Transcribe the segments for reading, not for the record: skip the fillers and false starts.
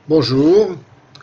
Bonjour.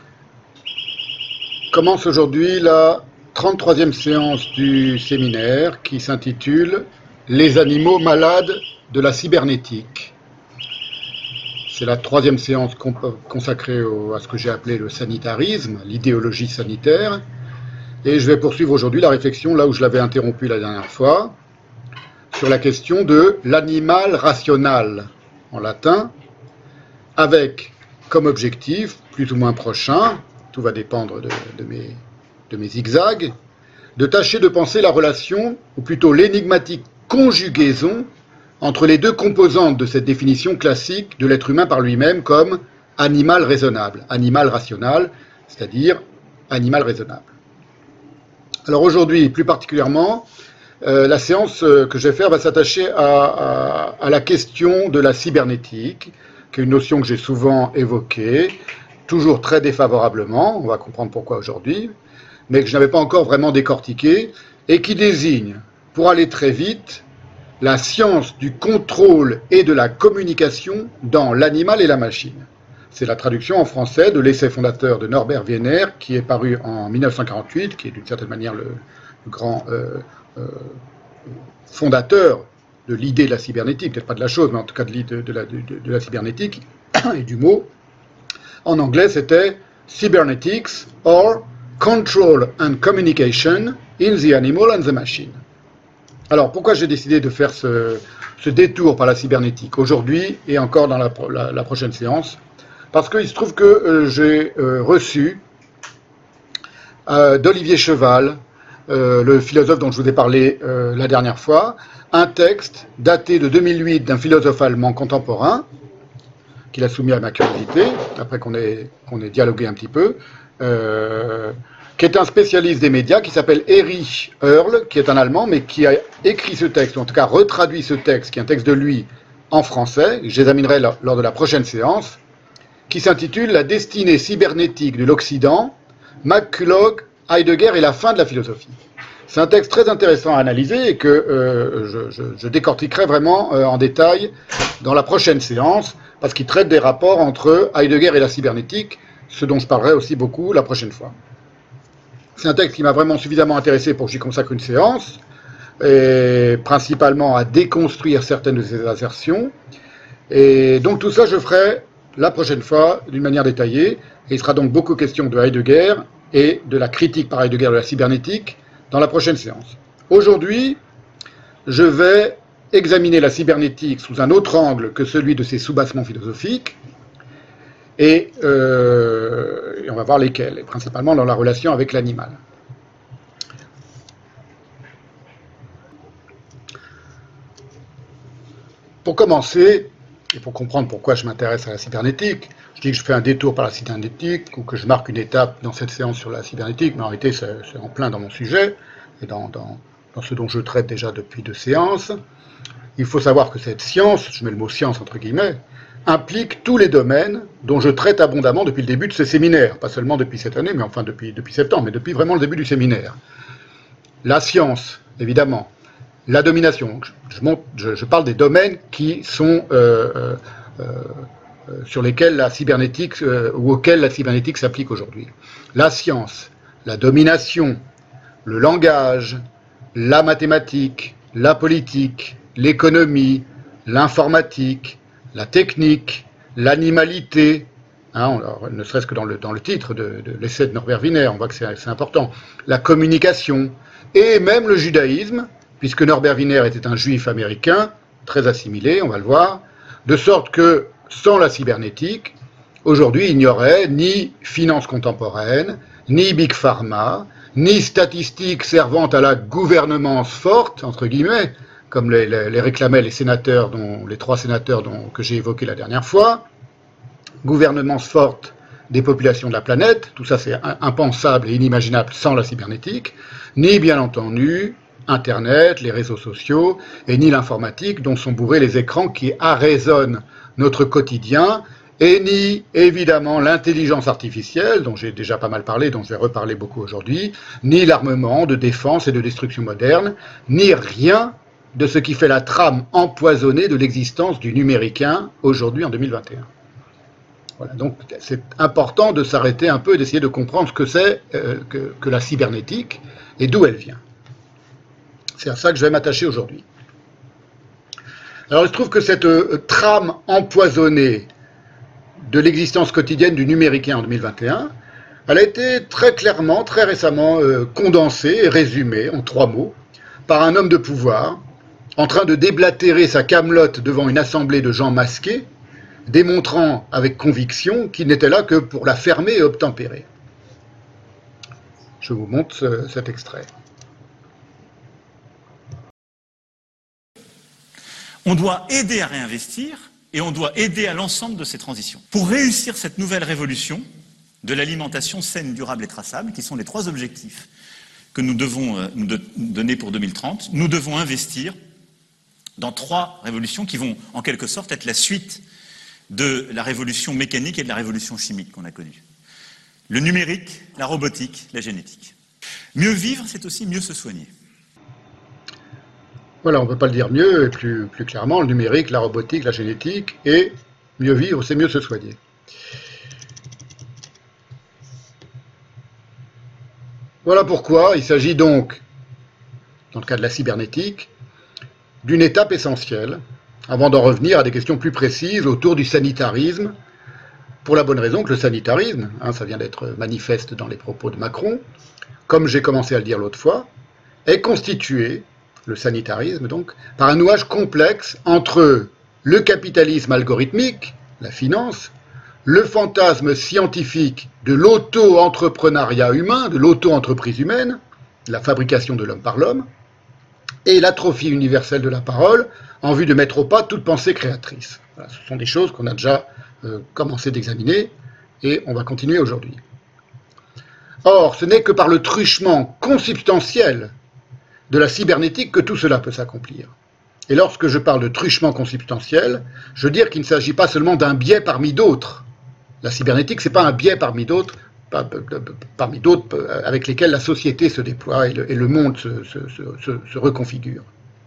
Commence aujourd'hui la 33e séance du séminaire qui s'intitule Les animaux malades de la cybernétique. C'est la troisième séance consacrée à ce que j'ai appelé le sanitarisme, l'idéologie sanitaire. Et je vais poursuivre aujourd'hui la réflexion là où je l'avais interrompu la dernière fois, sur la question de l'animal rational, en latin, avec comme objectif, plus ou moins prochain, tout va dépendre de mes zigzags, de tâcher de penser la relation, ou plutôt l'énigmatique conjugaison, entre les deux composantes de cette définition classique de l'être humain par lui-même comme animal raisonnable, animal rationnel, c'est-à-dire animal raisonnable. Alors aujourd'hui, plus particulièrement, la séance que je vais faire va s'attacher à la question de la cybernétique, qui est une notion que j'ai souvent évoquée, toujours très défavorablement, on va comprendre pourquoi aujourd'hui, mais que je n'avais pas encore vraiment décortiquée, et qui désigne, pour aller très vite, la science du contrôle et de la communication dans l'animal et la machine. C'est la traduction en français de l'essai fondateur de Norbert Wiener, qui est paru en 1948, qui est d'une certaine manière le grand fondateur de l'idée de la cybernétique, peut-être pas de la chose, mais en tout cas de la cybernétique et du mot. En anglais, c'était Cybernetics or Control and Communication in the Animal and the Machine. Alors, pourquoi j'ai décidé de faire ce détour par la cybernétique aujourd'hui et encore dans la prochaine séance? Parce qu'il se trouve que j'ai reçu d'Olivier Cheval, le philosophe dont je vous ai parlé la dernière fois, un texte daté de 2008 d'un philosophe allemand contemporain, qu'il a soumis à ma curiosité, après qu'on ait dialogué un petit peu, qui est un spécialiste des médias, qui s'appelle Erich Hörl, qui est un Allemand, mais qui a écrit ce texte, ou en tout cas retraduit ce texte, qui est un texte de lui, en français, j'examinerai lors de la prochaine séance, qui s'intitule « La destinée cybernétique de l'Occident, McCulloch, Heidegger et la fin de la philosophie ». C'est un texte très intéressant à analyser et que je décortiquerai vraiment en détail dans la prochaine séance, parce qu'il traite des rapports entre Heidegger et la cybernétique, ce dont je parlerai aussi beaucoup la prochaine fois. C'est un texte qui m'a vraiment suffisamment intéressé pour que j'y consacre une séance, et principalement à déconstruire certaines de ses assertions. Et donc tout ça, je ferai la prochaine fois d'une manière détaillée, et il sera donc beaucoup question de Heidegger et de la critique par Heidegger de la cybernétique dans la prochaine séance. Aujourd'hui, je vais examiner la cybernétique sous un autre angle que celui de ses soubassements philosophiques, et on va voir lesquels, et principalement dans la relation avec l'animal. Pour commencer, et pour comprendre pourquoi je m'intéresse à la cybernétique, je dis que je fais un détour par la cybernétique, ou que je marque une étape dans cette séance sur la cybernétique, mais en réalité c'est en plein dans mon sujet, et dans ce dont je traite déjà depuis 2 séances. Il faut savoir que cette science, je mets le mot science entre guillemets, implique tous les domaines dont je traite abondamment depuis le début de ce séminaire, pas seulement depuis cette année, mais enfin depuis septembre, mais depuis vraiment le début du séminaire. La science, évidemment, la domination, je parle des domaines qui sont sur lesquels la cybernétique, ou auxquels la cybernétique s'applique aujourd'hui. La science, la domination, le langage, la mathématique, la politique, l'économie, l'informatique, la technique, l'animalité, ne serait-ce que dans le titre de l'essai de Norbert Wiener, on voit que c'est important, la communication, et même le judaïsme, puisque Norbert Wiener était un juif américain, très assimilé, on va le voir, de sorte que sans la cybernétique, aujourd'hui il n'y aurait ni finance contemporaine, ni Big Pharma, ni statistiques servant à la gouvernance forte, entre guillemets, comme les réclamaient les 3 sénateurs que j'ai évoqués la dernière fois, gouvernance forte des populations de la planète, tout ça c'est impensable et inimaginable sans la cybernétique, ni bien entendu Internet, les réseaux sociaux, et ni l'informatique dont sont bourrés les écrans qui arraisonnent notre quotidien, et ni évidemment l'intelligence artificielle, dont j'ai déjà pas mal parlé, dont je vais reparler beaucoup aujourd'hui, ni l'armement de défense et de destruction moderne, ni rien de ce qui fait la trame empoisonnée de l'existence du numéricain aujourd'hui en 2021. Voilà, donc c'est important de s'arrêter un peu et d'essayer de comprendre ce que c'est que la cybernétique et d'où elle vient. C'est à ça que je vais m'attacher aujourd'hui. Alors il se trouve que cette trame empoisonnée de l'existence quotidienne du numérique en 2021, elle a été très clairement, très récemment condensée et résumée en 3 mots par un homme de pouvoir en train de déblatérer sa camelote devant une assemblée de gens masqués, démontrant avec conviction qu'il n'était là que pour la fermer et obtempérer. Je vous montre cet extrait. On doit aider à réinvestir et on doit aider à l'ensemble de ces transitions. Pour réussir cette nouvelle révolution de l'alimentation saine, durable et traçable, qui sont les 3 objectifs que nous devons nous donner pour 2030, nous devons investir dans 3 révolutions qui vont en quelque sorte être la suite de la révolution mécanique et de la révolution chimique qu'on a connue. Le numérique, la robotique, la génétique. Mieux vivre, c'est aussi mieux se soigner. Voilà, on ne peut pas le dire mieux, et plus clairement, le numérique, la robotique, la génétique, et mieux vivre, c'est mieux se soigner. Voilà pourquoi il s'agit donc, dans le cas de la cybernétique, d'une étape essentielle, avant d'en revenir à des questions plus précises autour du sanitarisme, pour la bonne raison que le sanitarisme, ça vient d'être manifeste dans les propos de Macron, comme j'ai commencé à le dire l'autre fois, est constitué, le sanitarisme donc, par un nouage complexe entre le capitalisme algorithmique, la finance, le fantasme scientifique de l'auto-entrepreneuriat humain, de l'auto-entreprise humaine, la fabrication de l'homme par l'homme, et l'atrophie universelle de la parole, en vue de mettre au pas toute pensée créatrice. Voilà, ce sont des choses qu'on a déjà commencé d'examiner, et on va continuer aujourd'hui. Or, ce n'est que par le truchement consubstantiel de la cybernétique que tout cela peut s'accomplir. Et lorsque je parle de truchement consubstantiel, je veux dire qu'il ne s'agit pas seulement d'un biais parmi d'autres. La cybernétique, ce n'est pas un biais parmi d'autres avec lesquels la société se déploie et le monde se reconfigure.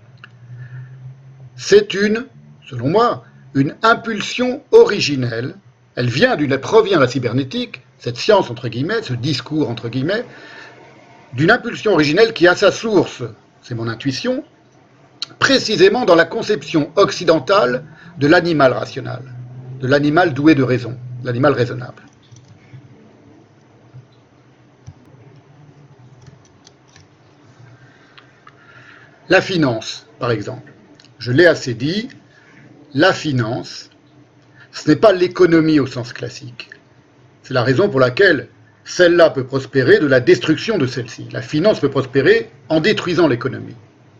C'est selon moi, une impulsion originelle. Elle provient de la cybernétique, cette science entre guillemets, ce discours entre guillemets, d'une impulsion originelle qui a sa source, c'est mon intuition, précisément dans la conception occidentale de l'animal rationnel, de l'animal doué de raison, l'animal raisonnable. La finance, par exemple. Je l'ai assez dit, la finance, ce n'est pas l'économie au sens classique. C'est la raison pour laquelle celle-là peut prospérer de la destruction de celle-ci. La finance peut prospérer en détruisant l'économie.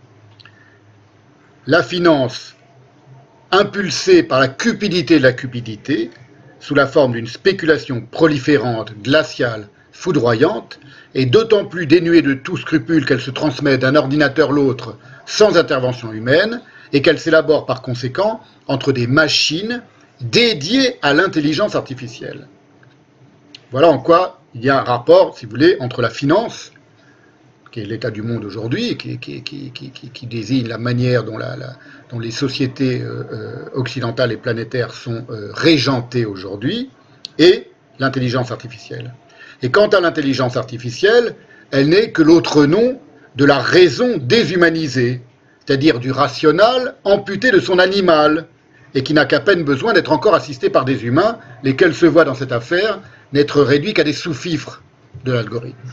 La finance, impulsée par la cupidité de la cupidité, sous la forme d'une spéculation proliférante, glaciale, foudroyante, est d'autant plus dénuée de tout scrupule qu'elle se transmet d'un ordinateur l'autre sans intervention humaine, et qu'elle s'élabore par conséquent entre des machines dédiées à l'intelligence artificielle. Voilà en quoi il y a un rapport, si vous voulez, entre la finance, qui est l'état du monde aujourd'hui, qui désigne la manière dont les sociétés occidentales et planétaires sont régentées aujourd'hui, et l'intelligence artificielle. Et quant à l'intelligence artificielle, elle n'est que l'autre nom de la raison déshumanisée, c'est-à-dire du rationnel amputé de son animal, et qui n'a qu'à peine besoin d'être encore assisté par des humains, lesquels se voient dans cette affaire n'être réduits qu'à des sous-fifres de l'algorithme.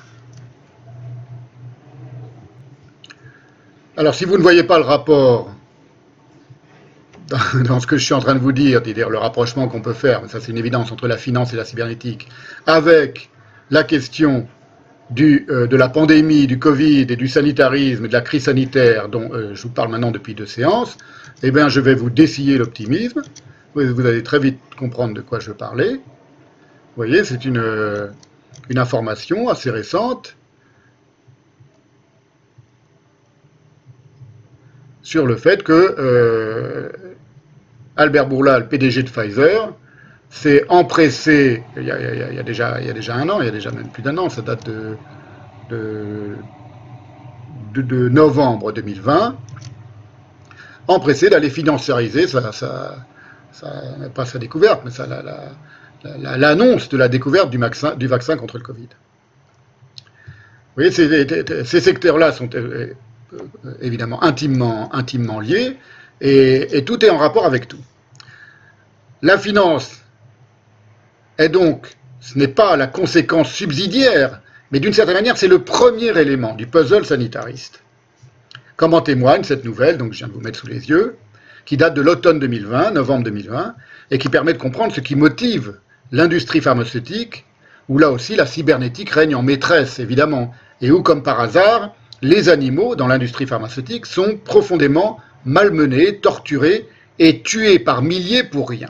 Alors si vous ne voyez pas le rapport dans ce que je suis en train de vous dire, c'est-à-dire le rapprochement qu'on peut faire, mais ça c'est une évidence, entre la finance et la cybernétique, avec la question de la pandémie, du Covid et du sanitarisme et de la crise sanitaire dont je vous parle maintenant depuis 2 séances, eh bien je vais vous dessiller l'optimisme. Vous allez très vite comprendre de quoi je veux parler. Vous voyez, c'est une information assez récente sur le fait que Albert Bourla, le PDG de Pfizer, s'est empressé, il y a déjà 1 an, il y a déjà même plus d'1 an, ça date de novembre 2020, empressé d'aller financiariser pas sa découverte, mais l'annonce de la découverte du vaccin contre le Covid. Vous voyez, ces secteurs-là sont évidemment intimement liés, et tout est en rapport avec tout. La finance est donc, ce n'est pas la conséquence subsidiaire, mais d'une certaine manière, c'est le premier élément du puzzle sanitariste. Comme en témoigne cette nouvelle, donc je viens de vous mettre sous les yeux, qui date de l'automne 2020, novembre 2020, et qui permet de comprendre ce qui motive l'industrie pharmaceutique, où là aussi la cybernétique règne en maîtresse, évidemment, et où, comme par hasard, les animaux dans l'industrie pharmaceutique sont profondément malmenés, torturés et tués par milliers pour rien.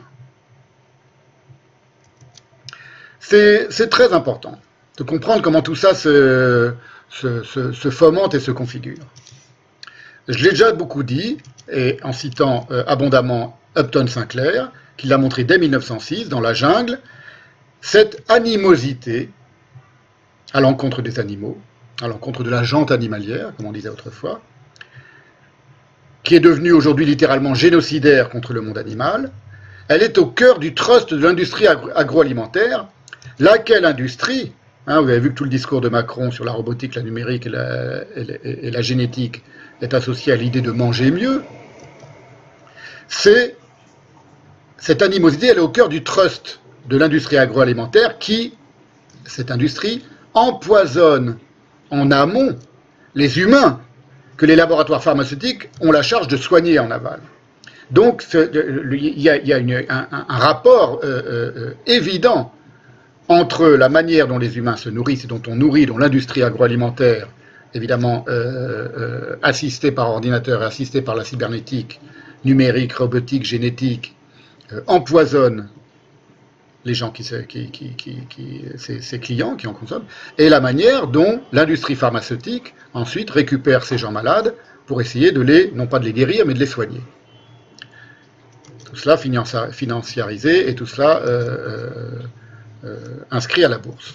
C'est très important de comprendre comment tout ça se fomente et se configure. Je l'ai déjà beaucoup dit, et en citant abondamment Upton Sinclair, qui l'a montré dès 1906 dans La Jungle, cette animosité à l'encontre des animaux, à l'encontre de la gente animalière, comme on disait autrefois, qui est devenue aujourd'hui littéralement génocidaire contre le monde animal, elle est au cœur du trust de l'industrie agroalimentaire, laquelle industrie, vous avez vu que tout le discours de Macron sur la robotique, la numérique et la génétique est associé à l'idée de manger mieux, cette animosité, elle est au cœur du trust de l'industrie agroalimentaire qui, cette industrie, empoisonne en amont les humains que les laboratoires pharmaceutiques ont la charge de soigner en aval. Donc, il y a un rapport évident entre la manière dont les humains se nourrissent et dont l'industrie agroalimentaire, évidemment assistée par ordinateur et assistée par la cybernétique, numérique, robotique, génétique, empoisonne les gens ses clients qui en consomment, et la manière dont l'industrie pharmaceutique ensuite récupère ces gens malades pour essayer non pas de les guérir, mais de les soigner. Tout cela financiarisé et tout cela inscrit à la bourse.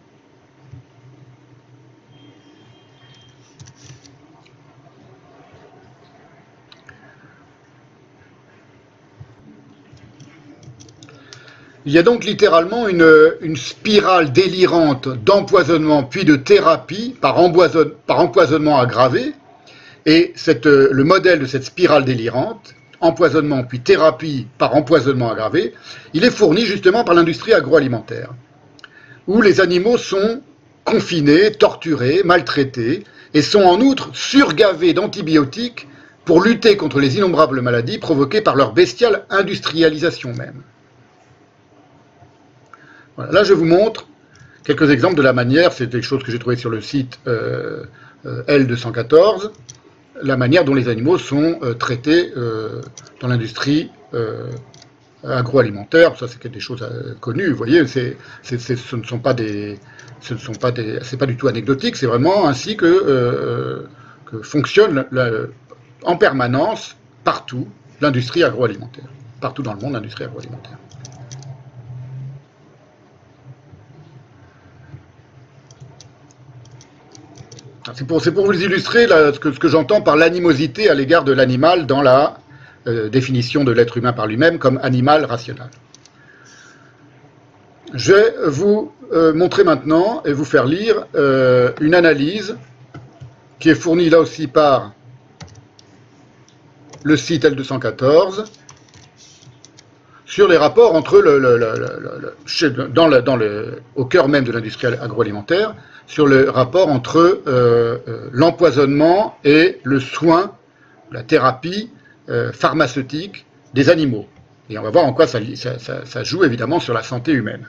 Il y a donc littéralement une spirale délirante d'empoisonnement puis de thérapie par empoisonnement aggravé, et le modèle de cette spirale délirante, empoisonnement puis thérapie par empoisonnement aggravé, il est fourni justement par l'industrie agroalimentaire, où les animaux sont confinés, torturés, maltraités, et sont en outre surgavés d'antibiotiques pour lutter contre les innombrables maladies provoquées par leur bestiale industrialisation même. Voilà, là je vous montre quelques exemples de la manière, c'est des choses que j'ai trouvées sur le site L214, la manière dont les animaux sont traités dans l'industrie agroalimentaire. Ça c'est des choses connues, vous voyez, c'est pas du tout anecdotique, c'est vraiment ainsi que fonctionne en permanence partout l'industrie agroalimentaire, partout dans le monde l'industrie agroalimentaire. C'est pour vous illustrer ce que j'entends par l'animosité à l'égard de l'animal dans la définition de l'être humain par lui-même comme animal rationnel. Je vais vous montrer maintenant et vous faire lire une analyse qui est fournie là aussi par le site L214 sur les rapports entre au cœur même de l'industrie agroalimentaire, sur le rapport entre l'empoisonnement et le soin, la thérapie pharmaceutique des animaux. Et on va voir en quoi ça joue évidemment sur la santé humaine.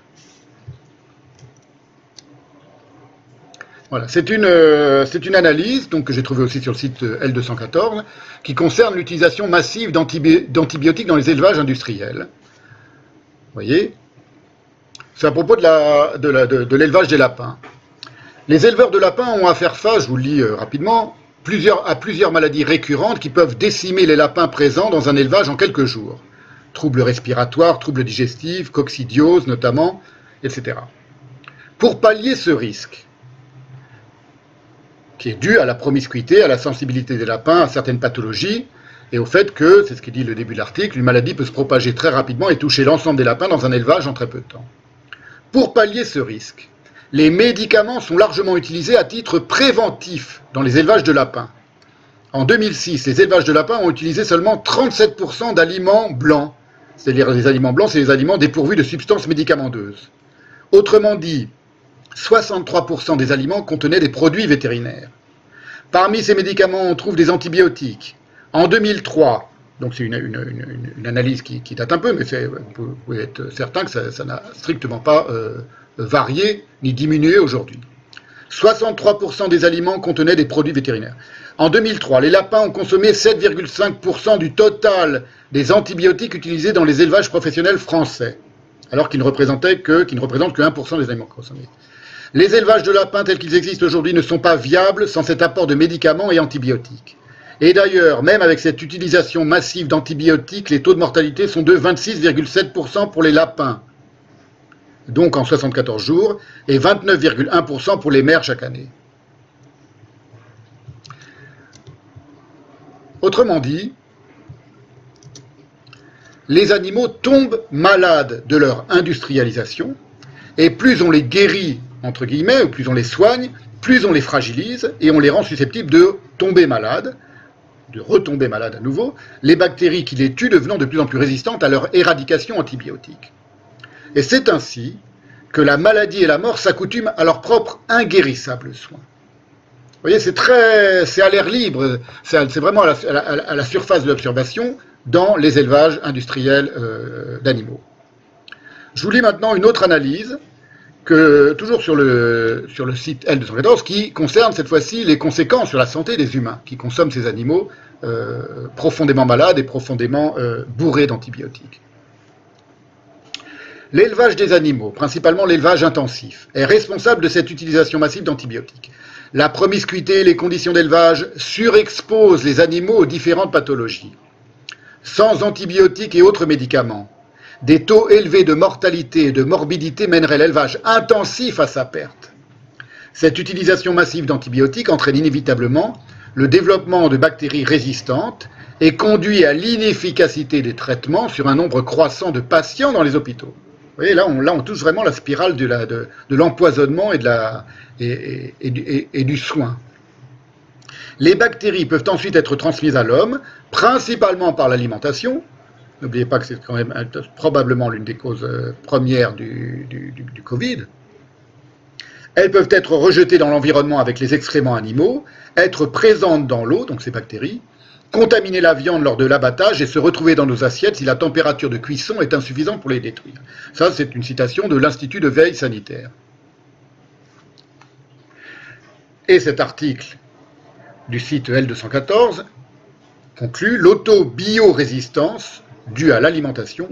Voilà, c'est une analyse donc, que j'ai trouvée aussi sur le site L214 qui concerne l'utilisation massive d'antibiotiques dans les élevages industriels. Vous voyez, c'est à propos de l'élevage des lapins. Les éleveurs de lapins ont à faire face, je vous le lis rapidement, à plusieurs maladies récurrentes qui peuvent décimer les lapins présents dans un élevage en quelques jours. Troubles respiratoires, troubles digestifs, coccidiose notamment, etc. Pour pallier ce risque, qui est dû à la promiscuité, à la sensibilité des lapins à certaines pathologies, et au fait que, c'est ce qu'il dit le début de l'article, une maladie peut se propager très rapidement et toucher l'ensemble des lapins dans un élevage en très peu de temps. Pour pallier ce risque, les médicaments sont largement utilisés à titre préventif dans les élevages de lapins. En 2006, les élevages de lapins ont utilisé seulement 37% d'aliments blancs. C'est-à-dire les aliments blancs, c'est les aliments dépourvus de substances médicamenteuses. Autrement dit, 63% des aliments contenaient des produits vétérinaires. Parmi ces médicaments, on trouve des antibiotiques. En 2003, donc c'est une analyse qui date un peu, mais vous pouvez être certain que ça n'a strictement pas varié ni diminué aujourd'hui. 63% des aliments contenaient des produits vétérinaires. En 2003, les lapins ont consommé 7,5% du total des antibiotiques utilisés dans les élevages professionnels français, alors qu'ils ne représentent que 1% des aliments consommés. Les élevages de lapins tels qu'ils existent aujourd'hui ne sont pas viables sans cet apport de médicaments et antibiotiques. Et d'ailleurs, même avec cette utilisation massive d'antibiotiques, les taux de mortalité sont de 26,7% pour les lapins, donc en 74 jours, et 29,1% pour les mères chaque année. Autrement dit, les animaux tombent malades de leur industrialisation, et plus on les guérit, entre guillemets, ou plus on les soigne, plus on les fragilise, et on les rend susceptibles de tomber malades, de retomber malades à nouveau, les bactéries qui les tuent devenant de plus en plus résistantes à leur éradication antibiotique. Et c'est ainsi que la maladie et la mort s'accoutument à leur propre inguérissable soin. Vous voyez, c'est à l'air libre, c'est vraiment à la surface de l'observation dans les élevages industriels d'animaux. Je vous lis maintenant une autre analyse, toujours sur le site L214, qui concerne cette fois-ci les conséquences sur la santé des humains qui consomment ces animaux profondément malades et profondément bourrés d'antibiotiques. L'élevage des animaux, principalement l'élevage intensif, est responsable de cette utilisation massive d'antibiotiques. La promiscuité et les conditions d'élevage surexposent les animaux aux différentes pathologies. Sans antibiotiques et autres médicaments, des taux élevés de mortalité et de morbidité mèneraient l'élevage intensif à sa perte. Cette utilisation massive d'antibiotiques entraîne inévitablement le développement de bactéries résistantes et conduit à l'inefficacité des traitements sur un nombre croissant de patients dans les hôpitaux. Vous voyez, là, on touche vraiment la spirale de l'empoisonnement et du soin. Les bactéries peuvent ensuite être transmises à l'homme, principalement par l'alimentation. N'oubliez pas que c'est quand même probablement l'une des causes premières du Covid. Elles peuvent être rejetées dans l'environnement avec les excréments animaux, être présentes dans l'eau, donc ces bactéries, contaminer la viande lors de l'abattage et se retrouver dans nos assiettes si la température de cuisson est insuffisante pour les détruire. Ça, c'est une citation de l'Institut de veille sanitaire. Et cet article du site L214 conclut: l'autobiorésistance due à l'alimentation,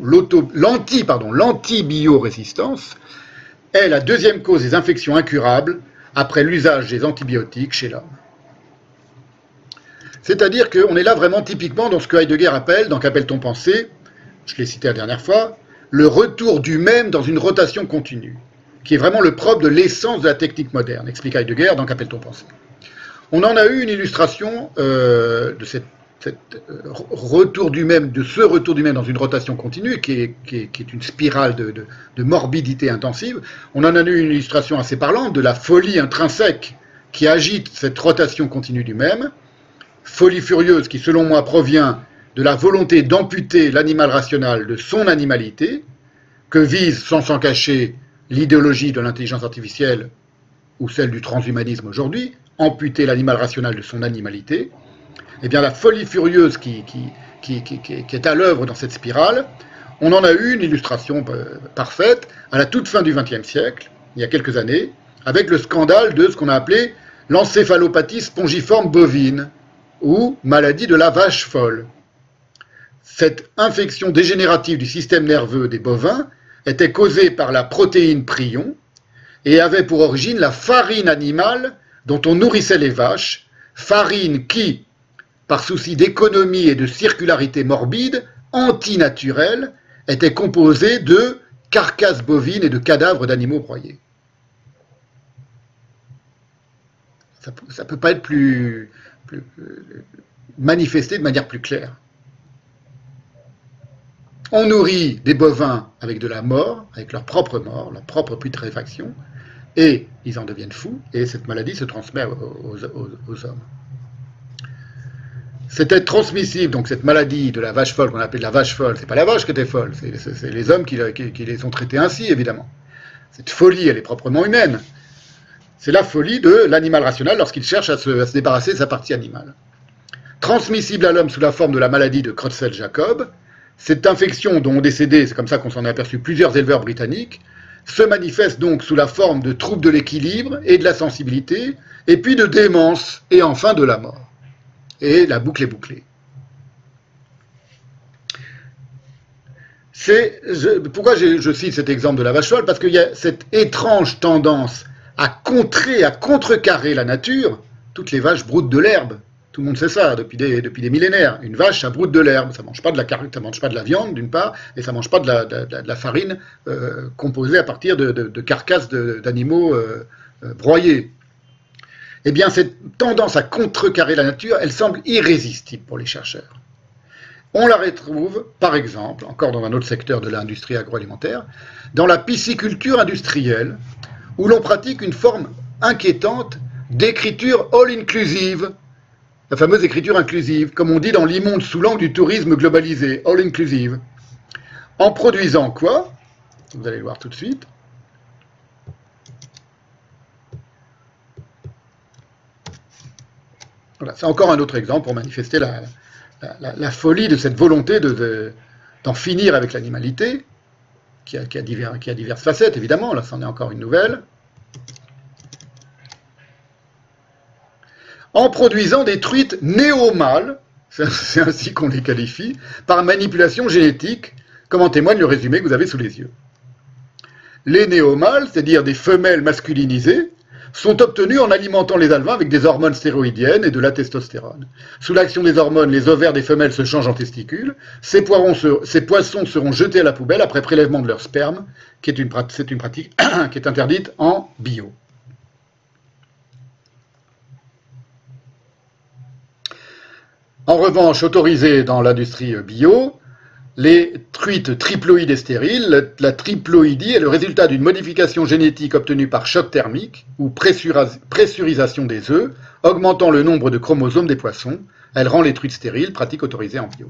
l'antibiorésistance est la deuxième cause des infections incurables après l'usage des antibiotiques chez l'homme. C'est-à-dire qu'on est là vraiment typiquement dans ce que Heidegger appelle, dans Qu'appelle-t-on penser, je l'ai cité la dernière fois, le retour du même dans une rotation continue, qui est vraiment le propre de l'essence de la technique moderne, explique Heidegger dans Qu'appelle-t-on penser. On en a eu une illustration de ce retour du même dans une rotation continue, qui est une spirale de morbidité intensive. On en a eu une illustration assez parlante de la folie intrinsèque qui agite cette rotation continue du même, folie furieuse qui, selon moi, provient de la volonté d'amputer l'animal rationnel de son animalité, que vise, sans s'en cacher, l'idéologie de l'intelligence artificielle ou celle du transhumanisme aujourd'hui, amputer l'animal rationnel de son animalité. Eh bien, la folie furieuse qui est à l'œuvre dans cette spirale, on en a eu une illustration parfaite à la toute fin du XXe siècle, il y a quelques années, avec le scandale de ce qu'on a appelé l'encéphalopathie spongiforme bovine, ou maladie de la vache folle. Cette infection dégénérative du système nerveux des bovins était causée par la protéine prion et avait pour origine la farine animale dont on nourrissait les vaches, farine qui, par souci d'économie et de circularité morbide, antinaturelle, était composée de carcasses bovines et de cadavres d'animaux broyés. Ça ne peut pas être plus manifesté de manière plus claire. On nourrit des bovins avec de la mort, avec leur propre mort, leur propre putréfaction, et ils en deviennent fous, et cette maladie se transmet aux hommes. C'était transmissible, donc cette maladie de la vache folle, qu'on appelle la vache folle, c'est pas la vache qui était folle, c'est les hommes qui les ont traités ainsi, évidemment. Cette folie, elle est proprement humaine. C'est la folie de l'animal rationnel lorsqu'il cherche à se débarrasser de sa partie animale. Transmissible à l'homme sous la forme de la maladie de Creutzfeldt-Jakob, cette infection dont ont décédé, c'est comme ça qu'on s'en est aperçu, plusieurs éleveurs britanniques, se manifeste donc sous la forme de troubles de l'équilibre et de la sensibilité, et puis de démence, et enfin de la mort. Et la boucle est bouclée. Pourquoi je cite cet exemple de la vache folle? Parce qu'il y a cette étrange tendance à contrecarrer la nature. Toutes les vaches broutent de l'herbe. Tout le monde sait ça depuis des millénaires. Une vache, ça broute de l'herbe. Ça ne mange pas de la viande, d'une part, et ça ne mange pas de la farine composée à partir de carcasses d'animaux broyés. Eh bien, cette tendance à contrecarrer la nature, elle semble irrésistible pour les chercheurs. On la retrouve, par exemple, encore dans un autre secteur de l'industrie agroalimentaire, dans la pisciculture industrielle, où l'on pratique une forme inquiétante d'écriture all-inclusive, la fameuse écriture inclusive, comme on dit dans l'immonde sous l'angle du tourisme globalisé, all-inclusive. En produisant quoi? Vous allez le voir tout de suite. Voilà, c'est encore un autre exemple pour manifester la folie de cette volonté d'en finir avec l'animalité, qui a diverses facettes, évidemment. Là, c'en est encore une nouvelle. En produisant des truites néo-mâles, c'est ainsi qu'on les qualifie, par manipulation génétique, comme en témoigne le résumé que vous avez sous les yeux. Les néo-mâles, c'est-à-dire des femelles masculinisées, sont obtenus en alimentant les alevins avec des hormones stéroïdiennes et de la testostérone. Sous l'action des hormones, les ovaires des femelles se changent en testicules. Ces poissons seront jetés à la poubelle après prélèvement de leur sperme, c'est une pratique qui est interdite en bio. En revanche, autorisée dans l'industrie bio, les truites triploïdes et stériles, la triploïdie est le résultat d'une modification génétique obtenue par choc thermique ou pressurisation des œufs, augmentant le nombre de chromosomes des poissons. Elle rend les truites stériles, pratique autorisée en bio.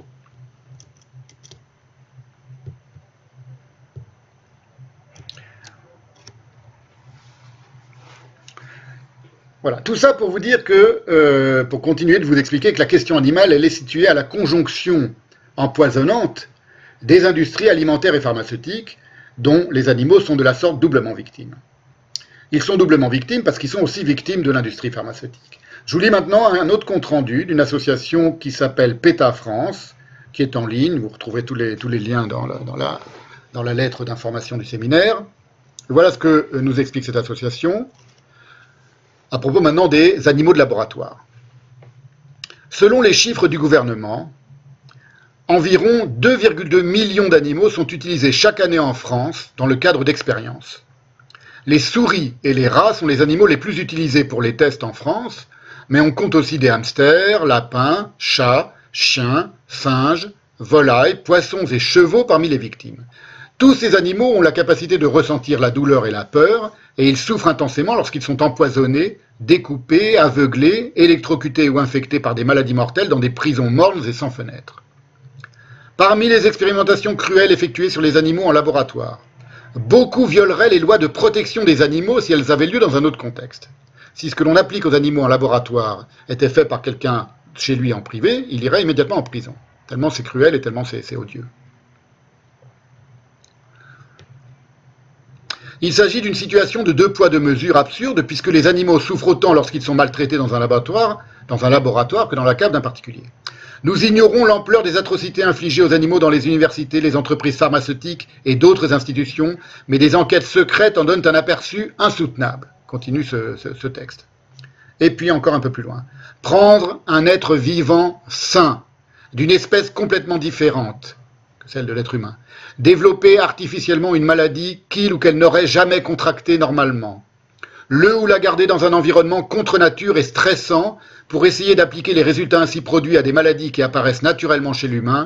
Voilà, tout ça pour vous dire que, pour continuer de vous expliquer que la question animale, elle est située à la conjonction empoisonnante des industries alimentaires et pharmaceutiques dont les animaux sont de la sorte doublement victimes. Ils sont doublement victimes parce qu'ils sont aussi victimes de l'industrie pharmaceutique. Je vous lis maintenant un autre compte-rendu d'une association qui s'appelle PETA France, qui est en ligne. Vous retrouvez tous les liens dans la lettre d'information du séminaire. Voilà ce que nous explique cette association à propos maintenant des animaux de laboratoire. Selon les chiffres du gouvernement, environ 2,2 millions d'animaux sont utilisés chaque année en France dans le cadre d'expériences. Les souris et les rats sont les animaux les plus utilisés pour les tests en France, mais on compte aussi des hamsters, lapins, chats, chiens, singes, volailles, poissons et chevaux parmi les victimes. Tous ces animaux ont la capacité de ressentir la douleur et la peur, et ils souffrent intensément lorsqu'ils sont empoisonnés, découpés, aveuglés, électrocutés ou infectés par des maladies mortelles dans des prisons mornes et sans fenêtres. Parmi les expérimentations cruelles effectuées sur les animaux en laboratoire, beaucoup violeraient les lois de protection des animaux si elles avaient lieu dans un autre contexte. Si ce que l'on applique aux animaux en laboratoire était fait par quelqu'un chez lui en privé, il irait immédiatement en prison. Tellement c'est cruel et tellement c'est odieux. Il s'agit d'une situation de deux poids deux mesures absurde, puisque les animaux souffrent autant lorsqu'ils sont maltraités dans un laboratoire que dans la cave d'un particulier. Nous ignorons l'ampleur des atrocités infligées aux animaux dans les universités, les entreprises pharmaceutiques et d'autres institutions, mais des enquêtes secrètes en donnent un aperçu insoutenable. Continue ce texte. Et puis encore un peu plus loin. Prendre un être vivant sain, d'une espèce complètement différente que celle de l'être humain, développer artificiellement une maladie qu'il ou qu'elle n'aurait jamais contractée normalement, le ou la garder dans un environnement contre nature et stressant pour essayer d'appliquer les résultats ainsi produits à des maladies qui apparaissent naturellement chez l'humain,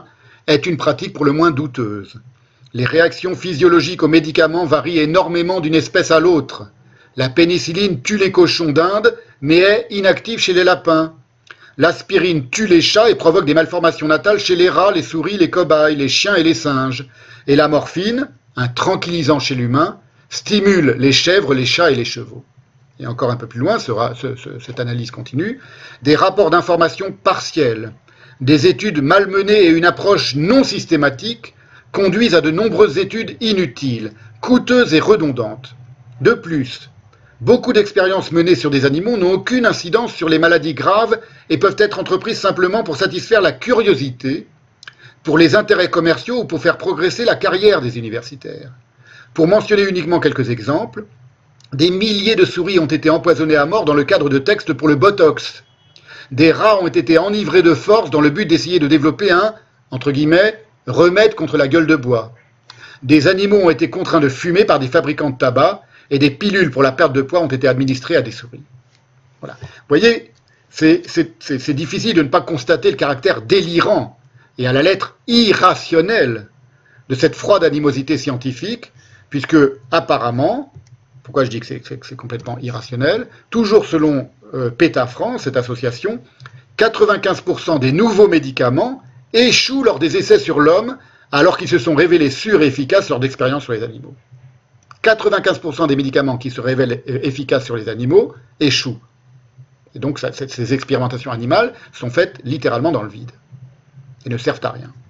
est une pratique pour le moins douteuse. Les réactions physiologiques aux médicaments varient énormément d'une espèce à l'autre. La pénicilline tue les cochons d'Inde, mais est inactive chez les lapins. L'aspirine tue les chats et provoque des malformations natales chez les rats, les souris, les cobayes, les chiens et les singes. Et la morphine, un tranquillisant chez l'humain, stimule les chèvres, les chats et les chevaux. Et encore un peu plus loin, cette analyse continue, des rapports d'information partiels, des études malmenées et une approche non systématique conduisent à de nombreuses études inutiles, coûteuses et redondantes. De plus, beaucoup d'expériences menées sur des animaux n'ont aucune incidence sur les maladies graves et peuvent être entreprises simplement pour satisfaire la curiosité, pour les intérêts commerciaux ou pour faire progresser la carrière des universitaires. Pour mentionner uniquement quelques exemples, des milliers de souris ont été empoisonnées à mort dans le cadre de textes pour le Botox. Des rats ont été enivrés de force dans le but d'essayer de développer un, entre guillemets, remède contre la gueule de bois. Des animaux ont été contraints de fumer par des fabricants de tabac et des pilules pour la perte de poids ont été administrées à des souris. Voilà. Vous voyez, c'est difficile de ne pas constater le caractère délirant et à la lettre irrationnel de cette froide animosité scientifique, puisque apparemment, pourquoi je dis que c'est complètement irrationnel, toujours selon PETA France, cette association, 95% des nouveaux médicaments échouent lors des essais sur l'homme, alors qu'ils se sont révélés sûrs et efficaces lors d'expériences sur les animaux. 95% des médicaments qui se révèlent efficaces sur les animaux échouent. Et donc ces expérimentations animales sont faites littéralement dans le vide et ne servent à rien.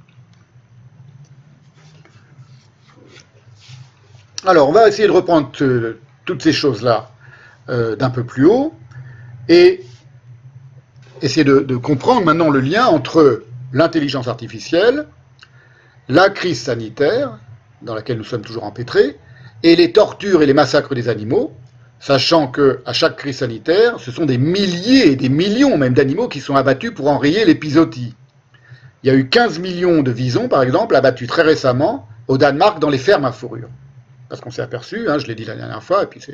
Alors, on va essayer de reprendre toutes ces choses-là d'un peu plus haut et essayer de comprendre maintenant le lien entre l'intelligence artificielle, la crise sanitaire, dans laquelle nous sommes toujours empêtrés, et les tortures et les massacres des animaux, sachant qu'à chaque crise sanitaire, ce sont des milliers et des millions même d'animaux qui sont abattus pour enrayer l'épizootie. Il y a eu 15 millions de visons, par exemple, abattus très récemment au Danemark dans les fermes à fourrure. Parce qu'on s'est aperçu, je l'ai dit la dernière fois, et puis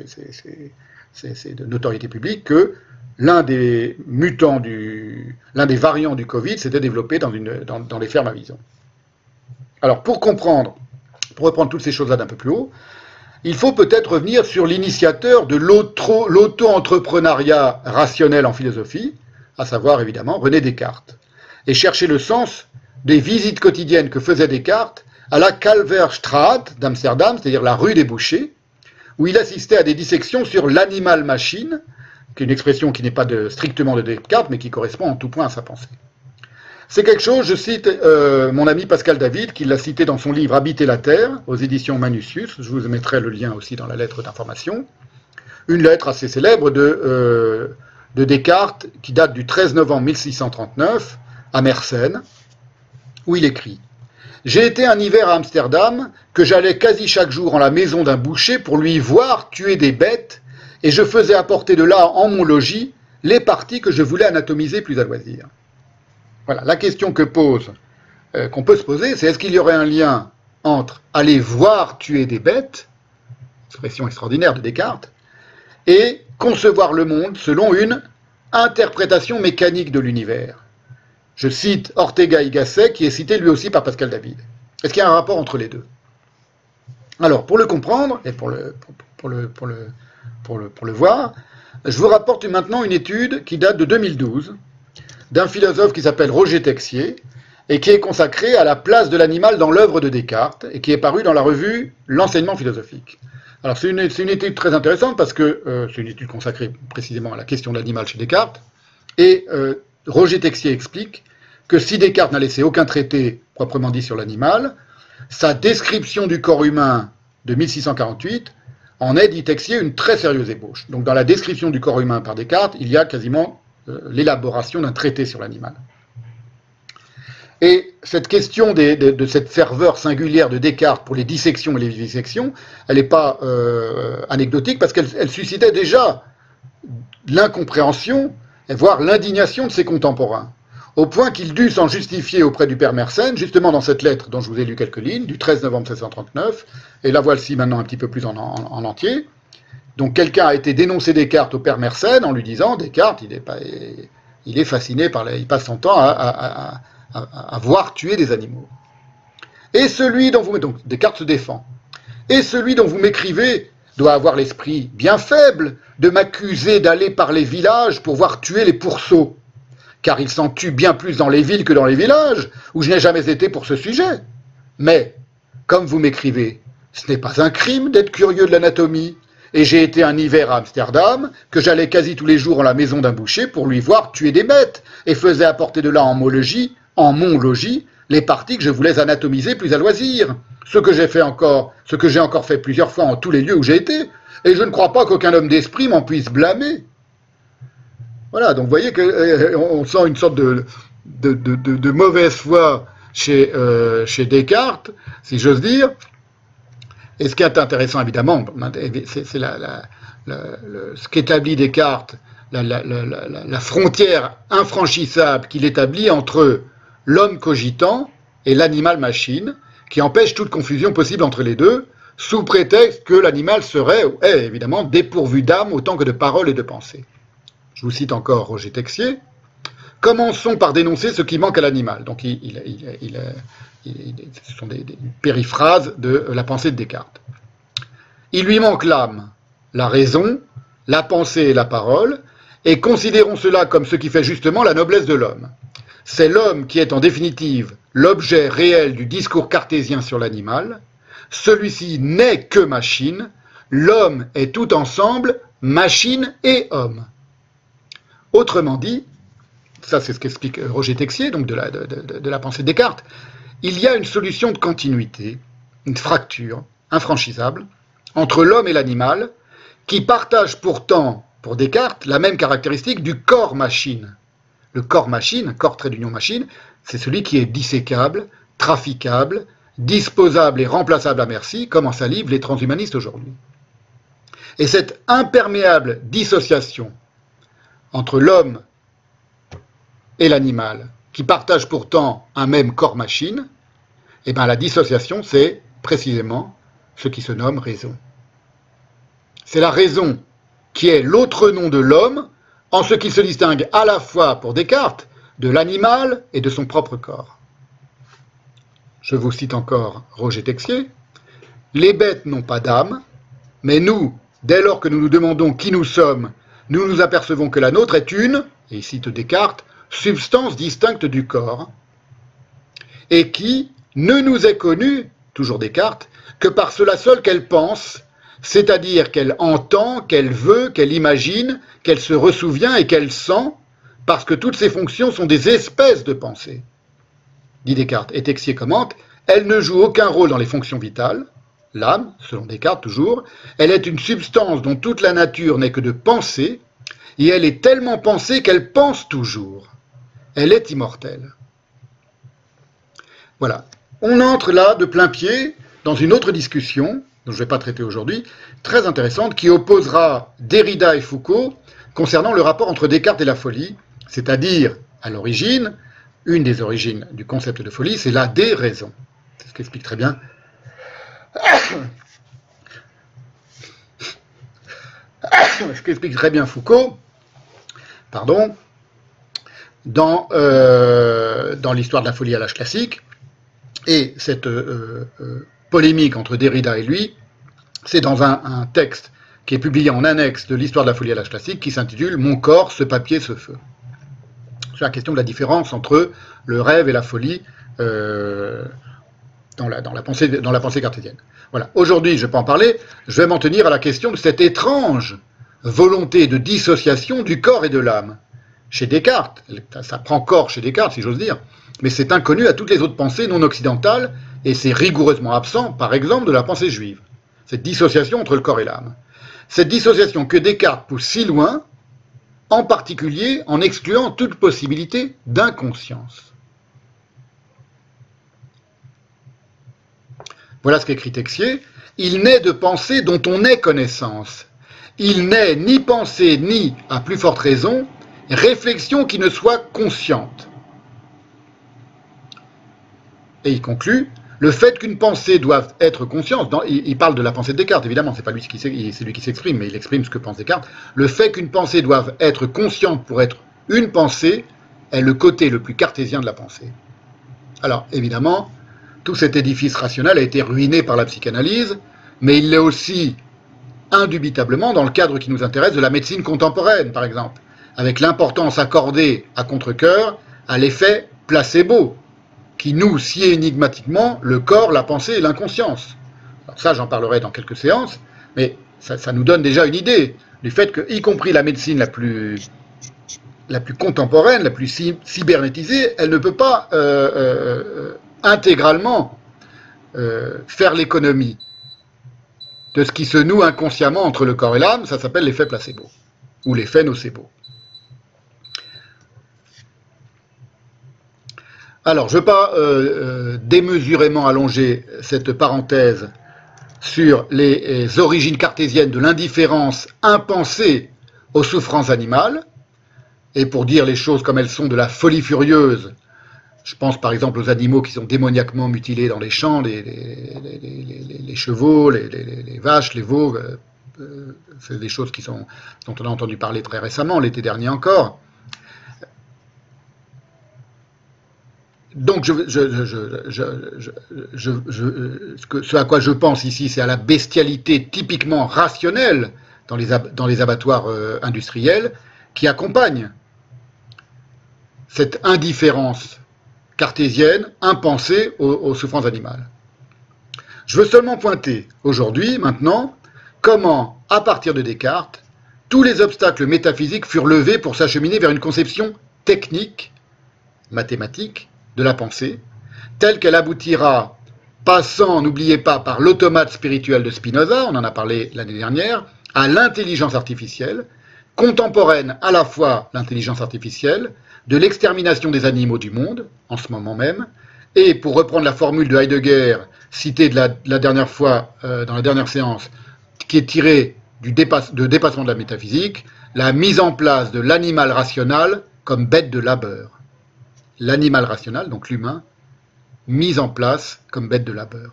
c'est de notoriété publique, que l'un des mutants, l'un des variants du Covid s'était développé dans les fermes à visons. Alors, pour reprendre toutes ces choses-là d'un peu plus haut, il faut peut-être revenir sur l'initiateur de l'auto-entrepreneuriat rationnel en philosophie, à savoir évidemment René Descartes, et chercher le sens des visites quotidiennes que faisait Descartes à la Kalverstraat d'Amsterdam, c'est-à-dire la rue des bouchers, où il assistait à des dissections sur l'animal-machine, qui est une expression qui n'est pas strictement de Descartes, mais qui correspond en tout point à sa pensée. C'est quelque chose, je cite mon ami Pascal David, qui l'a cité dans son livre « Habiter la Terre », aux éditions Manusius, je vous mettrai le lien aussi dans la lettre d'information, une lettre assez célèbre de Descartes, qui date du 13 novembre 1639, à Mersenne, où il écrit « J'ai été un hiver à Amsterdam, que j'allais quasi chaque jour en la maison d'un boucher pour lui voir tuer des bêtes, et je faisais apporter de là, en mon logis, les parties que je voulais anatomiser plus à loisir. » Voilà, la question qu'on peut se poser, c'est est-ce qu'il y aurait un lien entre aller voir tuer des bêtes, expression extraordinaire de Descartes, et concevoir le monde selon une interprétation mécanique de l'univers. Je cite Ortega y Gasset, qui est cité lui aussi par Pascal David. Est-ce qu'il y a un rapport entre les deux? Alors, pour le comprendre, et pour le voir, je vous rapporte maintenant une étude qui date de 2012, d'un philosophe qui s'appelle Roger Texier, et qui est consacré à la place de l'animal dans l'œuvre de Descartes, et qui est paru dans la revue L'Enseignement philosophique. Alors c'est une étude très intéressante, parce que c'est une étude consacrée précisément à la question de l'animal chez Descartes, et Roger Texier explique que si Descartes n'a laissé aucun traité proprement dit sur l'animal, sa description du corps humain de 1648 en est, dit Texier, une très sérieuse ébauche. Donc dans la description du corps humain par Descartes, il y a quasiment l'élaboration d'un traité sur l'animal. Et cette question de cette ferveur singulière de Descartes pour les dissections et les vivisections, elle n'est pas anecdotique, parce qu'elle suscitait déjà l'incompréhension, voire l'indignation de ses contemporains, au point qu'il dut s'en justifier auprès du père Mersenne, justement dans cette lettre dont je vous ai lu quelques lignes, du 13 novembre 1639, et la voici maintenant un petit peu plus en entier. Donc quelqu'un a été dénoncé Descartes au père Mersenne en lui disant « Descartes, il est fasciné par il passe son temps à voir tuer des animaux. » Et celui dont vous... Donc Descartes se défend. Et celui dont vous m'écrivez doit avoir l'esprit bien faible de m'accuser d'aller par les villages pour voir tuer les pourceaux. Car il s'en tue bien plus dans les villes que dans les villages, où je n'ai jamais été pour ce sujet. Mais, comme vous m'écrivez, ce n'est pas un crime d'être curieux de l'anatomie, et j'ai été un hiver à Amsterdam, que j'allais quasi tous les jours en la maison d'un boucher pour lui voir tuer des bêtes, et faisais apporter de là en mon logis, les parties que je voulais anatomiser plus à loisir, ce que j'ai encore fait plusieurs fois en tous les lieux où j'ai été, et je ne crois pas qu'aucun homme d'esprit m'en puisse blâmer. Voilà, donc vous voyez qu'on sent une sorte de mauvaise foi chez Descartes, si j'ose dire. Et ce qui est intéressant, évidemment, c'est ce qu'établit Descartes, la frontière infranchissable qu'il établit entre l'homme cogitant et l'animal-machine, qui empêche toute confusion possible entre les deux, sous prétexte que l'animal est évidemment dépourvu d'âme autant que de parole et de pensée. Je vous cite encore Roger Texier. Commençons par dénoncer ce qui manque à l'animal. Donc ce sont des périphrases de la pensée de Descartes. Il lui manque l'âme, la raison, la pensée et la parole, et considérons cela comme ce qui fait justement la noblesse de l'homme. C'est l'homme qui est en définitive l'objet réel du discours cartésien sur l'animal. Celui-ci n'est que machine, l'homme est tout ensemble, machine et homme. Autrement dit, ça c'est ce qu'explique Roger Texier, donc de la pensée de Descartes, il y a une solution de continuité, une fracture infranchissable, entre l'homme et l'animal, qui partagent pourtant, pour Descartes, la même caractéristique du corps-machine. Le corps-machine, corps trait d'union machine, c'est celui qui est dissécable, traficable, disposable et remplaçable à merci, comme en salivent les transhumanistes aujourd'hui. Et cette imperméable dissociation entre l'homme et l'animal, qui partagent pourtant un même corps-machine, eh bien la dissociation, c'est précisément ce qui se nomme raison. C'est la raison qui est l'autre nom de l'homme, en ce qu'il se distingue à la fois, pour Descartes, de l'animal et de son propre corps. Je vous cite encore Roger Texier. Les bêtes n'ont pas d'âme, mais nous, dès lors que nous nous demandons qui nous sommes, nous nous apercevons que la nôtre est une, et il cite Descartes, substance distincte du corps, et qui ne nous est connue, toujours Descartes, que par cela seul qu'elle pense, c'est-à-dire qu'elle entend, qu'elle veut, qu'elle imagine, qu'elle se ressouvient et qu'elle sent, parce que toutes ces fonctions sont des espèces de pensée. Dit Descartes, et Texier commente, elle ne joue aucun rôle dans les fonctions vitales, l'âme, selon Descartes toujours, elle est une substance dont toute la nature n'est que de pensée, et elle est tellement pensée qu'elle pense toujours. Elle est immortelle. Voilà. On entre là de plein pied dans une autre discussion, dont je ne vais pas traiter aujourd'hui, très intéressante, qui opposera Derrida et Foucault concernant le rapport entre Descartes et la folie, c'est-à-dire, à l'origine, une des origines du concept de folie, c'est la déraison. C'est ce qu'explique très bien Foucault, dans l'histoire de la folie à l'âge classique. Et cette polémique entre Derrida et lui, c'est dans un texte qui est publié en annexe de l'histoire de la folie à l'âge classique, qui s'intitule « Mon corps, ce papier, ce feu ». C'est la question de la différence entre le rêve et la folie dans la pensée cartésienne. Voilà. Aujourd'hui, je ne vais pas en parler, je vais m'en tenir à la question de cette étrange volonté de dissociation du corps et de l'âme. Chez Descartes, ça prend corps chez Descartes, si j'ose dire, mais c'est inconnu à toutes les autres pensées non occidentales, et c'est rigoureusement absent, par exemple, de la pensée juive. Cette dissociation entre le corps et l'âme. Cette dissociation que Descartes pousse si loin, en particulier en excluant toute possibilité d'inconscience. Voilà ce qu'écrit Texier. Il n'est de pensée dont on ait connaissance. Il n'est ni pensée, ni, à plus forte raison, réflexion qui ne soit consciente. Et il conclut, le fait qu'une pensée doive être consciente, il parle de la pensée de Descartes, évidemment, c'est lui qui s'exprime, mais il exprime ce que pense Descartes. Le fait qu'une pensée doive être consciente pour être une pensée est le côté le plus cartésien de la pensée. Alors, évidemment, tout cet édifice rationnel a été ruiné par la psychanalyse, mais il l'est aussi indubitablement dans le cadre qui nous intéresse de la médecine contemporaine, par exemple, avec l'importance accordée à contre-cœur à l'effet placebo, qui noue si énigmatiquement le corps, la pensée et l'inconscience. Alors ça, j'en parlerai dans quelques séances, mais ça nous donne déjà une idée du fait que, y compris la médecine la plus contemporaine, la plus cybernétisée, elle ne peut pas intégralement faire l'économie de ce qui se noue inconsciemment entre le corps et l'âme. Ça s'appelle l'effet placebo, ou l'effet nocebo. Alors, je ne veux pas démesurément allonger cette parenthèse sur les origines cartésiennes de l'indifférence impensée aux souffrances animales, et pour dire les choses comme elles sont, de la folie furieuse. Je pense par exemple aux animaux qui sont démoniaquement mutilés dans les champs, les chevaux, les vaches, les veaux, c'est des choses dont on a entendu parler très récemment, l'été dernier encore. Donc, ce à quoi je pense ici, c'est à la bestialité typiquement rationnelle dans les abattoirs industriels qui accompagne cette indifférence cartésienne impensée aux souffrances animales. Je veux seulement pointer aujourd'hui, maintenant, comment, à partir de Descartes, tous les obstacles métaphysiques furent levés pour s'acheminer vers une conception technique, mathématique, de la pensée, telle qu'elle aboutira, passant, n'oubliez pas, par l'automate spirituel de Spinoza, on en a parlé l'année dernière, à l'intelligence artificielle, contemporaine à la fois l'intelligence artificielle, de l'extermination des animaux du monde, en ce moment même, et pour reprendre la formule de Heidegger, citée de la dernière fois, dans la dernière séance, qui est tirée de dépassement de la métaphysique, la mise en place de l'animal rationnel comme bête de labeur. L'animal rationnel, donc l'humain, mis en place comme bête de labeur.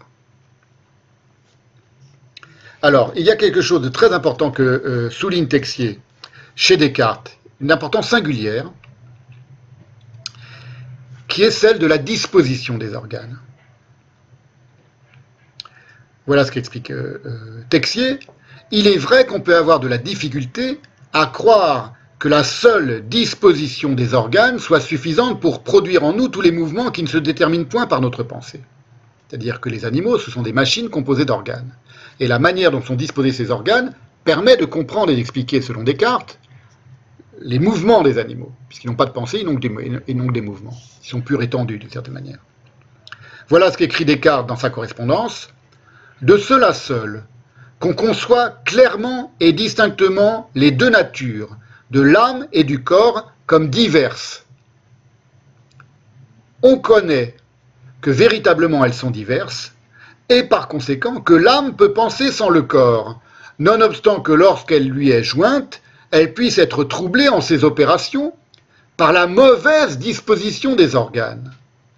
Alors, il y a quelque chose de très important que souligne Texier chez Descartes, une importance singulière, qui est celle de la disposition des organes. Voilà ce qu'explique Texier. Il est vrai qu'on peut avoir de la difficulté à croire que la seule disposition des organes soit suffisante pour produire en nous tous les mouvements qui ne se déterminent point par notre pensée. C'est-à-dire que les animaux, ce sont des machines composées d'organes. Et la manière dont sont disposés ces organes permet de comprendre et d'expliquer, selon Descartes, les mouvements des animaux. Puisqu'ils n'ont pas de pensée, ils n'ont que des mouvements. Ils sont purs et tendus, d'une certaine manière. Voilà ce qu'écrit Descartes dans sa correspondance. De cela seul, qu'on conçoit clairement et distinctement les deux natures, de l'âme et du corps, comme diverses. On connaît que véritablement elles sont diverses, et par conséquent que l'âme peut penser sans le corps, nonobstant que lorsqu'elle lui est jointe, elle puisse être troublée en ses opérations par la mauvaise disposition des organes.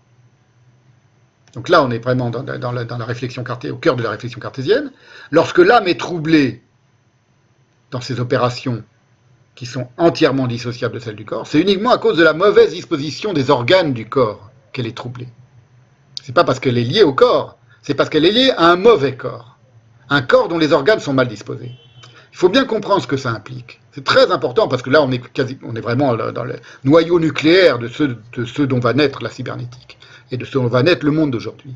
Donc là, on est vraiment dans la réflexion au cœur de la réflexion cartésienne. Lorsque l'âme est troublée dans ses opérations qui sont entièrement dissociables de celles du corps, c'est uniquement à cause de la mauvaise disposition des organes du corps qu'elle est troublée. C'est pas parce qu'elle est liée au corps, c'est parce qu'elle est liée à un mauvais corps. Un corps dont les organes sont mal disposés. Il faut bien comprendre ce que ça implique. C'est très important parce que là, on est vraiment dans le noyau nucléaire de ce dont va naître la cybernétique et de ce dont va naître le monde d'aujourd'hui.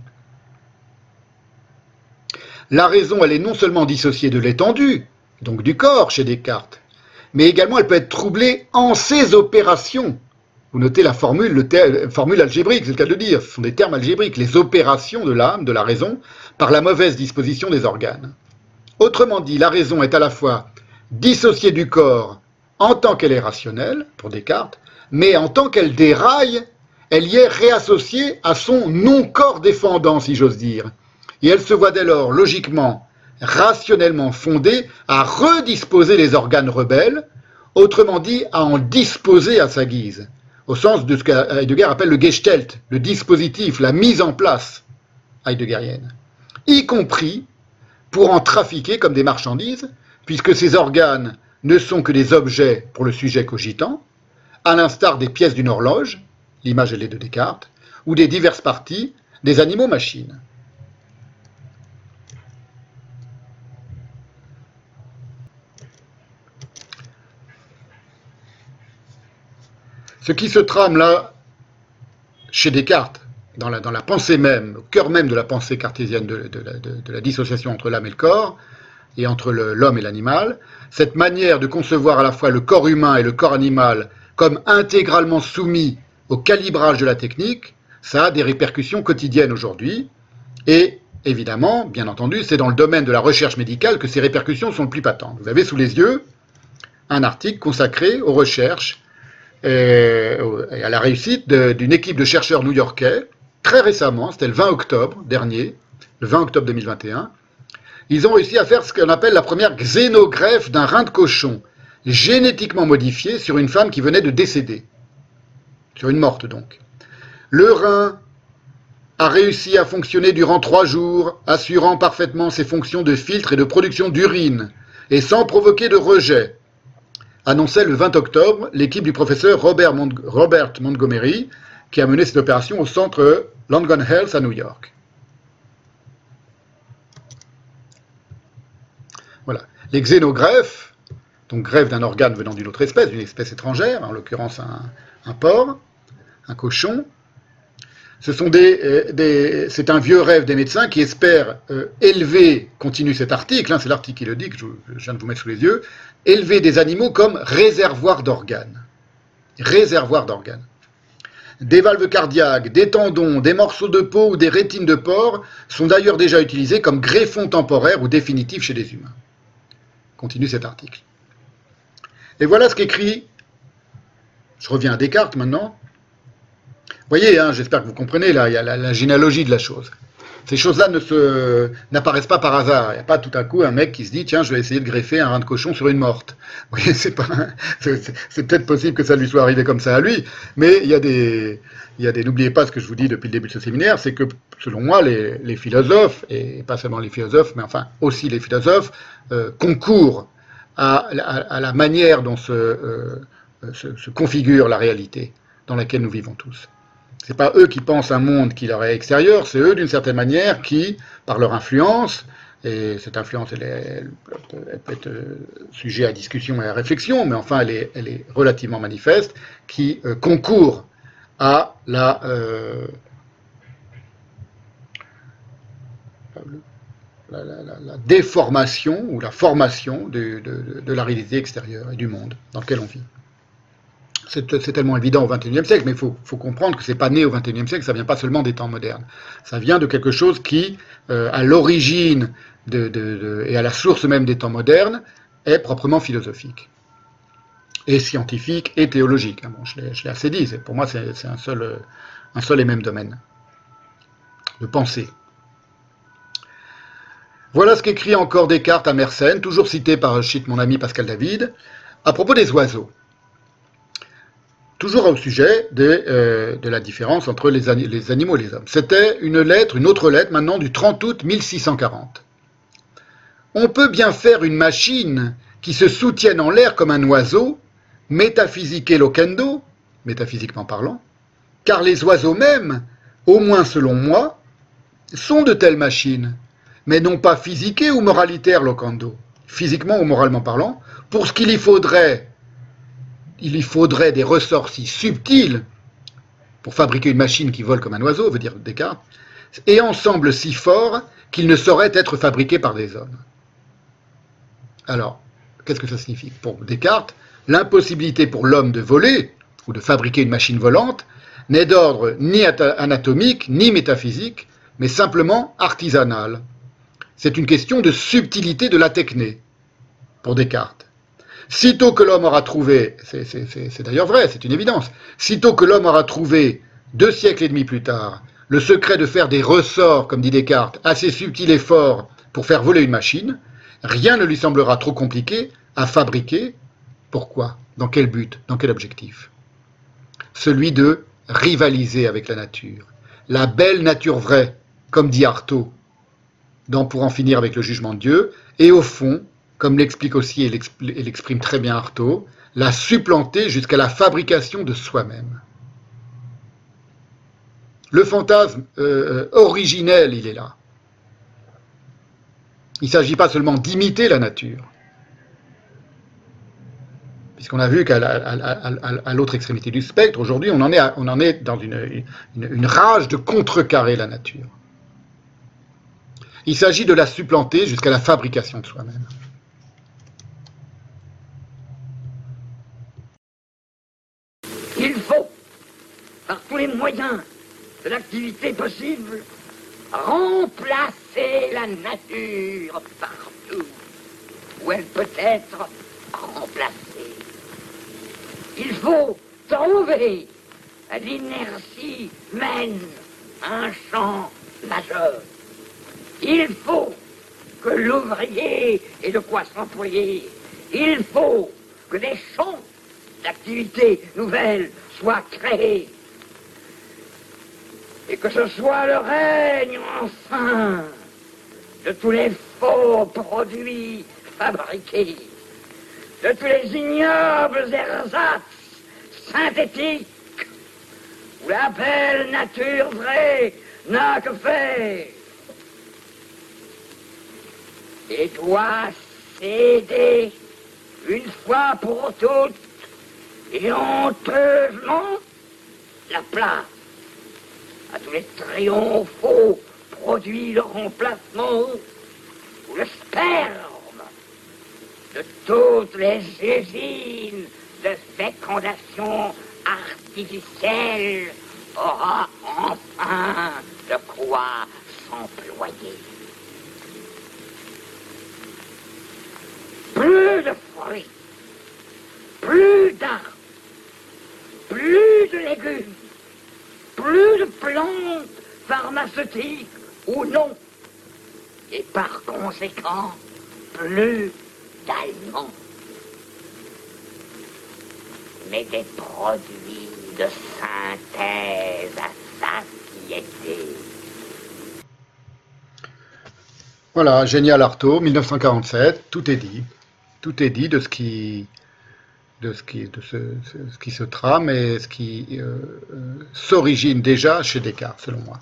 La raison, elle est non seulement dissociée de l'étendue, donc du corps chez Descartes, mais également elle peut être troublée en ses opérations. Vous notez la formule algébrique, c'est le cas de le dire, ce sont des termes algébriques, les opérations de l'âme, de la raison, par la mauvaise disposition des organes. Autrement dit, la raison est à la fois dissociée du corps en tant qu'elle est rationnelle, pour Descartes, mais en tant qu'elle déraille, elle y est réassociée à son non-corps défendant, si j'ose dire. Et elle se voit dès lors, logiquement, rationnellement fondée à redisposer les organes rebelles, autrement dit, à en disposer à sa guise, au sens de ce qu'Heidegger appelle le Gestalt, le dispositif, la mise en place heideggerienne, y compris pour en trafiquer comme des marchandises, puisque ces organes ne sont que des objets pour le sujet cogitant, à l'instar des pièces d'une horloge, l'image elle est de Descartes, ou des diverses parties, des animaux-machines. Ce qui se trame là, chez Descartes, dans la pensée même, au cœur même de la pensée cartésienne de la dissociation entre l'âme et le corps, et entre l'homme et l'animal, cette manière de concevoir à la fois le corps humain et le corps animal comme intégralement soumis au calibrage de la technique, ça a des répercussions quotidiennes aujourd'hui, et évidemment, bien entendu, c'est dans le domaine de la recherche médicale que ces répercussions sont le plus patentes. Vous avez sous les yeux un article consacré aux recherches et à la réussite d'une équipe de chercheurs new-yorkais, très récemment, c'était le 20 octobre dernier, le 20 octobre 2021, ils ont réussi à faire ce qu'on appelle la première xénogreffe d'un rein de cochon, génétiquement modifié sur une femme qui venait de décéder, sur une morte donc. Le rein a réussi à fonctionner durant 3 jours, assurant parfaitement ses fonctions de filtre et de production d'urine, et sans provoquer de rejet, annonçait le 20 octobre l'équipe du professeur Robert Montgomery, qui a mené cette opération au centre Langone Health à New York. Voilà. Les xénogreffes, donc greffe d'un organe venant d'une autre espèce, d'une espèce étrangère, en l'occurrence un porc, un cochon, c'est un vieux rêve des médecins qui espèrent élever, continue cet article, c'est l'article qui le dit, que je viens de vous mettre sous les yeux, élever des animaux comme réservoirs d'organes. Réservoirs d'organes. Des valves cardiaques, des tendons, des morceaux de peau ou des rétines de porc sont d'ailleurs déjà utilisés comme greffons temporaires ou définitifs chez les humains. Continue cet article. Et voilà ce qu'écrit, je reviens à Descartes maintenant. Vous voyez, j'espère que vous comprenez, là, il y a la généalogie de la chose. Ces choses-là n'apparaissent pas par hasard. Il n'y a pas tout à coup un mec qui se dit, tiens, je vais essayer de greffer un rein de cochon sur une morte. Vous voyez, c'est peut-être possible que ça lui soit arrivé comme ça à lui, mais il y a des n'oubliez pas ce que je vous dis depuis le début de ce séminaire, c'est que, selon moi, les philosophes, et pas seulement les philosophes, mais enfin aussi les philosophes, concourent à la manière dont se configure la réalité dans laquelle nous vivons tous. C'est pas eux qui pensent un monde qui leur est extérieur, c'est eux, d'une certaine manière, qui, par leur influence, et cette influence, elle peut être sujet à discussion et à réflexion, mais enfin, elle est relativement manifeste, qui concourent à la déformation ou la formation de la réalité extérieure et du monde dans lequel on vit. C'est tellement évident au XXIe siècle, mais il faut comprendre que c'est pas né au XXIe siècle, ça vient pas seulement des temps modernes. Ça vient de quelque chose qui, à l'origine et à la source même des temps modernes, est proprement philosophique, et scientifique, et théologique. Bon, je l'ai assez dit, pour moi c'est un seul et même domaine de pensée. Voilà ce qu'écrit encore Descartes à Mersenne, toujours cité par mon ami Pascal David, à propos des oiseaux. Toujours au sujet de la différence entre les animaux et les hommes. C'était une autre lettre maintenant du 30 août 1640. On peut bien faire une machine qui se soutienne en l'air comme un oiseau, métaphysique locendo, métaphysiquement parlant, car les oiseaux mêmes, au moins selon moi, sont de telles machines, mais non pas physiquées ou moralitaires locendo, physiquement ou moralement parlant, pour ce qu'il y faudrait des ressorts si subtils pour fabriquer une machine qui vole comme un oiseau, veut dire Descartes, et ensemble si fort qu'il ne saurait être fabriqué par des hommes. Alors, qu'est-ce que ça signifie? Pour Descartes, l'impossibilité pour l'homme de voler, ou de fabriquer une machine volante, n'est d'ordre ni anatomique, ni métaphysique, mais simplement artisanal. C'est une question de subtilité de la techné, pour Descartes. Sitôt que l'homme aura trouvé, c'est d'ailleurs vrai, c'est une évidence, sitôt que l'homme aura trouvé, 2 siècles et demi plus tard, le secret de faire des ressorts, comme dit Descartes, assez subtils et forts pour faire voler une machine, rien ne lui semblera trop compliqué à fabriquer. Pourquoi? Dans quel but? Dans quel objectif? Celui de rivaliser avec la nature. La belle nature vraie, comme dit Artaud, Pour en finir avec le jugement de Dieu, et au fond, comme l'explique aussi et l'exprime très bien Artaud, la supplanter jusqu'à la fabrication de soi-même. Le fantasme originel, il est là. Il ne s'agit pas seulement d'imiter la nature, puisqu'on a vu qu'à l'autre extrémité du spectre, aujourd'hui, on en est dans une rage de contrecarrer la nature. Il s'agit de la supplanter jusqu'à la fabrication de soi-même. Il faut, par tous les moyens de l'activité possible, remplacer la nature partout où elle peut être remplacée. Il faut trouver à l'inertie humaine un champ majeur. Il faut que l'ouvrier ait de quoi s'employer. Il faut que des champs d'activités nouvelles soient créés. Et que ce soit le règne, enfin, de tous les faux produits fabriqués, de tous les ignobles ersatz synthétiques, où la belle nature vraie n'a que faire. Et doit céder, une fois pour toutes, et honteusement, la place à tous les triomphaux produits de remplacement, ou le sperme de toutes les usines de fécondation artificielle aura enfin de quoi s'employer. Plus de fruits, plus d'arbres, plus de légumes, plus de plantes pharmaceutiques ou non, et par conséquent, plus d'aliments, mais des produits de synthèse à satiété. Voilà, Génial Artaud, 1947, tout est dit. Tout est dit de ce qui se trame et ce qui s'origine déjà chez Descartes, selon moi.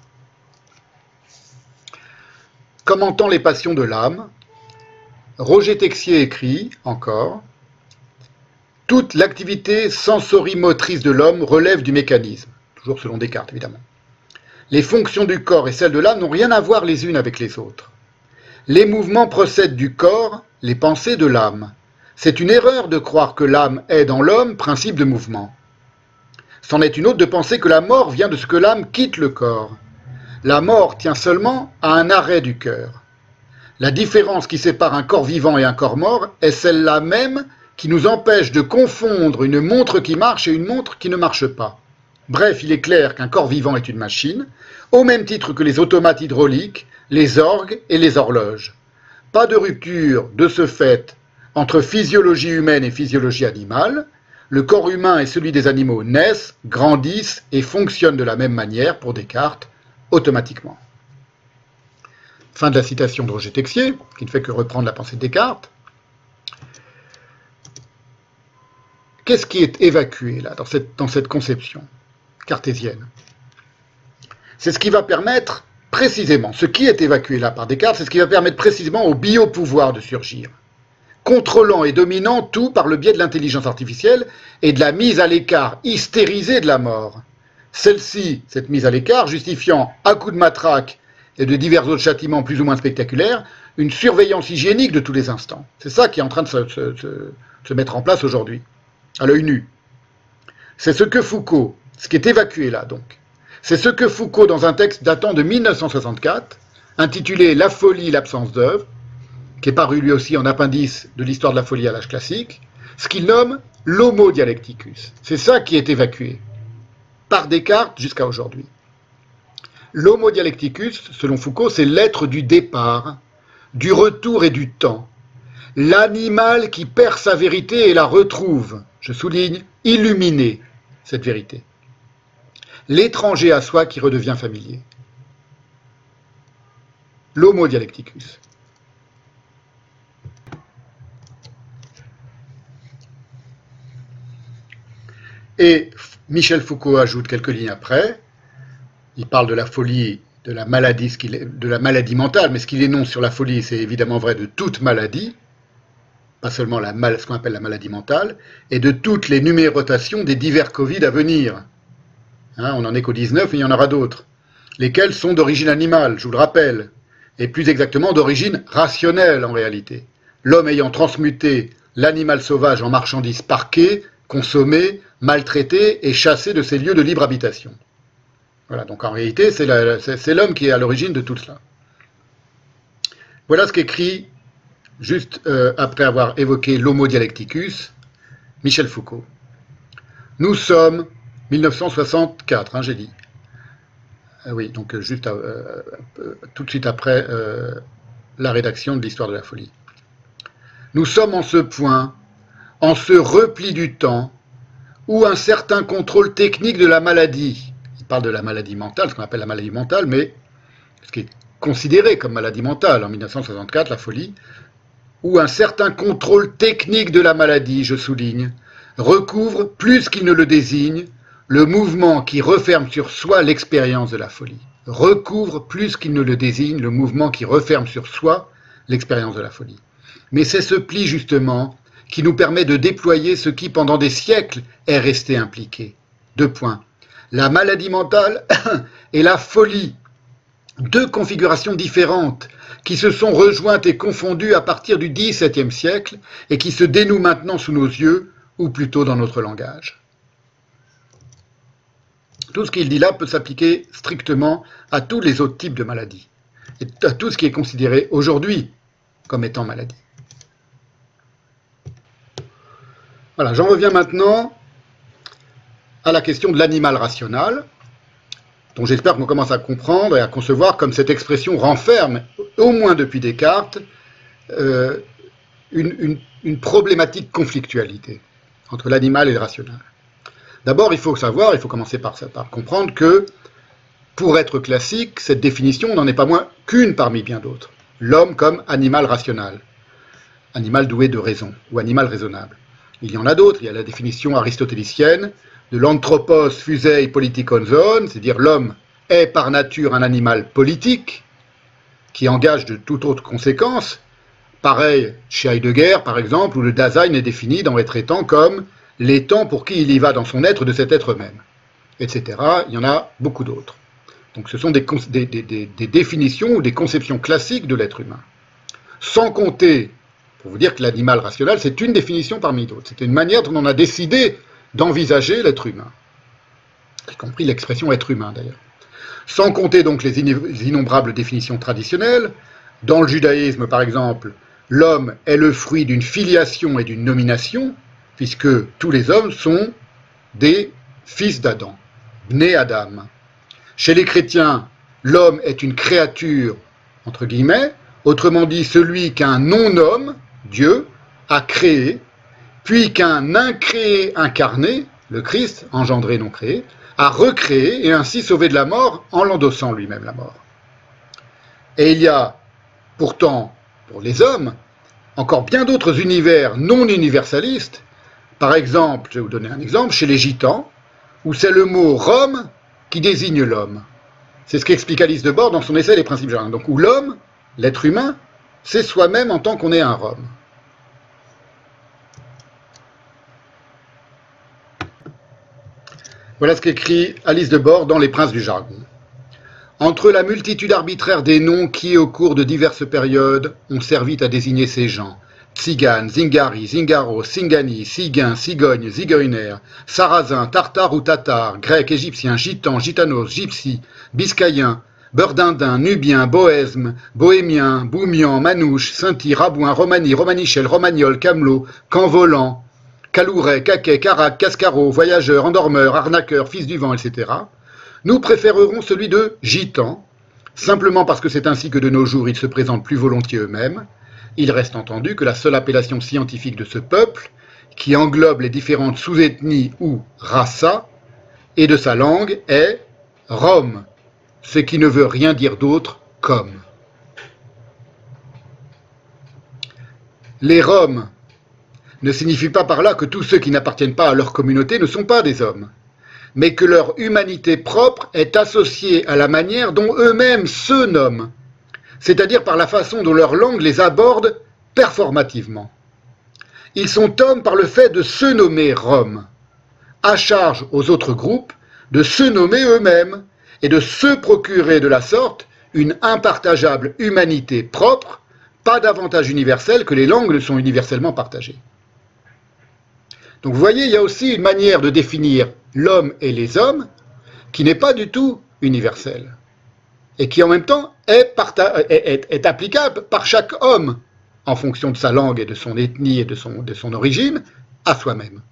Commentant les passions de l'âme, Roger Texier écrit encore « Toute l'activité sensorimotrice de l'homme relève du mécanisme », toujours selon Descartes évidemment. Les fonctions du corps et celles de l'âme n'ont rien à voir les unes avec les autres. Les mouvements procèdent du corps, les pensées de l'âme. C'est une erreur de croire que l'âme est dans l'homme principe de mouvement. C'en est une autre de penser que la mort vient de ce que l'âme quitte le corps. La mort tient seulement à un arrêt du cœur. La différence qui sépare un corps vivant et un corps mort est celle-là même qui nous empêche de confondre une montre qui marche et une montre qui ne marche pas. Bref, il est clair qu'un corps vivant est une machine, au même titre que les automates hydrauliques, les orgues et les horloges. Pas de rupture, de ce fait, entre physiologie humaine et physiologie animale. Le corps humain et celui des animaux naissent, grandissent et fonctionnent de la même manière, pour Descartes, automatiquement. Fin de la citation de Roger Texier, qui ne fait que reprendre la pensée de Descartes. Qu'est-ce qui est évacué là, dans cette conception cartésienne? C'est ce qui va permettre précisément, ce qui est évacué là par Descartes, c'est ce qui va permettre précisément au biopouvoir de surgir, contrôlant et dominant tout par le biais de l'intelligence artificielle et de la mise à l'écart hystérisée de la mort. Celle-ci, cette mise à l'écart, justifiant à coups de matraque et de divers autres châtiments plus ou moins spectaculaires, une surveillance hygiénique de tous les instants. C'est ça qui est en train de se mettre en place aujourd'hui, à l'œil nu. C'est ce que Foucault, ce qui est évacué là donc, c'est ce que Foucault, dans un texte datant de 1964, intitulé « La folie, l'absence d'œuvre », qui est paru lui aussi en appendice de l'histoire de la folie à l'âge classique, ce qu'il nomme l'homo dialecticus. C'est ça qui est évacué, par Descartes jusqu'à aujourd'hui. L'homo dialecticus, selon Foucault, c'est l'être du départ, du retour et du temps. L'animal qui perd sa vérité et la retrouve, je souligne, illuminée, cette vérité. L'étranger à soi qui redevient familier. L'homo dialecticus. Et Michel Foucault ajoute quelques lignes après, il parle de la folie, de la maladie, de la maladie mentale, mais ce qu'il énonce sur la folie, c'est évidemment vrai de toute maladie, pas seulement ce qu'on appelle la maladie mentale, et de toutes les numérotations des divers Covid à venir. Hein, on n'en est qu'au 19, mais il y en aura d'autres, lesquels sont d'origine animale, je vous le rappelle, et plus exactement d'origine rationnelle en réalité. L'homme ayant transmuté l'animal sauvage en marchandise parquée, consommée, maltraitée et chassée de ses lieux de libre habitation. Voilà, donc en réalité, c'est l'homme qui est à l'origine de tout cela. Voilà ce qu'écrit, juste après avoir évoqué l'Homo dialecticus, Michel Foucault. Nous sommes 1964, hein, j'ai dit. Oui, donc juste tout de suite après la rédaction de l'Histoire de la folie. Nous sommes en ce point, en ce repli du temps, où un certain contrôle technique de la maladie, il parle de la maladie mentale, ce qu'on appelle la maladie mentale, mais ce qui est considéré comme maladie mentale en 1964, la folie, où un certain contrôle technique de la maladie, je souligne, recouvre, plus qu'il ne le désigne, le mouvement qui referme sur soi l'expérience de la folie. Recouvre, plus qu'il ne le désigne, le mouvement qui referme sur soi l'expérience de la folie. Mais c'est ce pli, justement, qui nous permet de déployer ce qui, pendant des siècles, est resté impliqué. 2 points. La maladie mentale et la folie, 2 configurations différentes qui se sont rejointes et confondues à partir du XVIIe siècle et qui se dénouent maintenant sous nos yeux, ou plutôt dans notre langage. Tout ce qu'il dit là peut s'appliquer strictement à tous les autres types de maladies, et à tout ce qui est considéré aujourd'hui comme étant maladie. Voilà, j'en reviens maintenant à la question de l'animal rationnel, dont j'espère qu'on commence à comprendre et à concevoir comme cette expression renferme, au moins depuis Descartes, une problématique conflictualité entre l'animal et le rationnel. D'abord, il faut commencer par comprendre que, pour être classique, cette définition n'en est pas moins qu'une parmi bien d'autres. L'homme comme animal rationnel, animal doué de raison, ou animal raisonnable. Il y en a d'autres, il y a la définition aristotélicienne de l'anthropos fusei politikon zoon, c'est-à-dire l'homme est par nature un animal politique, qui engage de toute autre conséquence. Pareil chez Heidegger, par exemple, où le Dasein est défini dans les traitant comme l'étant pour qui il y va dans son être de cet être même, etc. Il y en a beaucoup d'autres. Donc ce sont des définitions ou des conceptions classiques de l'être humain. Sans compter, pour vous dire que l'animal rationnel, c'est une définition parmi d'autres. C'est une manière dont on a décidé d'envisager l'être humain, y compris l'expression être humain d'ailleurs. Sans compter donc les innombrables définitions traditionnelles. Dans le judaïsme, par exemple, l'homme est le fruit d'une filiation et d'une nomination, puisque tous les hommes sont des fils d'Adam, Bnei Adam. Chez les chrétiens, l'homme est une créature, entre guillemets, autrement dit celui qu'un non-homme, Dieu, a créé, puis qu'un incréé incarné, le Christ, engendré non créé, a recréé et ainsi sauvé de la mort en l'endossant lui-même la mort. Et il y a pourtant, pour les hommes, encore bien d'autres univers non universalistes. Par exemple, je vais vous donner un exemple, chez les gitans, où c'est le mot Rome qui désigne l'homme. C'est ce qu'explique Alice Debord dans son essai Les principes généraux. Donc où l'homme, l'être humain, c'est soi-même en tant qu'on est un Rome. Voilà ce qu'écrit Alice Debord dans Les Princes du jargon. Entre la multitude arbitraire des noms qui, au cours de diverses périodes, ont servi à désigner ces gens, Tziganes, Zingari, Zingaro, Singani, Ciguins, Cigognes, Zigeuner, Sarrasins, Tartares ou Tatars, Grecs, Égyptiens, Gitans, Gitanos, Gypsies, Biscayens, Beurdindins, Nubiens, Bohèmes, Bohémiens, Boumians, Manouches, Sinti, Rabouins, Romani, Romanichel, Romagnols, Camelots, Canvolants, Calourais, Caquets, Caracs, Cascarots, Voyageurs, Endormeurs, Arnaqueurs, Fils du vent, etc. Nous préférerons celui de Gitans, simplement parce que c'est ainsi que de nos jours ils se présentent plus volontiers eux-mêmes. Il reste entendu que la seule appellation scientifique de ce peuple, qui englobe les différentes sous-ethnies ou raça, et de sa langue, est Rome, ce qui ne veut rien dire d'autre comme. Les Roms ne signifie pas par là que tous ceux qui n'appartiennent pas à leur communauté ne sont pas des hommes. mais que leur humanité propre est associée à la manière dont eux-mêmes se nomment, c'est-à-dire par la façon dont leur langue les aborde performativement. Ils sont hommes par le fait de se nommer Rome, à charge aux autres groupes de se nommer eux-mêmes et de se procurer de la sorte une impartageable humanité propre, pas davantage universelle que les langues ne sont universellement partagées. Donc vous voyez, il y a aussi une manière de définir l'homme et les hommes qui n'est pas du tout universelle et qui en même temps est applicable par chaque homme en fonction de sa langue et de son ethnie et de son origine à soi-même.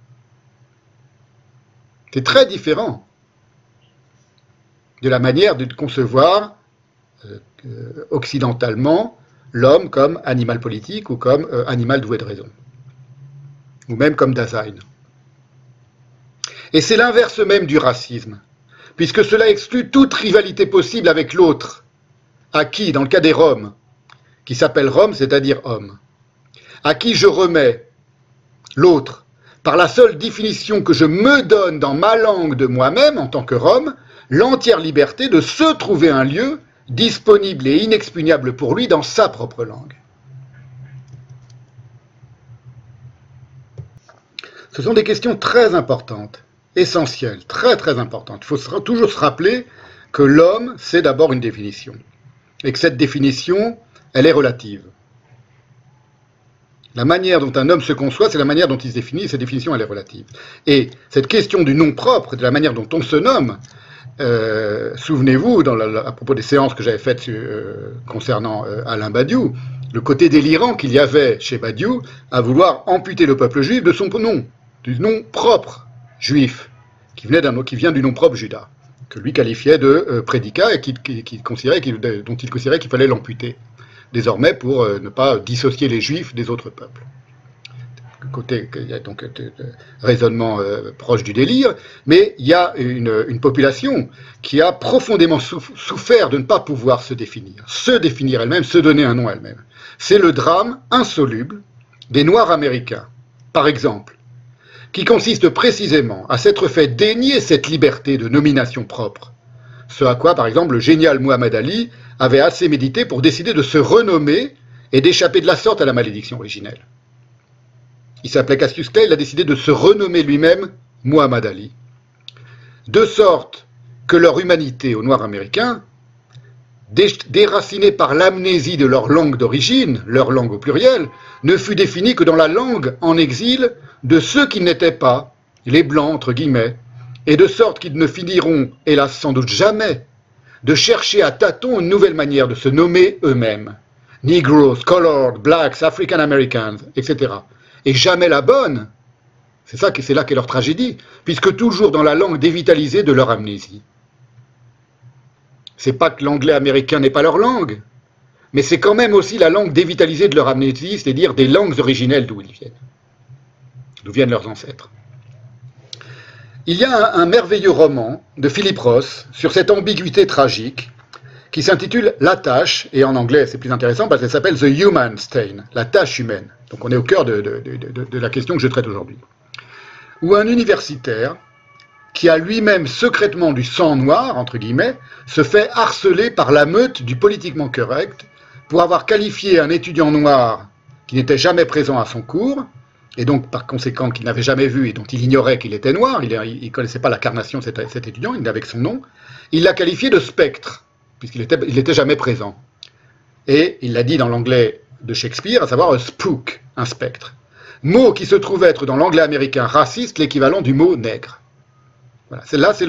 C'est très différent de la manière de concevoir occidentalement l'homme comme animal politique ou comme animal doué de raison, ou même comme Dasein. Et c'est l'inverse même du racisme, puisque cela exclut toute rivalité possible avec l'autre, à qui, dans le cas des Roms, qui s'appelle Rome, c'est-à-dire homme, à qui je remets l'autre, par la seule définition que je me donne dans ma langue de moi-même, en tant que Rome, l'entière liberté de se trouver un lieu disponible et inexpugnable pour lui dans sa propre langue. Ce sont des questions très importantes, essentielles, très très importantes. Il faut toujours se rappeler que l'homme, c'est d'abord une définition, et que cette définition, elle est relative. La manière dont un homme se conçoit, c'est la manière dont il se définit, et cette définition, elle est relative. Et cette question du nom propre, de la manière dont on se nomme, souvenez-vous, à propos des séances que j'avais faites concernant Alain Badiou, le côté délirant qu'il y avait chez Badiou à vouloir amputer le peuple juif de son nom, du nom propre juif, qui vient du nom propre Judas, que lui qualifiait de prédicat et dont il considérait qu'il fallait l'amputer, désormais pour ne pas dissocier les juifs des autres peuples. Il y a donc raisonnement proche du délire, mais il y a une population qui a profondément souffert de ne pas pouvoir se définir elle-même, se donner un nom elle-même. C'est le drame insoluble des Noirs américains, par exemple, qui consiste précisément à s'être fait dénier cette liberté de nomination propre, ce à quoi, par exemple, le génial Muhammad Ali avait assez médité pour décider de se renommer et d'échapper de la sorte à la malédiction originelle. Il s'appelait Cassius Clay, il a décidé de se renommer lui-même Muhammad Ali. De sorte que leur humanité aux Noirs américains, déracinée par l'amnésie de leur langue d'origine, leur langue au pluriel, ne fut définie que dans la langue en exil de ceux qui n'étaient pas, les blancs entre guillemets, et de sorte qu'ils ne finiront, hélas sans doute jamais, de chercher à tâtons une nouvelle manière de se nommer eux-mêmes. Negroes, Colored, Blacks, African Americans, etc. Et jamais la bonne. C'est là qu'est leur tragédie, puisque toujours dans la langue dévitalisée de leur amnésie. C'est pas que l'anglais américain n'est pas leur langue, mais c'est quand même aussi la langue dévitalisée de leur amnésie, c'est-à-dire des langues originelles d'où viennent leurs ancêtres. Il y a un merveilleux roman de Philip Roth sur cette ambiguïté tragique qui s'intitule La Tâche, et en anglais c'est plus intéressant parce qu'elle s'appelle The Human Stain, la tâche humaine. Donc on est au cœur de la question que je traite aujourd'hui. Où un universitaire, qui a lui-même secrètement du sang noir, entre guillemets, se fait harceler par la meute du politiquement correct pour avoir qualifié un étudiant noir qui n'était jamais présent à son cours, et donc par conséquent qu'il n'avait jamais vu et dont il ignorait qu'il était noir, il ne connaissait pas l'incarnation de cet étudiant, il n'avait que son nom, il l'a qualifié de spectre, puisqu'il n'était jamais présent. Et il l'a dit dans l'anglais de Shakespeare, à savoir un spook, un spectre. Mot qui se trouve être dans l'anglais américain raciste l'équivalent du mot nègre. Voilà. C'est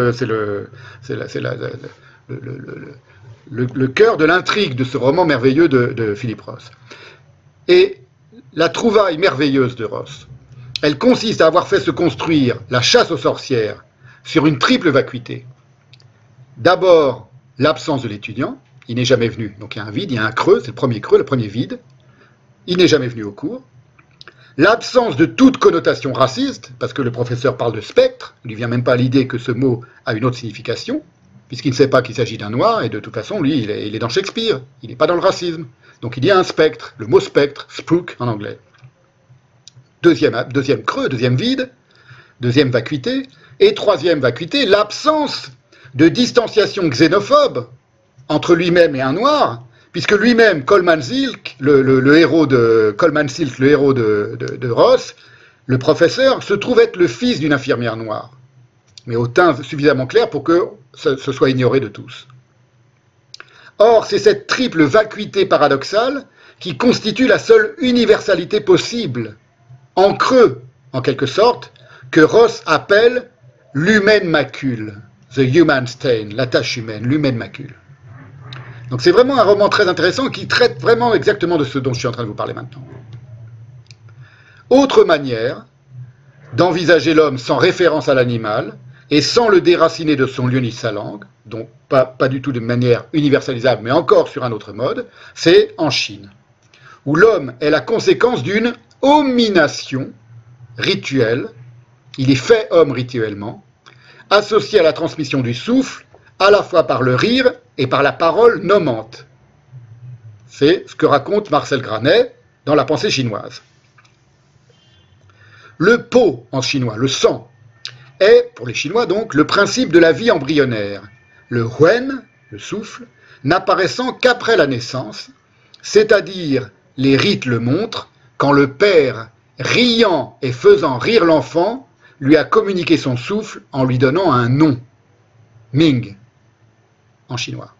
le cœur de l'intrigue de ce roman merveilleux de Philip Roth. Et la trouvaille merveilleuse de Roth, elle consiste à avoir fait se construire la chasse aux sorcières sur une triple vacuité. D'abord, l'absence de l'étudiant, il n'est jamais venu. Donc il y a un vide, il y a un creux, c'est le premier vide. Il n'est jamais venu au cours. L'absence de toute connotation raciste, parce que le professeur parle de spectre, il ne lui vient même pas à l'idée que ce mot a une autre signification, puisqu'il ne sait pas qu'il s'agit d'un noir, et de toute façon, lui, il est dans Shakespeare, il n'est pas dans le racisme. Donc il y a un spectre, le mot spectre, spook en anglais. Deuxième creux, deuxième vide, deuxième vacuité, Et troisième vacuité, l'absence de distanciation xénophobe entre lui-même et un noir, puisque lui-même, Coleman Silk, le héros de Coleman Silk, le héros de Ross, le professeur, se trouve être le fils d'une infirmière noire, mais au teint suffisamment clair pour que ce soit ignoré de tous. Or, c'est cette triple vacuité paradoxale qui constitue la seule universalité possible, en creux, en quelque sorte, que Ross appelle l'humaine macule, the human stain, la tache humaine, l'humaine macule. Donc c'est vraiment un roman très intéressant qui traite vraiment exactement de ce dont je suis en train de vous parler maintenant. Autre manière d'envisager l'homme sans référence à l'animal et sans le déraciner de son lieu ni de sa langue, donc pas du tout de manière universalisable, mais encore sur un autre mode, c'est en Chine, où l'homme est la conséquence d'une homination rituelle, il est fait homme rituellement, associé à la transmission du souffle, à la fois par le rire et par la parole nommante. C'est ce que raconte Marcel Granet dans La pensée chinoise. Le po en chinois, le sang, est, pour les Chinois donc, le principe de la vie embryonnaire. Le huen, le souffle, n'apparaissant qu'après la naissance, c'est-à-dire, les rites le montrent, quand le père, riant et faisant rire l'enfant, lui a communiqué son souffle en lui donnant un nom, Ming, en chinois.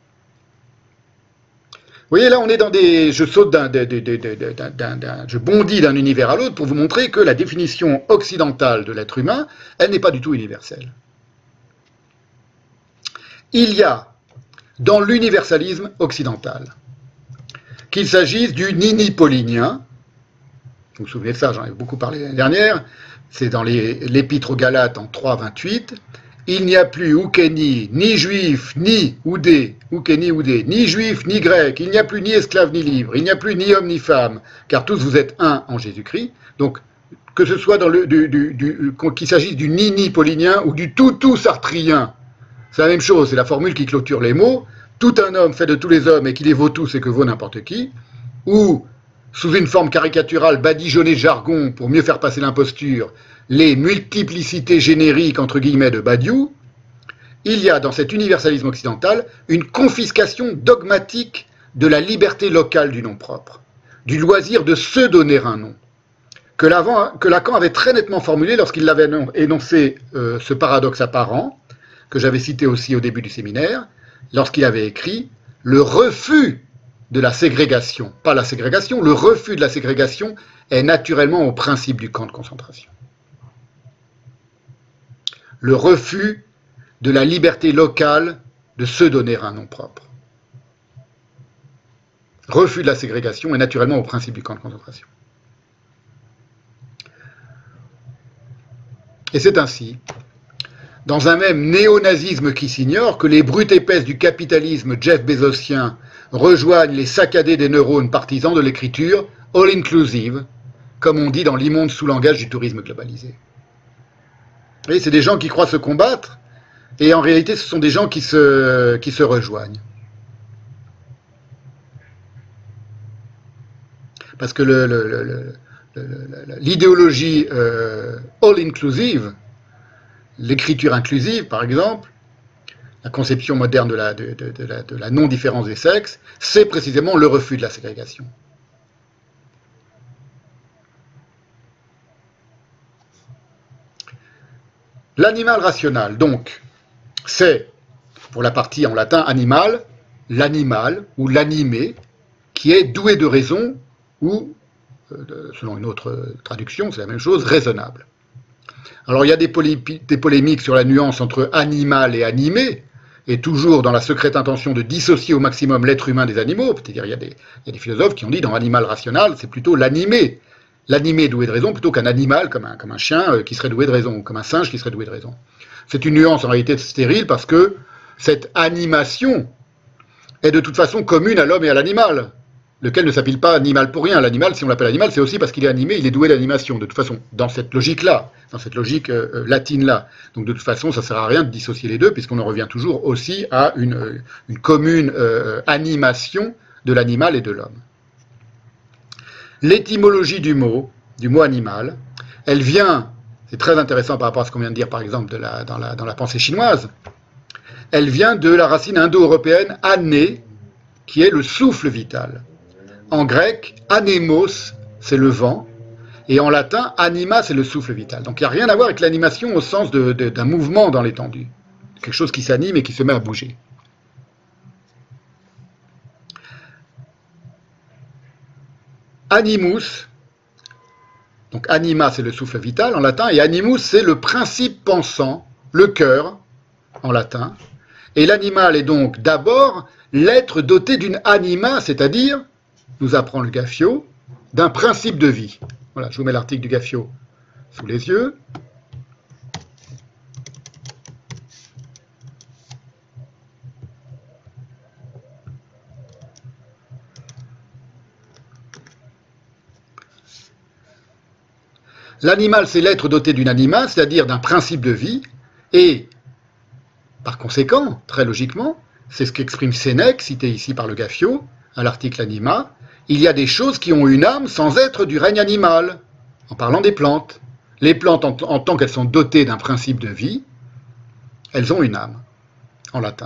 Vous voyez, là, on est dans des... Je saute je bondis d'un univers à l'autre pour vous montrer que la définition occidentale de l'être humain, elle n'est pas du tout universelle. Il y a, dans l'universalisme occidental, qu'il s'agisse du nini-paulinien, vous vous souvenez de ça, j'en ai beaucoup parlé l'année dernière, c'est dans l'Épître aux Galates en 3,28, il n'y a plus Oukeni, ni juif, ni Oudé, Oukeni, Oudé, ni juif, ni grec, il n'y a plus ni esclave, ni libre, il n'y a plus ni homme, ni femme, car tous vous êtes un en Jésus-Christ. Donc, que ce soit qu'il s'agisse du nini-paulinien ou du tout sartrien, c'est la même chose, c'est la formule qui clôture les mots, tout un homme fait de tous les hommes et qui les vaut tous et que vaut n'importe qui, ou, sous une forme caricaturale badigeonnée de jargon pour mieux faire passer l'imposture, les multiplicités génériques entre guillemets de Badiou, il y a dans cet universalisme occidental une confiscation dogmatique de la liberté locale du nom propre, du loisir de se donner un nom, que Lacan avait très nettement formulé lorsqu'il avait énoncé ce paradoxe apparent, que j'avais cité aussi au début du séminaire, lorsqu'il avait écrit « Le refus de la ségrégation, pas la ségrégation, le refus de la ségrégation est naturellement au principe du camp de concentration. » Le refus de la liberté locale de se donner un nom propre. Refus de la ségrégation est naturellement au principe du camp de concentration. Et c'est ainsi, dans un même néonazisme qui s'ignore, que les brutes épaisses du capitalisme Jeff Bezosien rejoignent les saccadés des neurones partisans de l'écriture all-inclusive, comme on dit dans l'immonde sous-langage du tourisme globalisé. Et c'est des gens qui croient se combattre, et en réalité ce sont des gens qui se rejoignent. Parce que l'idéologie all-inclusive, l'écriture inclusive par exemple, la conception moderne de la non-différence des sexes, c'est précisément le refus de la ségrégation. L'animal rationnel, donc, c'est, pour la partie en latin animal, l'animal ou l'animé qui est doué de raison ou, selon une autre traduction, c'est la même chose, raisonnable. Alors il y a des polémiques sur la nuance entre animal et animé, et toujours dans la secrète intention de dissocier au maximum l'être humain des animaux, c'est-à-dire il y a des philosophes qui ont dit dans animal rationnel, c'est plutôt l'animé doué de raison plutôt qu'un animal comme un chien qui serait doué de raison, ou comme un singe qui serait doué de raison. C'est une nuance en réalité stérile parce que cette animation est de toute façon commune à l'homme et à l'animal, lequel ne s'appelle pas animal pour rien. L'animal, si on l'appelle animal, c'est aussi parce qu'il est animé, il est doué d'animation, de toute façon, dans cette logique-là, dans cette logique latine-là. Donc de toute façon, ça ne sert à rien de dissocier les deux, puisqu'on en revient toujours aussi à une commune animation de l'animal et de l'homme. L'étymologie du mot animal, elle vient c'est très intéressant par rapport à ce qu'on vient de dire, par exemple, dans la pensée chinoise, elle vient de la racine indo-européenne ané, qui est le souffle vital. En grec, anémos, c'est le vent, et en latin, anima, c'est le souffle vital. Donc il n'y a rien à voir avec l'animation au sens d'un mouvement dans l'étendue. Quelque chose qui s'anime et qui se met à bouger. Animus, donc anima, c'est le souffle vital en latin, et animus, c'est le principe pensant, le cœur, en latin. Et l'animal est donc d'abord l'être doté d'une anima, c'est-à-dire, nous apprend le Gaffio, d'un principe de vie. Voilà, je vous mets l'article du Gaffio sous les yeux. L'animal, c'est l'être doté d'une anima, c'est-à-dire d'un principe de vie, et par conséquent, très logiquement, c'est ce qu'exprime Sénèque, cité ici par le Gaffio, à l'article anima, il y a des choses qui ont une âme sans être du règne animal, en parlant des plantes. Les plantes, en tant qu'elles sont dotées d'un principe de vie, elles ont une âme, en latin.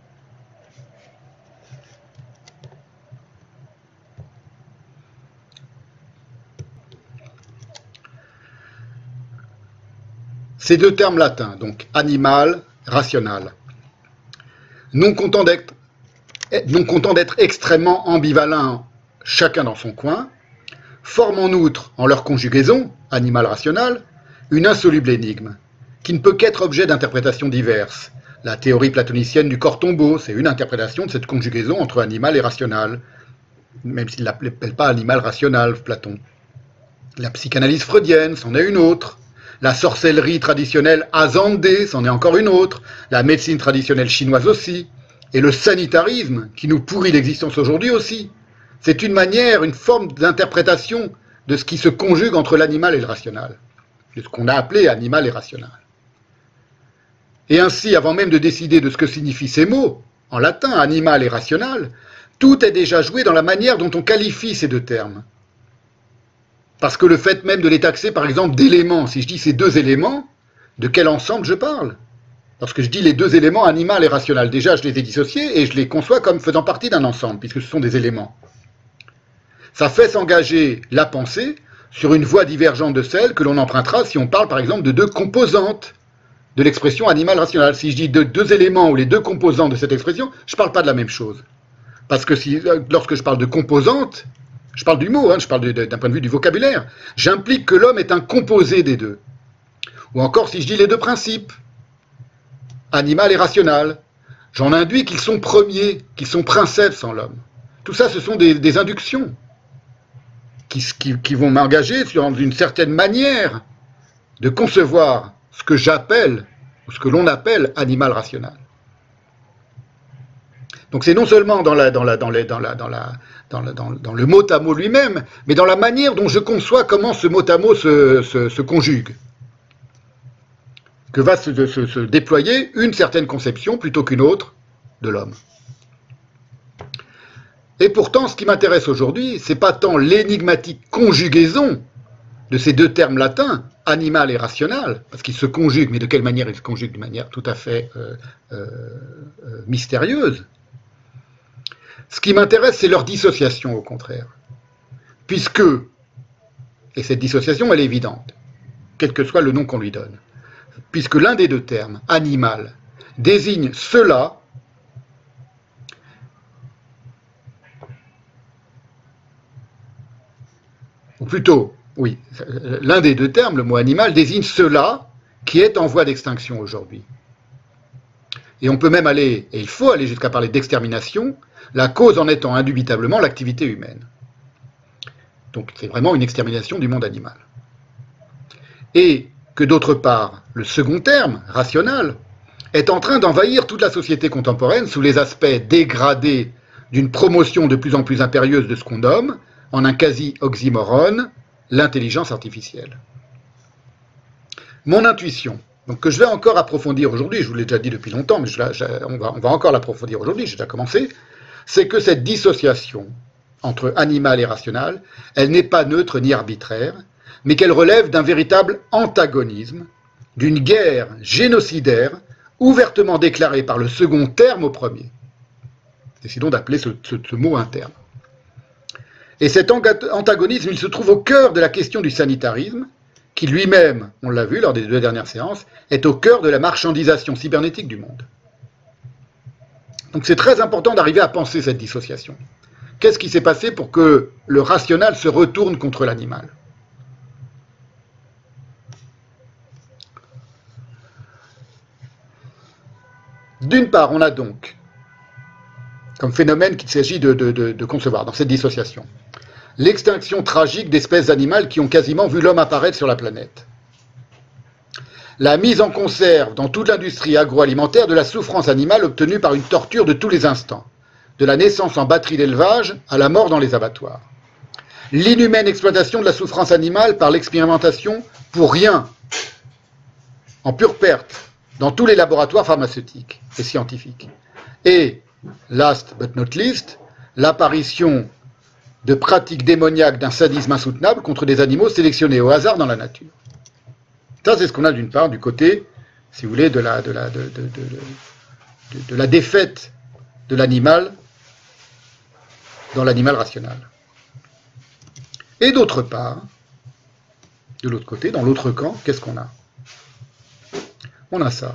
Ces deux termes latins, donc animal, rational, non contents d'être extrêmement ambivalents, chacun dans son coin, forment en outre, en leur conjugaison, animal-rational, une insoluble énigme, qui ne peut qu'être objet d'interprétations diverses. La théorie platonicienne du corps tombeau, c'est une interprétation de cette conjugaison entre animal et rational, même s'il ne l'appelle pas animal rational, Platon. La psychanalyse freudienne, c'en est une autre. La sorcellerie traditionnelle azandée, c'en est encore une autre. La médecine traditionnelle chinoise aussi. Et le sanitarisme, qui nous pourrit l'existence aujourd'hui aussi. C'est une manière, une forme d'interprétation de ce qui se conjugue entre l'animal et le rationnel. De ce qu'on a appelé animal et rationnel. Et ainsi, avant même de décider de ce que signifient ces mots, en latin, animal et rationnel, tout est déjà joué dans la manière dont on qualifie ces deux termes. Parce que le fait même de les taxer, par exemple, d'éléments, si je dis ces deux éléments, de quel ensemble je parle? Lorsque je dis les deux éléments, animal et rationnel, déjà je les ai dissociés et je les conçois comme faisant partie d'un ensemble, puisque ce sont des éléments. Ça fait s'engager la pensée sur une voie divergente de celle que l'on empruntera si on parle, par exemple, de deux composantes de l'expression animal-rationnel. Si je dis de deux éléments ou les deux composants de cette expression, je ne parle pas de la même chose. Parce que lorsque je parle de composantes, je parle du mot, je parle d'un point de vue du vocabulaire. J'implique que l'homme est un composé des deux. Ou encore, si je dis les deux principes, animal et rationnel, j'en induis qu'ils sont premiers, qu'ils sont princeps en l'homme. Tout ça, ce sont des inductions qui vont m'engager sur une certaine manière de concevoir ce que j'appelle, ou ce que l'on appelle animal rationnel. Donc c'est non seulement dans le mot à mot lui-même, mais dans la manière dont je conçois comment ce mot à mot se conjugue, que va se déployer une certaine conception plutôt qu'une autre de l'homme. Et pourtant, ce qui m'intéresse aujourd'hui, c'est pas tant l'énigmatique conjugaison de ces deux termes latins, animal et rationnel, parce qu'ils se conjuguent, mais de quelle manière ils se conjuguent? De manière tout à fait mystérieuse. Ce qui m'intéresse, c'est leur dissociation, au contraire. Puisque, et cette dissociation, elle est évidente, quel que soit le nom qu'on lui donne, puisque l'un des deux termes, animal, désigne cela, ou plutôt, oui, l'un des deux termes, le mot animal, désigne cela qui est en voie d'extinction aujourd'hui. Et on peut même aller, et il faut aller jusqu'à parler d'extermination, la cause en étant indubitablement l'activité humaine. Donc c'est vraiment une extermination du monde animal. Et que d'autre part, le second terme, rationnel, est en train d'envahir toute la société contemporaine sous les aspects dégradés d'une promotion de plus en plus impérieuse de ce qu'on nomme, en un quasi-oxymorone, l'intelligence artificielle. Mon intuition, donc que je vais encore approfondir aujourd'hui, je vous l'ai déjà dit depuis longtemps, mais on va encore l'approfondir aujourd'hui, j'ai déjà commencé, c'est que cette dissociation entre animal et rationnel, elle n'est pas neutre ni arbitraire, mais qu'elle relève d'un véritable antagonisme, d'une guerre génocidaire ouvertement déclarée par le second terme au premier. Décidons d'appeler ce mot un terme. Et cet antagonisme, il se trouve au cœur de la question du sanitarisme, qui lui-même, on l'a vu lors des 2 dernières séances, est au cœur de la marchandisation cybernétique du monde. Donc c'est très important d'arriver à penser cette dissociation. Qu'est-ce qui s'est passé pour que le rationnel se retourne contre l'animal ? D'une part, on a donc, comme phénomène qu'il s'agit de concevoir dans cette dissociation, l'extinction tragique d'espèces animales qui ont quasiment vu l'homme apparaître sur la planète. La mise en conserve dans toute l'industrie agroalimentaire de la souffrance animale obtenue par une torture de tous les instants, de la naissance en batterie d'élevage à la mort dans les abattoirs. L'inhumaine exploitation de la souffrance animale par l'expérimentation pour rien, en pure perte, dans tous les laboratoires pharmaceutiques et scientifiques. Et, last but not least, l'apparition de pratiques démoniaques d'un sadisme insoutenable contre des animaux sélectionnés au hasard dans la nature. Ça, c'est ce qu'on a d'une part du côté, si vous voulez, de la défaite de l'animal dans l'animal rationnel. Et d'autre part, de l'autre côté, dans l'autre camp, qu'est-ce qu'on a ? On a ça.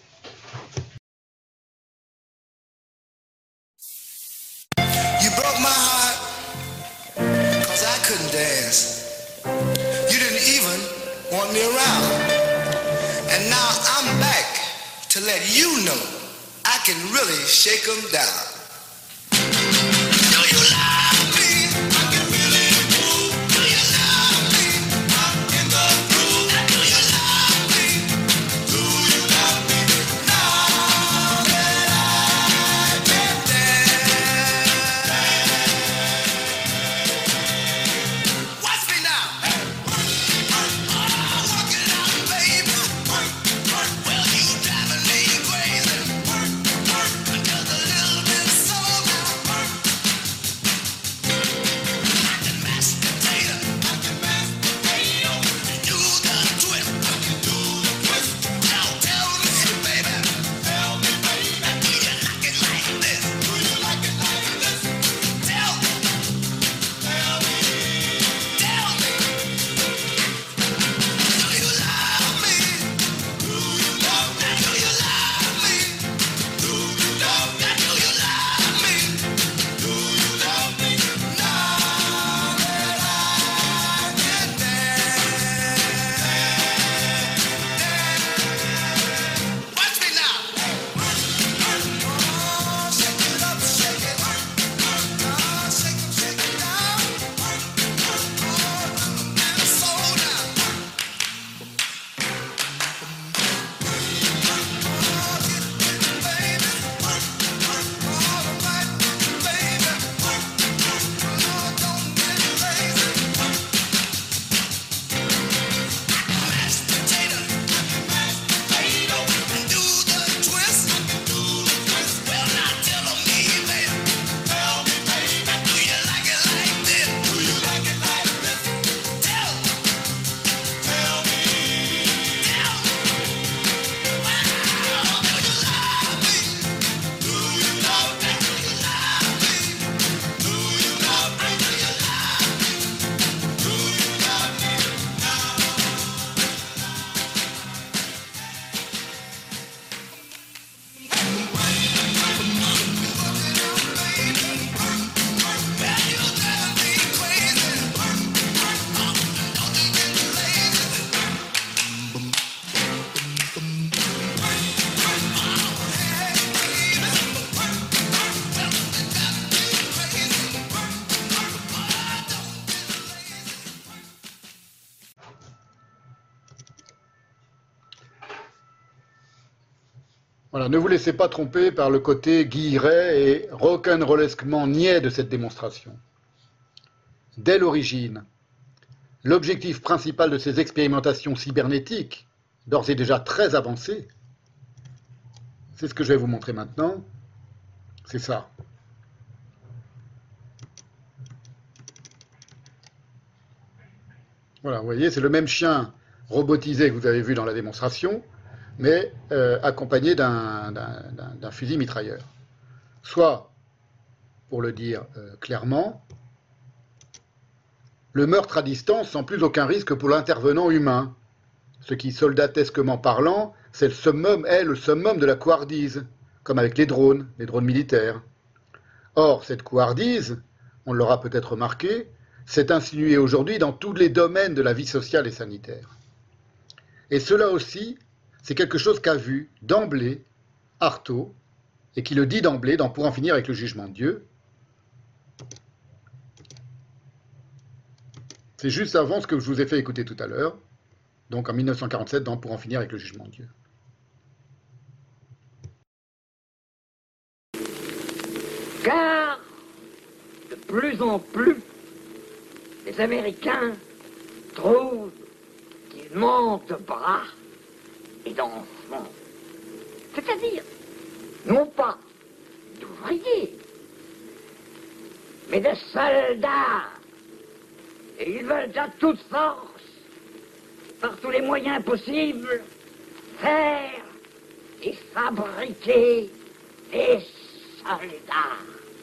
You broke my heart, 'cause I couldn't dance. You didn't even want me around. And now I'm back to let you know I can really shake 'em down. Do you love me? I can really move. Do you love me? I'm in the groove. Do you love me? Do you love me? Now that I can dance. Watch me now. Oh, work it out, baby. Well, you driving me crazy. Just a little bit slow now. I can mash potato. Do the twist. Do the twist. Now tell me, baby. Tell me, baby. Do you like it like this? Do you like it like this? Tell me. Tell me. Tell me. Do you love me? Do you love me? Do you love me? Do you love me? Do you love me? Do you love me? Now that I can dance. Watch me now. Oh, shake it up, shake it. Oh, shake it down. Oh, and slow down. Voilà, ne vous laissez pas tromper par le côté guilleret et rock'n'rollesquement niais de cette démonstration. Dès l'origine, l'objectif principal de ces expérimentations cybernétiques, d'ores et déjà très avancées, c'est ce que je vais vous montrer maintenant, c'est ça. Voilà, vous voyez, c'est le même chien robotisé que vous avez vu dans la démonstration, mais accompagné d'un fusil mitrailleur. Soit, pour le dire clairement, le meurtre à distance sans plus aucun risque pour l'intervenant humain, ce qui, soldatesquement parlant, c'est le summum de la couardise, comme avec les drones militaires. Or, cette couardise, on l'aura peut-être remarqué, s'est insinuée aujourd'hui dans tous les domaines de la vie sociale et sanitaire. Et cela aussi, c'est quelque chose qu'a vu d'emblée Artaud, et qui le dit d'emblée dans Pour en finir avec le jugement de Dieu. C'est juste avant ce que je vous ai fait écouter tout à l'heure, donc en 1947, dans Pour en finir avec le jugement de Dieu. Car, de plus en plus, les Américains trouvent qu'ils manquent de bras et d'enfants. C'est-à-dire, non pas d'ouvriers, mais de soldats. Et ils veulent à toute force, par tous les moyens possibles, faire et fabriquer des soldats.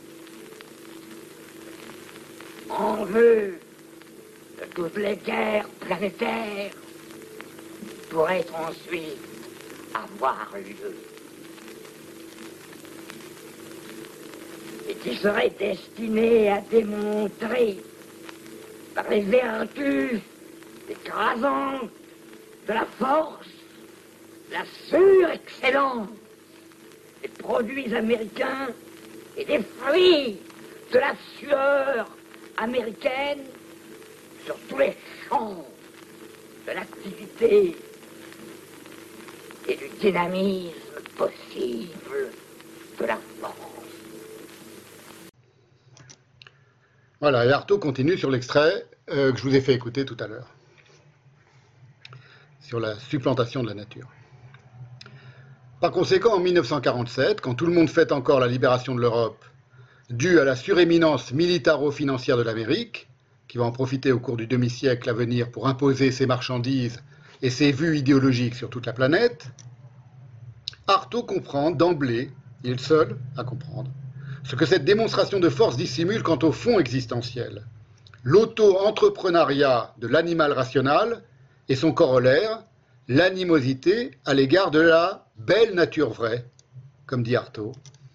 On veut que toutes les guerres planétaires pourraient ensuite avoir lieu. Et qui seraient destinés à démontrer par les vertus écrasantes de la force, la surexcellence des produits américains et des fruits de la sueur américaine sur tous les champs de l'activité et du dynamisme possible de la France. Voilà, et Artaud continue sur l'extrait que je vous ai fait écouter tout à l'heure, sur la supplantation de la nature. Par conséquent, en 1947, quand tout le monde fête encore la libération de l'Europe, due à la suréminence militaro-financière de l'Amérique, qui va en profiter au cours du demi-siècle à venir pour imposer ses marchandises et ses vues idéologiques sur toute la planète, Artaud comprend d'emblée, il est le seul à comprendre, ce que cette démonstration de force dissimule quant au fond existentiel, l'auto-entrepreneuriat de l'animal rationnel et son corollaire, l'animosité à l'égard de la belle nature vraie, comme dit Artaud,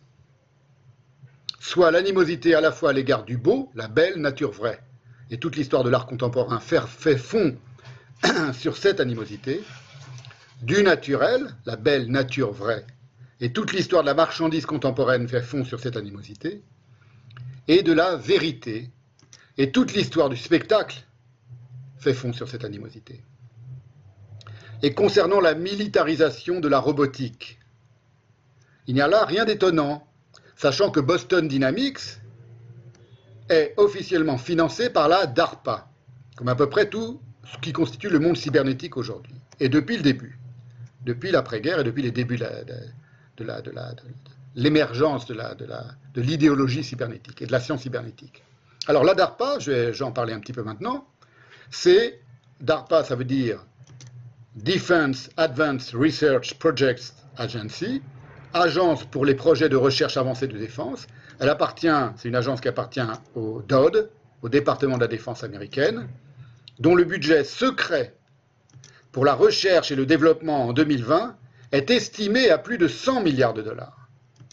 soit l'animosité à la fois à l'égard du beau, la belle nature vraie, et toute l'histoire de l'art contemporain fait fond sur cette animosité, du naturel, la belle nature vraie, et toute l'histoire de la marchandise contemporaine fait fond sur cette animosité, et de la vérité, et toute l'histoire du spectacle fait fond sur cette animosité. Et concernant la militarisation de la robotique, il n'y a là rien d'étonnant, sachant que Boston Dynamics est officiellement financé par la DARPA, comme à peu près tout ce qui constitue le monde cybernétique aujourd'hui, et depuis le début, depuis l'après-guerre et depuis les débuts de l'émergence de l'idéologie cybernétique et de la science cybernétique. Alors la DARPA, je vais en parler un petit peu maintenant, c'est, DARPA ça veut dire Defense Advanced Research Projects Agency, agence pour les projets de recherche avancée de défense. C'est une agence qui appartient au DoD, au département de la défense américaine, dont le budget secret pour la recherche et le développement en 2020 est estimé à plus de 100 milliards de dollars.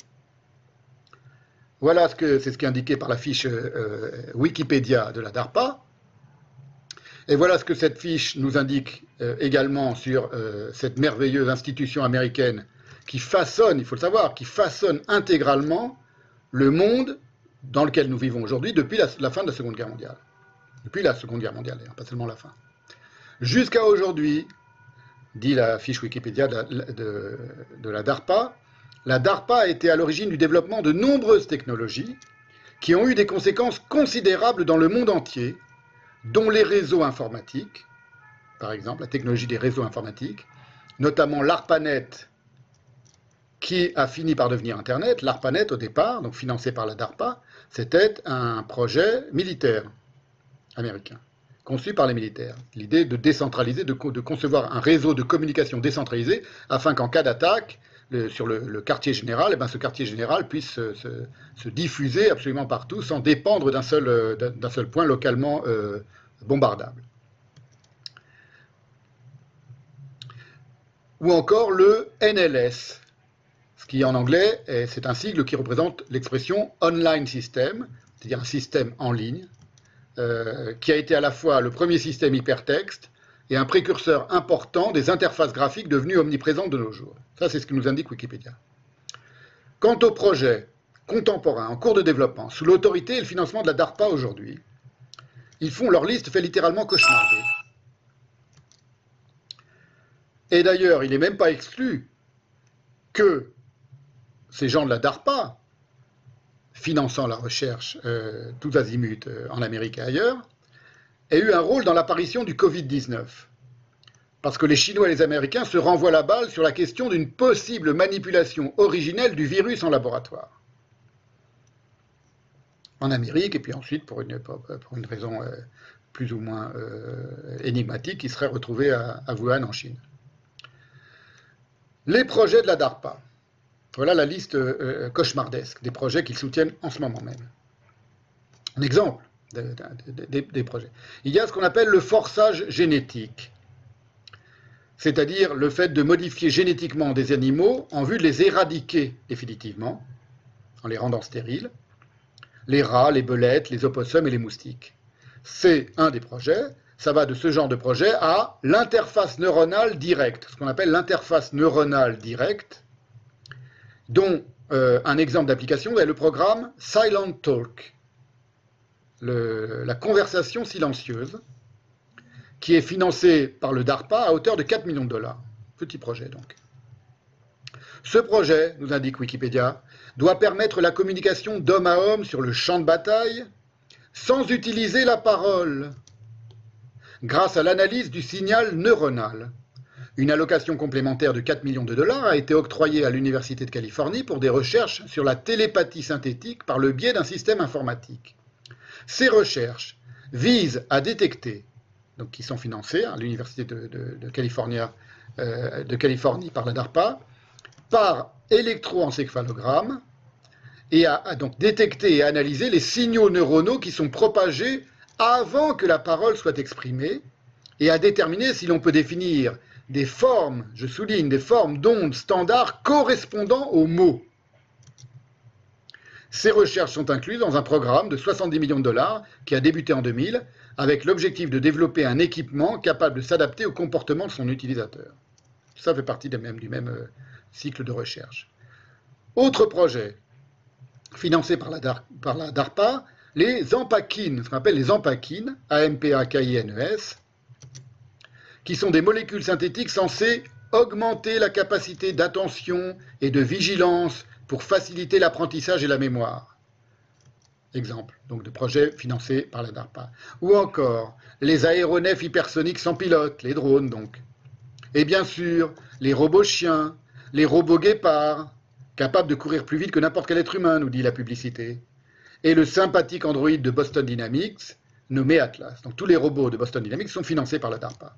Voilà c'est ce qui est indiqué par la fiche Wikipédia de la DARPA. Et voilà ce que cette fiche nous indique également sur cette merveilleuse institution américaine qui façonne, il faut le savoir, qui façonne intégralement le monde dans lequel nous vivons aujourd'hui depuis la fin de la Seconde Guerre mondiale. Depuis la Seconde Guerre mondiale, d'ailleurs, pas seulement la fin. Jusqu'à aujourd'hui, dit la fiche Wikipédia de la DARPA a été à l'origine du développement de nombreuses technologies qui ont eu des conséquences considérables dans le monde entier, dont les réseaux informatiques, par exemple, la technologie des réseaux informatiques, notamment l'ARPANET, qui a fini par devenir Internet. L'ARPANET, au départ, donc financé par la DARPA, c'était un projet militaire américain. conçu par les militaires. L'idée de décentraliser, de concevoir un réseau de communication décentralisé afin qu'en cas d'attaque sur le quartier général, ce quartier général puisse se diffuser absolument partout sans dépendre d'un seul point localement bombardable. Ou encore le NLS, ce qui en anglais, c'est un sigle qui représente l'expression Online System, c'est-à-dire un système en ligne, qui a été à la fois le premier système hypertexte et un précurseur important des interfaces graphiques devenues omniprésentes de nos jours. Ça, c'est ce que nous indique Wikipédia. Quant aux projets contemporains en cours de développement, sous l'autorité et le financement de la DARPA aujourd'hui, ils font leur liste fait littéralement cauchemarder. Et d'ailleurs, il n'est même pas exclu que ces gens de la DARPA, finançant la recherche tous azimuts en Amérique et ailleurs, aient eu un rôle dans l'apparition du Covid-19. Parce que les Chinois et les Américains se renvoient la balle sur la question d'une possible manipulation originelle du virus en laboratoire. En Amérique, et puis ensuite, pour une raison plus ou moins énigmatique, qui serait retrouvée à Wuhan, en Chine. Les projets de la DARPA. Voilà la liste cauchemardesque des projets qu'ils soutiennent en ce moment même. Un exemple des projets. Il y a ce qu'on appelle le forçage génétique, c'est-à-dire le fait de modifier génétiquement des animaux en vue de les éradiquer définitivement, en les rendant stériles, les rats, les belettes, les opossums et les moustiques. C'est un des projets. Ça va de ce genre de projet à l'interface neuronale directe, ce qu'on appelle l'interface neuronale directe, dont un exemple d'application est le programme Silent Talk, la conversation silencieuse, qui est financé par le DARPA à hauteur de 4 millions de dollars. Petit projet donc. Ce projet, nous indique Wikipédia, doit permettre la communication d'homme à homme sur le champ de bataille sans utiliser la parole, grâce à l'analyse du signal neuronal. Une allocation complémentaire de 4 millions de dollars a été octroyée à l'Université de Californie pour des recherches sur la télépathie synthétique par le biais d'un système informatique. Ces recherches visent à détecter, donc qui sont financées à l'Université de Californie par la DARPA, par électroencéphalogramme, et à donc détecter et analyser les signaux neuronaux qui sont propagés avant que la parole soit exprimée, et à déterminer si l'on peut définir des formes, je souligne, des formes d'ondes standards correspondant aux mots. Ces recherches sont incluses dans un programme de 70 millions de dollars qui a débuté en 2000, avec l'objectif de développer un équipement capable de s'adapter au comportement de son utilisateur. Ça fait partie du même cycle de recherche. Autre projet, financé par la DARPA, les ampakines, ce qu'on appelle les ampakines, A-M-P-A-K-I-N-E-S, qui sont des molécules synthétiques censées augmenter la capacité d'attention et de vigilance pour faciliter l'apprentissage et la mémoire. Exemple, donc de projets financés par la DARPA. Ou encore, les aéronefs hypersoniques sans pilote, les drones donc. Et bien sûr, les robots chiens, les robots guépards, capables de courir plus vite que n'importe quel être humain, nous dit la publicité. Et le sympathique androïde de Boston Dynamics, nommé Atlas. Donc tous les robots de Boston Dynamics sont financés par la DARPA.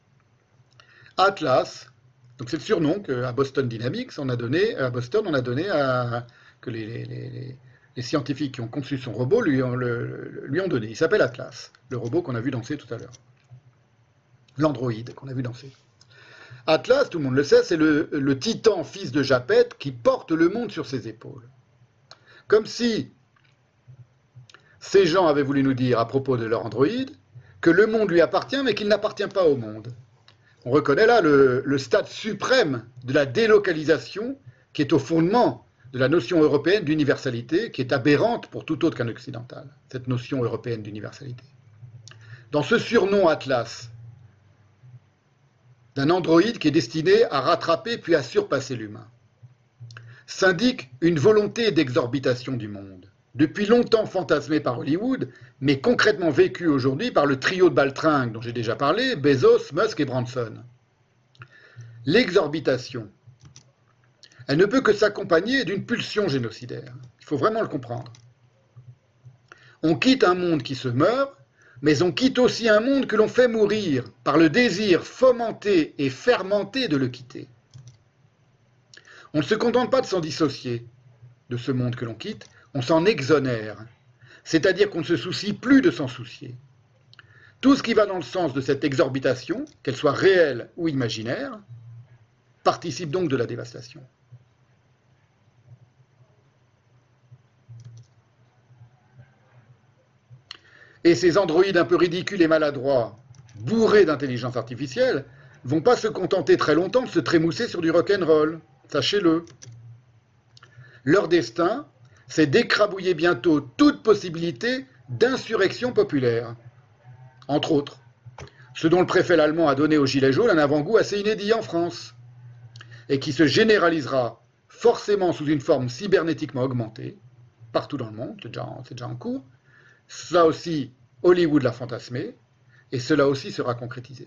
Atlas, donc c'est le surnom qu'à Boston Dynamics, on a donné que les scientifiques qui ont conçu son robot lui ont donné. Il s'appelle Atlas, le robot qu'on a vu danser tout à l'heure. L'androïde qu'on a vu danser. Atlas, tout le monde le sait, c'est le titan fils de Japet qui porte le monde sur ses épaules. Comme si ces gens avaient voulu nous dire à propos de leur androïde que le monde lui appartient mais qu'il n'appartient pas au monde. On reconnaît là le stade suprême de la délocalisation qui est au fondement de la notion européenne d'universalité, qui est aberrante pour tout autre qu'un occidental, cette notion européenne d'universalité. Dans ce surnom Atlas, d'un androïde qui est destiné à rattraper puis à surpasser l'humain, s'indique une volonté d'exorbitation du monde, depuis longtemps fantasmée par Hollywood, mais concrètement vécue aujourd'hui par le trio de baltringues dont j'ai déjà parlé, Bezos, Musk et Branson. L'exorbitation, elle ne peut que s'accompagner d'une pulsion génocidaire. Il faut vraiment le comprendre. On quitte un monde qui se meurt mais on quitte aussi un monde que l'on fait mourir par le désir fomenté et fermenté de le quitter. On ne se contente pas de s'en dissocier de ce monde que l'on quitte, on s'en exonère, c'est-à-dire qu'on ne se soucie plus de s'en soucier. Tout ce qui va dans le sens de cette exorbitation, qu'elle soit réelle ou imaginaire, participe donc de la dévastation. Et ces androïdes un peu ridicules et maladroits, bourrés d'intelligence artificielle, vont pas se contenter très longtemps de se trémousser sur du rock'n'roll, sachez-le. Leur destin, c'est d'écrabouiller bientôt toute possibilité d'insurrection populaire, entre autres. Ce dont le préfet allemand a donné aux Gilets jaunes un avant-goût assez inédit en France, et qui se généralisera forcément sous une forme cybernétiquement augmentée, partout dans le monde, c'est déjà en cours. Cela aussi, Hollywood l'a fantasmé, et cela aussi sera concrétisé.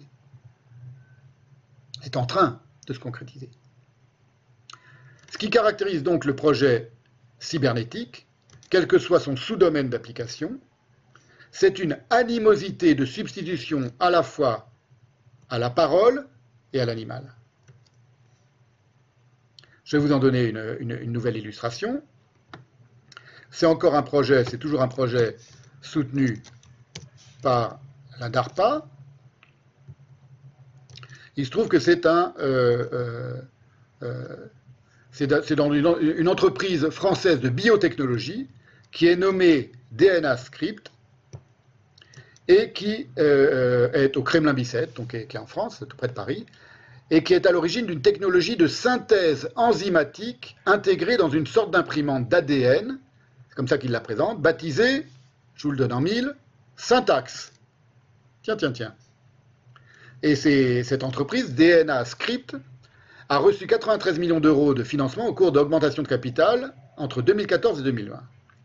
Est en train de se concrétiser. Ce qui caractérise donc le projet cybernétique, quel que soit son sous-domaine d'application, c'est une animosité de substitution à la fois à la parole et à l'animal. Je vais vous en donner une nouvelle illustration. C'est encore un projet, c'est toujours un projet soutenu par la DARPA. Il se trouve que c'est dans une entreprise française de biotechnologie qui est nommée DNA Script et qui est au Kremlin-Bicêtre, donc qui est en France, tout près de Paris, et qui est à l'origine d'une technologie de synthèse enzymatique intégrée dans une sorte d'imprimante d'ADN, c'est comme ça qu'il la présente, baptisée, je vous le donne en mille, Syntax. Tiens. Et cette entreprise, DNA Script, a reçu 93 millions d'euros de financement au cours d'augmentation de capital entre 2014 et 2020.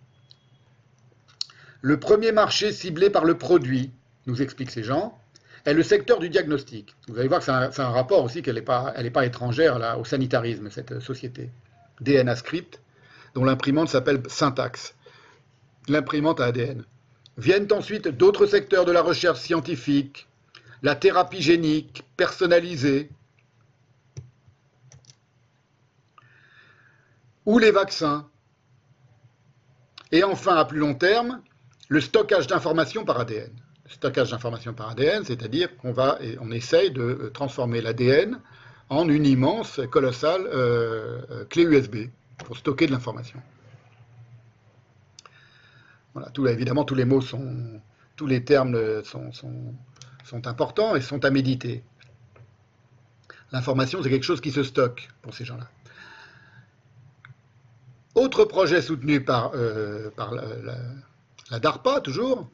Le premier marché ciblé par le produit, nous expliquent ces gens, est le secteur du diagnostic. Vous allez voir que c'est un rapport aussi qu'elle n'est pas étrangère là, au sanitarisme, cette société. DNA Script, dont l'imprimante s'appelle Syntax, l'imprimante à ADN. Viennent ensuite d'autres secteurs de la recherche scientifique, la thérapie génique personnalisée, ou les vaccins. Et enfin, à plus long terme, le stockage d'informations par ADN. Le stockage d'informations par ADN, c'est-à-dire on essaye de transformer l'ADN en une immense, colossale clé USB pour stocker de l'information. Voilà, évidemment, tous les termes sont importants et sont à méditer. L'information, c'est quelque chose qui se stocke pour ces gens-là. Autre projet soutenu par la DARPA, toujours,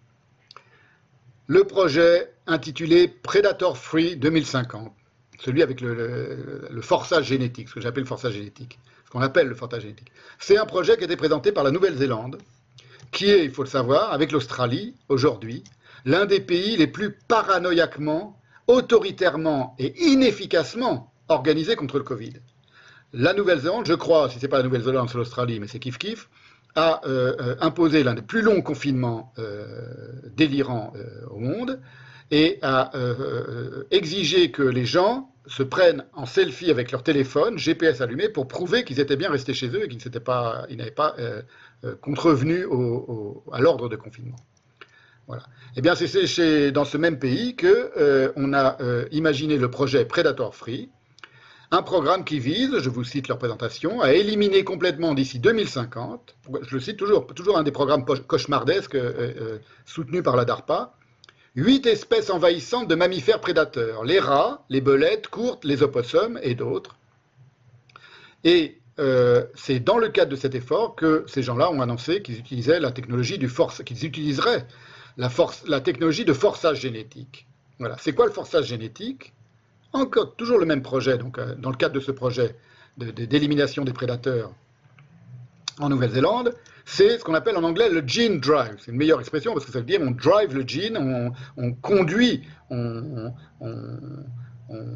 le projet intitulé Predator Free 2050, celui avec le forçage génétique, ce que j'appelle le forçage génétique, ce qu'on appelle le forçage génétique. C'est un projet qui a été présenté par la Nouvelle-Zélande, qui est, il faut le savoir, avec l'Australie, aujourd'hui, l'un des pays les plus paranoïaquement, autoritairement et inefficacement organisés contre le Covid. La Nouvelle-Zélande, je crois, si ce n'est pas la Nouvelle-Zélande, c'est l'Australie, mais c'est kiff-kiff, a imposé l'un des plus longs confinements délirants au monde et a exigé que les gens se prennent en selfie avec leur téléphone, GPS allumé, pour prouver qu'ils étaient bien restés chez eux et qu'ils n'avaient pas contrevenu à l'ordre de confinement. Voilà. Eh bien, c'est dans ce même pays qu'on a imaginé le projet Predator Free, un programme qui vise, je vous cite leur présentation, à éliminer complètement d'ici 2050, je le cite toujours un des programmes cauchemardesques soutenus par la DARPA, 8 espèces envahissantes de mammifères prédateurs, les rats, les belettes courtes, les opossums et d'autres. Et c'est dans le cadre de cet effort que ces gens-là ont annoncé qu'ils utilisaient la technologie qu'ils utiliseraient la technologie de forçage génétique. Voilà. C'est quoi le forçage génétique ? Encore, toujours le même projet, donc dans le cadre de ce projet d'élimination des prédateurs en Nouvelle-Zélande, c'est ce qu'on appelle en anglais le gene drive. C'est une meilleure expression parce que ça veut dire on drive le gene, on conduit, on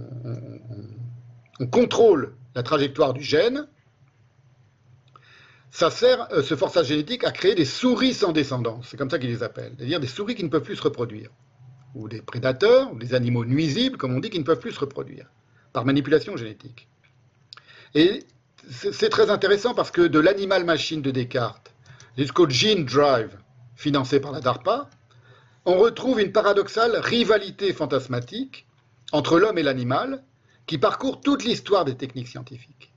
contrôle la trajectoire du gène ça sert, ce forçage génétique, à créer des souris sans descendance. C'est comme ça qu'ils les appellent. C'est-à-dire des souris qui ne peuvent plus se reproduire. Ou des prédateurs, ou des animaux nuisibles, comme on dit, qui ne peuvent plus se reproduire. Par manipulation génétique. Et c'est très intéressant parce que de l'animal machine de Descartes jusqu'au Gene Drive, financé par la DARPA, on retrouve une paradoxale rivalité fantasmatique entre l'homme et l'animal qui parcourt toute l'histoire des techniques scientifiques.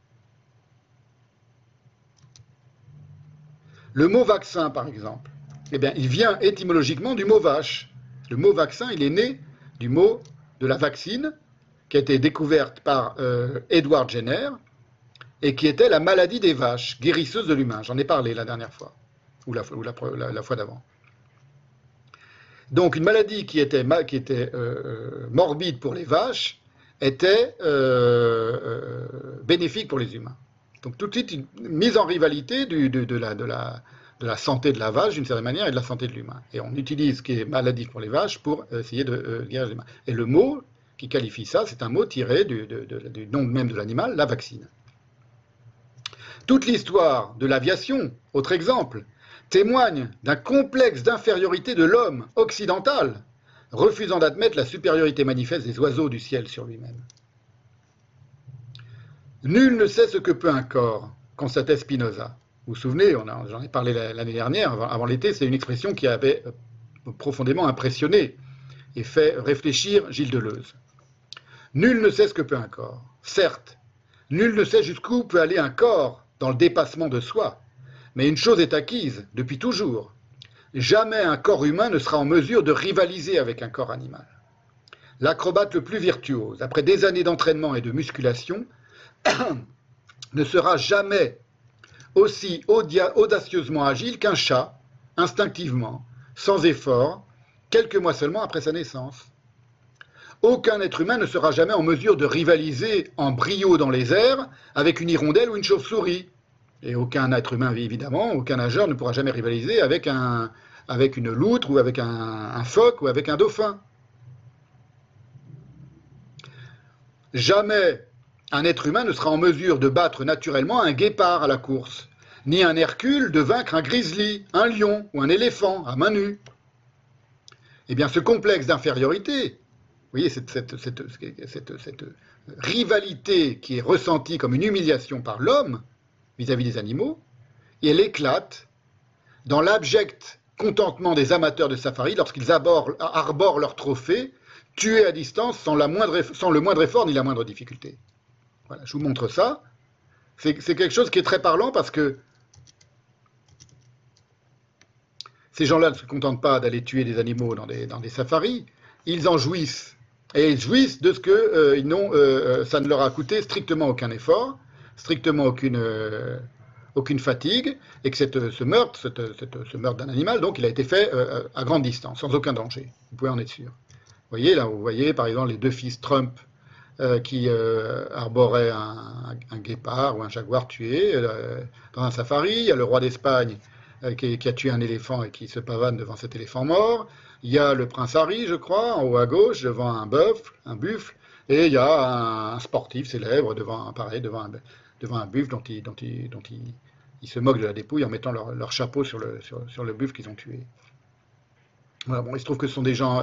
Le mot vaccin, par exemple, eh bien, il vient étymologiquement du mot vache. Le mot vaccin, il est né du mot de la vaccine, qui a été découverte par Edward Jenner, et qui était la maladie des vaches, guérisseuse de l'humain. J'en ai parlé la dernière fois, ou la fois d'avant. Donc une maladie qui était morbide pour les vaches était bénéfique pour les humains. Donc tout de suite une mise en rivalité de la santé de la vache d'une certaine manière et de la santé de l'humain. Et on utilise ce qui est maladif pour les vaches pour essayer de guérir les humains. Et le mot qui qualifie ça, c'est un mot tiré du nom même de l'animal, la vaccine. Toute l'histoire de l'aviation, autre exemple, témoigne d'un complexe d'infériorité de l'homme occidental, refusant d'admettre la supériorité manifeste des oiseaux du ciel sur lui-même. Nul ne sait ce que peut un corps, constatait Spinoza. Vous vous souvenez, j'en ai parlé l'année dernière, avant l'été, c'est une expression qui avait profondément impressionné et fait réfléchir Gilles Deleuze. Nul ne sait ce que peut un corps. Certes, nul ne sait jusqu'où peut aller un corps dans le dépassement de soi. Mais une chose est acquise, depuis toujours. Jamais un corps humain ne sera en mesure de rivaliser avec un corps animal. L'acrobate le plus virtuose, après des années d'entraînement et de musculation, ne sera jamais aussi audacieusement agile qu'un chat, instinctivement, sans effort, quelques mois seulement après sa naissance. Aucun être humain ne sera jamais en mesure de rivaliser en brio dans les airs avec une hirondelle ou une chauve-souris. Et aucun être humain, évidemment, aucun nageur ne pourra jamais rivaliser avec une loutre ou avec un phoque ou avec un dauphin. Jamais un être humain ne sera en mesure de battre naturellement un guépard à la course, ni un Hercule de vaincre un grizzly, un lion ou un éléphant à main nue. Eh bien, ce complexe d'infériorité, vous voyez, cette rivalité qui est ressentie comme une humiliation par l'homme vis-à-vis des animaux, et elle éclate dans l'abject contentement des amateurs de safari lorsqu'ils arborent leurs trophées, tués à distance sans le moindre effort ni la moindre difficulté. Voilà, je vous montre ça. C'est quelque chose qui est très parlant parce que ces gens-là ne se contentent pas d'aller tuer des animaux dans des safaris, ils en jouissent. Et ils jouissent de ce que ça ne leur a coûté strictement aucun effort, strictement aucune fatigue, et que ce meurtre d'un animal, donc, il a été fait à grande distance, sans aucun danger. Vous pouvez en être sûr. Vous voyez par exemple les deux fils Trump qui arboraient un guépard ou un jaguar tué dans un safari. Il y a le roi d'Espagne qui a tué un éléphant et qui se pavane devant cet éléphant mort. Il y a le prince Harry, je crois, en haut à gauche, devant un buffle, et il y a un sportif célèbre devant un buffle dont ils se moquent de la dépouille en mettant leur chapeau sur le buffle qu'ils ont tué. Voilà, bon, il se trouve que ce sont des gens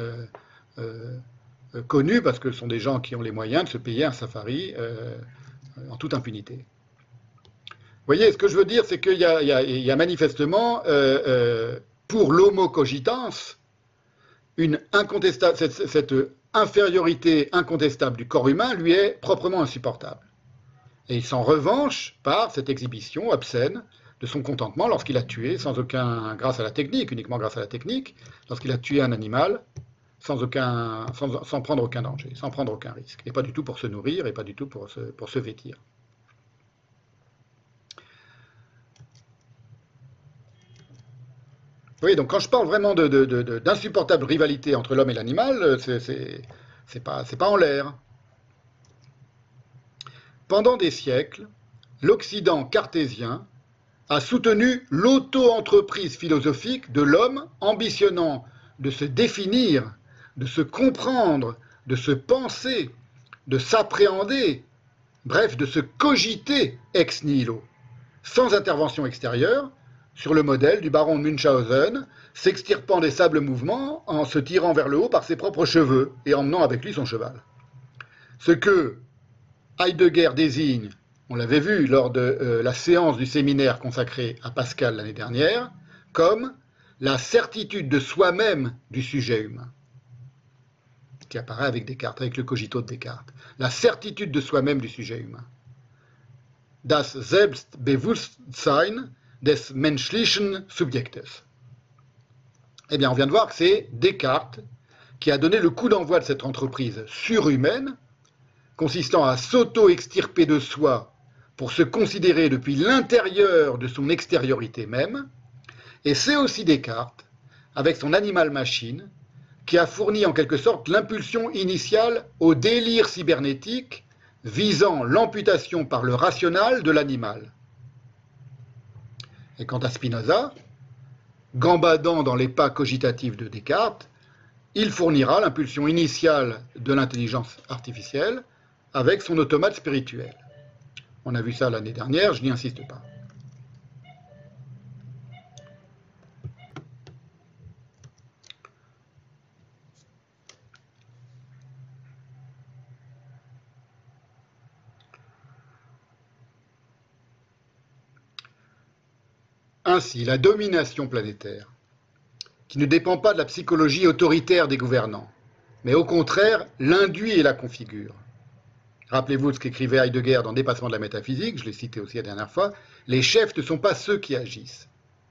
connus parce que ce sont des gens qui ont les moyens de se payer un safari en toute impunité. Vous voyez, ce que je veux dire, c'est qu'il y a manifestement, pour l'homo cogitans, cette infériorité incontestable du corps humain lui est proprement insupportable. Et il s'en revanche par cette exhibition obscène de son contentement lorsqu'il a tué, grâce à la technique, uniquement grâce à la technique, lorsqu'il a tué un animal sans prendre aucun danger, sans prendre aucun risque. Et pas du tout pour se nourrir, et pas du tout pour se vêtir. Oui, donc quand je parle vraiment d'insupportable rivalité entre l'homme et l'animal, c'est pas en l'air. Pendant des siècles, l'Occident cartésien a soutenu l'auto-entreprise philosophique de l'homme ambitionnant de se définir, de se comprendre, de se penser, de s'appréhender, bref, de se cogiter ex nihilo, sans intervention extérieure, sur le modèle du baron de Munchausen, s'extirpant des sables mouvements en se tirant vers le haut par ses propres cheveux et emmenant avec lui son cheval. Ce que Heidegger désigne, on l'avait vu lors de la séance du séminaire consacré à Pascal l'année dernière, comme la certitude de soi-même du sujet humain, qui apparaît avec Descartes, avec le cogito de Descartes. La certitude de soi-même du sujet humain. Das Selbstbewusstsein des menschlichen Subjektes. Eh bien, on vient de voir que c'est Descartes qui a donné le coup d'envoi de cette entreprise surhumaine, consistant à s'auto-extirper de soi pour se considérer depuis l'intérieur de son extériorité même, et c'est aussi Descartes, avec son animal-machine, qui a fourni en quelque sorte l'impulsion initiale au délire cybernétique visant l'amputation par le rationnel de l'animal. Et quant à Spinoza, gambadant dans les pas cogitatifs de Descartes, il fournira l'impulsion initiale de l'intelligence artificielle avec son automate spirituel. On a vu ça l'année dernière, je n'y insiste pas. Ainsi, la domination planétaire, qui ne dépend pas de la psychologie autoritaire des gouvernants, mais au contraire l'induit et la configure. Rappelez-vous de ce qu'écrivait Heidegger dans Dépassement de la métaphysique, je l'ai cité aussi la dernière fois, les chefs ne sont pas ceux qui agissent.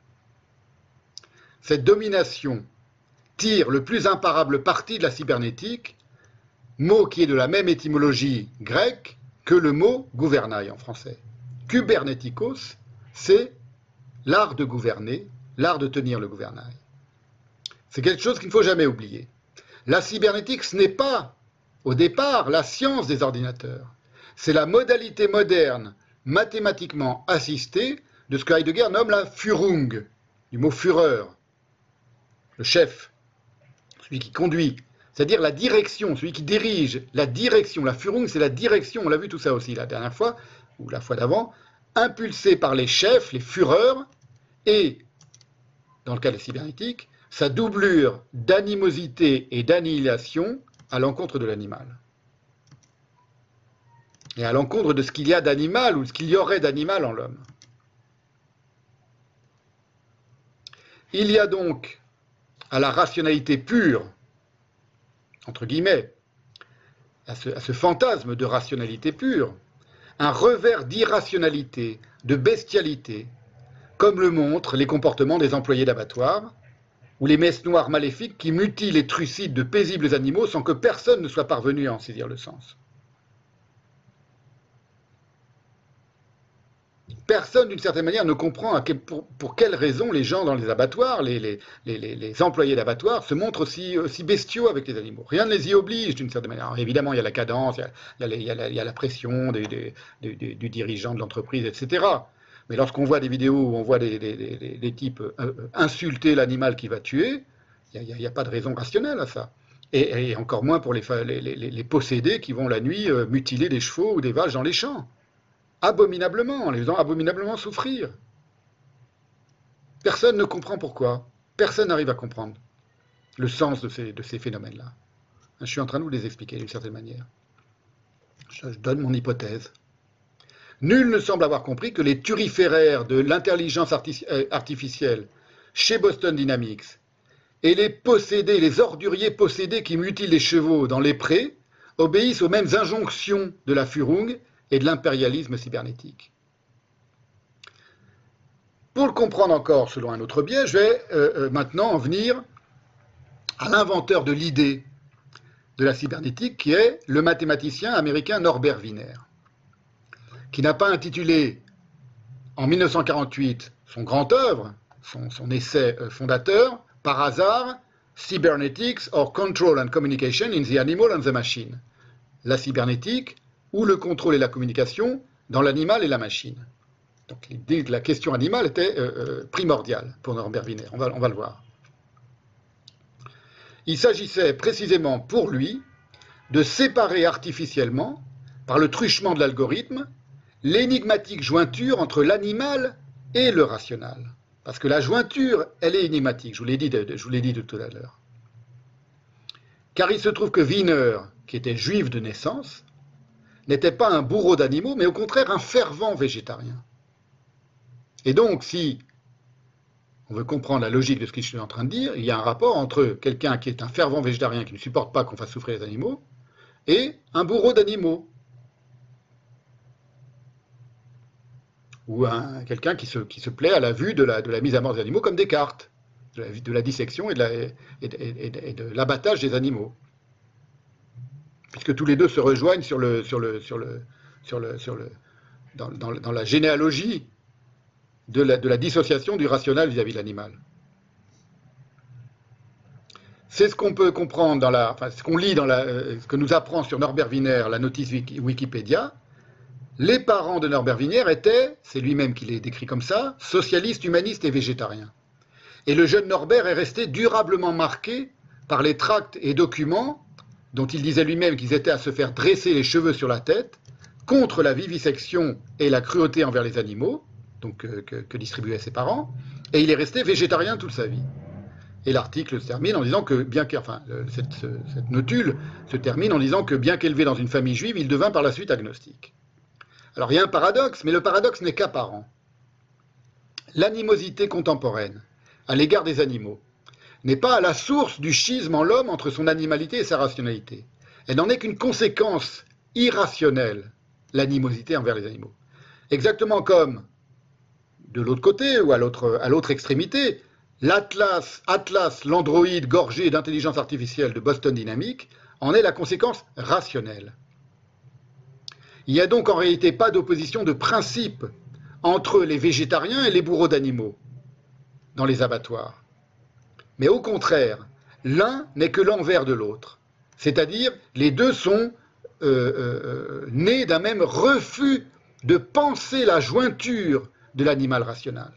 Cette domination tire le plus imparable parti de la cybernétique, mot qui est de la même étymologie grecque que le mot gouvernail en français. Kubernetikos, c'est l'art de gouverner, l'art de tenir le gouvernail. C'est quelque chose qu'il ne faut jamais oublier. La cybernétique, ce n'est pas, au départ, la science des ordinateurs. C'est la modalité moderne, mathématiquement assistée, de ce que Heidegger nomme la Führung, du mot Führer, le chef, celui qui conduit, c'est-à-dire la direction, celui qui dirige, la direction. La Führung, c'est la direction, on l'a vu tout ça aussi la dernière fois, ou la fois d'avant, impulsée par les chefs, les Führers, et, dans le cas des cybernétiques, sa doublure d'animosité et d'annihilation à l'encontre de l'animal. Et à l'encontre de ce qu'il y a d'animal ou de ce qu'il y aurait d'animal en l'homme. Il y a donc à la rationalité pure, entre guillemets, à ce fantasme de rationalité pure, un revers d'irrationalité, de bestialité, comme le montrent les comportements des employés d'abattoirs, ou les messes noires maléfiques qui mutilent et trucident de paisibles animaux sans que personne ne soit parvenu à en saisir le sens. Personne, d'une certaine manière, ne comprend pour quelles raisons les gens dans les abattoirs, les employés d'abattoirs, se montrent aussi bestiaux avec les animaux. Rien ne les y oblige, d'une certaine manière. Alors, évidemment, il y a la cadence, il y a la pression du dirigeant de l'entreprise, etc. Mais lorsqu'on voit des vidéos où on voit des types insulter l'animal qui va tuer, il n'y a pas de raison rationnelle à ça. Et encore moins pour les possédés qui vont la nuit mutiler des chevaux ou des vaches dans les champs. Abominablement, en les faisant abominablement souffrir. Personne ne comprend pourquoi. Personne n'arrive à comprendre le sens de ces phénomènes-là. Je suis en train de vous les expliquer d'une certaine manière. Je donne mon hypothèse. Nul ne semble avoir compris que les turiféraires de l'intelligence artificielle chez Boston Dynamics et les possédés, les orduriers possédés qui mutilent les chevaux dans les prés obéissent aux mêmes injonctions de la Führung et de l'impérialisme cybernétique. Pour le comprendre encore selon un autre biais, je vais maintenant en venir à l'inventeur de l'idée de la cybernétique qui est le mathématicien américain Norbert Wiener, qui n'a pas intitulé en 1948 son grand œuvre, son essai fondateur, par hasard, Cybernetics or Control and Communication in the Animal and the Machine. La cybernétique ou le contrôle et la communication dans l'animal et la machine. Donc l'idée de la question animale était primordiale pour Norbert Wiener, on va le voir. Il s'agissait précisément pour lui de séparer artificiellement, par le truchement de l'algorithme, l'énigmatique jointure entre l'animal et le rationnel. Parce que la jointure, elle est énigmatique, je vous l'ai dit de tout à l'heure. Car il se trouve que Wiener, qui était juif de naissance, n'était pas un bourreau d'animaux, mais au contraire un fervent végétarien. Et donc, si on veut comprendre la logique de ce que je suis en train de dire, il y a un rapport entre quelqu'un qui est un fervent végétarien qui ne supporte pas qu'on fasse souffrir les animaux et un bourreau d'animaux. Ou quelqu'un qui se plaît à la vue de la mise à mort des animaux comme Descartes, de la dissection et de l'abattage des animaux. Puisque tous les deux se rejoignent dans la généalogie de la dissociation du rationnel vis-à-vis de l'animal. C'est ce qu'on peut comprendre ce qu'on lit ce que nous apprend sur Norbert Wiener, la notice Wikipédia. Les parents de Norbert Wiener étaient, c'est lui-même qui les décrit comme ça, socialistes, humanistes et végétariens. Et le jeune Norbert est resté durablement marqué par les tracts et documents dont il disait lui-même qu'ils étaient à se faire dresser les cheveux sur la tête contre la vivisection et la cruauté envers les animaux, donc que distribuaient ses parents, et il est resté végétarien toute sa vie. Et l'article se termine en disant que, cette notule se termine en disant que bien qu'élevé dans une famille juive, il devint par la suite agnostique. Alors il y a un paradoxe, mais le paradoxe n'est qu'apparent. L'animosité contemporaine à l'égard des animaux n'est pas à la source du schisme en l'homme entre son animalité et sa rationalité. Elle n'en est qu'une conséquence irrationnelle, l'animosité envers les animaux. Exactement comme, de l'autre côté ou à l'autre extrémité, l'Atlas, l'androïde gorgé d'intelligence artificielle de Boston Dynamics, en est la conséquence rationnelle. Il n'y a donc en réalité pas d'opposition de principe entre les végétariens et les bourreaux d'animaux dans les abattoirs. Mais au contraire, l'un n'est que l'envers de l'autre. C'est-à-dire, les deux sont nés d'un même refus de penser la jointure de l'animal rationnel.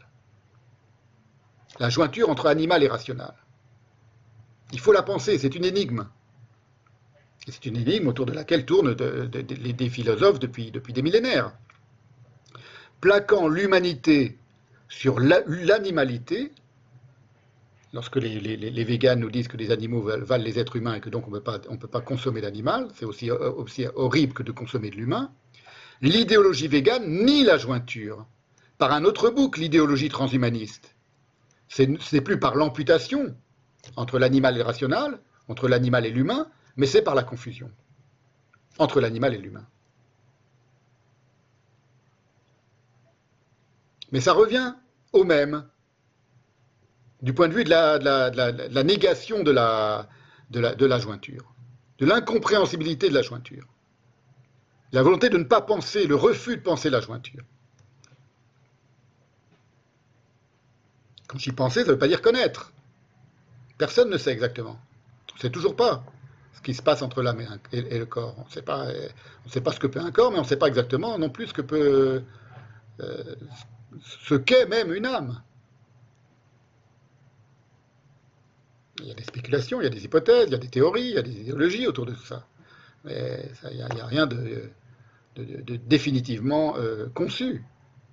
La jointure entre animal et rationnel. Il faut la penser, c'est une énigme. Et c'est une énigme autour de laquelle tournent des philosophes depuis des millénaires. Plaquant l'humanité sur l'animalité, lorsque les véganes nous disent que les animaux valent les êtres humains et que donc on ne peut pas consommer d'animal, c'est aussi horrible que de consommer de l'humain, l'idéologie végane nie la jointure. Par un autre bouc, l'idéologie transhumaniste. C'est plus par l'amputation entre l'animal et le rationnel, entre l'animal et l'humain, mais c'est par la confusion entre l'animal et l'humain. Mais ça revient au même, du point de vue de la négation de la jointure, de l'incompréhensibilité de la jointure, la volonté de ne pas penser, le refus de penser la jointure. Quand j'y pensais, ça ne veut pas dire connaître. Personne ne sait exactement. On ne sait toujours pas ce qui se passe entre l'âme et le corps. On ne sait pas ce que peut un corps, mais on ne sait pas exactement non plus ce qu'est même une âme. Il y a des spéculations, il y a des hypothèses, il y a des théories, il y a des idéologies autour de tout ça. Mais il n'y a rien de définitivement conçu.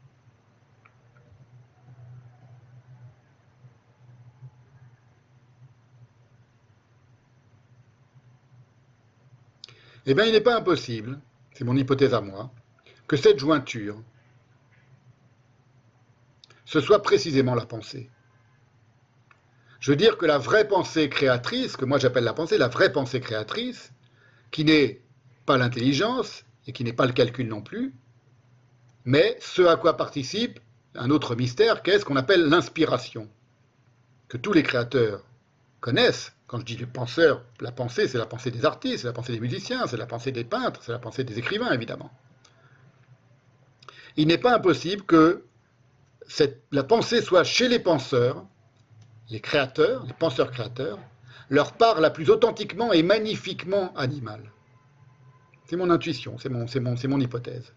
Eh bien, il n'est pas impossible, c'est mon hypothèse à moi, que cette jointure, ce soit précisément la pensée. Je veux dire que la vraie pensée créatrice, que moi j'appelle la vraie pensée créatrice, qui n'est pas l'intelligence et qui n'est pas le calcul non plus, mais ce à quoi participe un autre mystère, qu'est ce qu'on appelle l'inspiration, que tous les créateurs connaissent. Quand je dis les penseurs, la pensée, c'est la pensée des artistes, c'est la pensée des musiciens, c'est la pensée des peintres, c'est la pensée des écrivains, évidemment. Il n'est pas impossible que la pensée soit chez les penseurs, les créateurs, les penseurs-créateurs, leur part la plus authentiquement et magnifiquement animale. C'est mon intuition, c'est mon hypothèse.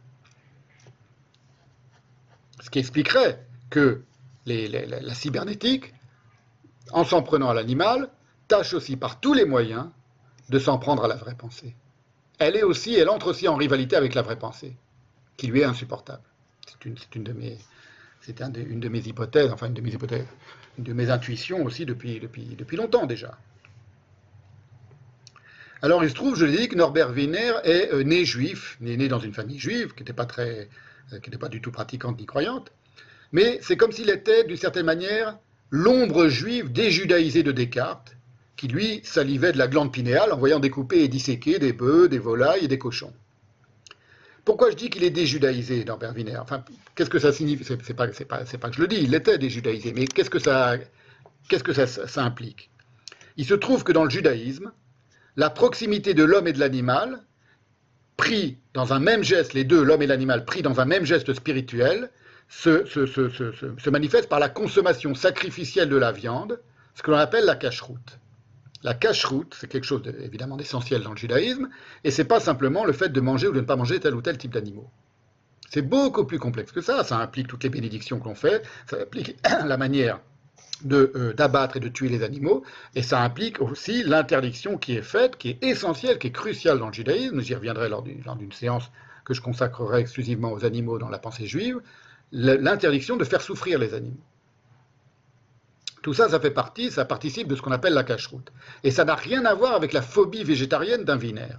Ce qui expliquerait que la cybernétique, en s'en prenant à l'animal, tâche aussi par tous les moyens de s'en prendre à la vraie pensée. Elle entre aussi en rivalité avec la vraie pensée. qui lui est insupportable. C'est une de mes hypothèses, enfin une de mes intuitions aussi depuis longtemps déjà. Alors il se trouve, je l'ai dit, que Norbert Wiener est né juif, né dans une famille juive, qui n'était pas du tout pratiquante ni croyante, mais c'est comme s'il était, d'une certaine manière, l'ombre juive déjudaïsée de Descartes, qui lui salivait de la glande pinéale en voyant découper et disséquer des bœufs, des volailles et des cochons. Pourquoi je dis qu'il est déjudaïsé, Norbert Wiener? Enfin, qu'est-ce que ça signifie? C'est pas que je le dis, il était déjudaïsé, mais qu'est-ce que ça implique? Il se trouve que dans le judaïsme, la proximité de l'homme et de l'animal, pris dans un même geste, les deux, l'homme et l'animal, pris dans un même geste spirituel, se manifeste par la consommation sacrificielle de la viande, ce que l'on appelle la cacheroute. La cacheroute, c'est quelque chose évidemment d'essentiel dans le judaïsme, et c'est pas simplement le fait de manger ou de ne pas manger tel ou tel type d'animaux. C'est beaucoup plus complexe que ça implique toutes les bénédictions que l'on fait, ça implique la manière d'abattre et de tuer les animaux, et ça implique aussi l'interdiction qui est faite, qui est essentielle, qui est cruciale dans le judaïsme, j'y reviendrai lors d'une séance que je consacrerai exclusivement aux animaux dans la pensée juive, l'interdiction de faire souffrir les animaux. Tout ça, ça participe de ce qu'on appelle la cacheroute. Et ça n'a rien à voir avec la phobie végétarienne d'un Wiener.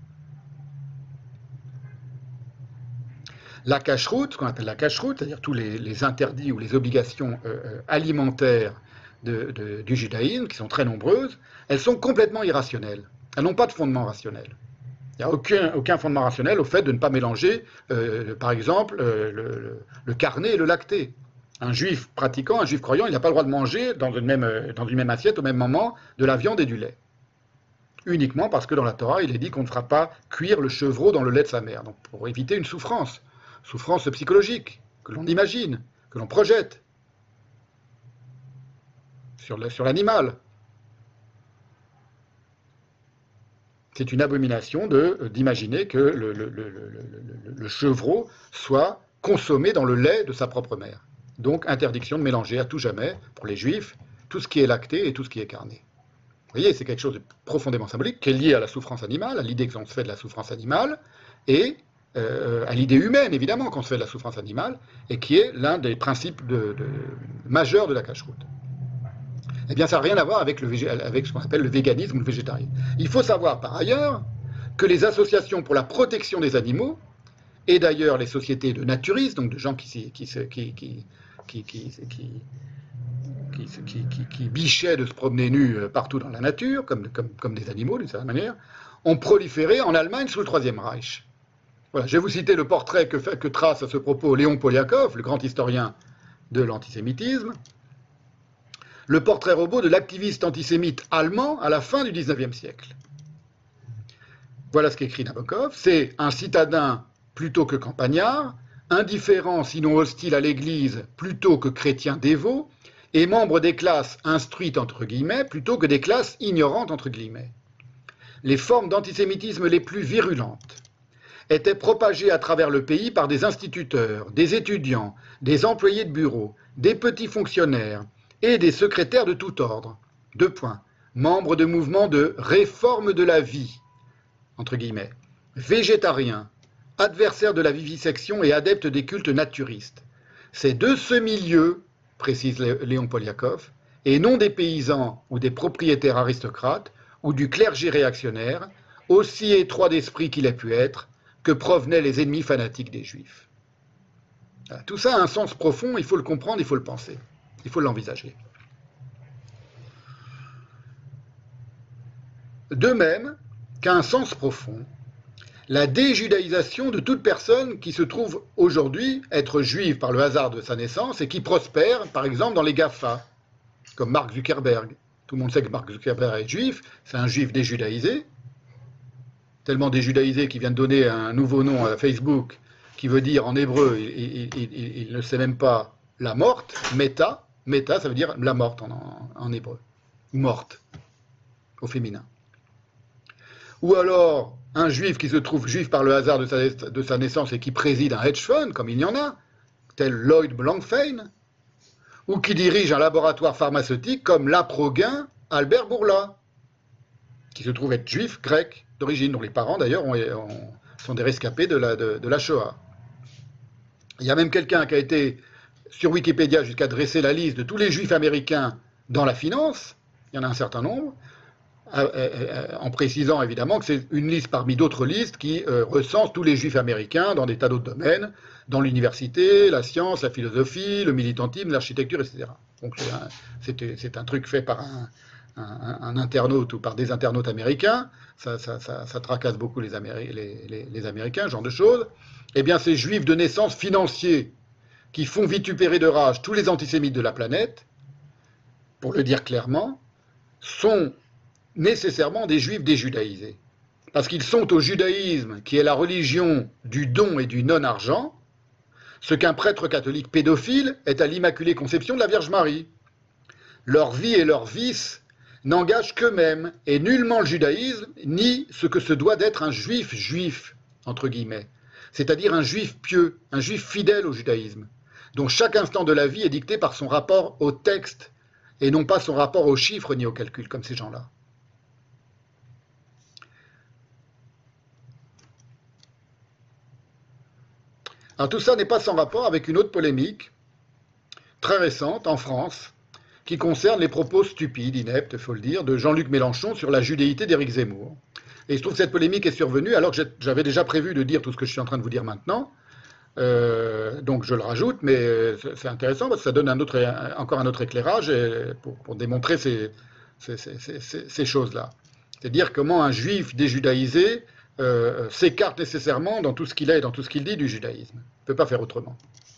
La cacheroute, ce qu'on appelle la cacheroute, c'est-à-dire tous les interdits ou les obligations alimentaires du judaïsme, qui sont très nombreuses, elles sont complètement irrationnelles. Elles n'ont pas de fondement rationnel. Il n'y a aucun fondement rationnel au fait de ne pas mélanger, par exemple, le carné et le lacté. Un juif pratiquant, un juif croyant, il n'a pas le droit de manger dans une même assiette au même moment de la viande et du lait. Uniquement parce que dans la Torah, il est dit qu'on ne fera pas cuire le chevreau dans le lait de sa mère. Donc pour éviter une souffrance psychologique, que l'on imagine, que l'on projette sur l'animal. C'est une abomination d'imaginer que le chevreau soit consommé dans le lait de sa propre mère. Donc, interdiction de mélanger à tout jamais, pour les juifs, tout ce qui est lacté et tout ce qui est carné. Vous voyez, c'est quelque chose de profondément symbolique, qui est lié à la souffrance animale, à l'idée qu'on se fait de la souffrance animale, et à l'idée humaine, évidemment, qu'on se fait de la souffrance animale, et qui est l'un des principes majeurs de la cacheroute. Eh bien, ça n'a rien à voir avec ce qu'on appelle le véganisme ou le végétarisme. Il faut savoir, par ailleurs, que les associations pour la protection des animaux, et d'ailleurs les sociétés de naturistes, donc de gens qui bichaient de se promener nus partout dans la nature, comme des animaux d'une certaine manière, ont proliféré en Allemagne sous le Troisième Reich. Voilà, je vais vous citer le portrait que trace à ce propos Léon Poliakov, le grand historien de l'antisémitisme, le portrait robot de l'activiste antisémite allemand à la fin du XIXe siècle. Voilà ce qu'écrit Nabokov, c'est un citadin plutôt que campagnard, indifférent sinon hostile à l'Église plutôt que chrétien dévot, et membre des classes instruites entre guillemets plutôt que des classes ignorantes entre guillemets. Les formes d'antisémitisme les plus virulentes étaient propagées à travers le pays par des instituteurs, des étudiants, des employés de bureau, des petits fonctionnaires et des secrétaires de tout ordre. 2 points. Membres de mouvements de réforme de la vie, entre guillemets, végétariens, adversaires de la vivisection et adeptes des cultes naturistes. C'est de ce milieu, précise Léon Poliakov, et non des paysans ou des propriétaires aristocrates ou du clergé réactionnaire, aussi étroit d'esprit qu'il ait pu être, que provenaient les ennemis fanatiques des Juifs. Voilà. Tout ça a un sens profond, il faut le comprendre, il faut le penser, il faut l'envisager. De même qu'à un sens profond, la déjudaïsation de toute personne qui se trouve aujourd'hui être juive par le hasard de sa naissance et qui prospère, par exemple, dans les GAFA, comme Mark Zuckerberg. Tout le monde sait que Mark Zuckerberg est juif, c'est un juif déjudaïsé, tellement déjudaïsé qu'il vient de donner un nouveau nom à Facebook qui veut dire en hébreu, il ne sait même pas la morte, Meta, ça veut dire la morte en hébreu, morte, au féminin. Ou alors un juif qui se trouve juif par le hasard de sa naissance et qui préside un hedge fund, comme il y en a, tel Lloyd Blankfein, ou qui dirige un laboratoire pharmaceutique comme l'aproguin Albert Bourla, qui se trouve être juif grec d'origine, dont les parents d'ailleurs sont des rescapés de la Shoah. Il y a même quelqu'un qui a été sur Wikipédia jusqu'à dresser la liste de tous les juifs américains dans la finance, il y en a un certain nombre, en précisant évidemment que c'est une liste parmi d'autres listes qui recense tous les juifs américains dans des tas d'autres domaines, dans l'université, la science, la philosophie, le militantisme, l'architecture, etc. Donc c'est un truc fait par un internaute ou par des internautes américains, ça tracasse beaucoup les Américains, ce genre de choses. Eh bien, ces juifs de naissance financiers qui font vitupérer de rage tous les antisémites de la planète, pour le dire clairement, sont nécessairement des juifs déjudaïsés. Parce qu'ils sont au judaïsme, qui est la religion du don et du non-argent, ce qu'un prêtre catholique pédophile est à l'Immaculée Conception de la Vierge Marie. Leur vie et leur vice n'engagent qu'eux-mêmes, et nullement le judaïsme, ni ce que se doit d'être un juif, entre guillemets, c'est-à-dire un juif pieux, un juif fidèle au judaïsme, dont chaque instant de la vie est dicté par son rapport au texte, et non pas son rapport aux chiffres ni aux calculs, comme ces gens-là. Alors tout ça n'est pas sans rapport avec une autre polémique, très récente, en France, qui concerne les propos stupides, ineptes, il faut le dire, de Jean-Luc Mélenchon sur la judéité d'Éric Zemmour. Et il se trouve que cette polémique est survenue alors que j'avais déjà prévu de dire tout ce que je suis en train de vous dire maintenant. Donc je le rajoute, mais c'est intéressant parce que ça donne encore un autre éclairage pour démontrer ces choses-là. C'est-à-dire comment un juif déjudaïsé s'écarte nécessairement dans tout ce qu'il est et dans tout ce qu'il dit du judaïsme. Il ne peut pas faire autrement.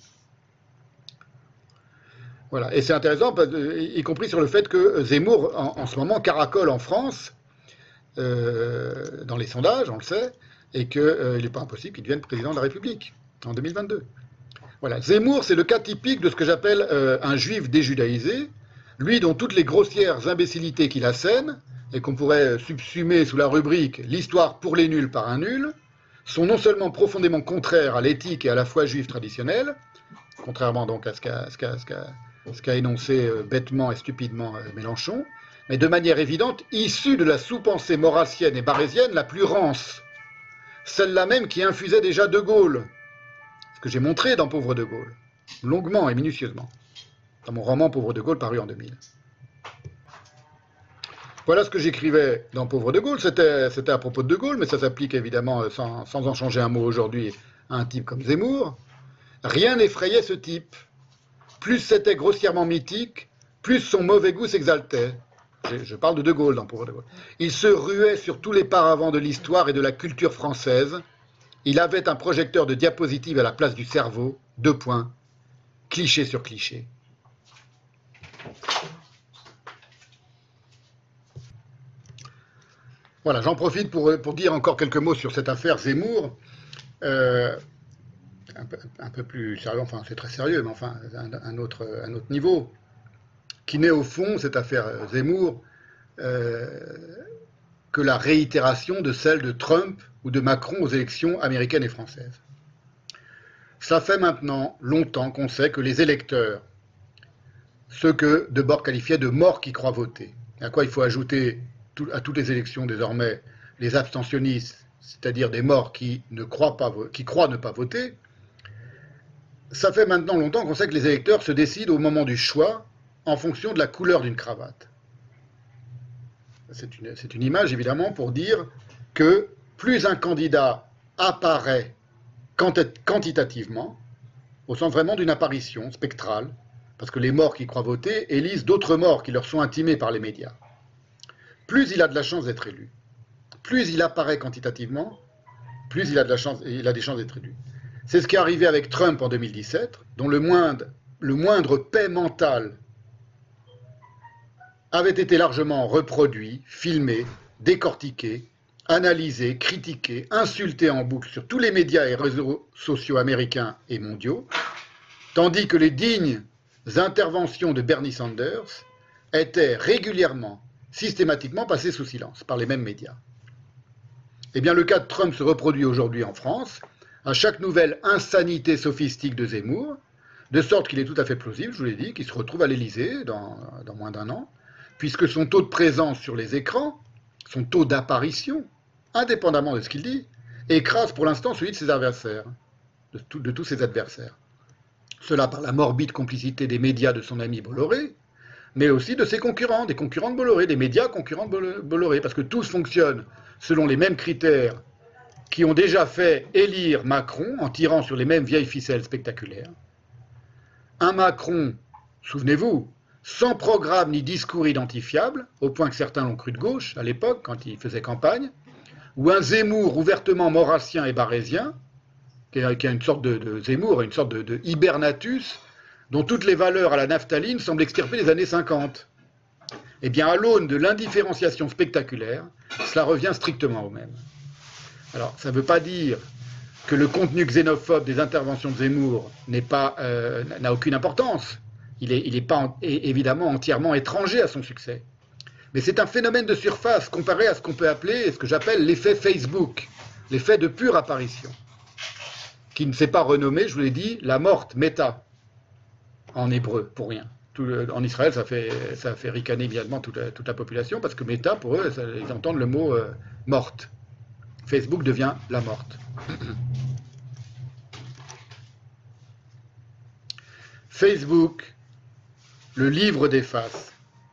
Voilà. Et c'est intéressant, y compris sur le fait que Zemmour, en ce moment, caracole en France, dans les sondages, on le sait, et qu'il n'est pas impossible qu'il devienne président de la République en 2022. Voilà. Zemmour, c'est le cas typique de ce que j'appelle un juif déjudaïsé, lui dont toutes les grossières imbécilités qu'il assène, et qu'on pourrait subsumer sous la rubrique « l'histoire pour les nuls par un nul », sont non seulement profondément contraires à l'éthique et à la foi juive traditionnelle, contrairement donc à ce qu'a énoncé bêtement et stupidement Mélenchon, mais de manière évidente, issus de la sous-pensée maurassienne et barésienne la plus rance, celle-là même qui infusait déjà De Gaulle, ce que j'ai montré dans Pauvre De Gaulle, longuement et minutieusement, dans mon roman Pauvre De Gaulle paru en 2000. Voilà ce que j'écrivais dans Pauvre De Gaulle, c'était à propos de De Gaulle, mais ça s'applique évidemment sans en changer un mot aujourd'hui à un type comme Zemmour. Rien n'effrayait ce type. Plus c'était grossièrement mythique, plus son mauvais goût s'exaltait. Je parle de Gaulle dans Pauvre De Gaulle. Il se ruait sur tous les paravents de l'histoire et de la culture française. Il avait un projecteur de diapositives à la place du cerveau, 2 points, cliché sur cliché. Voilà, j'en profite pour dire encore quelques mots sur cette affaire Zemmour. Un peu plus sérieux, enfin c'est très sérieux, mais enfin un autre niveau, qui n'est au fond, cette affaire Zemmour, que la réitération de celle de Trump ou de Macron aux élections américaines et françaises. Ça fait maintenant longtemps qu'on sait que les électeurs, ceux que Debord qualifiait de morts qui croient voter, à quoi il faut ajouter à toutes les élections désormais les abstentionnistes, c'est-à-dire des morts qui croient ne pas voter, ça fait maintenant longtemps qu'on sait que les électeurs se décident au moment du choix en fonction de la couleur d'une cravate. C'est une image évidemment pour dire que plus un candidat apparaît quantitativement, au sens vraiment d'une apparition spectrale, parce que les morts qui croient voter élisent d'autres morts qui leur sont intimés par les médias, plus il a de la chance d'être élu. Plus il apparaît quantitativement, plus il a des chances d'être élu. C'est ce qui est arrivé avec Trump en 2017, dont le moindre paix mental avait été largement reproduit, filmé, décortiqué, analysé, critiqué, insulté en boucle sur tous les médias et réseaux sociaux américains et mondiaux, tandis que les dignes interventions de Bernie Sanders étaient régulièrement, systématiquement passées sous silence par les mêmes médias. Eh bien, le cas de Trump se reproduit aujourd'hui en France, à chaque nouvelle insanité sophistique de Zemmour, de sorte qu'il est tout à fait plausible, je vous l'ai dit, qu'il se retrouve à l'Élysée dans moins d'un an, puisque son taux de présence sur les écrans, son taux d'apparition, indépendamment de ce qu'il dit, écrase pour l'instant celui de ses adversaires, de tous ses adversaires. Cela par la morbide complicité des médias de son ami Bolloré, mais aussi de ses concurrents, des concurrents de Bolloré, des médias concurrents de Bolloré, parce que tous fonctionnent selon les mêmes critères qui ont déjà fait élire Macron en tirant sur les mêmes vieilles ficelles spectaculaires. Un Macron, souvenez-vous, sans programme ni discours identifiable, au point que certains l'ont cru de gauche à l'époque, quand il faisait campagne, ou un Zemmour ouvertement maurassien et barrésien, qui a une sorte de Zemmour, une sorte de hibernatus, dont toutes les valeurs à la naphtaline semblent extirpées des années 50. Eh bien, à l'aune de l'indifférenciation spectaculaire, cela revient strictement au même. Alors, ça ne veut pas dire que le contenu xénophobe des interventions de Zemmour n'a aucune importance. Il n'est pas évidemment entièrement étranger à son succès. Mais c'est un phénomène de surface comparé à ce qu'on peut appeler, ce que j'appelle l'effet Facebook, l'effet de pure apparition, qui ne s'est pas renommé, je vous l'ai dit, la morte, méta, en hébreu, pour rien. En Israël, ça fait ricaner immédiatement toute la population, parce que méta, pour eux, ils entendent le mot morte. Facebook devient la morte. Facebook, le livre des faces.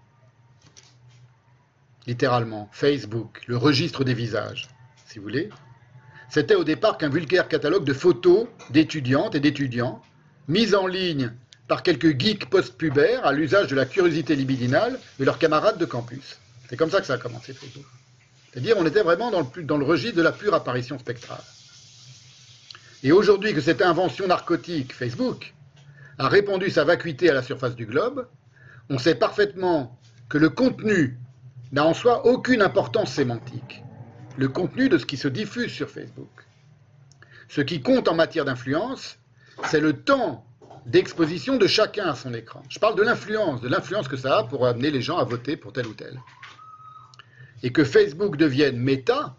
Littéralement, Facebook, le registre des visages, si vous voulez. C'était au départ qu'un vulgaire catalogue de photos d'étudiantes et d'étudiants, mis en ligne par quelques geeks post-pubères à l'usage de la curiosité libidinale de leurs camarades de campus. C'est comme ça que ça a commencé, Facebook. C'est-à-dire, on était vraiment dans le registre de la pure apparition spectrale. Et aujourd'hui que cette invention narcotique, Facebook, a répandu sa vacuité à la surface du globe, on sait parfaitement que le contenu n'a en soi aucune importance sémantique. Le contenu de ce qui se diffuse sur Facebook. Ce qui compte en matière d'influence, c'est le temps d'exposition de chacun à son écran. Je parle de l'influence que ça a pour amener les gens à voter pour tel ou tel. Et que Facebook devienne méta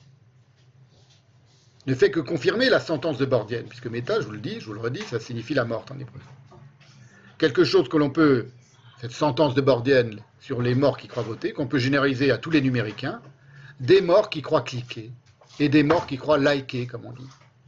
ne fait que confirmer la sentence de Bordienne, puisque méta, je vous le dis, je vous le redis, ça signifie la morte en hébreu. Quelque chose que l'on peut, cette sentence de Bordienne sur les morts qui croient voter, qu'on peut généraliser à tous les numéricains, des morts qui croient cliquer, et des morts qui croient liker, comme on dit.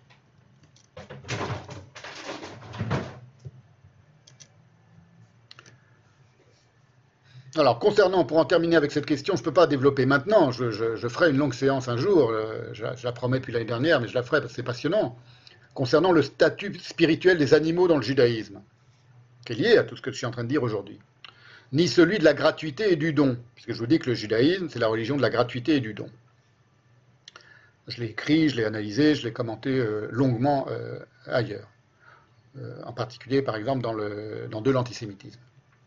Alors, pour en terminer avec cette question, je ne peux pas développer maintenant, je ferai une longue séance un jour, je la promets depuis l'année dernière, mais je la ferai parce que c'est passionnant, concernant le statut spirituel des animaux dans le judaïsme, qui est lié à tout ce que je suis en train de dire aujourd'hui. Ni celui de la gratuité et du don, puisque je vous dis que le judaïsme, c'est la religion de la gratuité et du don. Je l'ai écrit, je l'ai analysé, je l'ai commenté longuement ailleurs, en particulier, par exemple, dans de l'antisémitisme.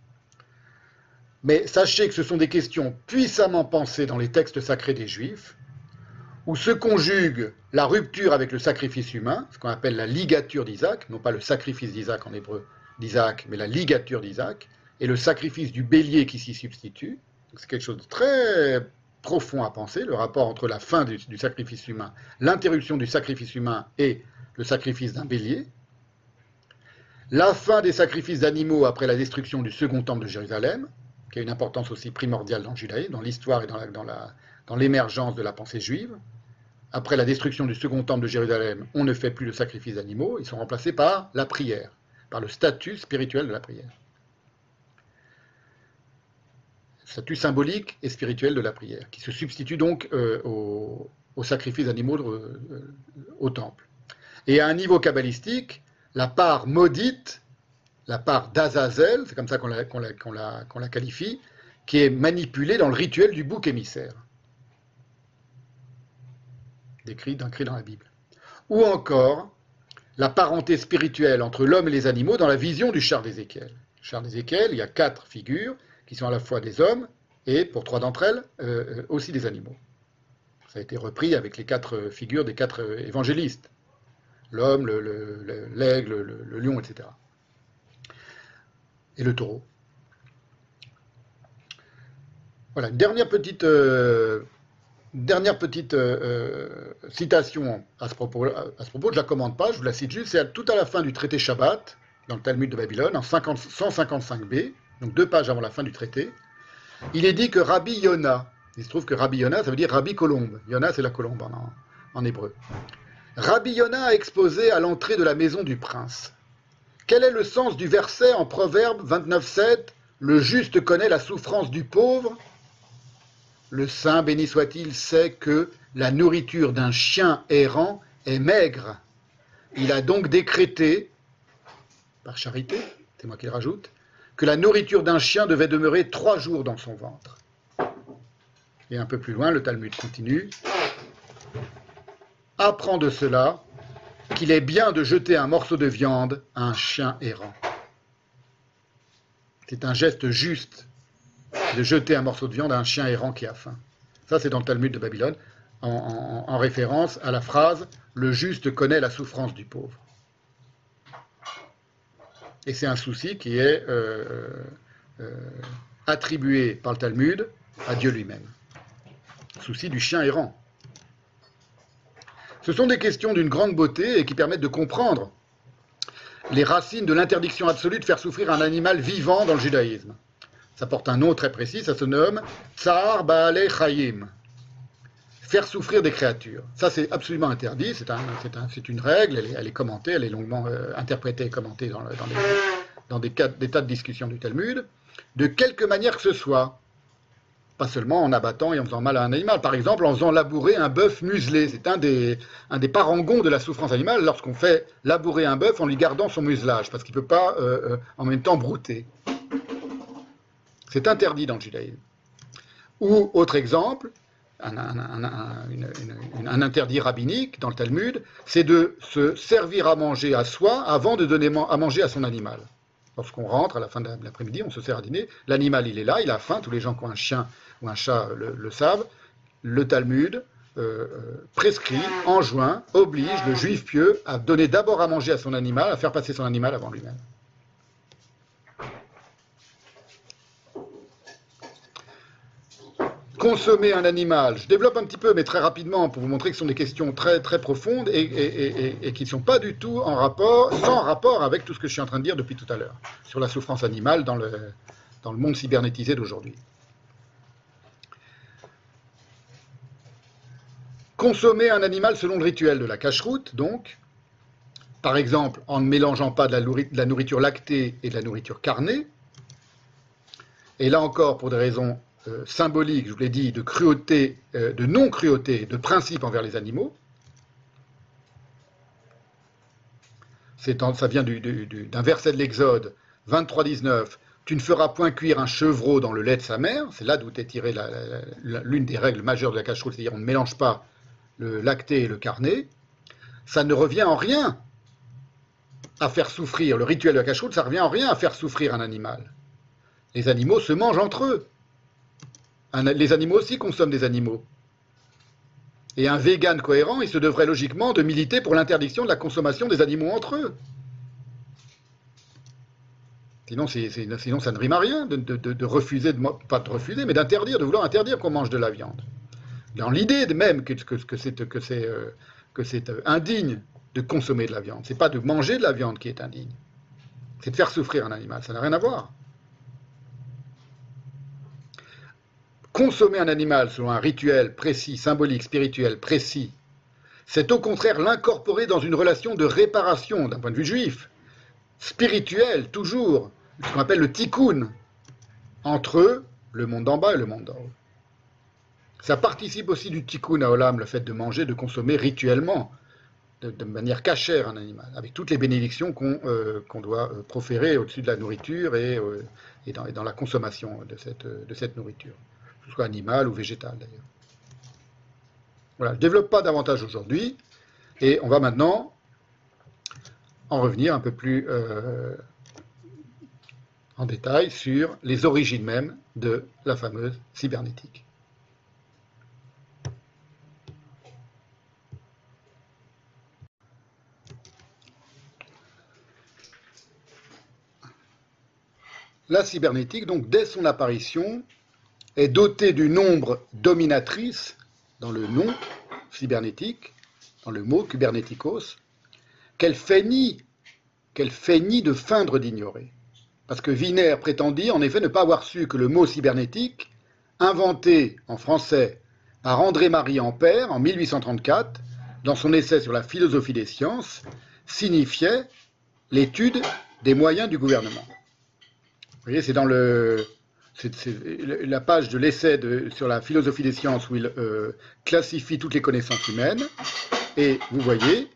Mais sachez que ce sont des questions puissamment pensées dans les textes sacrés des Juifs, où se conjugue la rupture avec le sacrifice humain, ce qu'on appelle la ligature d'Isaac, non pas le sacrifice d'Isaac en hébreu d'Isaac, mais la ligature d'Isaac, et le sacrifice du bélier qui s'y substitue. C'est quelque chose de très profond à penser, le rapport entre la fin du sacrifice humain, l'interruption du sacrifice humain et le sacrifice d'un bélier, la fin des sacrifices d'animaux après la destruction du second temple de Jérusalem, qui a une importance aussi primordiale dans le judaïsme, dans l'histoire et dans l'émergence de la pensée juive. Après la destruction du second temple de Jérusalem, on ne fait plus de sacrifices d'animaux, ils sont remplacés par la prière, par le statut spirituel de la prière. Statut symbolique et spirituel de la prière, qui se substitue donc aux sacrifices d'animaux au temple. Et à un niveau kabbalistique, la part maudite, la part d'Azazel, c'est comme ça qu'on la qualifie, qui est manipulée dans le rituel du bouc émissaire, décrit dans la Bible. Ou encore, la parenté spirituelle entre l'homme et les animaux dans la vision du char d'Ézéchiel. Le char d'Ézéchiel, il y a 4 figures qui sont à la fois des hommes et, pour 3 d'entre elles, aussi des animaux. Ça a été repris avec les 4 figures des 4 évangélistes. L'homme, l'aigle, le lion, etc. Et le taureau. Voilà, une dernière petite citation à ce propos, je ne la commente pas, je vous la cite juste, c'est tout à la fin du traité Shabbat, dans le Talmud de Babylone, en 155b, donc 2 pages avant la fin du traité, il est dit que Rabbi Yona, il se trouve que Rabbi Yona, ça veut dire Rabbi Colombe, Yona c'est la colombe en hébreu. Rabbi Yona a exposé à l'entrée de la maison du prince Quel est le sens du verset en Proverbe 29,7 « Le juste connaît la souffrance du pauvre ». Le saint, béni soit-il, sait que la nourriture d'un chien errant est maigre. Il a donc décrété, par charité, c'est moi qui le rajoute, que la nourriture d'un chien devait demeurer 3 jours dans son ventre. Et un peu plus loin, le Talmud continue. Apprends de cela qu'il est bien de jeter un morceau de viande à un chien errant. C'est un geste juste de jeter un morceau de viande à un chien errant qui a faim. Ça, c'est dans le Talmud de Babylone, en référence à la phrase « Le juste connaît la souffrance du pauvre ». Et c'est un souci qui est attribué par le Talmud à Dieu lui-même. Souci du chien errant. Ce sont des questions d'une grande beauté et qui permettent de comprendre les racines de l'interdiction absolue de faire souffrir un animal vivant dans le judaïsme. Ça porte un nom très précis, ça se nomme Tsar Baalei Chayim. Faire souffrir des créatures. Ça, c'est absolument interdit, c'est une règle, elle est commentée, elle est longuement interprétée et commentée dans des tas de discussions du Talmud, de quelque manière que ce soit. Pas seulement en abattant et en faisant mal à un animal. Par exemple, en faisant labourer un bœuf muselé. C'est un des parangons de la souffrance animale lorsqu'on fait labourer un bœuf en lui gardant son muselage, parce qu'il ne peut pas en même temps brouter. C'est interdit dans le judaïsme. Ou, autre exemple, un interdit rabbinique dans le Talmud, c'est de se servir à manger à soi avant de donner à manger à son animal. Lorsqu'on rentre à la fin de l'après-midi, on se sert à dîner, l'animal il est là, il a faim, tous les gens qui ont un chien ou un chat le savent, le Talmud prescrit, enjoint, oblige le juif pieux à donner d'abord à manger à son animal, à faire passer son animal avant lui-même. Consommer un animal, je développe un petit peu, mais très rapidement, pour vous montrer que ce sont des questions très, très profondes et qui ne sont pas du tout sans rapport avec tout ce que je suis en train de dire depuis tout à l'heure, sur la souffrance animale dans le monde cybernétisé d'aujourd'hui. Consommer un animal selon le rituel de la cacheroute, donc, par exemple, en ne mélangeant pas de la nourriture lactée et de la nourriture carnée, et là encore, pour des raisons symbolique, je vous l'ai dit, de cruauté, de non-cruauté, de principe envers les animaux. Ça vient d'un verset de l'Exode 23-19. Tu ne feras point cuire un chevreau dans le lait de sa mère. C'est là d'où est tirée l'une des règles majeures de la cacheroute, c'est-à-dire on ne mélange pas le lacté et le carné. Ça ne revient en rien à faire souffrir. Le rituel de la cacheroute, ça revient en rien à faire souffrir un animal. Les animaux se mangent entre eux. Les animaux aussi consomment des animaux. Et un vegan cohérent, il se devrait logiquement de militer pour l'interdiction de la consommation des animaux entre eux. Sinon, ça ne rime à rien de refuser, pas de refuser, mais d'interdire, de vouloir interdire qu'on mange de la viande. Dans l'idée même que c'est indigne de consommer de la viande. C'est pas de manger de la viande qui est indigne. C'est de faire souffrir un animal. Ça n'a rien à voir. Consommer un animal selon un rituel précis, symbolique, spirituel précis, c'est au contraire l'incorporer dans une relation de réparation, d'un point de vue juif, spirituel, toujours, ce qu'on appelle le tikkun, entre le monde d'en bas et le monde d'en haut. Ça participe aussi du tikkun à Olam, le fait de manger, de consommer rituellement, de manière cachère un animal, avec toutes les bénédictions qu'on doit proférer au-dessus de la nourriture et dans la consommation de cette nourriture. Que ce soit animal ou végétal d'ailleurs. Voilà, je ne développe pas davantage aujourd'hui, et on va maintenant en revenir un peu plus en détail sur les origines même de la fameuse cybernétique. La cybernétique, donc, dès son apparition, est dotée du nombre dominatrice dans le nom cybernétique, dans le mot kybernétikos, qu'elle feignit de feindre d'ignorer. Parce que Wiener prétendit en effet ne pas avoir su que le mot cybernétique, inventé en français par André-Marie Ampère en 1834, dans son essai sur la philosophie des sciences, signifiait l'étude des moyens du gouvernement. Vous voyez, c'est dans la page de l'essai sur la philosophie des sciences où il classifie toutes les connaissances humaines. Et vous voyez,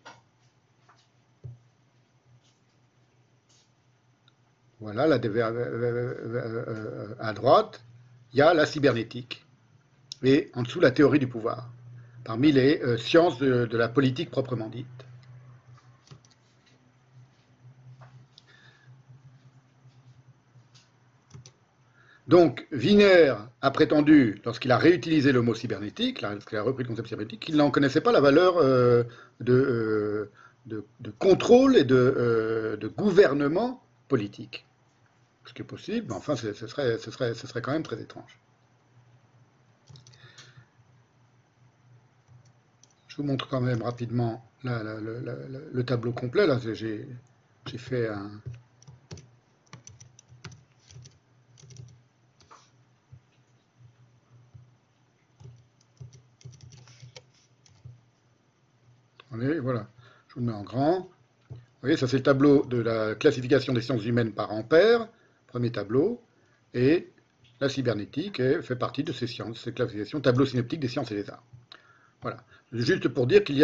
voilà, là, à droite, il y a la cybernétique. Et en dessous, la théorie du pouvoir, parmi les sciences de la politique proprement dite. Donc, Wiener a prétendu, lorsqu'il a réutilisé le mot cybernétique, lorsqu'il a repris le concept cybernétique, qu'il n'en connaissait pas la valeur de contrôle et de gouvernement politique. Ce qui est possible, mais enfin, ce serait quand même très étrange. Je vous montre quand même rapidement le tableau complet. Là, j'ai fait un... Voilà, je vous le mets en grand. Vous voyez, ça c'est le tableau de la classification des sciences humaines par ampère, premier tableau, et la cybernétique fait partie de ces sciences, cette classification, tableau synoptique des sciences et des arts. Voilà, juste pour dire qu'il y a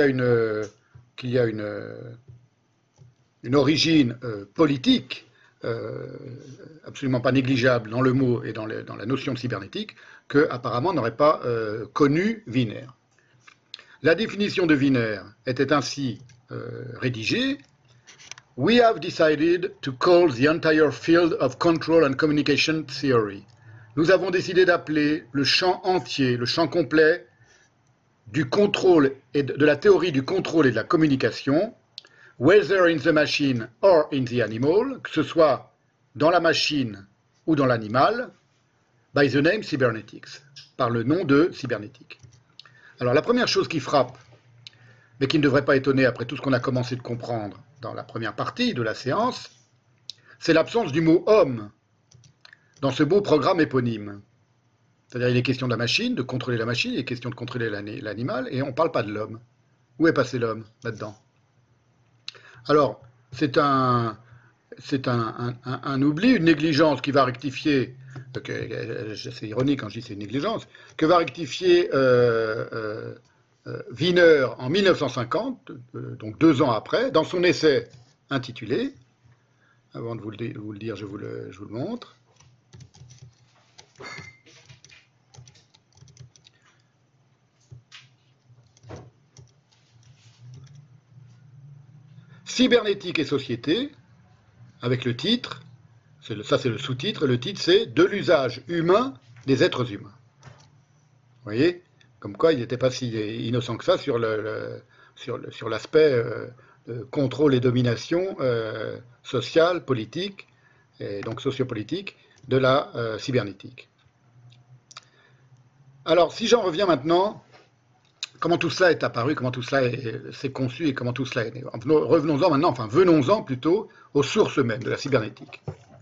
une origine politique absolument pas négligeable dans le mot et dans la notion de cybernétique que apparemment n'aurait pas connu Wiener. La définition de Wiener était ainsi rédigée. We have decided to call the entire field of control and communication theory. Nous avons décidé d'appeler le champ entier, le champ complet du contrôle et de la théorie du contrôle et de la communication, whether in the machine or in the animal, que ce soit dans la machine ou dans l'animal, by the name cybernetics, par le nom de cybernétique. Alors la première chose qui frappe, mais qui ne devrait pas étonner après tout ce qu'on a commencé de comprendre dans la première partie de la séance, c'est l'absence du mot « homme » dans ce beau programme éponyme. C'est-à-dire il est question de la machine, de contrôler la machine, il est question de contrôler l'animal, et on ne parle pas de l'homme. Où est passé l'homme là-dedans? Alors, c'est un oubli, une négligence qui va rectifier, c'est ironique quand je dis c'est une négligence, que va rectifier Wiener en 1950, donc 2 ans après, dans son essai intitulé, avant de vous le dire, je vous le montre. Cybernétique et société, avec le titre, ça c'est le sous-titre, le titre c'est « De l'usage humain des êtres humains ». Vous voyez, comme quoi il n'était pas si innocent que ça sur l'aspect contrôle et domination sociale, politique, et donc sociopolitique, de la cybernétique. Alors, si j'en reviens maintenant, comment tout cela est apparu, comment tout cela s'est conçu et comment tout cela est né. Revenons-en maintenant, enfin venons-en plutôt aux sources mêmes de la cybernétique.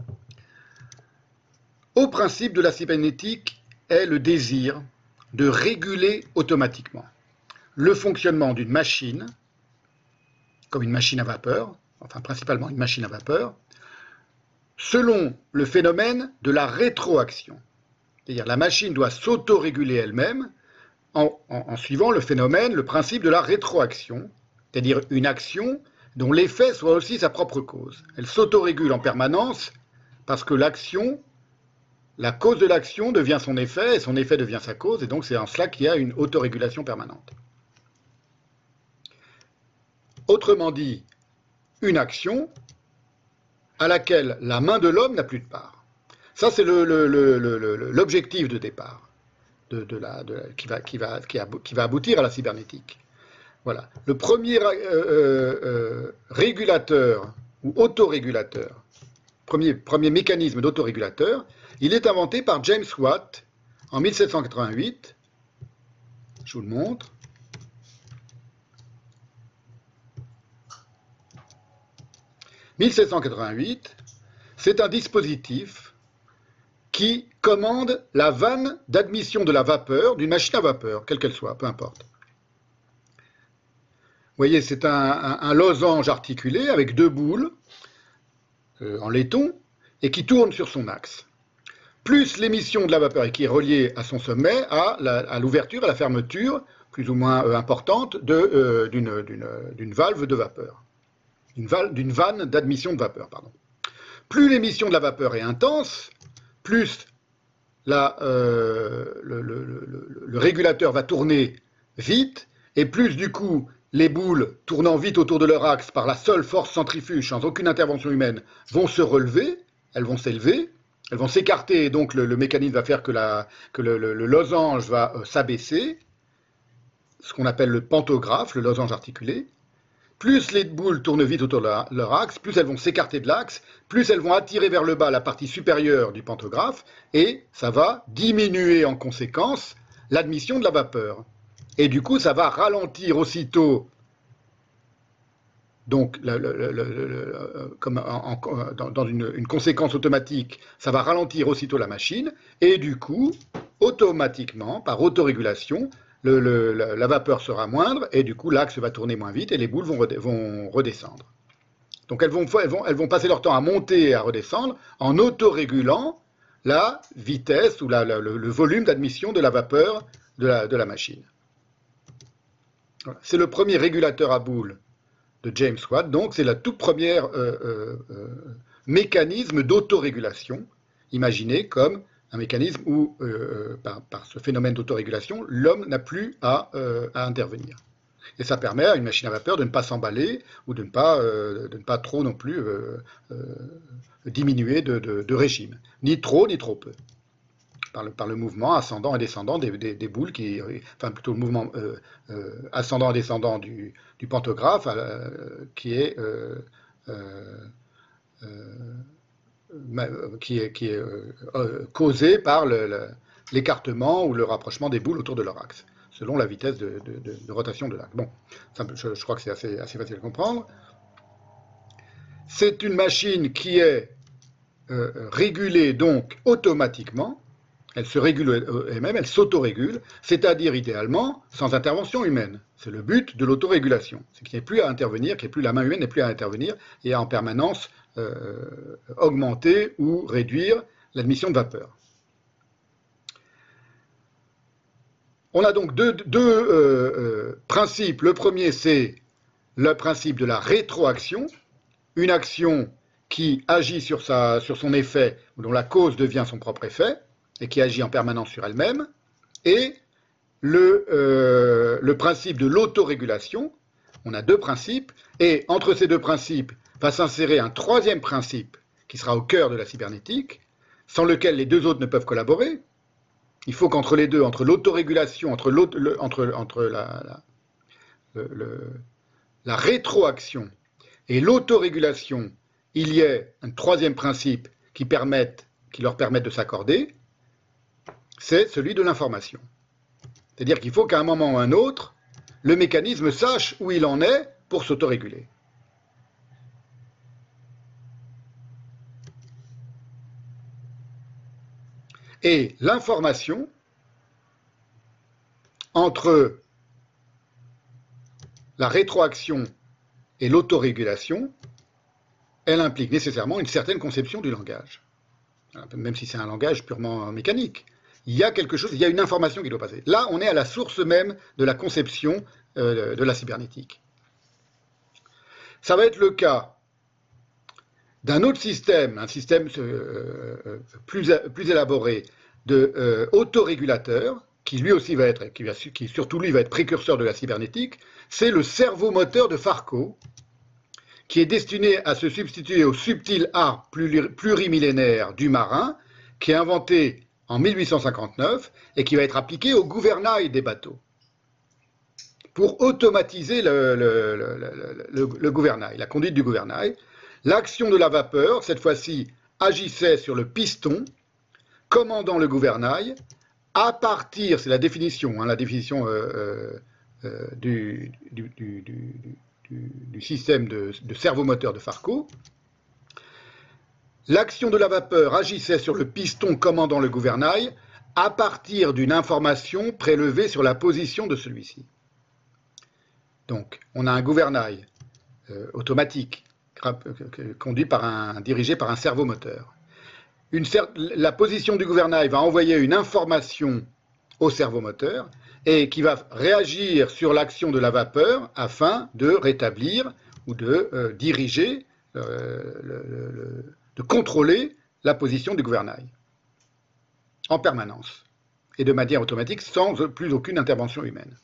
Au principe de la cybernétique est le désir de réguler automatiquement le fonctionnement d'une machine, comme une machine à vapeur, enfin principalement une machine à vapeur, selon le phénomène de la rétroaction. C'est-à-dire la machine doit s'autoréguler elle-même en suivant le phénomène, le principe de la rétroaction, c'est-à-dire une action dont l'effet soit aussi sa propre cause. Elle s'autorégule en permanence parce que l'action, la cause de l'action devient son effet et son effet devient sa cause, et donc c'est en cela qu'il y a une autorégulation permanente. Autrement dit, une action à laquelle la main de l'homme n'a plus de part. Ça, c'est l'objectif de départ. Qui va aboutir à la cybernétique. Voilà. Le premier régulateur ou autorégulateur, premier mécanisme d'autorégulateur, il est inventé par James Watt en 1788. Je vous le montre. « 1788, c'est un dispositif qui commande la vanne d'admission de la vapeur d'une machine à vapeur, quelle qu'elle soit, peu importe. Vous voyez, c'est un losange articulé avec 2 boules. en laiton et qui tourne sur son axe, plus l'émission de la vapeur et qui est reliée à son sommet, à l'ouverture, à la fermeture, plus ou moins importante, d'une valve de vapeur, d'une vanne d'admission de vapeur, pardon. Plus l'émission de la vapeur est intense, plus le régulateur va tourner vite, et plus du coup les boules tournant vite autour de leur axe par la seule force centrifuge, sans aucune intervention humaine, vont se relever, elles vont s'élever, elles vont s'écarter, et donc le mécanisme va faire que le losange va s'abaisser, ce qu'on appelle le pantographe, le losange articulé. Plus les boules tournent vite autour de leur axe, plus elles vont s'écarter de l'axe, plus elles vont attirer vers le bas la partie supérieure du pantographe, et ça va diminuer en conséquence l'admission de la vapeur. Et du coup, ça va ralentir aussitôt, donc comme dans une conséquence automatique, ça va ralentir aussitôt la machine, et du coup, automatiquement, par autorégulation, la vapeur sera moindre, et du coup, l'axe va tourner moins vite, et les boules vont redescendre. Donc elles vont passer leur temps à monter et à redescendre en autorégulant la vitesse ou le volume d'admission de la vapeur de la machine. Voilà. C'est le premier régulateur à boules de James Watt, donc c'est la toute première mécanisme d'autorégulation, imaginé comme un mécanisme où, par ce phénomène d'autorégulation, l'homme n'a plus à intervenir. Et ça permet à une machine à vapeur de ne pas s'emballer ou de ne pas trop non plus diminuer de régime, ni trop ni trop peu. Par le mouvement ascendant et descendant des boules, enfin plutôt le mouvement ascendant et descendant du pantographe qui est causé par l'écartement ou le rapprochement des boules autour de leur axe, selon la vitesse de rotation de l'axe. Bon, ça, je crois que c'est assez facile à comprendre. C'est une machine qui est régulée donc automatiquement. Elle se régule elle-même, elle s'autorégule, c'est-à-dire idéalement sans intervention humaine. C'est le but de l'autorégulation. C'est qu'il n'y ait plus à intervenir, la main humaine n'ait plus à intervenir et à en permanence augmenter ou réduire l'admission de vapeur. On a donc deux principes. Le premier, c'est le principe de la rétroaction, une action qui agit sur son effet, dont la cause devient son propre effet, et qui agit en permanence sur elle-même, et le principe de l'autorégulation. On a deux principes, et entre ces deux principes va s'insérer un troisième principe qui sera au cœur de la cybernétique, sans lequel les deux autres ne peuvent collaborer. Il faut qu'entre les deux, entre l'autorégulation, entre la rétroaction et l'autorégulation, il y ait un troisième principe qui leur permette de s'accorder, c'est celui de l'information. C'est-à-dire qu'il faut qu'à un moment ou à un autre, le mécanisme sache où il en est pour s'autoréguler. Et l'information entre la rétroaction et l'autorégulation, elle implique nécessairement une certaine conception du langage. Même si c'est un langage purement mécanique. Il y a quelque chose, il y a une information qui doit passer. Là, on est à la source même de la conception de la cybernétique. Ça va être le cas d'un autre système, un système plus élaboré de autorégulateur, qui lui aussi va être, qui surtout lui va être précurseur de la cybernétique, c'est le cerveau moteur de Farco, qui est destiné à se substituer au subtil art plurimillénaire du marin, qui est inventé en 1859 et qui va être appliqué au gouvernail des bateaux, pour automatiser le gouvernail, la conduite du gouvernail. L'action de la vapeur, cette fois-ci, agissait sur le piston, commandant le gouvernail, à partir, c'est la définition du système de cerveau moteur de Farco. L'action de la vapeur agissait sur le piston commandant le gouvernail à partir d'une information prélevée sur la position de celui-ci. Donc, on a un gouvernail automatique dirigé par un servomoteur. La position du gouvernail va envoyer une information au servomoteur et qui va réagir sur l'action de la vapeur afin de rétablir ou de diriger, de contrôler la position du gouvernail en permanence et de manière automatique sans plus aucune intervention humaine.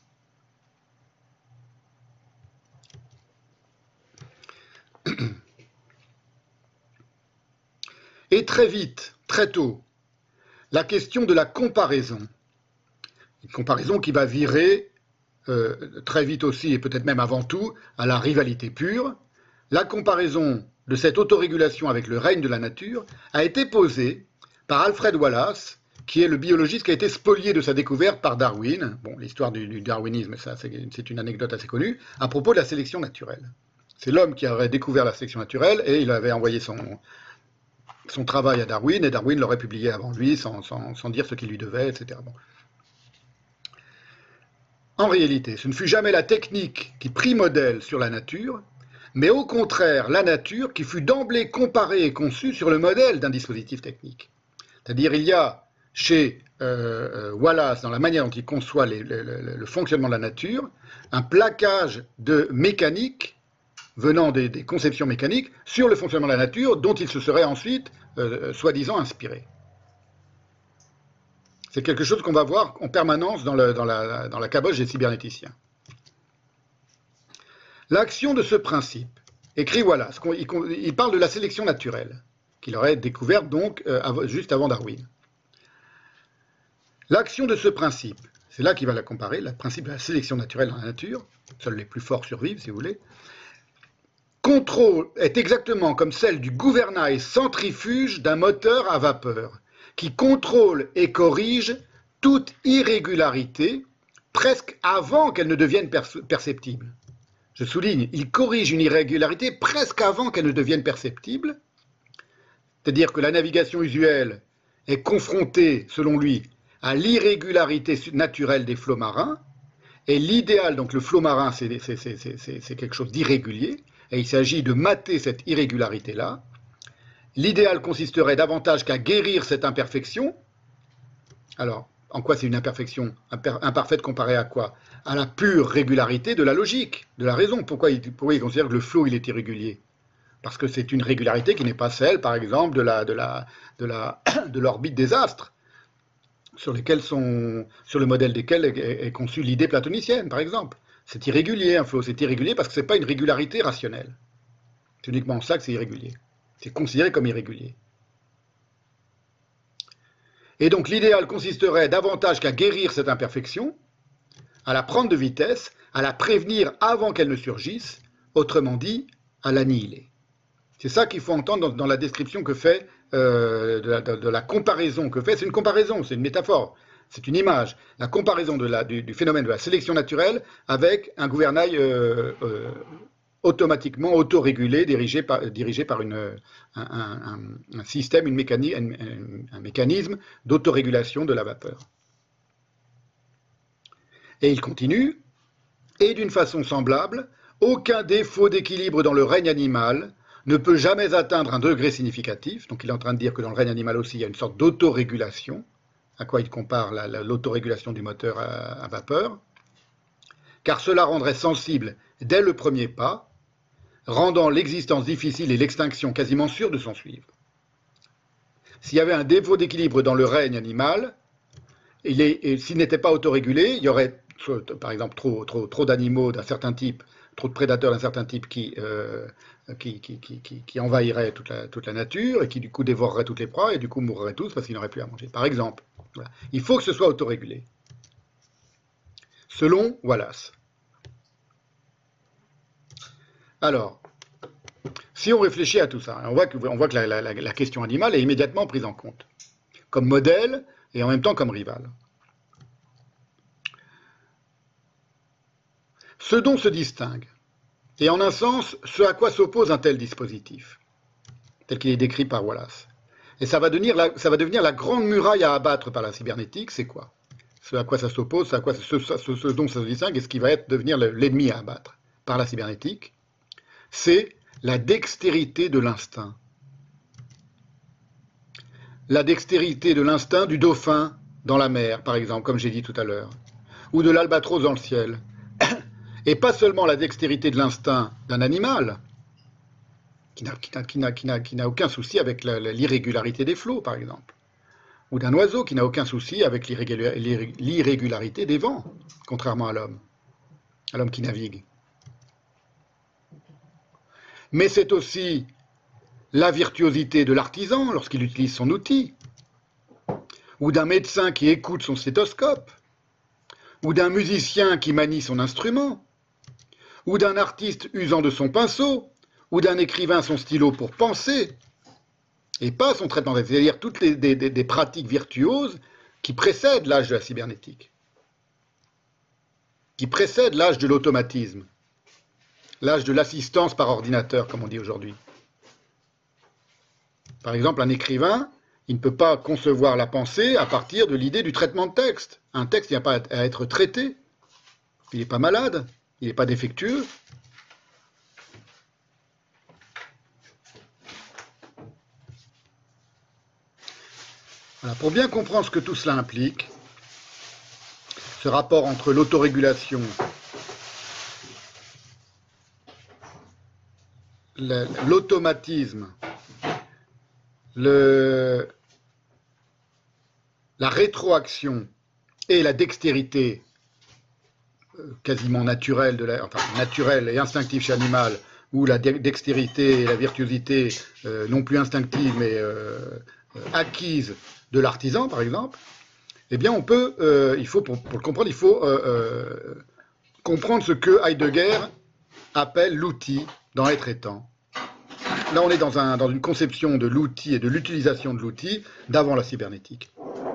Et très vite, très tôt, la question de la comparaison. Une comparaison qui va virer très vite aussi, et peut-être même avant tout, à la rivalité pure. La comparaison de cette autorégulation avec le règne de la nature a été posée par Alfred Wallace, qui est le biologiste qui a été spolié de sa découverte par Darwin. Bon, l'histoire du darwinisme, ça, c'est une anecdote assez connue, à propos de la sélection naturelle. C'est l'homme qui aurait découvert la sélection naturelle, et il avait envoyé son travail à Darwin, et Darwin l'aurait publié avant lui, sans dire ce qu'il lui devait, etc. Bon. En réalité, ce ne fut jamais la technique qui prit modèle sur la nature, mais au contraire la nature qui fut d'emblée comparée et conçue sur le modèle d'un dispositif technique. C'est-à-dire, il y a chez Wallace, dans la manière dont il conçoit le fonctionnement de la nature, un plaquage de mécanique venant des conceptions mécaniques sur le fonctionnement de la nature dont il se serait ensuite, soi-disant, inspiré. C'est quelque chose qu'on va voir en permanence dans la caboche des cybernéticiens. L'action de ce principe, écrit Wallace, il parle de la sélection naturelle, qu'il aurait découverte donc juste avant Darwin. L'action de ce principe, c'est là qu'il va la comparer, le principe de la sélection naturelle dans la nature, seuls les plus forts survivent si vous voulez, est exactement comme celle du gouvernail centrifuge d'un moteur à vapeur, qui contrôle et corrige toute irrégularité presque avant qu'elle ne devienne perceptible. Je souligne, il corrige une irrégularité presque avant qu'elle ne devienne perceptible, c'est-à-dire que la navigation usuelle est confrontée, selon lui, à l'irrégularité naturelle des flots marins, et l'idéal, donc le flot marin, c'est quelque chose d'irrégulier, et il s'agit de mater cette irrégularité-là. L'idéal consisterait davantage qu'à guérir cette imperfection. Alors, en quoi c'est une imperfection imparfaite comparée à quoi? À la pure régularité de la logique, de la raison. Pourquoi il considère que le flot il est irrégulier? Parce que c'est une régularité qui n'est pas celle, par exemple, de l'orbite des astres, sur le modèle desquels est conçue l'idée platonicienne, par exemple. C'est irrégulier, un flot. C'est irrégulier parce que ce n'est pas une régularité rationnelle. C'est uniquement ça que c'est irrégulier. C'est considéré comme irrégulier. Et donc l'idéal consisterait davantage qu'à guérir cette imperfection, à la prendre de vitesse, à la prévenir avant qu'elle ne surgisse, autrement dit, à l'annihiler. C'est ça qu'il faut entendre dans la description que fait, de la comparaison que fait. C'est une comparaison, c'est une métaphore, c'est une image. La comparaison du phénomène de la sélection naturelle avec un gouvernail automatiquement autorégulé, dirigé par un système, un mécanisme d'autorégulation de la vapeur. Et il continue, et d'une façon semblable, aucun défaut d'équilibre dans le règne animal ne peut jamais atteindre un degré significatif. Donc il est en train de dire que dans le règne animal aussi, il y a une sorte d'autorégulation, à quoi il compare l'autorégulation du moteur à vapeur, car cela rendrait sensible dès le premier pas, rendant l'existence difficile et l'extinction quasiment sûre de s'en suivre. S'il y avait un défaut d'équilibre dans le règne animal, s'il n'était pas autorégulé, il y aurait, par exemple, trop d'animaux d'un certain type, trop de prédateurs d'un certain type qui envahiraient toute la nature et qui du coup dévoreraient toutes les proies et du coup mourraient tous parce qu'ils n'auraient plus à manger. Par exemple, voilà. Il faut que ce soit autorégulé. Selon Wallace. Alors, si on réfléchit à tout ça, on voit que la question animale est immédiatement prise en compte, comme modèle et en même temps comme rival. Ce dont se distingue, et en un sens, ce à quoi s'oppose un tel dispositif, tel qu'il est décrit par Wallace. Et ça va devenir la grande muraille à abattre par la cybernétique, c'est quoi? Ce à quoi ça s'oppose, ce dont ça se distingue, et ce qui va devenir l'ennemi à abattre par la cybernétique, c'est la dextérité de l'instinct. La dextérité de l'instinct du dauphin dans la mer, par exemple, comme j'ai dit tout à l'heure, ou de l'albatros dans le ciel. Et pas seulement la dextérité de l'instinct d'un animal, qui n'a aucun souci avec l'irrégularité des flots, par exemple, ou d'un oiseau qui n'a aucun souci avec l'irrégularité des vents, contrairement à l'homme qui navigue. Mais c'est aussi la virtuosité de l'artisan lorsqu'il utilise son outil, ou d'un médecin qui écoute son stéthoscope, ou d'un musicien qui manie son instrument, ou d'un artiste usant de son pinceau, ou d'un écrivain son stylo pour penser, et pas son traitement, c'est-à-dire toutes des pratiques virtuoses qui précèdent l'âge de la cybernétique, qui précèdent l'âge de l'automatisme, l'âge de l'assistance par ordinateur, comme on dit aujourd'hui. Par exemple, un écrivain, il ne peut pas concevoir la pensée à partir de l'idée du traitement de texte. Un texte, il n'a pas à être traité. Il n'est pas malade, il n'est pas défectueux. Voilà, pour bien comprendre ce que tout cela implique, ce rapport entre l'autorégulation, l'automatisme, la rétroaction et la dextérité quasiment naturelle, naturelle et instinctive chez l'animal, ou la dextérité et la virtuosité non plus instinctive mais acquise de l'artisan, par exemple, eh bien on peut, il faut pour le comprendre, il faut comprendre ce que Heidegger appelle l'outil dans Être et Temps. Là, on est dans une conception de l'outil et de l'utilisation de l'outil d'avant la cybernétique.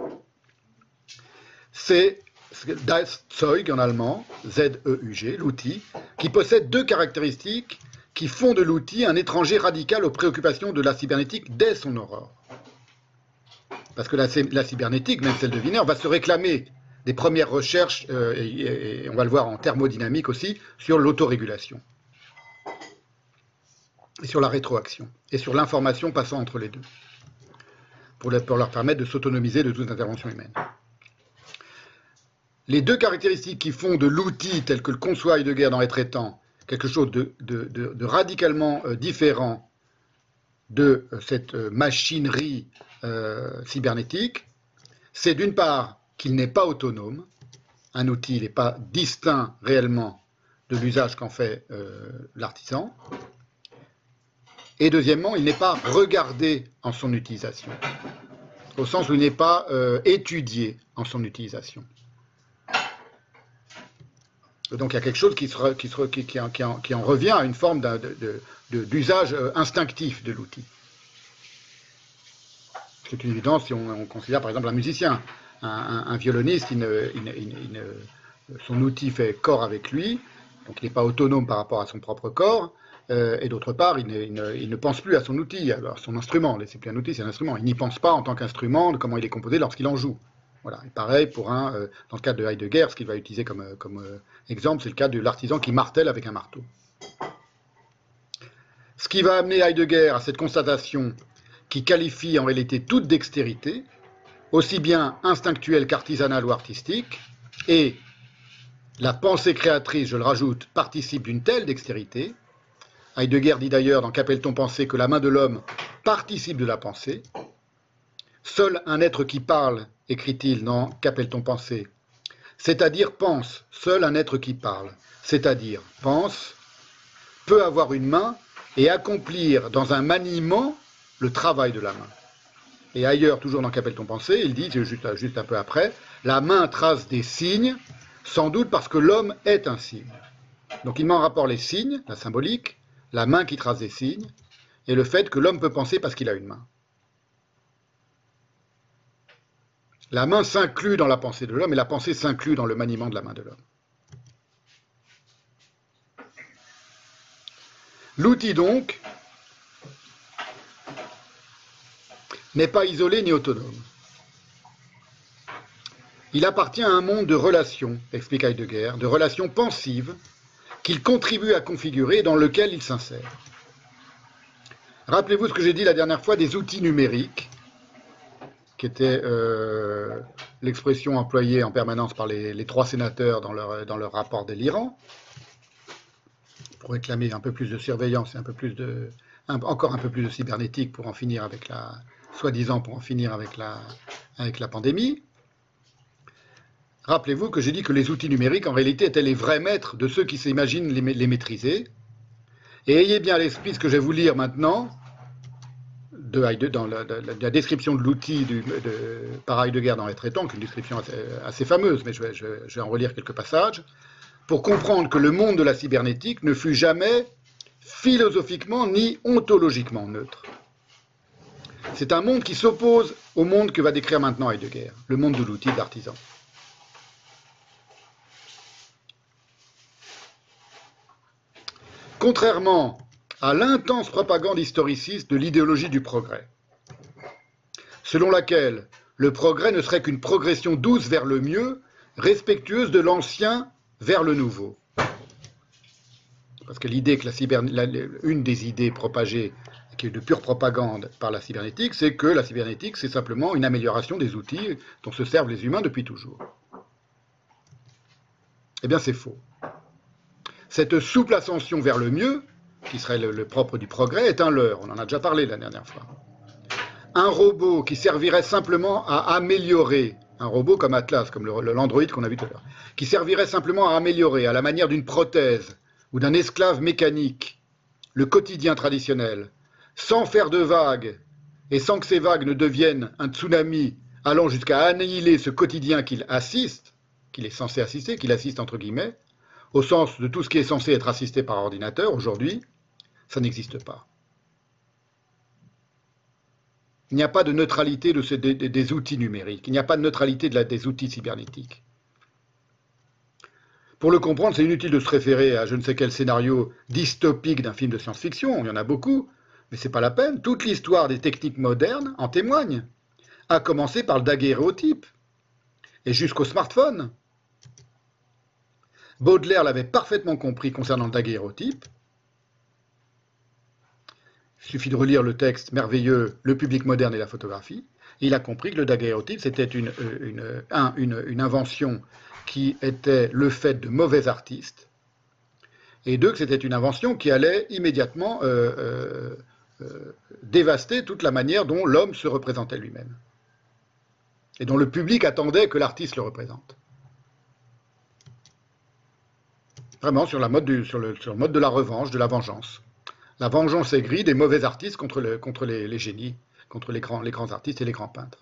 C'est das Zeug en allemand, Z-E-U-G, l'outil, qui possède deux caractéristiques qui font de l'outil un étranger radical aux préoccupations de la cybernétique dès son aurore. Parce que la cybernétique, même celle de Wiener, va se réclamer des premières recherches, et on va le voir en thermodynamique aussi, sur l'autorégulation, et sur la rétroaction, et sur l'information passant entre les deux, pour leur permettre de s'autonomiser de toute intervention humaine. Les deux caractéristiques qui font de l'outil, tel que le conçoit Heidegger dans Être et Temps, quelque chose de radicalement différent de cette machinerie cybernétique, c'est d'une part qu'il n'est pas autonome, un outil, il n'est pas distinct réellement de l'usage qu'en fait l'artisan, et deuxièmement, il n'est pas regardé en son utilisation, au sens où il n'est pas étudié en son utilisation. Donc il y a quelque chose qui en revient à une forme d'usage instinctif de l'outil. C'est une évidence si on considère par exemple un musicien, un violoniste, son outil fait corps avec lui, donc il n'est pas autonome par rapport à son propre corps, et d'autre part, il ne pense plus à son outil, à son instrument. C'est plus un outil, c'est un instrument. Il n'y pense pas en tant qu'instrument de comment il est composé lorsqu'il en joue. Voilà. Et pareil, dans le cadre de Heidegger, ce qu'il va utiliser comme exemple, c'est le cas de l'artisan qui martèle avec un marteau. Ce qui va amener Heidegger à cette constatation qui qualifie en réalité toute dextérité, aussi bien instinctuelle qu'artisanale ou artistique, et la pensée créatrice, je le rajoute, participe d'une telle dextérité. Heidegger dit d'ailleurs dans Qu'appelle-t-on penser que la main de l'homme participe de la pensée. Seul un être qui parle, écrit-il dans Qu'appelle-t-on penser, c'est-à-dire pense, seul un être qui parle, c'est-à-dire pense, peut avoir une main et accomplir dans un maniement le travail de la main. Et ailleurs, toujours dans Qu'appelle-t-on penser, il dit, juste un peu après, la main trace des signes, sans doute parce que l'homme est un signe. Donc il met en rapport les signes, la symbolique, la main qui trace des signes, et le fait que l'homme peut penser parce qu'il a une main. La main s'inclut dans la pensée de l'homme, et la pensée s'inclut dans le maniement de la main de l'homme. L'outil, donc, n'est pas isolé ni autonome. Il appartient à un monde de relations, explique Heidegger, de relations pensives, qu'il contribue à configurer et dans lequel il s'insère. Rappelez-vous ce que j'ai dit la dernière fois des outils numériques, qui était l'expression employée en permanence par les trois sénateurs dans leur rapport délirant, pour réclamer un peu plus de surveillance et encore un peu plus de cybernétique pour en finir avec soi-disant pour en finir avec la pandémie. Rappelez-vous que j'ai dit que les outils numériques, en réalité, étaient les vrais maîtres de ceux qui s'imaginent les maîtriser. Et ayez bien à l'esprit ce que je vais vous lire maintenant, dans la description de l'outil par Heidegger dans Les Traitants, qui est une description assez fameuse, mais je vais en relire quelques passages, pour comprendre que le monde de la cybernétique ne fut jamais philosophiquement ni ontologiquement neutre. C'est un monde qui s'oppose au monde que va décrire maintenant Heidegger, le monde de l'outil de l'artisan. Contrairement à l'intense propagande historiciste de l'idéologie du progrès, selon laquelle le progrès ne serait qu'une progression douce vers le mieux, respectueuse de l'ancien vers le nouveau. Parce que l'idée que une des idées propagées, qui est de pure propagande par la cybernétique, c'est que la cybernétique, c'est simplement une amélioration des outils dont se servent les humains depuis toujours. Eh bien, c'est faux. Cette souple ascension vers le mieux, qui serait le propre du progrès, est un leurre. On en a déjà parlé la dernière fois. Un robot qui servirait simplement à améliorer, un robot comme Atlas, comme l'android qu'on a vu tout à l'heure, qui servirait simplement à améliorer, à la manière d'une prothèse ou d'un esclave mécanique, le quotidien traditionnel, sans faire de vagues et sans que ces vagues ne deviennent un tsunami allant jusqu'à annihiler ce quotidien qu'il assiste, qu'il est censé assister, qu'il assiste entre guillemets, au sens de tout ce qui est censé être assisté par ordinateur aujourd'hui, ça n'existe pas. Il n'y a pas de neutralité des outils numériques, il n'y a pas de neutralité des outils cybernétiques. Pour le comprendre, c'est inutile de se référer à je ne sais quel scénario dystopique d'un film de science-fiction, il y en a beaucoup, mais c'est pas la peine. Toute l'histoire des techniques modernes en témoigne, à commencer par le daguerréotype, et jusqu'au smartphone. Baudelaire l'avait parfaitement compris concernant le daguerréotype. Il suffit de relire le texte merveilleux « Le public moderne et la photographie ». Il a compris que le daguerréotype, c'était une invention qui était le fait de mauvais artistes, et deux, que c'était une invention qui allait immédiatement dévaster toute la manière dont l'homme se représentait lui-même, et dont le public attendait que l'artiste le représente. Vraiment sur le mode de la revanche, de la vengeance. La vengeance aigrie des mauvais artistes contre les génies, contre les grands artistes et les grands peintres.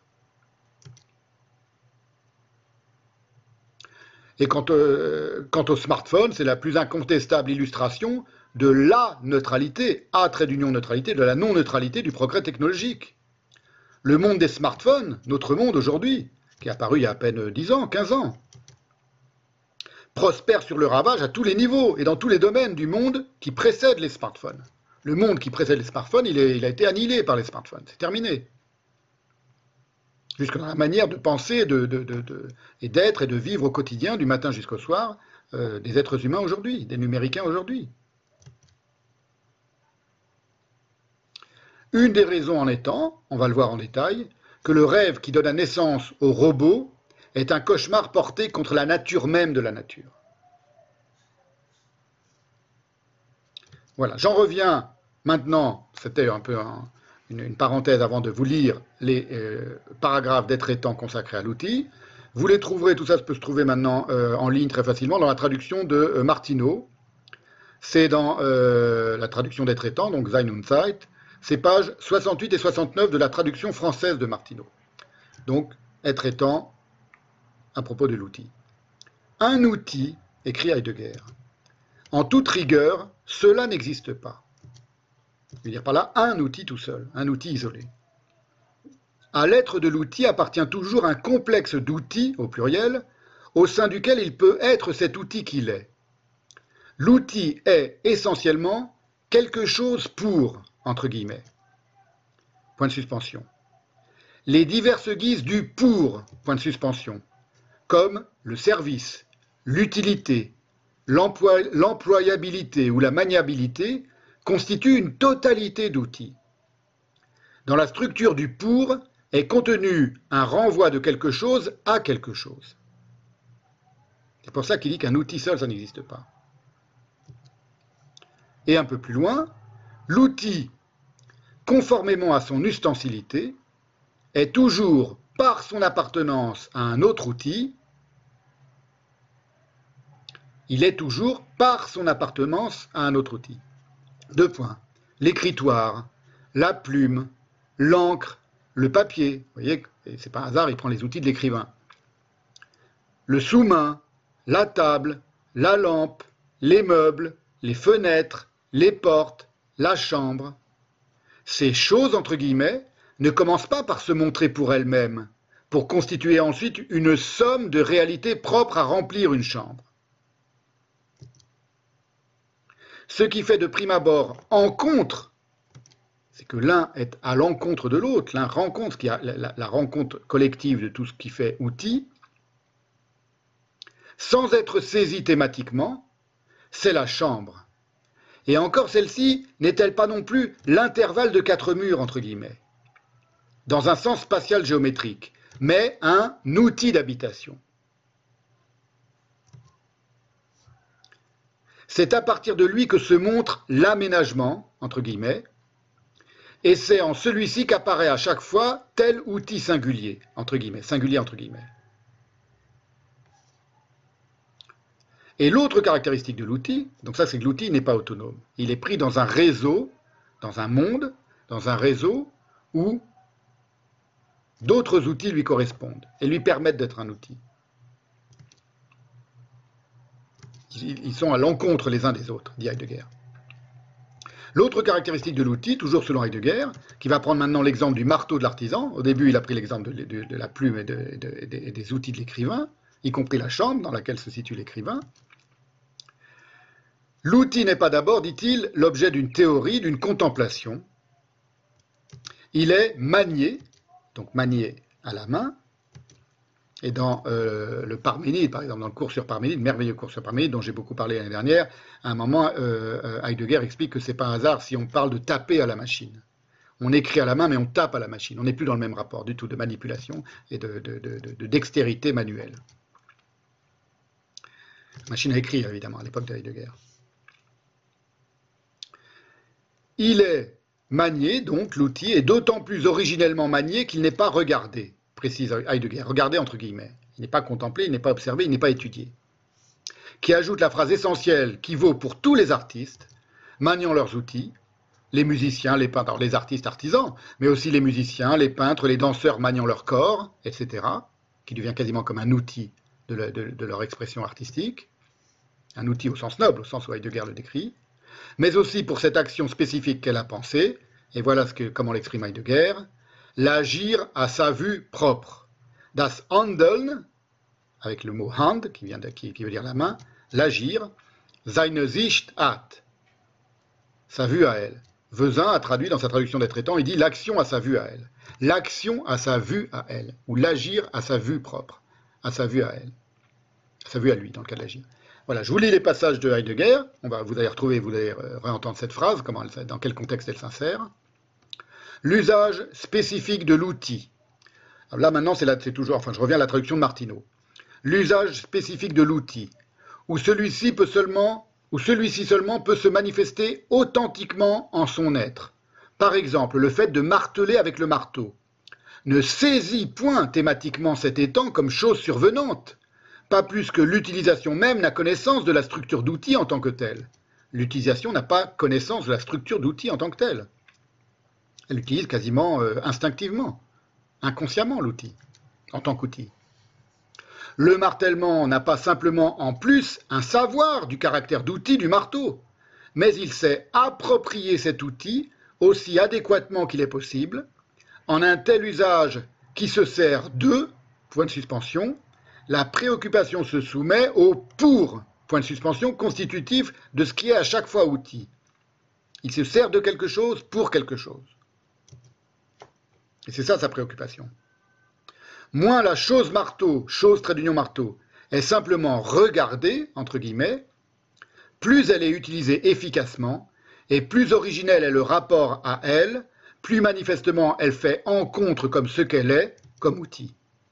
Et quant au smartphone, c'est la plus incontestable illustration de la neutralité, trait d'union neutralité, de la non-neutralité du progrès technologique. Le monde des smartphones, notre monde aujourd'hui, qui est apparu il y a à peine 10 ans, 15 ans, prospère sur le ravage à tous les niveaux et dans tous les domaines du monde qui précède les smartphones. Le monde qui précède les smartphones, il a été annihilé par les smartphones, c'est terminé. Jusque dans la manière de penser et d'être et de vivre au quotidien, du matin jusqu'au soir, des êtres humains aujourd'hui, des numéricains aujourd'hui. Une des raisons en étant, on va le voir en détail, que le rêve qui donne naissance au robot est un cauchemar porté contre la nature même de la nature. Voilà, j'en reviens maintenant, c'était un peu une parenthèse avant de vous lire les paragraphes des traitants consacrés à l'outil. Vous les trouverez, tout ça peut se trouver maintenant en ligne très facilement dans la traduction de Martineau. C'est dans la traduction des traitants, donc Sein und Zeit, c'est pages 68 et 69 de la traduction française de Martineau. Donc, les traitants à propos de l'outil. Un outil, écrit Heidegger, en toute rigueur, cela n'existe pas. Je veux dire par là un outil tout seul, un outil isolé. À l'être de l'outil appartient toujours un complexe d'outils, au pluriel, au sein duquel il peut être cet outil qu'il est. L'outil est essentiellement quelque chose pour, entre guillemets. Point de suspension. Les diverses guises du pour, point de suspension, comme le service, l'utilité, l'employabilité ou la maniabilité, constituent une totalité d'outils. Dans la structure du pour est contenu un renvoi de quelque chose à quelque chose. C'est pour ça qu'il dit qu'un outil seul, ça n'existe pas. Et un peu plus loin, l'outil, conformément à son ustensilité, est toujours, par son appartenance à un autre outil, il est toujours par son appartenance à un autre outil. 2 points. L'écritoire, la plume, l'encre, le papier. Vous voyez, c'est pas un hasard, il prend les outils de l'écrivain. Le sous-main, la table, la lampe, les meubles, les fenêtres, les portes, la chambre. Ces choses, entre guillemets, ne commencent pas par se montrer pour elles-mêmes, pour constituer ensuite une somme de réalités propres à remplir une chambre. Ce qui fait de prime abord encontre, c'est que l'un est à l'encontre de l'autre, l'un rencontre, qui a la rencontre collective de tout ce qui fait outil, sans être saisi thématiquement, c'est la chambre. Et encore celle-ci n'est-elle pas non plus l'intervalle de 4 murs, entre guillemets, dans un sens spatial géométrique, mais un outil d'habitation. C'est à partir de lui que se montre l'aménagement, entre guillemets, et c'est en celui-ci qu'apparaît à chaque fois tel outil singulier, entre guillemets, singulier entre guillemets. Et l'autre caractéristique de l'outil, donc ça c'est que l'outil n'est pas autonome. Il est pris dans un réseau, dans un monde, dans un réseau où d'autres outils lui correspondent et lui permettent d'être un outil. Ils sont à l'encontre les uns des autres, dit Heidegger. L'autre caractéristique de l'outil, toujours selon Heidegger, qui va prendre maintenant l'exemple du marteau de l'artisan. Au début, il a pris l'exemple de la plume et des outils de l'écrivain, y compris la chambre dans laquelle se situe l'écrivain. L'outil n'est pas d'abord, dit-il, l'objet d'une théorie, d'une contemplation. Il est manié, donc manié à la main. Et dans le Parménide, par exemple, dans le cours sur Parménide, merveilleux cours sur Parménide, dont j'ai beaucoup parlé l'année dernière, à un moment, Heidegger explique que ce n'est pas un hasard si on parle de taper à la machine. On écrit à la main, mais on tape à la machine. On n'est plus dans le même rapport du tout de manipulation et de dextérité manuelle. La machine à écrire, évidemment, à l'époque de Heidegger. Il est manié, donc, l'outil, est d'autant plus originellement manié qu'il n'est pas regardé, précise Heidegger, regardé entre guillemets. Il n'est pas contemplé, il n'est pas observé, il n'est pas étudié. Qui ajoute la phrase essentielle qui vaut pour tous les artistes, maniant leurs outils, les musiciens, les peintres, alors les artistes artisans, mais aussi les musiciens, les peintres, les danseurs maniant leur corps, etc., qui devient quasiment comme un outil de leur expression artistique, un outil au sens noble, au sens où Heidegger le décrit, mais aussi pour cette action spécifique qu'elle a pensée, et voilà comment l'exprime Heidegger, l'agir à sa vue propre. Das Handeln, avec le mot Hand, qui veut dire la main, l'agir, seine Sicht hat, sa vue à elle. Vezin a traduit dans sa traduction des Traitants, il dit l'action à sa vue à elle. L'action à sa vue à elle, ou l'agir à sa vue propre, à sa vue à elle. À sa vue à lui, dans le cas de l'agir. Voilà, je vous lis les passages de Heidegger, vous allez retrouver, vous allez réentendre cette phrase, dans quel contexte elle s'insère. L'usage spécifique de l'outil. Là maintenant, c'est toujours, je reviens à la traduction de Martineau. L'usage spécifique de l'outil, où celui-ci seulement peut se manifester authentiquement en son être. Par exemple, le fait de marteler avec le marteau ne saisit point thématiquement cet étant comme chose survenante, pas plus que l'utilisation même n'a connaissance de la structure d'outil en tant que telle. L'utilisation n'a pas connaissance de la structure d'outil en tant que telle. Elle l'utilise quasiment instinctivement, inconsciemment l'outil, en tant qu'outil. Le martèlement n'a pas simplement en plus un savoir du caractère d'outil du marteau, mais il sait approprier cet outil aussi adéquatement qu'il est possible, en un tel usage qui se sert de, point de suspension, la préoccupation se soumet au pour, point de suspension, constitutif de ce qui est à chaque fois outil. Il se sert de quelque chose pour quelque chose. Et c'est ça sa préoccupation. Moins la chose marteau, chose trait d'union marteau, est simplement regardée, entre guillemets, plus elle est utilisée efficacement, et plus originel est le rapport à elle plus manifestement elle fait encontre comme ce qu'elle est, comme outil.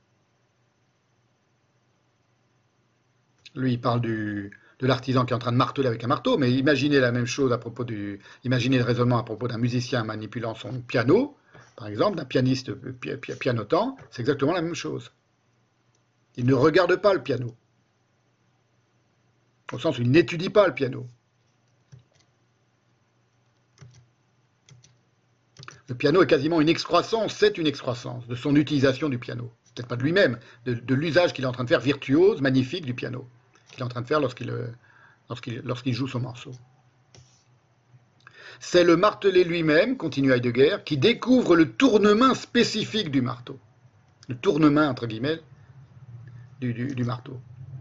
Lui, il parle de l'artisan qui est en train de marteler avec un marteau, mais imaginez la même chose imaginez le raisonnement à propos d'un musicien manipulant son piano, par exemple, d'un pianiste pianotant, c'est exactement la même chose. Il ne regarde pas le piano, au sens où il n'étudie pas le piano. Le piano est quasiment une excroissance, c'est une excroissance de son utilisation du piano. Peut-être pas de lui-même, de l'usage qu'il est en train de faire virtuose, magnifique du piano, qu'il est en train de faire lorsqu'il joue son morceau. C'est le martelé lui-même, continue Heidegger, qui découvre le tournement spécifique du marteau. Le tournement, entre guillemets, du marteau.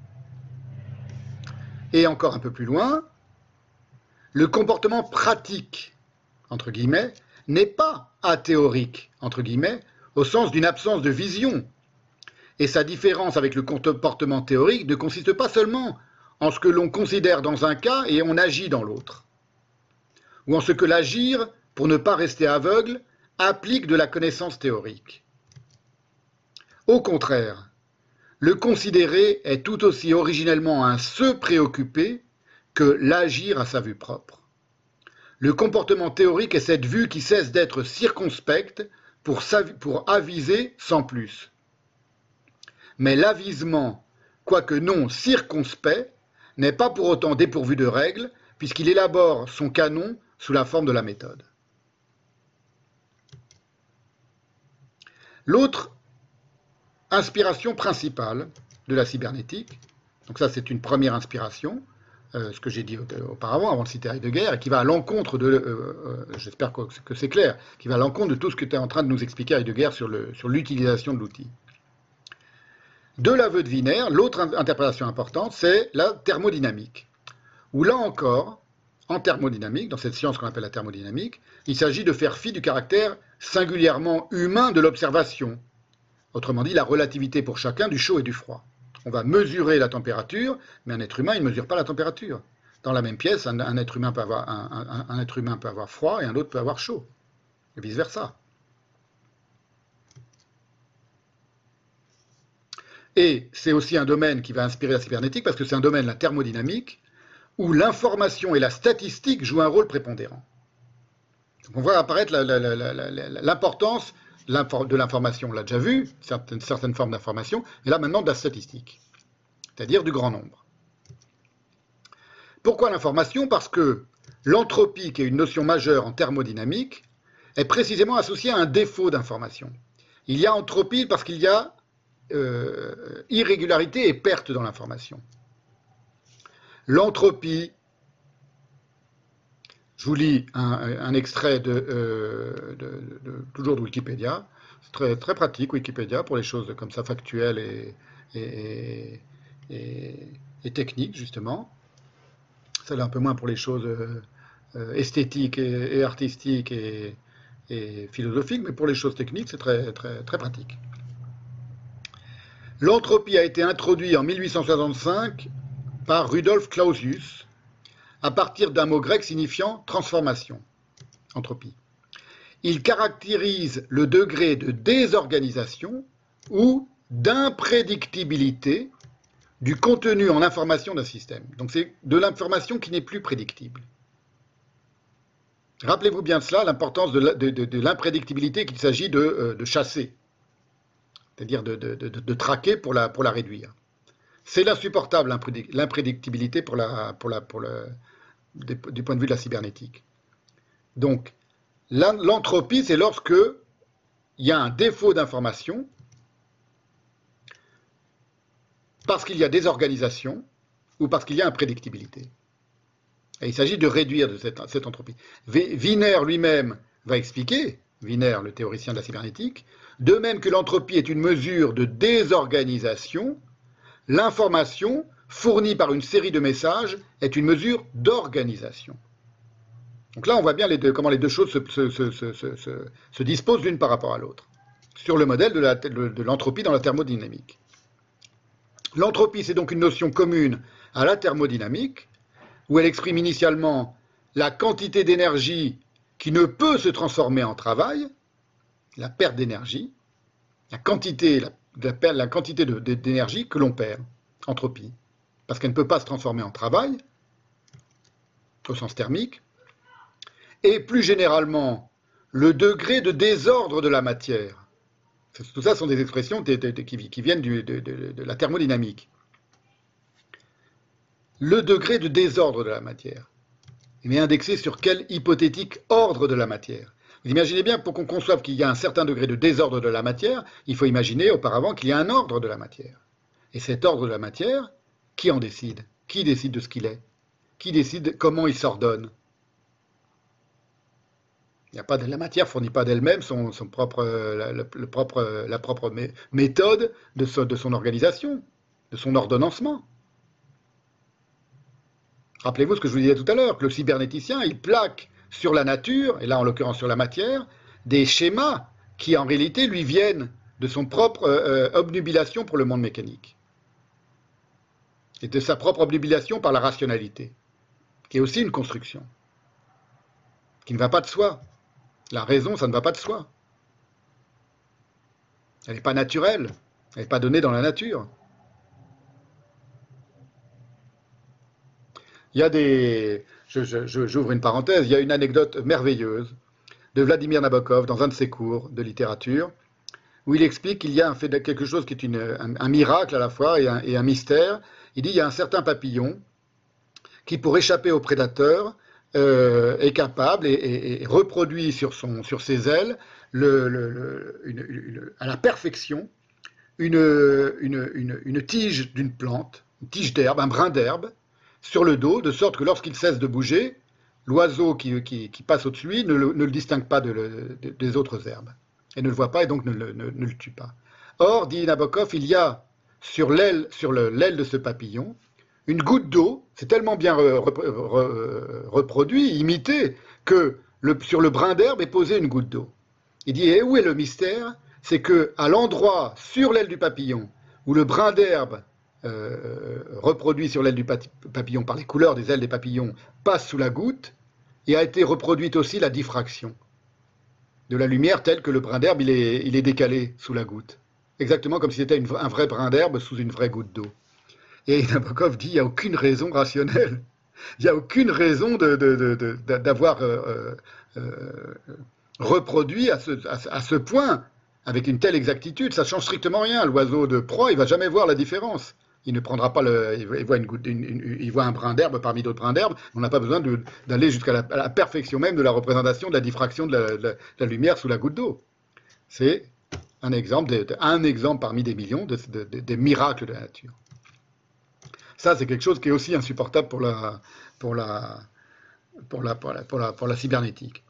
Et encore un peu plus loin, le comportement pratique, entre guillemets, n'est pas athéorique, entre guillemets, au sens d'une absence de vision. Et sa différence avec le comportement théorique ne consiste pas seulement en ce que l'on considère dans un cas et on agit dans l'autre, ou en ce que l'agir, pour ne pas rester aveugle, applique de la connaissance théorique. Au contraire, le considérer est tout aussi originellement un se préoccuper que l'agir à sa vue propre. Le comportement théorique est cette vue qui cesse d'être circonspecte pour aviser sans plus. Mais l'avisement, quoique non circonspect, n'est pas pour autant dépourvu de règles, puisqu'il élabore son canon sous la forme de la méthode. L'autre inspiration principale de la cybernétique, donc ça c'est une première inspiration, ce que j'ai dit auparavant, avant de citer Heidegger, et qui va à l'encontre de, j'espère que c'est clair, qui va à l'encontre de tout ce que tu es en train de nous expliquer Heidegger sur l'utilisation de l'outil. De l'aveu de Wiener, l'autre interprétation importante, c'est la thermodynamique, où là encore, en thermodynamique, dans cette science qu'on appelle la thermodynamique, il s'agit de faire fi du caractère singulièrement humain de l'observation, autrement dit la relativité pour chacun du chaud et du froid. On va mesurer la température, mais un être humain, il ne mesure pas la température. Dans la même pièce, un être humain peut avoir froid et un autre peut avoir chaud, et vice-versa. Et c'est aussi un domaine qui va inspirer la cybernétique, parce que c'est un domaine, la thermodynamique, où l'information et la statistique jouent un rôle prépondérant. Donc on voit apparaître l'importance de l'information, on l'a déjà vu, certaines formes d'information, et là maintenant de la statistique, c'est-à-dire du grand nombre. Pourquoi l'information? Parce que l'entropie, qui est une notion majeure en thermodynamique, est précisément associée à un défaut d'information. Il y a entropie parce qu'il y a irrégularité et perte dans l'information. L'entropie, je vous lis un extrait toujours de Wikipédia, c'est très, très pratique Wikipédia pour les choses comme ça factuelles et techniques justement. Ça l'est un peu moins pour les choses esthétiques et artistiques et philosophiques, mais pour les choses techniques c'est très, très, très pratique. L'entropie a été introduite en 1865 par Rudolf Clausius, à partir d'un mot grec signifiant transformation, entropie. Il caractérise le degré de désorganisation ou d'imprédictibilité du contenu en information d'un système. Donc c'est de l'information qui n'est plus prédictible. Rappelez-vous bien de cela, l'importance de l'imprédictibilité qu'il s'agit de chasser, c'est-à-dire de traquer pour la réduire. C'est l'insupportable, l'imprédictibilité du point de vue de la cybernétique. Donc, l'entropie, c'est lorsque il y a un défaut d'information, parce qu'il y a désorganisation, ou parce qu'il y a imprédictibilité. Et il s'agit de réduire de cette entropie. Wiener lui-même va expliquer, Wiener, le théoricien de la cybernétique, de même que l'entropie est une mesure de désorganisation, l'information fournie par une série de messages est une mesure d'organisation. Donc là, on voit bien comment les deux choses se disposent l'une par rapport à l'autre, sur le modèle de l'entropie dans la thermodynamique. L'entropie, c'est donc une notion commune à la thermodynamique, où elle exprime initialement la quantité d'énergie qui ne peut se transformer en travail, la perte d'énergie, la quantité d'énergie que l'on perd, entropie, parce qu'elle ne peut pas se transformer en travail, au sens thermique, et plus généralement, le degré de désordre de la matière. Tout ça sont des expressions qui viennent de la thermodynamique. Le degré de désordre de la matière. Il est indexé sur quel hypothétique ordre de la matière. Vous imaginez bien, pour qu'on conçoive qu'il y a un certain degré de désordre de la matière, il faut imaginer auparavant qu'il y a un ordre de la matière. Et cet ordre de la matière, qui en décide? Qui décide de ce qu'il est? Qui décide comment il s'ordonne? La matière ne fournit pas d'elle-même la propre méthode de son organisation, de son ordonnancement. Rappelez-vous ce que je vous disais tout à l'heure, que le cybernéticien, il plaque sur la nature, et là en l'occurrence sur la matière, des schémas qui en réalité lui viennent de son propre obnubilation pour le monde mécanique. Et de sa propre obnubilation par la rationalité, qui est aussi une construction, qui ne va pas de soi. La raison, ça ne va pas de soi. Elle n'est pas naturelle, elle n'est pas donnée dans la nature. Il y a j'ouvre une parenthèse, il y a une anecdote merveilleuse de Vladimir Nabokov dans un de ses cours de littérature, où il explique qu'il y a quelque chose qui est un miracle à la fois et un mystère. Il dit qu'il y a un certain papillon qui, pour échapper aux prédateurs, est capable et reproduit sur ses ailes à la perfection une tige d'une plante, une tige d'herbe, un brin d'herbe, sur le dos, de sorte que lorsqu'il cesse de bouger, l'oiseau qui passe au-dessus de lui ne le distingue pas des autres herbes, et ne le voit pas et donc ne le tue pas. Or, dit Nabokov, il y a sur l'aile de ce papillon une goutte d'eau, c'est tellement bien reproduit, imité, que sur le brin d'herbe est posée une goutte d'eau. Il dit, et où est le mystère? C'est qu'à l'endroit, sur l'aile du papillon, où le brin d'herbe reproduit sur l'aile du papillon par les couleurs des ailes des papillons passe sous la goutte, et a été reproduite aussi la diffraction de la lumière telle que le brin d'herbe il est décalé sous la goutte. Exactement comme si c'était un vrai brin d'herbe sous une vraie goutte d'eau. Et Nabokov dit, il n'y a aucune raison rationnelle. Il n'y a aucune raison d'avoir reproduit à ce point, avec une telle exactitude. Ça ne change strictement rien. L'oiseau de proie, il ne va jamais voir la différence. Il ne prendra pas il voit un brin d'herbe parmi d'autres brins d'herbe. On n'a pas besoin d'aller jusqu'à la perfection même de la représentation de la diffraction de la lumière sous la goutte d'eau. C'est un exemple parmi des millions des miracles de la nature. Ça, c'est quelque chose qui est aussi insupportable pour la cybernétique.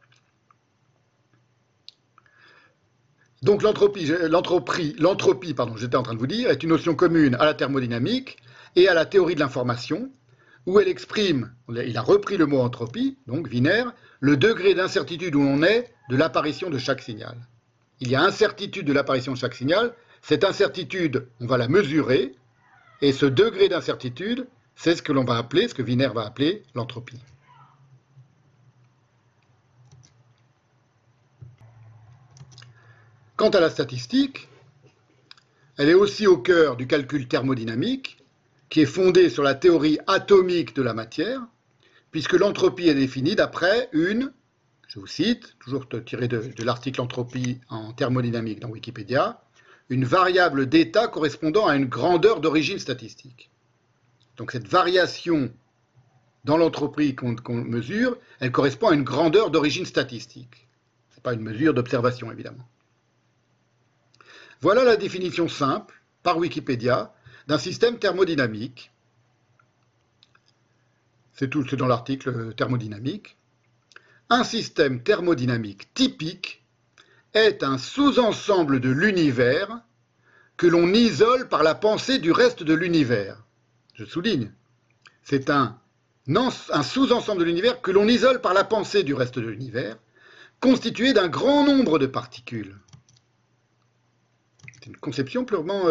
Donc l'entropie, j'étais en train de vous dire, est une notion commune à la thermodynamique et à la théorie de l'information, où elle exprime, il a repris le mot entropie, donc Wiener, le degré d'incertitude où l'on est de l'apparition de chaque signal. Il y a incertitude de l'apparition de chaque signal, cette incertitude, on va la mesurer, et ce degré d'incertitude, c'est ce que l'on va appeler, ce que Wiener va appeler l'entropie. Quant à la statistique, elle est aussi au cœur du calcul thermodynamique, qui est fondé sur la théorie atomique de la matière, puisque l'entropie est définie d'après je vous cite, toujours tiré de l'article entropie en thermodynamique dans Wikipédia, une variable d'état correspondant à une grandeur d'origine statistique. Donc cette variation dans l'entropie qu'on mesure, elle correspond à une grandeur d'origine statistique. Ce n'est pas une mesure d'observation, évidemment. Voilà la définition simple, par Wikipédia, d'un système thermodynamique. C'est dans l'article thermodynamique. Un système thermodynamique typique est un sous-ensemble de l'univers que l'on isole par la pensée du reste de l'univers. Je souligne, c'est un sous-ensemble de l'univers que l'on isole par la pensée du reste de l'univers, constitué d'un grand nombre de particules. C'est une conception purement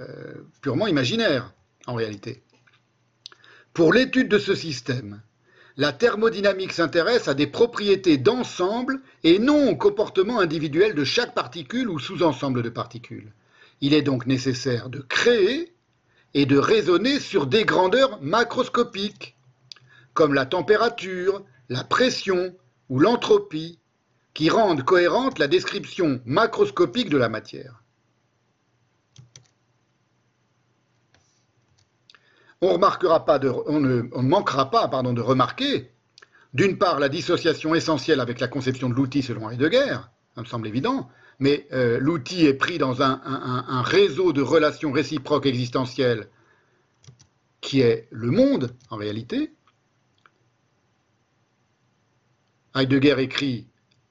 imaginaire, en réalité. Pour l'étude de ce système, la thermodynamique s'intéresse à des propriétés d'ensemble et non au comportement individuel de chaque particule ou sous-ensemble de particules. Il est donc nécessaire de créer et de raisonner sur des grandeurs macroscopiques, comme la température, la pression ou l'entropie, qui rendent cohérente la description macroscopique de la matière. On ne manquera pas de remarquer, d'une part, la dissociation essentielle avec la conception de l'outil selon Heidegger, ça me semble évident, mais l'outil est pris dans un réseau de relations réciproques existentielles qui est le monde, en réalité. Heidegger écrit,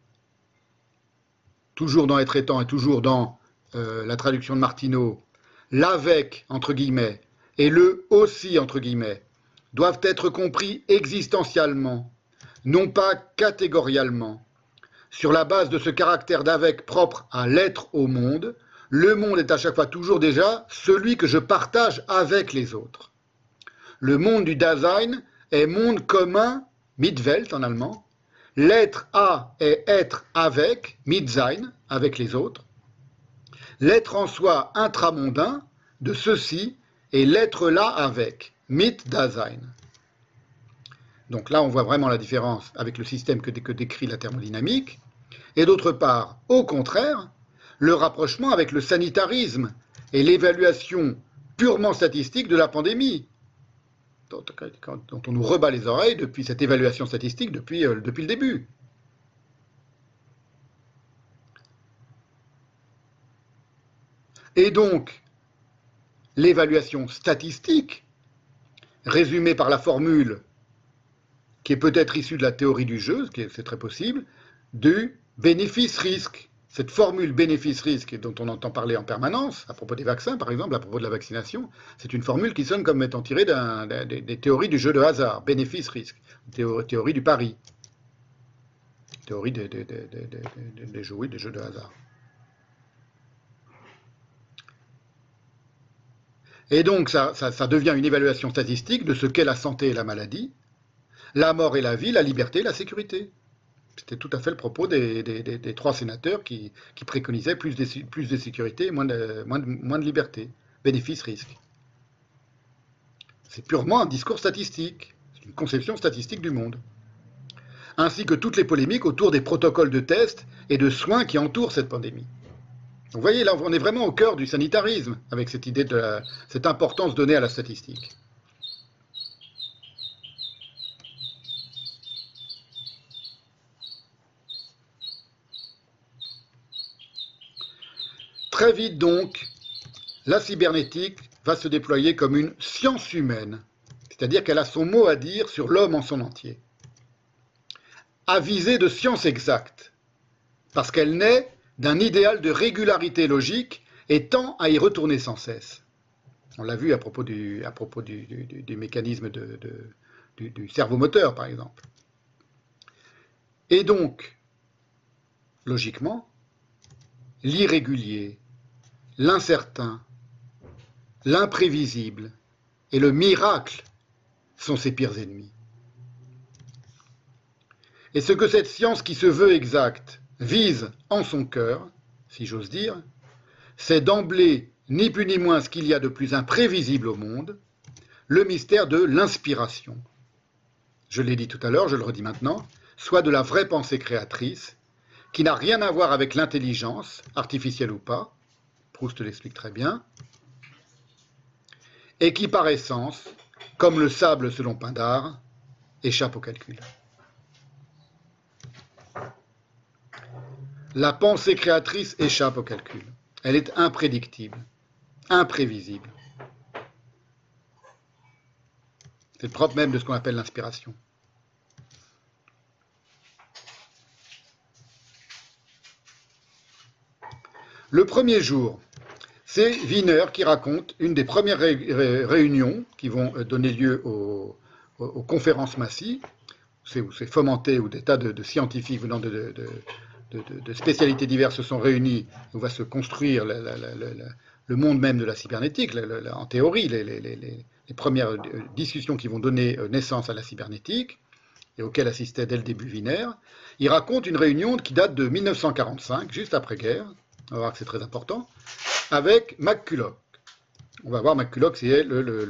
toujours dans Être étant et toujours dans la traduction de Martineau, l'avec, entre guillemets, et le aussi, entre guillemets, doivent être compris existentiellement, non pas catégorialement. Sur la base de ce caractère d'avec propre à l'être au monde, le monde est à chaque fois toujours déjà celui que je partage avec les autres. Le monde du Dasein est monde commun, Mitwelt en allemand. L'être à est être avec, Mitsein, avec les autres. L'être en soi intramondain, de ceci, et l'être là avec, Mit-Dasein. Donc là, on voit vraiment la différence avec le système que décrit la thermodynamique. Et d'autre part, au contraire, le rapprochement avec le sanitarisme et l'évaluation purement statistique de la pandémie, dont on nous rebat les oreilles depuis cette évaluation statistique depuis le début. Et donc, l'évaluation statistique, résumée par la formule qui est peut-être issue de la théorie du jeu, c'est très possible, du bénéfice-risque. Cette formule bénéfice-risque dont on entend parler en permanence, à propos des vaccins par exemple, à propos de la vaccination, c'est une formule qui sonne comme étant tirée des théories du jeu de hasard, bénéfice-risque, théorie du pari, théorie des jeux de hasard. Et donc ça devient une évaluation statistique de ce qu'est la santé et la maladie, la mort et la vie, la liberté et la sécurité. C'était tout à fait le propos des trois sénateurs qui préconisaient plus de sécurité et moins de liberté. Bénéfice-risque. C'est purement un discours statistique, c'est une conception statistique du monde. Ainsi que toutes les polémiques autour des protocoles de tests et de soins qui entourent cette pandémie. Donc, vous voyez, là, on est vraiment au cœur du sanitarisme, avec cette idée de cette importance donnée à la statistique. Très vite donc, la cybernétique va se déployer comme une science humaine, c'est-à-dire qu'elle a son mot à dire sur l'homme en son entier. Avisée de science exacte, parce qu'elle naît d'un idéal de régularité logique et tend à y retourner sans cesse. On l'a vu à propos du mécanisme du cerveau moteur, par exemple. Et donc, logiquement, l'irrégulier, l'incertain, l'imprévisible et le miracle sont ses pires ennemis. Et ce que cette science qui se veut exacte vise en son cœur, si j'ose dire, c'est d'emblée ni plus ni moins ce qu'il y a de plus imprévisible au monde, le mystère de l'inspiration. Je l'ai dit tout à l'heure, je le redis maintenant, soit de la vraie pensée créatrice, qui n'a rien à voir avec l'intelligence, artificielle ou pas, Proust l'explique très bien, et qui par essence, comme le sable selon Pindare, échappe au calcul. La pensée créatrice échappe au calcul. Elle est imprédictible, imprévisible. C'est le propre même de ce qu'on appelle l'inspiration. Le premier jour, c'est Wiener qui raconte une des premières réunions qui vont donner lieu aux conférences massives, où c'est fomenté, où des tas de scientifiques venant de spécialités diverses se sont réunis, où va se construire le monde même de la cybernétique, en théorie, les premières discussions qui vont donner naissance à la cybernétique. et auquel assistait dès le début Wiener, il raconte une réunion qui date de 1945, juste après-guerre, on va voir que c'est très important, avec McCulloch. On va voir McCulloch, c'est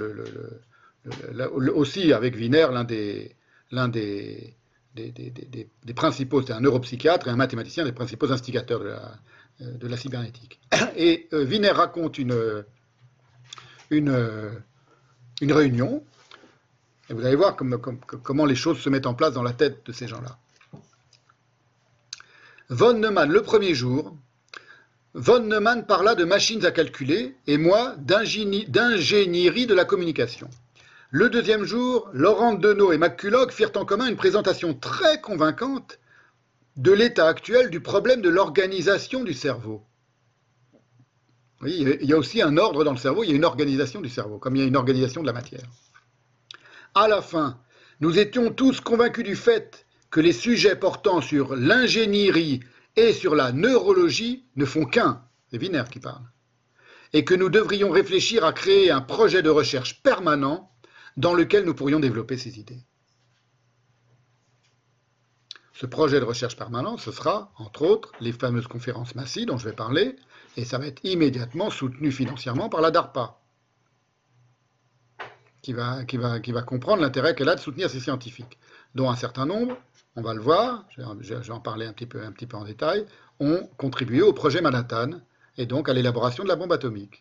aussi avec Wiener l'un des principaux, c'est un neuropsychiatre et un mathématicien, des principaux instigateurs de la cybernétique. Et Wiener raconte une réunion, et vous allez voir comment les choses se mettent en place dans la tête de ces gens-là. Von Neumann, le premier jour, Von Neumann parla de machines à calculer, et moi d'ingénierie de la communication. Le deuxième jour, Laurent Denot et McCulloch firent en commun une présentation très convaincante de l'état actuel du problème de l'organisation du cerveau. Oui, il y a aussi un ordre dans le cerveau, il y a une organisation du cerveau, comme il y a une organisation de la matière. À la fin, nous étions tous convaincus du fait que les sujets portant sur l'ingénierie et sur la neurologie ne font qu'un, c'est Wiener qui parle, et que nous devrions réfléchir à créer un projet de recherche permanent dans lequel nous pourrions développer ces idées. Ce projet de recherche permanent, ce sera, entre autres, les fameuses conférences Massy dont je vais parler, et ça va être immédiatement soutenu financièrement par la DARPA, qui va comprendre l'intérêt qu'elle a de soutenir ces scientifiques, dont un certain nombre, on va le voir, je vais en parler un petit peu en détail, ont contribué au projet Manhattan, et donc à l'élaboration de la bombe atomique.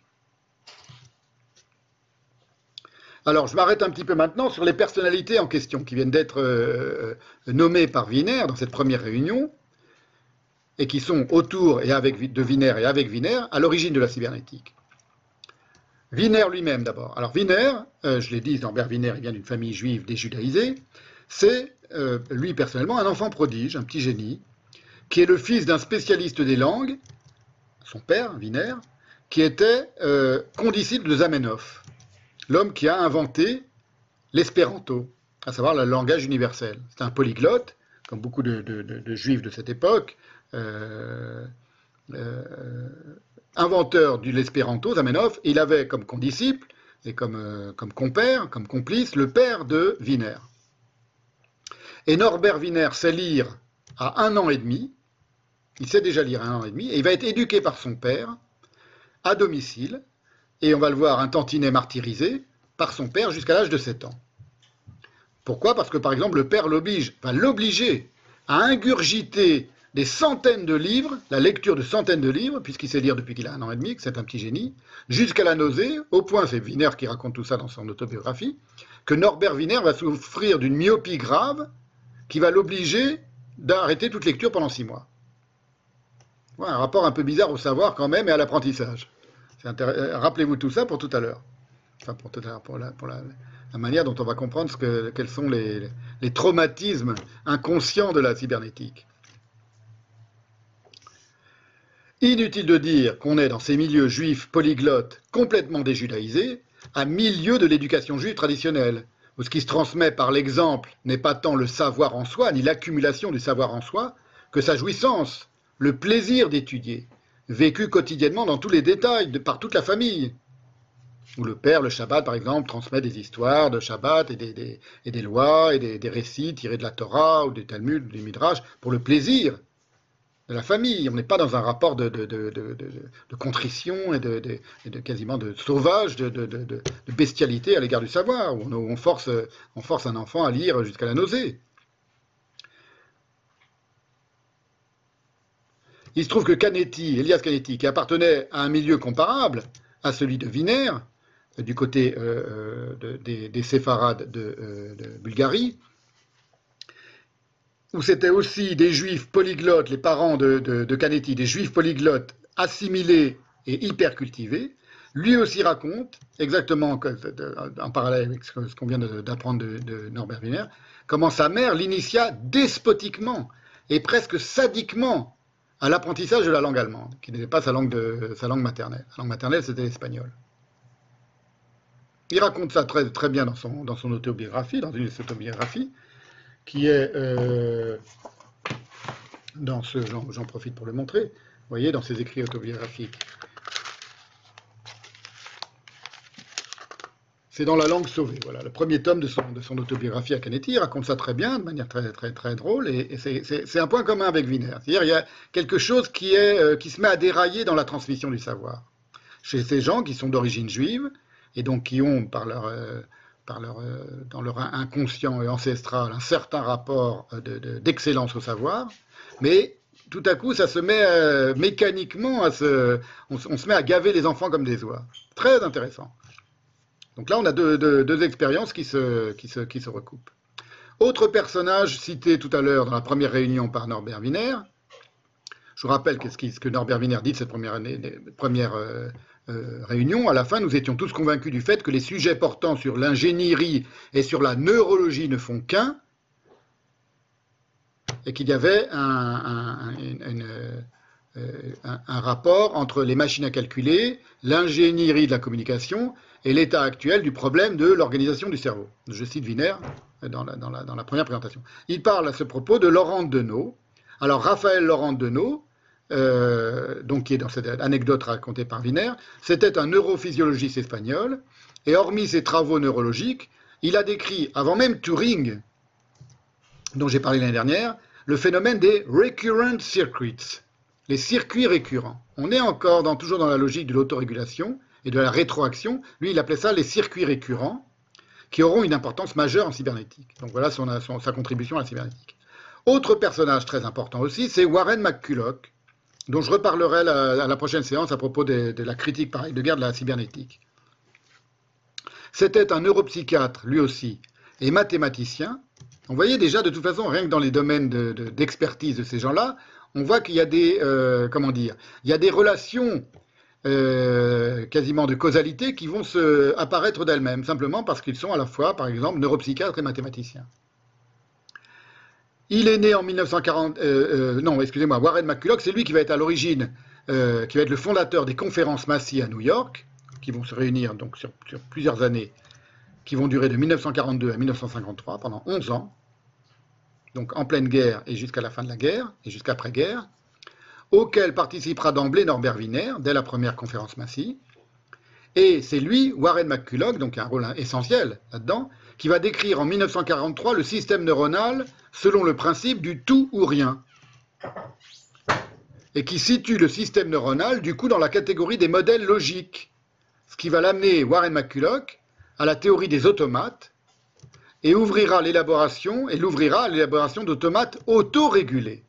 Alors, je m'arrête un petit peu maintenant sur les personnalités en question qui viennent d'être nommées par Wiener dans cette première réunion et qui sont autour de Wiener et avec Wiener à l'origine de la cybernétique. Wiener lui-même d'abord. Alors Wiener, je l'ai dit, Norbert Wiener, il vient d'une famille juive déjudaïsée. C'est, lui personnellement, un enfant prodige, un petit génie, qui est le fils d'un spécialiste des langues, son père, Wiener, qui était condisciple de Zamenhof, l'homme qui a inventé l'espéranto, à savoir le langage universel. C'est un polyglotte, comme beaucoup de juifs de cette époque, inventeur de l'espéranto, Zamenhof. Il avait comme condisciple et comme compère, comme complice, le père de Wiener. Et Norbert Wiener sait lire à 1 an et demi, il sait déjà lire à 1 an et demi, et il va être éduqué par son père à domicile, et on va le voir un tantinet martyrisé par son père jusqu'à l'âge de 7 ans. Pourquoi? Parce que, par exemple, le père va l'obliger à ingurgiter des centaines de livres, la lecture de centaines de livres, puisqu'il sait lire depuis qu'il a 1 an et demi, que c'est un petit génie, jusqu'à la nausée, au point, c'est Wiener qui raconte tout ça dans son autobiographie, que Norbert Wiener va souffrir d'une myopie grave qui va l'obliger d'arrêter toute lecture pendant 6 mois. Ouais, un rapport un peu bizarre au savoir quand même et à l'apprentissage. Rappelez-vous tout ça pour tout à l'heure. Enfin, pour la manière dont on va comprendre quels sont les traumatismes inconscients de la cybernétique. Inutile de dire qu'on est dans ces milieux juifs polyglottes complètement déjudaïsés, à milieu de l'éducation juive traditionnelle, où ce qui se transmet par l'exemple n'est pas tant le savoir en soi, ni l'accumulation du savoir en soi, que sa jouissance, le plaisir d'étudier, vécu quotidiennement dans tous les détails, par toute la famille. Où le père, le Shabbat par exemple, transmet des histoires de Shabbat et des lois et des récits tirés de la Torah ou des Talmuds, des Midrash, pour le plaisir de la famille. On n'est pas dans un rapport de contrition et quasiment de sauvage, de bestialité à l'égard du savoir, où on force un enfant à lire jusqu'à la nausée. Il se trouve que Elias Canetti, qui appartenait à un milieu comparable à celui de Wiener, du côté des séfarades de Bulgarie, où c'était aussi des juifs polyglottes, les parents de Canetti, des juifs polyglottes assimilés et hyper cultivés, lui aussi raconte, exactement en parallèle avec ce qu'on vient d'apprendre de Norbert Wiener, comment sa mère l'initia despotiquement et presque sadiquement à l'apprentissage de la langue allemande, qui n'était pas sa langue maternelle. Sa langue maternelle, c'était l'espagnol. Il raconte ça très, très bien dans son autobiographie, dans une de ses autobiographies, qui est dans ce, j'en profite pour le montrer, vous voyez, dans ses écrits autobiographiques. C'est dans La langue sauvée. Voilà, le premier tome de son autobiographie à Canetti. Il raconte ça très bien, de manière très, très, très drôle. Et c'est un point commun avec Wiener. C'est-à-dire il y a quelque chose qui se met à dérailler dans la transmission du savoir. Chez ces gens qui sont d'origine juive, et donc qui ont, dans leur inconscient et ancestral, un certain rapport d'excellence au savoir, mais tout à coup, ça se met mécaniquement on se met à gaver les enfants comme des oies. Très intéressant. Donc là, on a deux expériences qui se recoupent. Autre personnage cité tout à l'heure dans la première réunion par Norbert Wiener. Je vous rappelle ce que Norbert Wiener dit de cette première réunion. À la fin, nous étions tous convaincus du fait que les sujets portant sur l'ingénierie et sur la neurologie ne font qu'un, et qu'il y avait un rapport entre les machines à calculer, l'ingénierie de la communication et l'état actuel du problème de l'organisation du cerveau. Je cite Wiener dans la première présentation. Il parle à ce propos de Laurent Denot. Alors, Raphaël Laurent Denot, donc qui est dans cette anecdote racontée par Wiener, c'était un neurophysiologiste espagnol, et hormis ses travaux neurologiques, il a décrit, avant même Turing, dont j'ai parlé l'année dernière, le phénomène des recurrent circuits, les circuits récurrents. On est encore toujours dans la logique de l'autorégulation et de la rétroaction. Lui, il appelait ça les circuits récurrents, qui auront une importance majeure en cybernétique. Donc voilà sa contribution à la cybernétique. Autre personnage très important aussi, c'est Warren McCulloch, dont je reparlerai à la prochaine séance à propos de la critique de guerre de la cybernétique. C'était un neuropsychiatre, lui aussi, et mathématicien. On voyait déjà, de toute façon, rien que dans les domaines d'expertise de ces gens-là, on voit qu'il y a des relations quasiment de causalité qui vont apparaître d'elles-mêmes, simplement parce qu'ils sont à la fois, par exemple, neuropsychiatres et mathématiciens. Il est né en 1940... Warren McCulloch, c'est lui qui va être à l'origine, qui va être le fondateur des conférences Massey à New York, qui vont se réunir donc sur plusieurs années, qui vont durer de 1942 à 1953, pendant 11 ans, donc en pleine guerre et jusqu'à la fin de la guerre, et jusqu'après-guerre, auquel participera d'emblée Norbert Wiener, dès la première conférence Massey. Et c'est lui, Warren McCulloch, donc un rôle essentiel là-dedans, qui va décrire en 1943 le système neuronal selon le principe du tout ou rien, et qui situe le système neuronal, du coup, dans la catégorie des modèles logiques, ce qui va l'amener, Warren McCulloch, à la théorie des automates, et l'ouvrira à l'élaboration d'automates autorégulés.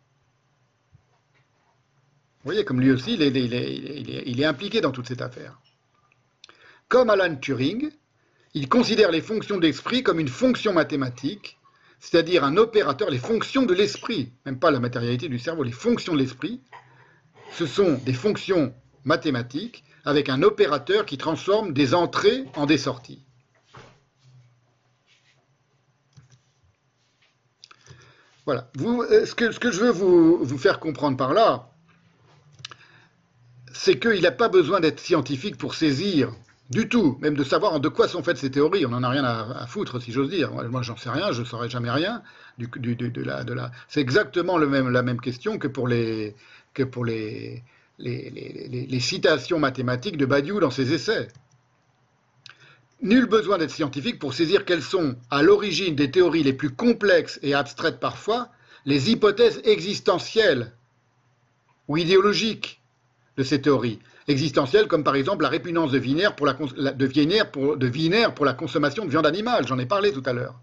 Vous voyez, comme lui aussi, il est impliqué dans toute cette affaire. Comme Alan Turing, il considère les fonctions de l'esprit comme une fonction mathématique, c'est-à-dire un opérateur, les fonctions de l'esprit, même pas la matérialité du cerveau, les fonctions de l'esprit, ce sont des fonctions mathématiques avec un opérateur qui transforme des entrées en des sorties. Voilà. Ce que je veux vous faire comprendre par là, c'est qu'il n'a pas besoin d'être scientifique pour saisir du tout, même de savoir de quoi sont faites ces théories. On n'en a rien à foutre, si j'ose dire. Moi, j'en sais rien, je ne saurais jamais rien. C'est exactement la même question que pour les citations mathématiques de Badiou dans ses essais. Nul besoin d'être scientifique pour saisir quelles sont, à l'origine des théories les plus complexes et abstraites parfois, les hypothèses existentielles ou idéologiques de ces théories. Existentielles comme par exemple la répugnance de Wiener pour la consommation de viande animale, j'en ai parlé tout à l'heure.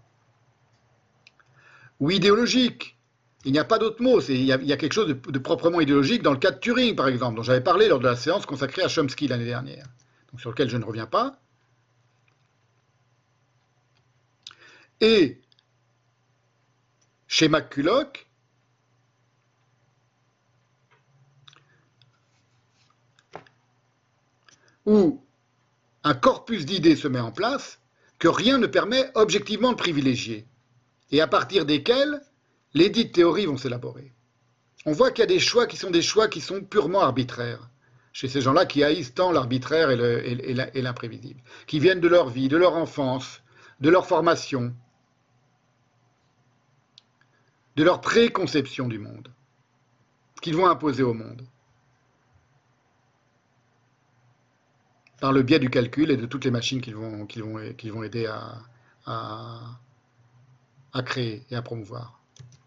Ou idéologique. Il n'y a pas d'autre mot, il y a quelque chose de proprement idéologique dans le cas de Turing par exemple, dont j'avais parlé lors de la séance consacrée à Chomsky l'année dernière, donc sur lequel je ne reviens pas. Et chez McCulloch, où un corpus d'idées se met en place que rien ne permet objectivement de privilégier, et à partir desquelles les dites théories vont s'élaborer. On voit qu'il y a des choix qui sont purement arbitraires, chez ces gens-là qui haïssent tant l'arbitraire et l'imprévisible, qui viennent de leur vie, de leur enfance, de leur formation, de leur préconception du monde, qu'ils vont imposer au monde. par le biais du calcul et de toutes les machines qu'ils vont aider à créer et à promouvoir.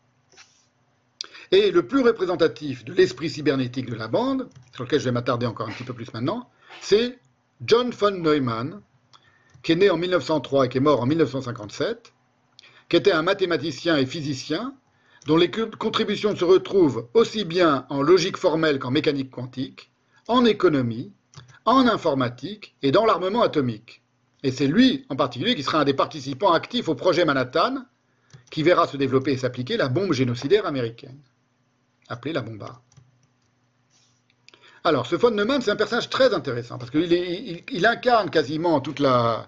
Et le plus représentatif de l'esprit cybernétique de la bande, sur lequel je vais m'attarder encore un petit peu plus maintenant, c'est John von Neumann, qui est né en 1903 et qui est mort en 1957, qui était un mathématicien et physicien, dont les contributions se retrouvent aussi bien en logique formelle qu'en mécanique quantique, en économie, en informatique et dans l'armement atomique. Et c'est lui, en particulier, qui sera un des participants actifs au projet Manhattan, qui verra se développer et s'appliquer la bombe génocidaire américaine, appelée la bomba. Alors, ce von Neumann, c'est un personnage très intéressant, parce qu'il incarne quasiment toute la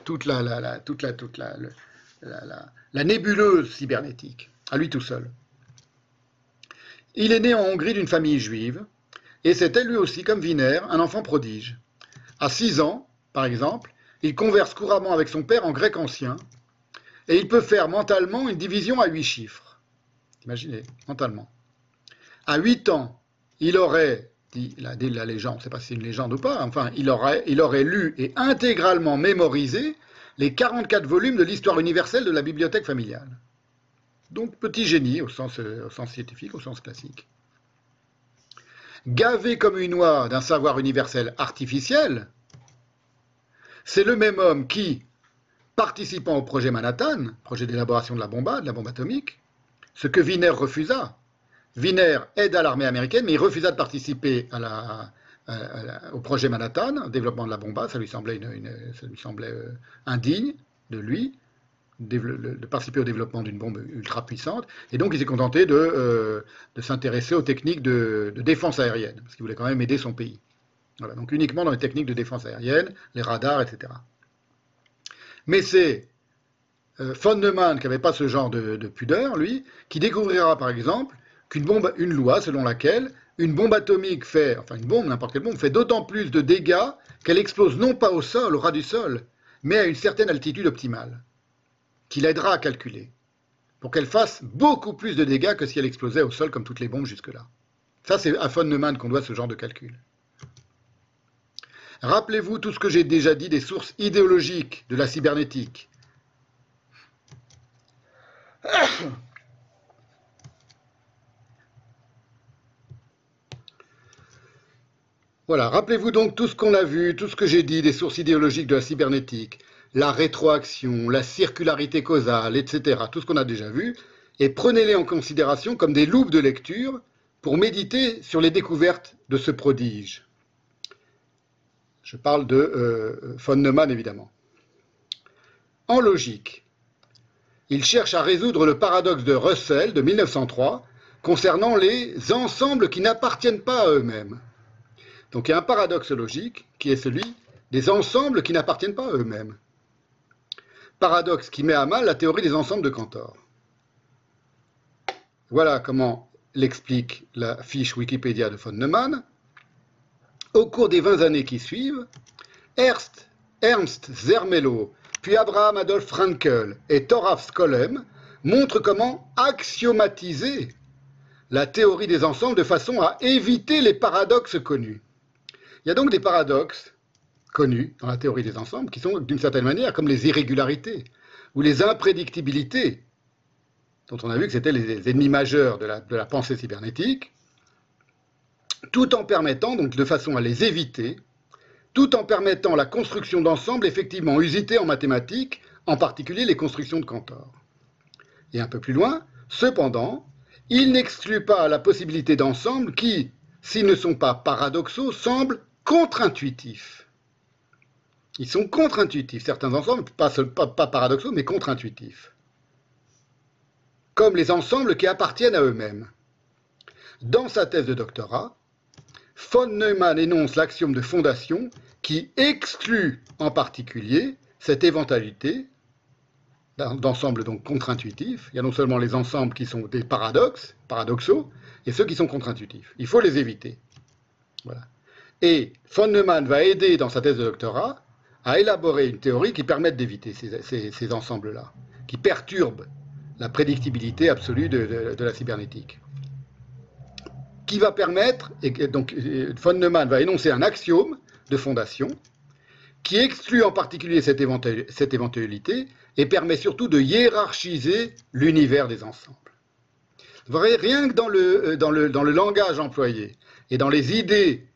nébuleuse cybernétique, à lui tout seul. Il est né en Hongrie d'une famille juive, et c'était lui aussi, comme Wiener, un enfant prodige. À 6 ans, par exemple, il converse couramment avec son père en grec ancien, et il peut faire mentalement une division à 8 chiffres. Imaginez, mentalement. À 8 ans, il aurait, dit la légende, je ne sais pas si c'est une légende ou pas, enfin, il aurait lu et intégralement mémorisé les 44 volumes de l'histoire universelle de la bibliothèque familiale. Donc, petit génie au sens scientifique, au sens classique. Gavé comme une oie d'un savoir universel artificiel, c'est le même homme qui, participant au projet Manhattan, projet d'élaboration de la bombe atomique, ce que Wiener refusa. Wiener aida l'armée américaine, mais il refusa de participer au projet Manhattan, au développement de la bombe. Ça lui semblait indigne de lui, de participer au développement d'une bombe ultra puissante, et donc il s'est contenté de s'intéresser aux techniques de défense aérienne, parce qu'il voulait quand même aider son pays. Voilà, donc uniquement dans les techniques de défense aérienne, les radars, etc. Mais c'est von Neumann, qui n'avait pas ce genre de pudeur, lui, qui découvrira par exemple une loi selon laquelle une bombe atomique n'importe quelle bombe, fait d'autant plus de dégâts qu'elle explose non pas au sol, au ras du sol, mais à une certaine altitude optimale, qui l'aidera à calculer, pour qu'elle fasse beaucoup plus de dégâts que si elle explosait au sol comme toutes les bombes jusque-là. Ça, c'est à von Neumann qu'on doit ce genre de calcul. Rappelez-vous tout ce que j'ai déjà dit des sources idéologiques de la cybernétique. Voilà, rappelez-vous donc tout ce qu'on a vu, tout ce que j'ai dit des sources idéologiques de la cybernétique, la rétroaction, la circularité causale, etc., tout ce qu'on a déjà vu, et prenez-les en considération comme des loupes de lecture pour méditer sur les découvertes de ce prodige. Je parle de von Neumann, évidemment. En logique, il cherche à résoudre le paradoxe de Russell de 1903 concernant les ensembles qui n'appartiennent pas à eux-mêmes. Donc il y a un paradoxe logique qui est celui des ensembles qui n'appartiennent pas à eux-mêmes. Paradoxe qui met à mal la théorie des ensembles de Cantor. Voilà comment l'explique la fiche Wikipédia de von Neumann. Au cours des 20 années qui suivent, Ernst Zermelo, puis Abraham Adolf Fraenkel et Thoralf Skolem montrent comment axiomatiser la théorie des ensembles de façon à éviter les paradoxes connus. Il y a donc des paradoxes connus dans la théorie des ensembles qui sont d'une certaine manière comme les irrégularités ou les imprédictibilités, dont on a vu que c'était les ennemis majeurs de la pensée cybernétique, tout en permettant, donc de façon à les éviter, tout en permettant la construction d'ensembles effectivement usités en mathématiques, en particulier les constructions de Cantor. Et un peu plus loin, cependant, il n'exclut pas la possibilité d'ensembles qui, s'ils ne sont pas paradoxaux, semblent contre-intuitifs. Ils sont contre-intuitifs, certains ensembles, pas paradoxaux, mais contre-intuitifs. Comme les ensembles qui appartiennent à eux-mêmes. Dans sa thèse de doctorat, von Neumann énonce l'axiome de fondation qui exclut en particulier cette éventualité d'ensembles donc contre-intuitifs. Il y a non seulement les ensembles qui sont des paradoxaux, et ceux qui sont contre-intuitifs. Il faut les éviter. Voilà. Et von Neumann va aider dans sa thèse de doctorat à élaborer une théorie qui permette d'éviter ces ensembles-là, qui perturbent la prédictibilité absolue de la cybernétique. Qui va permettre, et donc von Neumann va énoncer un axiome de fondation qui exclut en particulier cette éventualité et permet surtout de hiérarchiser l'univers des ensembles. Vous voyez, rien que dans le langage employé et dans les idées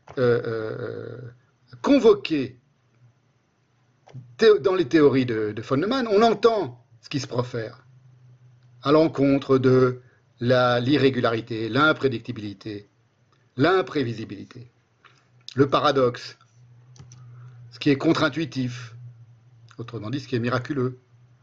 convoquées dans les théories de von Neumann, on entend ce qui se profère à l'encontre de l'irrégularité, l'imprédictibilité, l'imprévisibilité, le paradoxe, ce qui est contre-intuitif, autrement dit ce qui est miraculeux.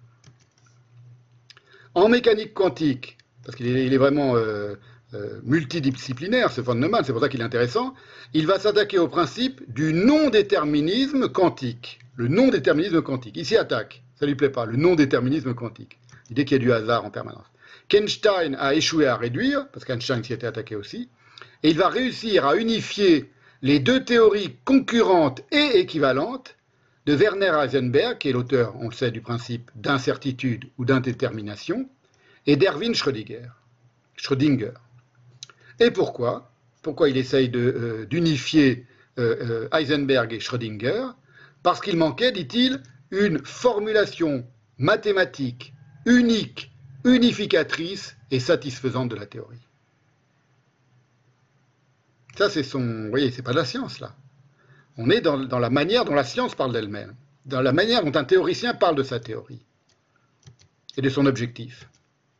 En mécanique quantique, parce qu'il est vraiment multidisciplinaire, ce von Neumann, c'est pour ça qu'il est intéressant, il va s'attaquer au principe du non-déterminisme quantique. Le non-déterminisme quantique. Il s'y attaque, ça ne lui plaît pas, le non-déterminisme quantique. L'idée qu'il y a du hasard en permanence. Qu'Einstein a échoué à réduire, parce qu'Einstein s'y était attaqué aussi, et il va réussir à unifier les deux théories concurrentes et équivalentes de Werner Heisenberg, qui est l'auteur, on le sait, du principe d'incertitude ou d'indétermination, et d'Erwin Schrödinger. Et pourquoi il essaye d'unifier Heisenberg et Schrödinger? Parce qu'il manquait, dit-il, une formulation mathématique unique, unificatrice et satisfaisante de la théorie. Ça, c'est vous voyez, c'est pas de la science, là. On est dans la manière dont la science parle d'elle-même, dans la manière dont un théoricien parle de sa théorie et de son objectif.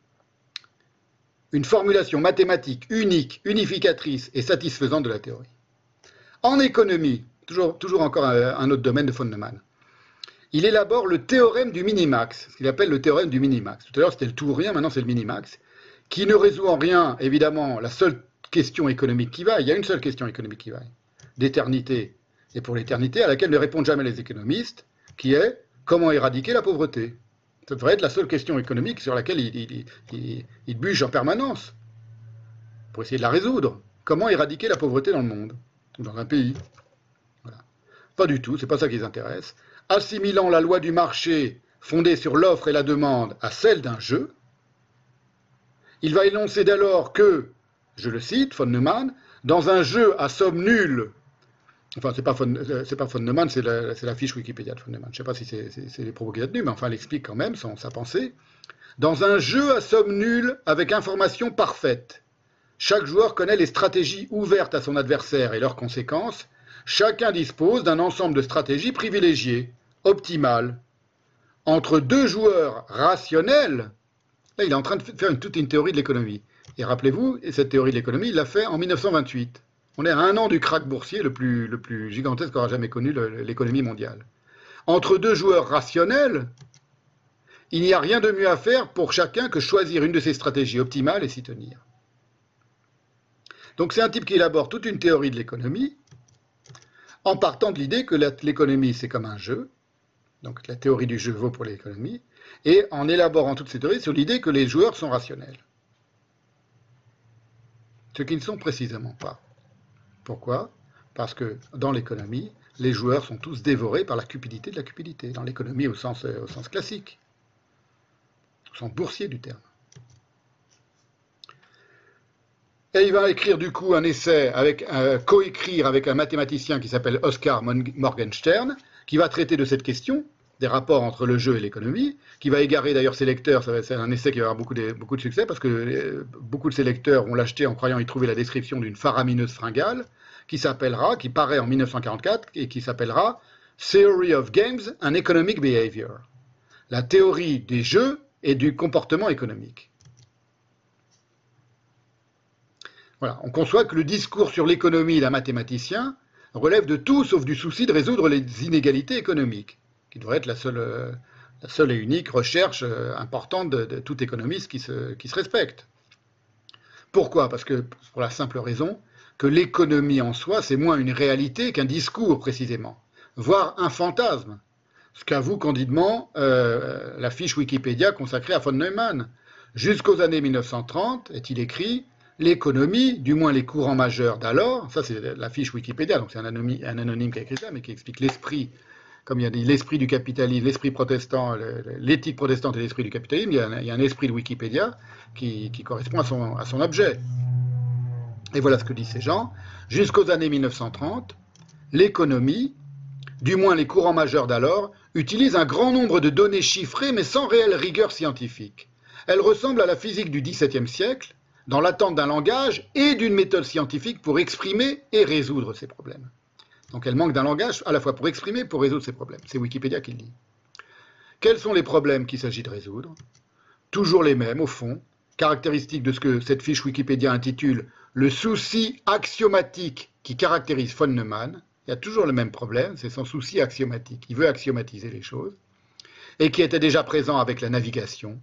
Une formulation mathématique unique, unificatrice et satisfaisante de la théorie. En économie, toujours encore un autre domaine de von Neumann, il élabore le théorème du minimax, ce qu'il appelle le théorème du minimax. Tout à l'heure, c'était le tout ou rien, maintenant c'est le minimax, qui ne résout en rien, évidemment, la seule question économique qui vaille. Il y a une seule question économique qui vaille, d'éternité, et pour l'éternité, à laquelle ne répondent jamais les économistes, qui est comment éradiquer la pauvreté. Ça devrait être la seule question économique sur laquelle il bûche en permanence, pour essayer de la résoudre. Comment éradiquer la pauvreté dans le monde, ou dans un pays. Voilà. Pas du tout, c'est pas ça qui les intéresse. Assimilant la loi du marché fondée sur l'offre et la demande à celle d'un jeu, il va énoncer dès lors que, je le cite, von Neumann, dans un jeu à somme nulle, enfin c'est pas von Neumann, c'est la fiche Wikipédia de von Neumann, je ne sais pas si c'est les propos qu'il a tenus, mais enfin elle explique quand même sa pensée, dans un jeu à somme nulle avec information parfaite, chaque joueur connaît les stratégies ouvertes à son adversaire et leurs conséquences, chacun dispose d'un ensemble de stratégies privilégiées, optimales, entre deux joueurs rationnels. Là, il est en train de faire toute une théorie de l'économie. Et rappelez-vous, cette théorie de l'économie, il l'a fait en 1928. On est à 1 an du krach boursier le plus gigantesque qu'aura jamais connu l'économie mondiale. Entre deux joueurs rationnels, il n'y a rien de mieux à faire pour chacun que choisir une de ces stratégies optimales et s'y tenir. Donc c'est un type qui élabore toute une théorie de l'économie, en partant de l'idée que l'économie c'est comme un jeu, donc la théorie du jeu vaut pour l'économie, et en élaborant toutes ces théories sur l'idée que les joueurs sont rationnels. Ce qui ne sont précisément pas. Pourquoi? Parce que dans l'économie, les joueurs sont tous dévorés par la cupidité de la cupidité, dans l'économie au sens classique, au sens boursier du terme. Et il va écrire du coup un essai, coécrire avec un mathématicien qui s'appelle Oskar Morgenstern, qui va traiter de cette question, des rapports entre le jeu et l'économie, qui va égarer d'ailleurs ses lecteurs. C'est un essai qui va avoir beaucoup de succès, parce que beaucoup de ses lecteurs ont l'acheté en croyant y trouver la description d'une faramineuse fringale, qui paraît en 1944, et qui s'appellera Theory of Games and Economic Behavior, la théorie des jeux et du comportement économique. Voilà, on conçoit que le discours sur l'économie d'un mathématicien relève de tout sauf du souci de résoudre les inégalités économiques, qui devrait être la seule et unique recherche importante de tout économiste qui se respecte. Pourquoi? Parce que, pour la simple raison que l'économie en soi, c'est moins une réalité qu'un discours, précisément, voire un fantasme. Ce qu'avoue candidement la fiche Wikipédia consacrée à von Neumann. Jusqu'aux années 1930, est-il écrit, l'économie, du moins les courants majeurs d'alors, ça c'est la fiche Wikipédia, donc c'est un anonyme qui a écrit ça, mais qui explique l'esprit, comme il y a dit, l'esprit du capitalisme, l'esprit protestant, l'éthique protestante et l'esprit du capitalisme, il y a un esprit de Wikipédia qui correspond à son objet. Et voilà ce que disent ces gens. Jusqu'aux années 1930, l'économie du moins les courants majeurs d'alors, utilisent un grand nombre de données chiffrées mais sans réelle rigueur scientifique. Elle ressemble à la physique du XVIIe siècle, dans l'attente d'un langage et d'une méthode scientifique pour exprimer et résoudre ces problèmes. Donc elle manque d'un langage à la fois pour exprimer et pour résoudre ces problèmes. C'est Wikipédia qui le dit. Quels sont les problèmes qu'il s'agit de résoudre? Toujours les mêmes, au fond, caractéristiques de ce que cette fiche Wikipédia intitule « Le souci axiomatique qui caractérise von Neumann ». Il y a toujours le même problème, c'est son souci axiomatique. Il veut axiomatiser les choses, et qui était déjà présent avec la navigation.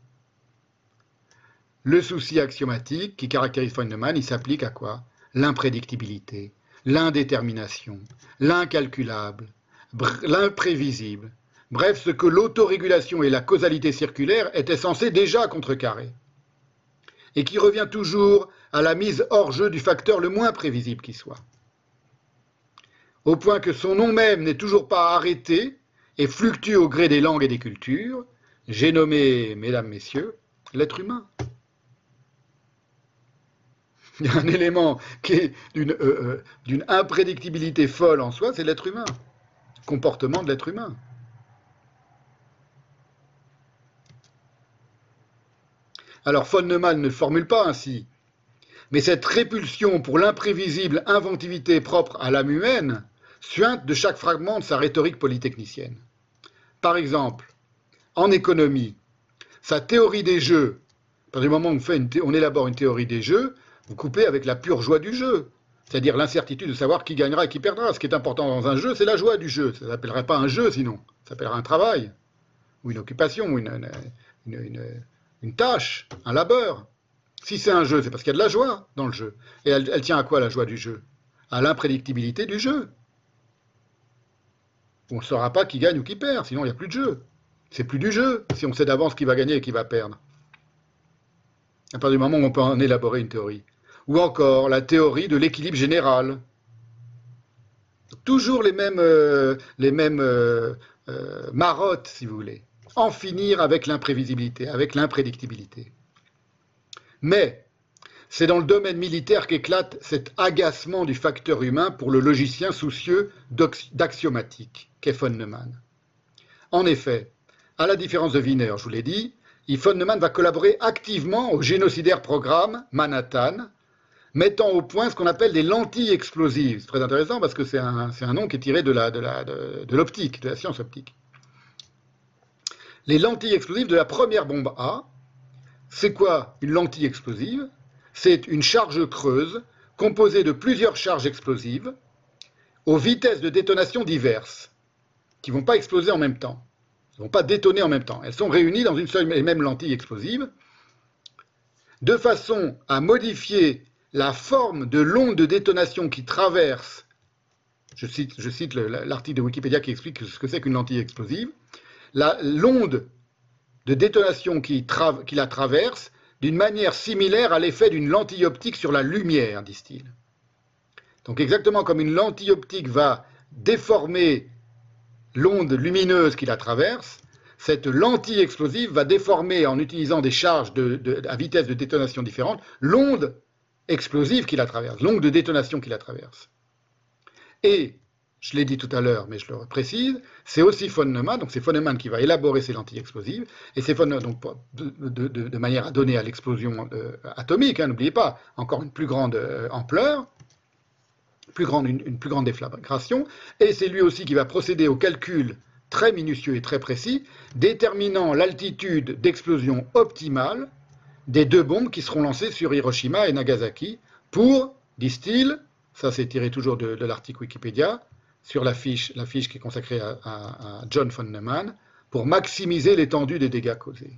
Le souci axiomatique qui caractérise von Neumann, il s'applique à quoi? L'imprédictibilité, l'indétermination, l'incalculable, l'imprévisible. Bref, ce que l'autorégulation et la causalité circulaire étaient censés déjà contrecarrer. Et qui revient toujours à la mise hors jeu du facteur le moins prévisible qui soit. Au point que son nom même n'est toujours pas arrêté et fluctue au gré des langues et des cultures, j'ai nommé, mesdames, messieurs, l'être humain. Il y a un élément qui est d'une imprédictibilité folle en soi, c'est l'être humain, le comportement de l'être humain. Alors von Neumann ne formule pas ainsi, mais cette répulsion pour l'imprévisible inventivité propre à l'âme humaine suinte de chaque fragment de sa rhétorique polytechnicienne. Par exemple, en économie, sa théorie des jeux, à partir du moment où on élabore une théorie des jeux, vous coupez avec la pure joie du jeu, c'est-à-dire l'incertitude de savoir qui gagnera et qui perdra. Ce qui est important dans un jeu, c'est la joie du jeu. Ça ne s'appellerait pas un jeu sinon, ça s'appellerait un travail, ou une occupation, ou une tâche, un labeur. Si c'est un jeu, c'est parce qu'il y a de la joie dans le jeu. Et elle tient à quoi la joie du jeu? À l'imprédictibilité du jeu. On ne saura pas qui gagne ou qui perd, sinon il n'y a plus de jeu. C'est plus du jeu, si on sait d'avance qui va gagner et qui va perdre. À partir du moment où on peut en élaborer une théorie. Ou encore la théorie de l'équilibre général. Toujours les mêmes marottes, si vous voulez. En finir avec l'imprévisibilité, avec l'imprédictibilité. Mais c'est dans le domaine militaire qu'éclate cet agacement du facteur humain pour le logicien soucieux d'axiomatique, qu'est von Neumann. En effet, à la différence de Wiener, je vous l'ai dit, von Neumann va collaborer activement au génocidaire programme Manhattan, mettant au point ce qu'on appelle des lentilles explosives. C'est très intéressant parce que c'est un nom qui est tiré de l'optique, de la science optique. Les lentilles explosives de la première bombe A. C'est quoi une lentille explosive? C'est une charge creuse composée de plusieurs charges explosives aux vitesses de détonation diverses, qui ne vont pas exploser en même temps. Elles ne vont pas détonner en même temps. Elles sont réunies dans une seule et même lentille explosive, de façon à modifier la forme de l'onde de détonation qui traverse, je cite l'article de Wikipédia qui explique ce que c'est qu'une lentille explosive, l'onde de détonation qui la traverse d'une manière similaire à l'effet d'une lentille optique sur la lumière, disent-ils. Donc exactement comme une lentille optique va déformer l'onde lumineuse qui la traverse, cette lentille explosive va déformer, en utilisant des charges à vitesse de détonation différentes, l'onde explosive qui la traverse, l'onde de détonation qui la traverse. Et, je l'ai dit tout à l'heure, mais je le précise, c'est aussi von Neumann, donc c'est von Neumann qui va élaborer ces lentilles explosives, et c'est von Neumann, donc de manière à donner à l'explosion atomique, n'oubliez pas, encore une plus grande ampleur, une plus grande déflagration, et c'est lui aussi qui va procéder au calcul très minutieux et très précis, déterminant l'altitude d'explosion optimale des deux bombes qui seront lancées sur Hiroshima et Nagasaki pour, disent-ils, ça c'est tiré toujours de l'article Wikipédia, sur la fiche qui est consacrée à John von Neumann, pour maximiser l'étendue des dégâts causés.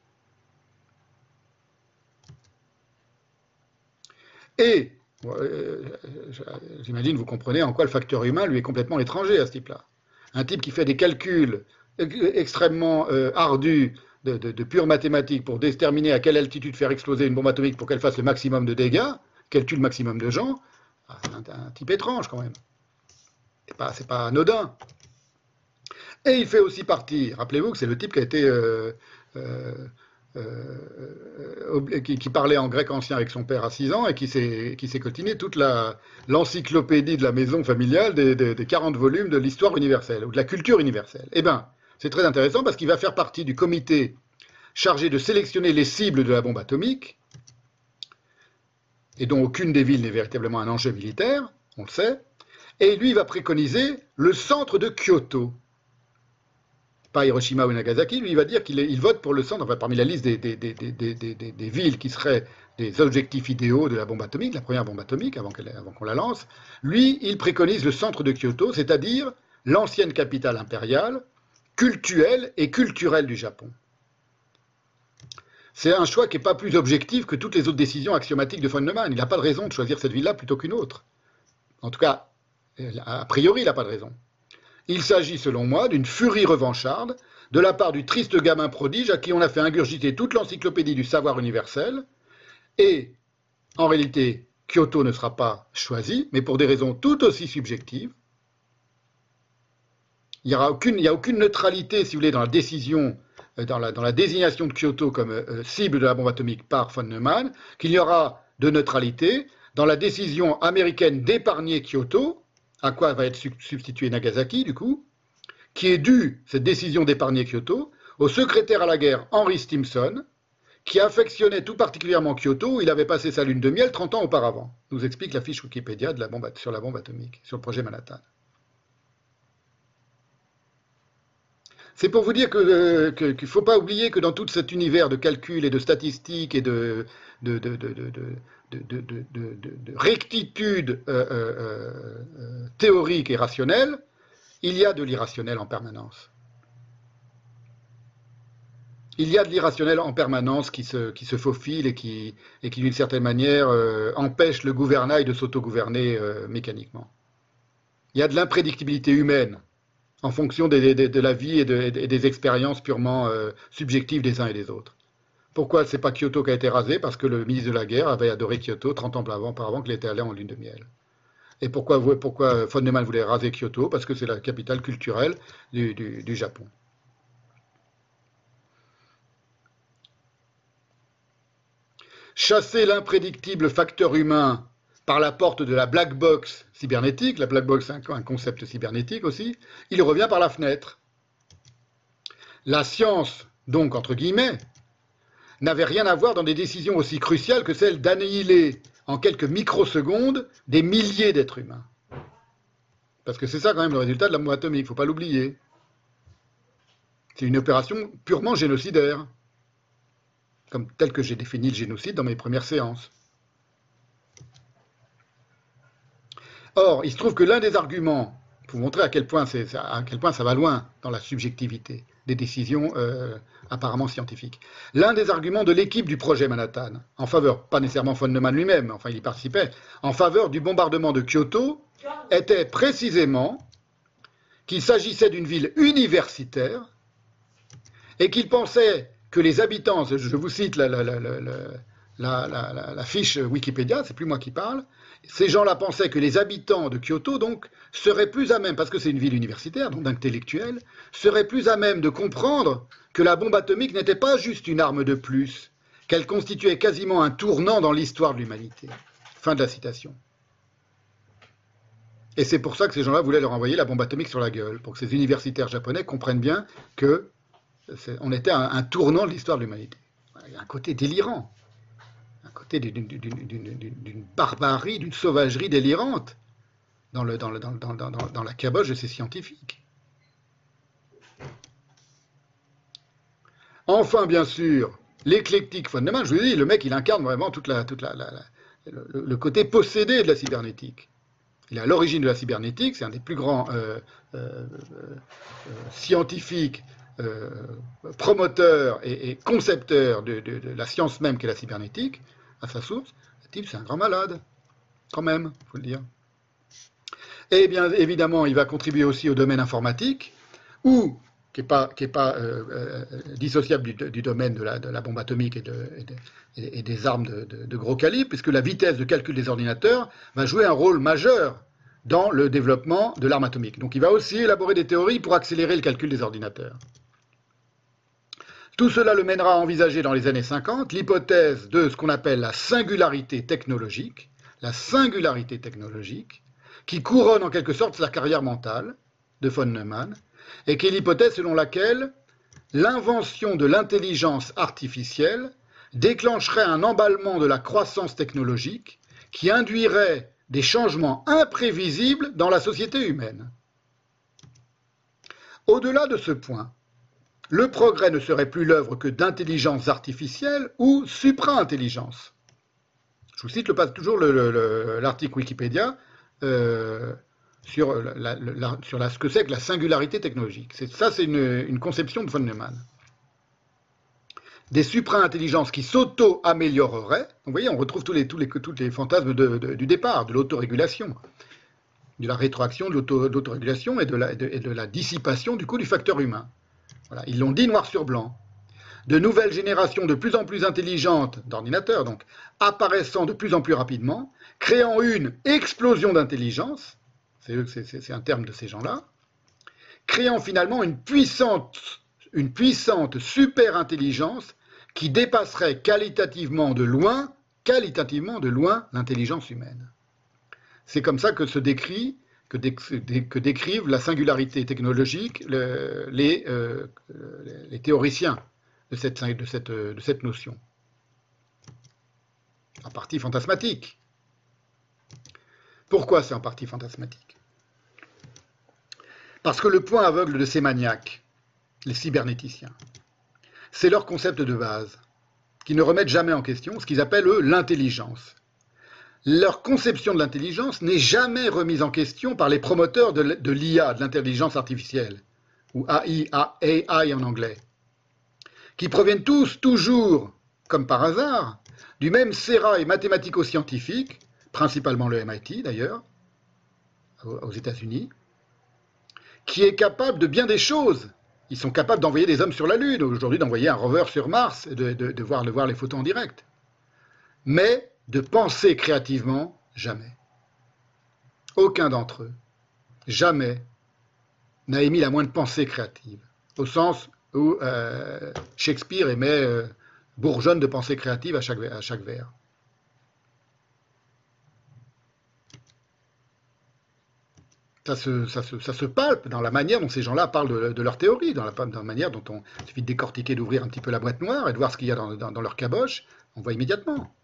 Et, j'imagine vous comprenez en quoi le facteur humain lui est complètement étranger à ce type-là. Un type qui fait des calculs extrêmement ardus de pure mathématiques pour déterminer à quelle altitude faire exploser une bombe atomique pour qu'elle fasse le maximum de dégâts, qu'elle tue le maximum de gens, c'est un type étrange quand même. C'est pas anodin. Et il fait aussi partie, rappelez-vous que c'est le type qui a été qui parlait en grec ancien avec son père à 6 ans et qui s'est coltiné toute l'encyclopédie de la maison familiale des 40 volumes de l'histoire universelle, ou de la culture universelle. Eh bien, c'est très intéressant parce qu'il va faire partie du comité chargé de sélectionner les cibles de la bombe atomique, et dont aucune des villes n'est véritablement un enjeu militaire, on le sait, et lui, il va préconiser le centre de Kyoto. Pas Hiroshima ou Nagasaki, lui, il va dire qu'il vote pour le centre, enfin, parmi la liste des villes qui seraient des objectifs idéaux de la bombe atomique, la première bombe atomique, avant qu'on la lance. Lui, il préconise le centre de Kyoto, c'est-à-dire l'ancienne capitale impériale, cultuelle et culturelle du Japon. C'est un choix qui n'est pas plus objectif que toutes les autres décisions axiomatiques de von Neumann. Il n'a pas de raison de choisir cette ville-là plutôt qu'une autre. En tout cas, a priori, il n'a pas de raison. Il s'agit, selon moi, d'une furie revancharde de la part du triste gamin prodige à qui on a fait ingurgiter toute l'encyclopédie du savoir universel. Et, en réalité, Kyoto ne sera pas choisi, mais pour des raisons tout aussi subjectives. Il n'y a aucune neutralité, si vous voulez, dans la décision, dans la désignation de Kyoto comme cible de la bombe atomique par von Neumann, qu'il y aura de neutralité dans la décision américaine d'épargner Kyoto, à quoi va être substitué Nagasaki, du coup, qui est due, cette décision d'épargner Kyoto, au secrétaire à la guerre Henry Stimson, qui affectionnait tout particulièrement Kyoto, où il avait passé sa lune de miel 30 ans auparavant, nous explique la fiche Wikipédia sur la bombe atomique, sur le projet Manhattan. C'est pour vous dire qu'il ne faut pas oublier que dans tout cet univers de calcul et de statistiques et de rectitude théorique et rationnelle, il y a de l'irrationnel en permanence. Il y a de l'irrationnel en permanence qui se faufile et qui d'une certaine manière, empêche le gouvernail de s'autogouverner mécaniquement. Il y a de l'imprédictibilité humaine en fonction de la vie et des expériences purement subjectives des uns et des autres. Pourquoi c'est pas Kyoto qui a été rasé? Parce que le ministre de la Guerre avait adoré Kyoto 30 ans auparavant qu'il était allé en lune de miel. Et pourquoi von Neumann voulait raser Kyoto? Parce que c'est la capitale culturelle du Japon. Chasser l'imprédictible facteur humain par la porte de la black box cybernétique, la black box c'est un concept cybernétique aussi, il revient par la fenêtre. La science, donc entre guillemets, n'avait rien à voir dans des décisions aussi cruciales que celle d'annihiler en quelques microsecondes des milliers d'êtres humains. Parce que c'est ça quand même le résultat de la bombe atomique, il ne faut pas l'oublier. C'est une opération purement génocidaire, comme tel que j'ai défini le génocide dans mes premières séances. Or, il se trouve que l'un des arguments, pour vous montrer à quel point ça va loin dans la subjectivité des décisions apparemment scientifiques, l'un des arguments de l'équipe du projet Manhattan, en faveur, pas nécessairement von Neumann lui-même, enfin il y participait, en faveur du bombardement de Kyoto, était précisément qu'il s'agissait d'une ville universitaire et qu'il pensait que les habitants, je vous cite la fiche Wikipédia, c'est plus moi qui parle, ces gens-là pensaient que les habitants de Kyoto, donc, seraient plus à même, parce que c'est une ville universitaire, donc d'intellectuels, seraient plus à même de comprendre que la bombe atomique n'était pas juste une arme de plus, qu'elle constituait quasiment un tournant dans l'histoire de l'humanité. Fin de la citation. Et c'est pour ça que ces gens-là voulaient leur envoyer la bombe atomique sur la gueule, pour que ces universitaires japonais comprennent bien qu'on était à un tournant de l'histoire de l'humanité. Il y a un côté délirant. Un côté d'une barbarie, d'une sauvagerie délirante dans la caboche de ces scientifiques. Enfin, bien sûr, l'éclectique von Neumann, je vous dis, le mec, il incarne vraiment le côté possédé de la cybernétique. Il est à l'origine de la cybernétique, c'est un des plus grands scientifiques, promoteur et concepteur de la science même qu'est la cybernétique, à sa source. Le type, c'est un grand malade, quand même, il faut le dire. Et bien évidemment, il va contribuer aussi au domaine informatique, qui n'est pas dissociable du domaine de la bombe atomique et des armes de gros calibre, puisque la vitesse de calcul des ordinateurs va jouer un rôle majeur dans le développement de l'arme atomique. Donc il va aussi élaborer des théories pour accélérer le calcul des ordinateurs. Tout cela le mènera à envisager dans les années 50 l'hypothèse de ce qu'on appelle la singularité technologique, qui couronne en quelque sorte la carrière mentale de von Neumann, et qui est l'hypothèse selon laquelle l'invention de l'intelligence artificielle déclencherait un emballement de la croissance technologique qui induirait des changements imprévisibles dans la société humaine. Au-delà de ce point, le progrès ne serait plus l'œuvre que d'intelligence artificielle ou supra-intelligence. Je vous cite toujours l'article Wikipédia sur ce que c'est que la singularité technologique. Ça, c'est une conception de von Neumann. Des supra-intelligences qui s'auto-amélioreraient. Vous voyez, on retrouve tous les fantasmes du départ, de l'autorégulation, de la rétroaction, de l'autorégulation et de la dissipation du coup du facteur humain. Voilà, ils l'ont dit noir sur blanc. De nouvelles générations de plus en plus intelligentes d'ordinateurs, donc, apparaissant de plus en plus rapidement, créant une explosion d'intelligence, c'est un terme de ces gens-là, créant finalement une puissante super-intelligence qui dépasserait qualitativement de loin l'intelligence humaine. C'est comme ça que décrivent la singularité technologique les théoriciens de cette notion. En partie fantasmatique. Pourquoi c'est en partie fantasmatique? Parce que le point aveugle de ces maniaques, les cybernéticiens, c'est leur concept de base, qui ne remettent jamais en question ce qu'ils appellent, eux, l'intelligence. Leur conception de l'intelligence n'est jamais remise en question par les promoteurs de l'IA, de l'intelligence artificielle, ou AI en anglais, qui proviennent tous, toujours, comme par hasard, du même sérail mathématico-scientifique, principalement le MIT d'ailleurs, aux États-Unis, qui est capable de bien des choses. Ils sont capables d'envoyer des hommes sur la Lune, aujourd'hui d'envoyer un rover sur Mars, et de voir les photos en direct. Mais de penser créativement, jamais. Aucun d'entre eux, jamais, n'a émis la moindre pensée créative, au sens où Shakespeare aimait bourgeonne de pensée créative à chaque vers. Ça se palpe dans la manière dont ces gens-là parlent de leur théorie, dans la manière dont il suffit de décortiquer, d'ouvrir un petit peu la boîte noire et de voir ce qu'il y a dans leur caboche, on voit immédiatement.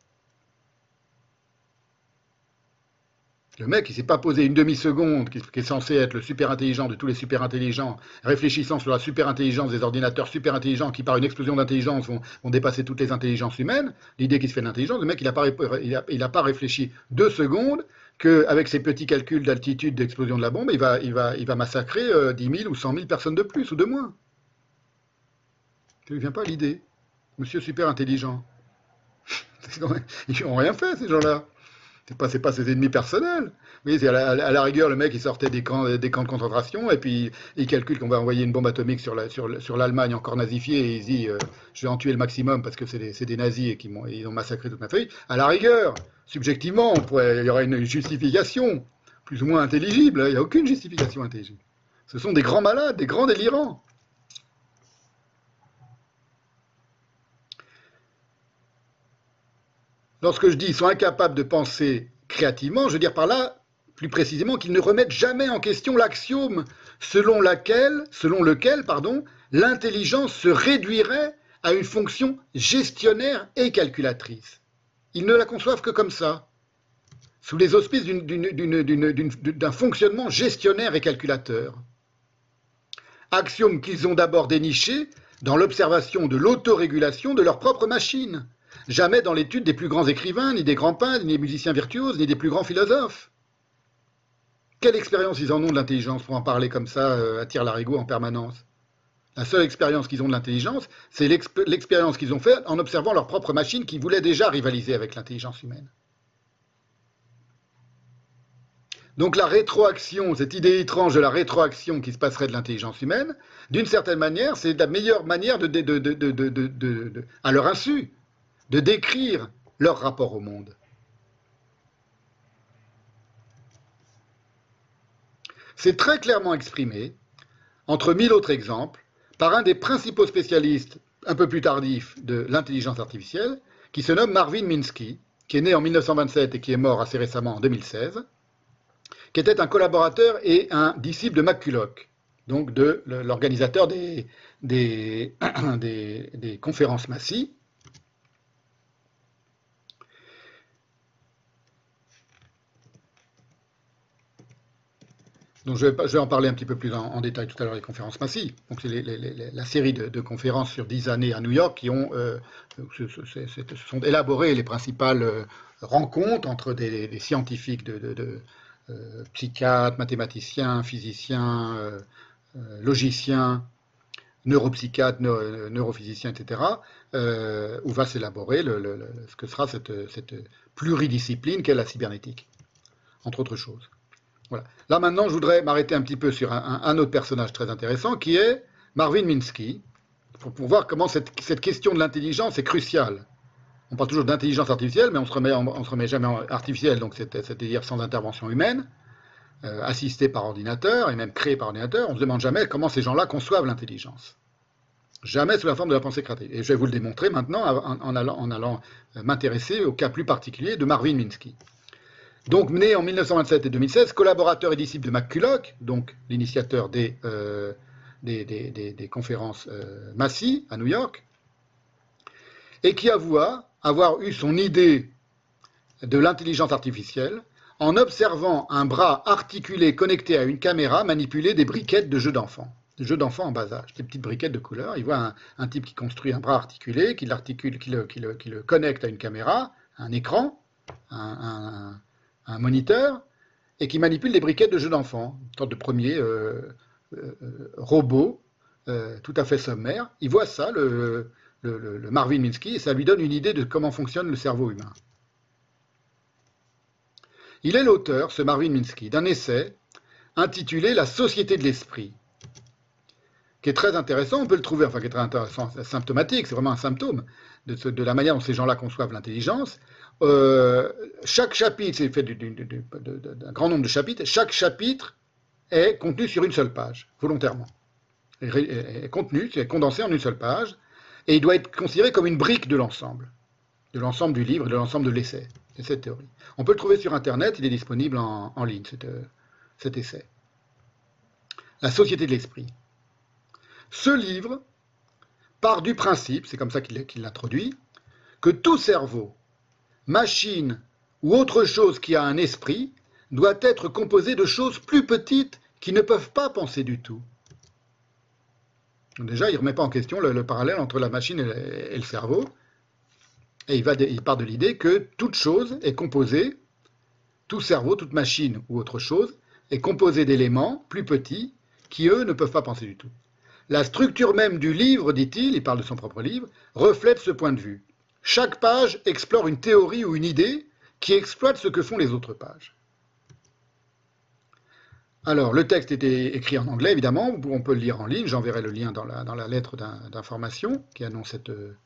Le mec, il ne s'est pas posé une demi-seconde, qui est censé être le super intelligent de tous les super intelligents, réfléchissant sur la super intelligence des ordinateurs super intelligents qui, par une explosion d'intelligence, vont dépasser toutes les intelligences humaines. L'idée qui se fait de l'intelligence, le mec, il n'a pas réfléchi 2 secondes qu'avec ses petits calculs d'altitude d'explosion de la bombe, il va massacrer 10 000 ou 100 000 personnes de plus ou de moins. Ça ne lui vient pas l'idée. Monsieur super intelligent. Ils n'ont rien fait, ces gens-là. C'est pas ses ennemis personnels. Oui, à la rigueur, le mec, il sortait des camps de concentration, et puis il calcule qu'on va envoyer une bombe atomique sur l'Allemagne encore nazifiée, et il dit je vais en tuer le maximum parce que c'est des nazis et ils ont massacré toute ma famille. À la rigueur, subjectivement, il y aurait une justification plus ou moins intelligible. Il n'y a aucune justification intelligible. Ce sont des grands malades, des grands délirants. Lorsque je dis qu'ils sont incapables de penser créativement, je veux dire par là, plus précisément, qu'ils ne remettent jamais en question l'axiome selon lequel, l'intelligence se réduirait à une fonction gestionnaire et calculatrice. Ils ne la conçoivent que comme ça, sous les auspices d'un fonctionnement gestionnaire et calculateur. Axiome qu'ils ont d'abord déniché dans l'observation de l'autorégulation de leur propre machine. Jamais dans l'étude des plus grands écrivains, ni des grands peintres, ni des musiciens virtuoses, ni des plus grands philosophes. Quelle expérience ils en ont de l'intelligence pour en parler comme ça à tire-larigot en permanence? La seule expérience qu'ils ont de l'intelligence, c'est l'expérience qu'ils ont faite en observant leur propre machine qui voulait déjà rivaliser avec l'intelligence humaine. Donc la rétroaction, cette idée étrange de la rétroaction qui se passerait de l'intelligence humaine, d'une certaine manière, c'est la meilleure manière à leur insu, de décrire leur rapport au monde. C'est très clairement exprimé, entre 1000 autres exemples, par un des principaux spécialistes un peu plus tardif de l'intelligence artificielle, qui se nomme Marvin Minsky, qui est né en 1927 et qui est mort assez récemment en 2016, qui était un collaborateur et un disciple de McCulloch, donc de l'organisateur des conférences Massey. Donc je vais en parler un petit peu plus en détail tout à l'heure, les conférences Massey. Donc c'est la série de conférences sur 10 années à New York qui ont, se sont élaborées les principales rencontres entre des scientifiques, psychiatres, mathématiciens, physiciens, logiciens, neuropsychiatres, neurophysiciens, etc., où va s'élaborer ce que sera cette pluridiscipline qu'est la cybernétique, entre autres choses. Voilà. Là maintenant, je voudrais m'arrêter un petit peu sur un autre personnage très intéressant qui est Marvin Minsky, pour voir comment cette question de l'intelligence est cruciale. On parle toujours d'intelligence artificielle, mais on se remet jamais en artificielle, donc c'est-à-dire sans intervention humaine, assistée par ordinateur et même créée par ordinateur. On ne se demande jamais comment ces gens-là conçoivent l'intelligence. Jamais sous la forme de la pensée créative. Et je vais vous le démontrer maintenant en allant m'intéresser au cas plus particulier de Marvin Minsky. Donc, né en 1927 et 2016, collaborateur et disciple de McCulloch, donc l'initiateur des conférences Massey à New York, et qui avoua avoir eu son idée de l'intelligence artificielle en observant un bras articulé connecté à une caméra manipuler des briquettes de jeux d'enfants en bas âge, des petites briquettes de couleur. Il voit un type qui construit un bras articulé, qui le connecte à une caméra, un écran, un moniteur, et qui manipule des briquettes de jeux d'enfants, une sorte de premier robot tout à fait sommaire. Il voit ça, le Marvin Minsky, et ça lui donne une idée de comment fonctionne le cerveau humain. Il est l'auteur, ce Marvin Minsky, d'un essai intitulé « La société de l'esprit », qui est très intéressant, on peut le trouver, enfin qui est très intéressant, symptomatique, c'est vraiment un symptôme de la manière dont ces gens-là conçoivent l'intelligence. Chaque chapitre, c'est fait d'un grand nombre de chapitres, chaque chapitre est contenu sur une seule page, volontairement. Est contenu, c'est condensé en une seule page, et il doit être considéré comme une brique de l'ensemble du livre, de l'ensemble de l'essai, de cette théorie. On peut le trouver sur Internet, il est disponible en ligne, cet essai. La société de l'esprit. Ce livre part du principe, c'est comme ça qu'il l'introduit, que tout cerveau, machine ou autre chose qui a un esprit doit être composé de choses plus petites qui ne peuvent pas penser du tout. Donc déjà, il ne remet pas en question le parallèle entre la machine et le cerveau, et il part de l'idée que toute chose est composée, tout cerveau, toute machine ou autre chose, est composé d'éléments plus petits qui, eux, ne peuvent pas penser du tout. La structure même du livre, dit-il, il parle de son propre livre, reflète ce point de vue. Chaque page explore une théorie ou une idée qui exploite ce que font les autres pages. Alors, le texte était écrit en anglais, évidemment, on peut le lire en ligne, j'enverrai le lien dans la lettre d'information qui annoncera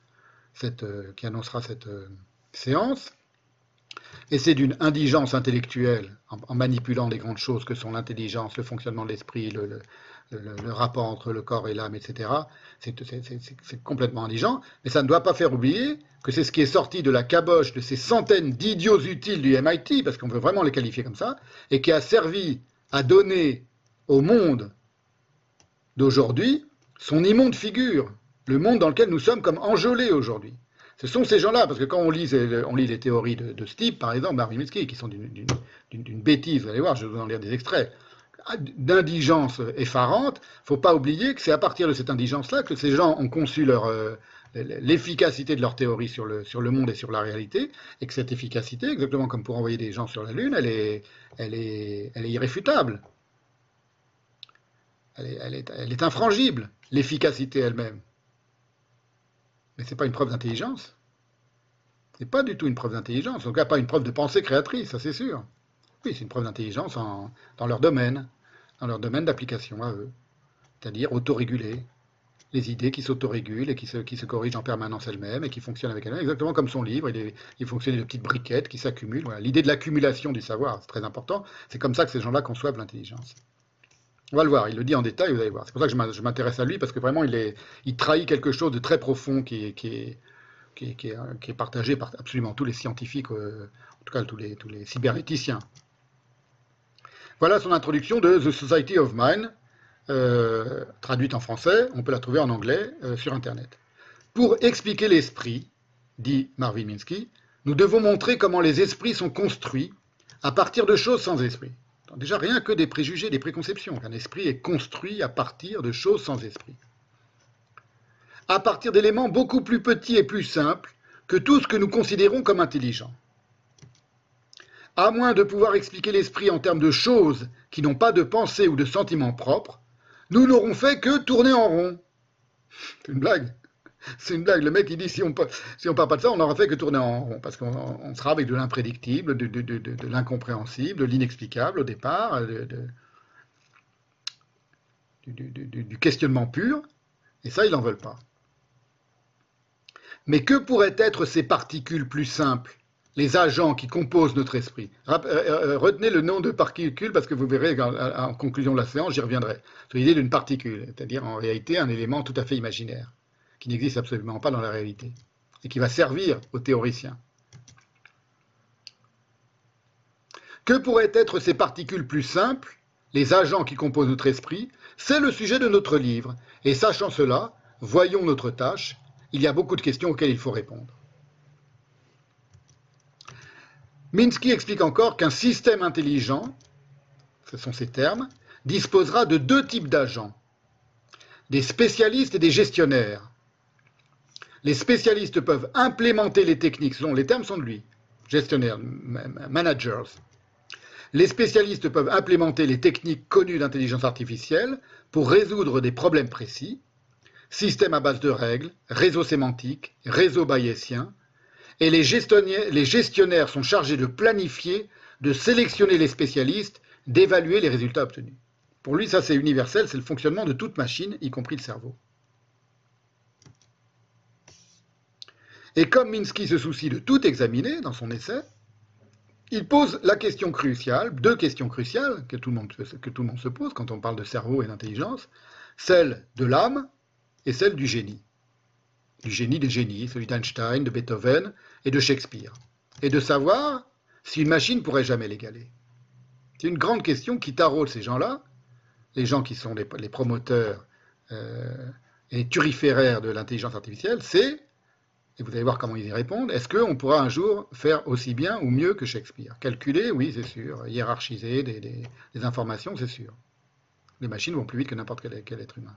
cette séance. Et c'est d'une indigence intellectuelle, en manipulant les grandes choses que sont l'intelligence, le fonctionnement de l'esprit, le rapport entre le corps et l'âme, etc. C'est complètement indigent, mais ça ne doit pas faire oublier que c'est ce qui est sorti de la caboche de ces centaines d'idiots utiles du MIT, parce qu'on veut vraiment les qualifier comme ça, et qui a servi à donner au monde d'aujourd'hui son immonde figure, le monde dans lequel nous sommes comme enjolés aujourd'hui. Ce sont ces gens-là, parce que quand on lit les théories de ce type, par exemple, Marvin Minsky, qui sont d'une bêtise, vous allez voir, je vais vous en lire des extraits, d'indigence effarante, il ne faut pas oublier que c'est à partir de cette indigence-là que ces gens ont conçu l'efficacité de leur théorie sur le monde et sur la réalité, et que cette efficacité, exactement comme pour envoyer des gens sur la Lune, elle est irréfutable. Elle est infrangible, l'efficacité elle-même. Mais ce n'est pas une preuve d'intelligence. Ce n'est pas du tout une preuve d'intelligence. En tout cas, pas une preuve de pensée créatrice, ça c'est sûr. Oui, c'est une preuve d'intelligence dans leur domaine d'application à eux. C'est-à-dire autorégulée. Les idées qui s'autorégulent et qui se corrigent en permanence elles-mêmes et qui fonctionnent avec elles-mêmes, exactement comme son livre. Il fonctionne de petites briquettes qui s'accumulent. Voilà. L'idée de l'accumulation du savoir, c'est très important. C'est comme ça que ces gens-là conçoivent l'intelligence. On va le voir, il le dit en détail, vous allez voir. C'est pour ça que je m'intéresse à lui, parce que vraiment, il trahit quelque chose de très profond qui est partagé par absolument tous les scientifiques, en tout cas tous les cybernéticiens. Voilà son introduction de The Society of Mind, traduite en français, on peut la trouver en anglais sur Internet. Pour expliquer l'esprit, dit Marvin Minsky, nous devons montrer comment les esprits sont construits à partir de choses sans esprit. Déjà, rien que des préjugés, des préconceptions. Un esprit est construit à partir de choses sans esprit. À partir d'éléments beaucoup plus petits et plus simples que tout ce que nous considérons comme intelligent. À moins de pouvoir expliquer l'esprit en termes de choses qui n'ont pas de pensée ou de sentiments propres, nous n'aurons fait que tourner en rond. C'est une blague. C'est une blague. Le mec, il dit, si on parle pas de ça, on n'aura fait que tourner en rond. Parce qu'on sera avec de l'imprédictible, de l'incompréhensible, de l'inexplicable au départ, du questionnement pur. Et ça, ils n'en veulent pas. Mais que pourraient être ces particules plus simples, les agents qui composent notre esprit? Retenez le nom de particule, parce que vous verrez, en conclusion de la séance, j'y reviendrai. Sur l'idée d'une particule, c'est-à-dire en réalité un élément tout à fait imaginaire, qui n'existe absolument pas dans la réalité, et qui va servir aux théoriciens. Que pourraient être ces particules plus simples, les agents qui composent notre esprit? C'est le sujet de notre livre, et sachant cela, voyons notre tâche, il y a beaucoup de questions auxquelles il faut répondre. Minsky explique encore qu'un système intelligent, ce sont ces termes, disposera de deux types d'agents, des spécialistes et des gestionnaires. Les spécialistes peuvent implémenter les techniques, les termes sont de lui, gestionnaires, managers. Les spécialistes peuvent implémenter les techniques connues d'intelligence artificielle pour résoudre des problèmes précis, systèmes à base de règles, réseaux sémantiques, réseaux bayésiens, et les gestionnaires sont chargés de planifier, de sélectionner les spécialistes, d'évaluer les résultats obtenus. Pour lui, ça c'est universel, c'est le fonctionnement de toute machine, y compris le cerveau. Et comme Minsky se soucie de tout examiner dans son essai, il pose la question cruciale, deux questions cruciales que tout le monde se pose quand on parle de cerveau et d'intelligence, celle de l'âme et celle du génie. Du génie des génies, celui d'Einstein, de Beethoven et de Shakespeare. Et de savoir si une machine pourrait jamais l'égaler. C'est une grande question qui taraude ces gens-là, les gens qui sont les promoteurs et turiféraires de l'intelligence artificielle, c'est, et vous allez voir comment ils y répondent, est-ce qu'on pourra un jour faire aussi bien ou mieux que Shakespeare? Calculer, oui, c'est sûr. Hiérarchiser des informations, c'est sûr. Les machines vont plus vite que n'importe quel être humain.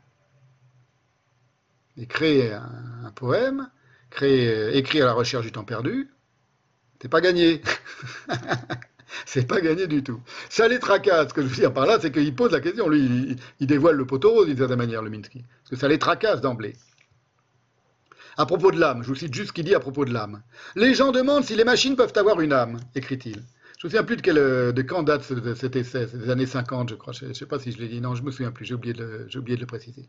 Et créer un poème, écrire à la recherche du temps perdu, c'est pas gagné. C'est pas gagné du tout. Ça les tracasse. Ce que je veux dire par là, c'est qu'il pose la question. Lui, il dévoile le poteau rose d'une certaine manière, le Minsky. Parce que ça les tracasse d'emblée. À propos de l'âme, je vous cite juste ce qu'il dit à propos de l'âme. Les gens demandent si les machines peuvent avoir une âme, écrit-il. Je ne me souviens plus de quand date cet essai, c'est des années 50, je crois. Je ne sais pas si je l'ai dit. Non, je ne me souviens plus. J'ai oublié de le préciser.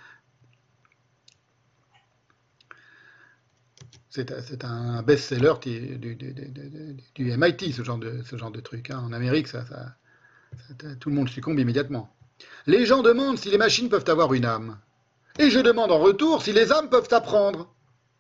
C'est un best-seller du MIT, ce genre de truc. Hein. En Amérique, tout le monde succombe immédiatement. Les gens demandent si les machines peuvent avoir une âme. Et je demande en retour si les âmes peuvent apprendre.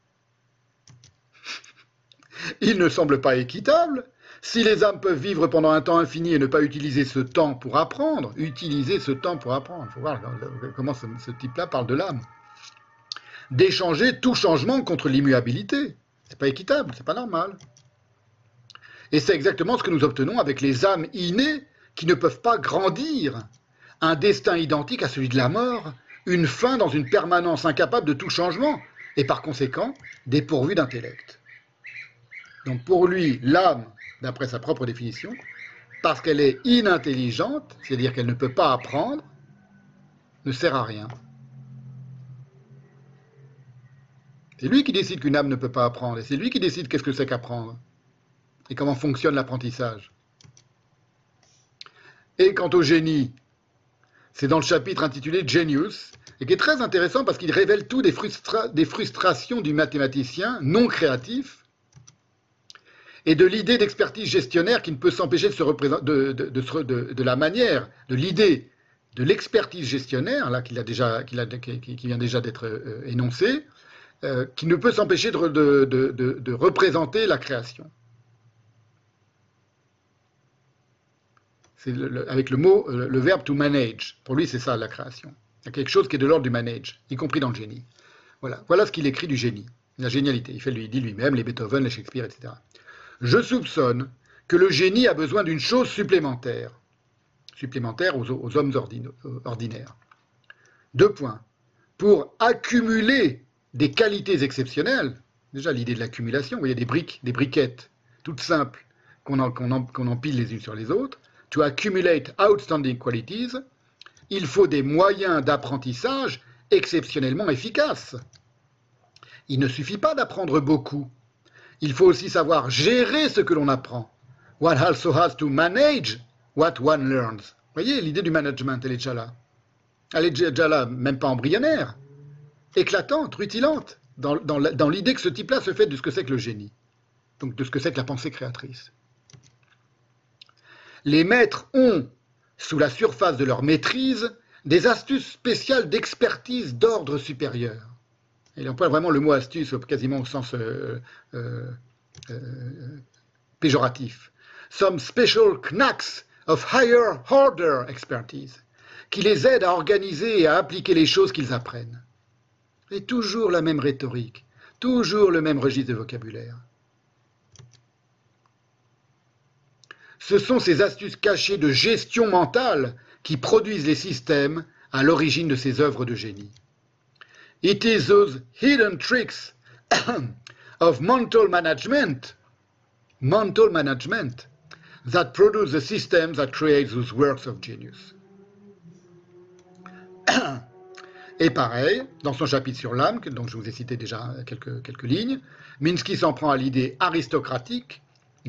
Il ne semble pas équitable. Si les âmes peuvent vivre pendant un temps infini et ne pas utiliser ce temps pour apprendre, il faut voir comment ce type-là parle de l'âme. D'échanger tout changement contre l'immuabilité. C'est pas équitable, c'est pas normal. Et c'est exactement ce que nous obtenons avec les âmes innées qui ne peuvent pas grandir. Un destin identique à celui de la mort, une fin dans une permanence incapable de tout changement, et par conséquent, dépourvue d'intellect. Donc pour lui, l'âme, d'après sa propre définition, parce qu'elle est inintelligente, c'est-à-dire qu'elle ne peut pas apprendre, ne sert à rien. C'est lui qui décide qu'une âme ne peut pas apprendre, et c'est lui qui décide qu'est-ce que c'est qu'apprendre, et comment fonctionne l'apprentissage. Et quant au génie, c'est dans le chapitre intitulé Genius, et qui est très intéressant parce qu'il révèle tout des frustrations du mathématicien non créatif, et de l'idée d'expertise gestionnaire qui ne peut s'empêcher de la manière, de l'idée de l'expertise gestionnaire, là, qui vient déjà d'être énoncée, qui ne peut s'empêcher de représenter la création. C'est avec le verbe to manage. Pour lui, c'est ça la création. Il y a quelque chose qui est de l'ordre du manage, y compris dans le génie. Voilà ce qu'il écrit du génie, la génialité. Il dit lui-même, les Beethoven, les Shakespeare, etc. Je soupçonne que le génie a besoin d'une chose supplémentaire aux hommes ordinaires. 2 points. Pour accumuler des qualités exceptionnelles, déjà l'idée de l'accumulation, vous voyez des briquettes, toutes simples, qu'on empile les unes sur les autres. To accumulate outstanding qualities, il faut des moyens d'apprentissage exceptionnellement efficaces. Il ne suffit pas d'apprendre beaucoup. Il faut aussi savoir gérer ce que l'on apprend. One also has to manage what one learns. Vous voyez, l'idée du management, elle est déjà là. Elle est déjà là, même pas embryonnaire, éclatante, rutilante, dans l'idée que ce type-là se fait de ce que c'est que le génie, donc de ce que c'est que la pensée créatrice. Les maîtres ont, sous la surface de leur maîtrise, des astuces spéciales d'expertise d'ordre supérieur. Il emploie vraiment le mot astuce quasiment au sens péjoratif. Some special knacks of higher order expertise, qui les aident à organiser et à appliquer les choses qu'ils apprennent. Et toujours la même rhétorique, toujours le même registre de vocabulaire. Ce sont ces astuces cachées de gestion mentale qui produisent les systèmes à l'origine de ces œuvres de génie. It is those hidden tricks of mental management that produce the systems that create those works of genius. Et pareil, dans son chapitre sur l'âme, dont je vous ai cité déjà quelques lignes, Minsky s'en prend à l'idée aristocratique,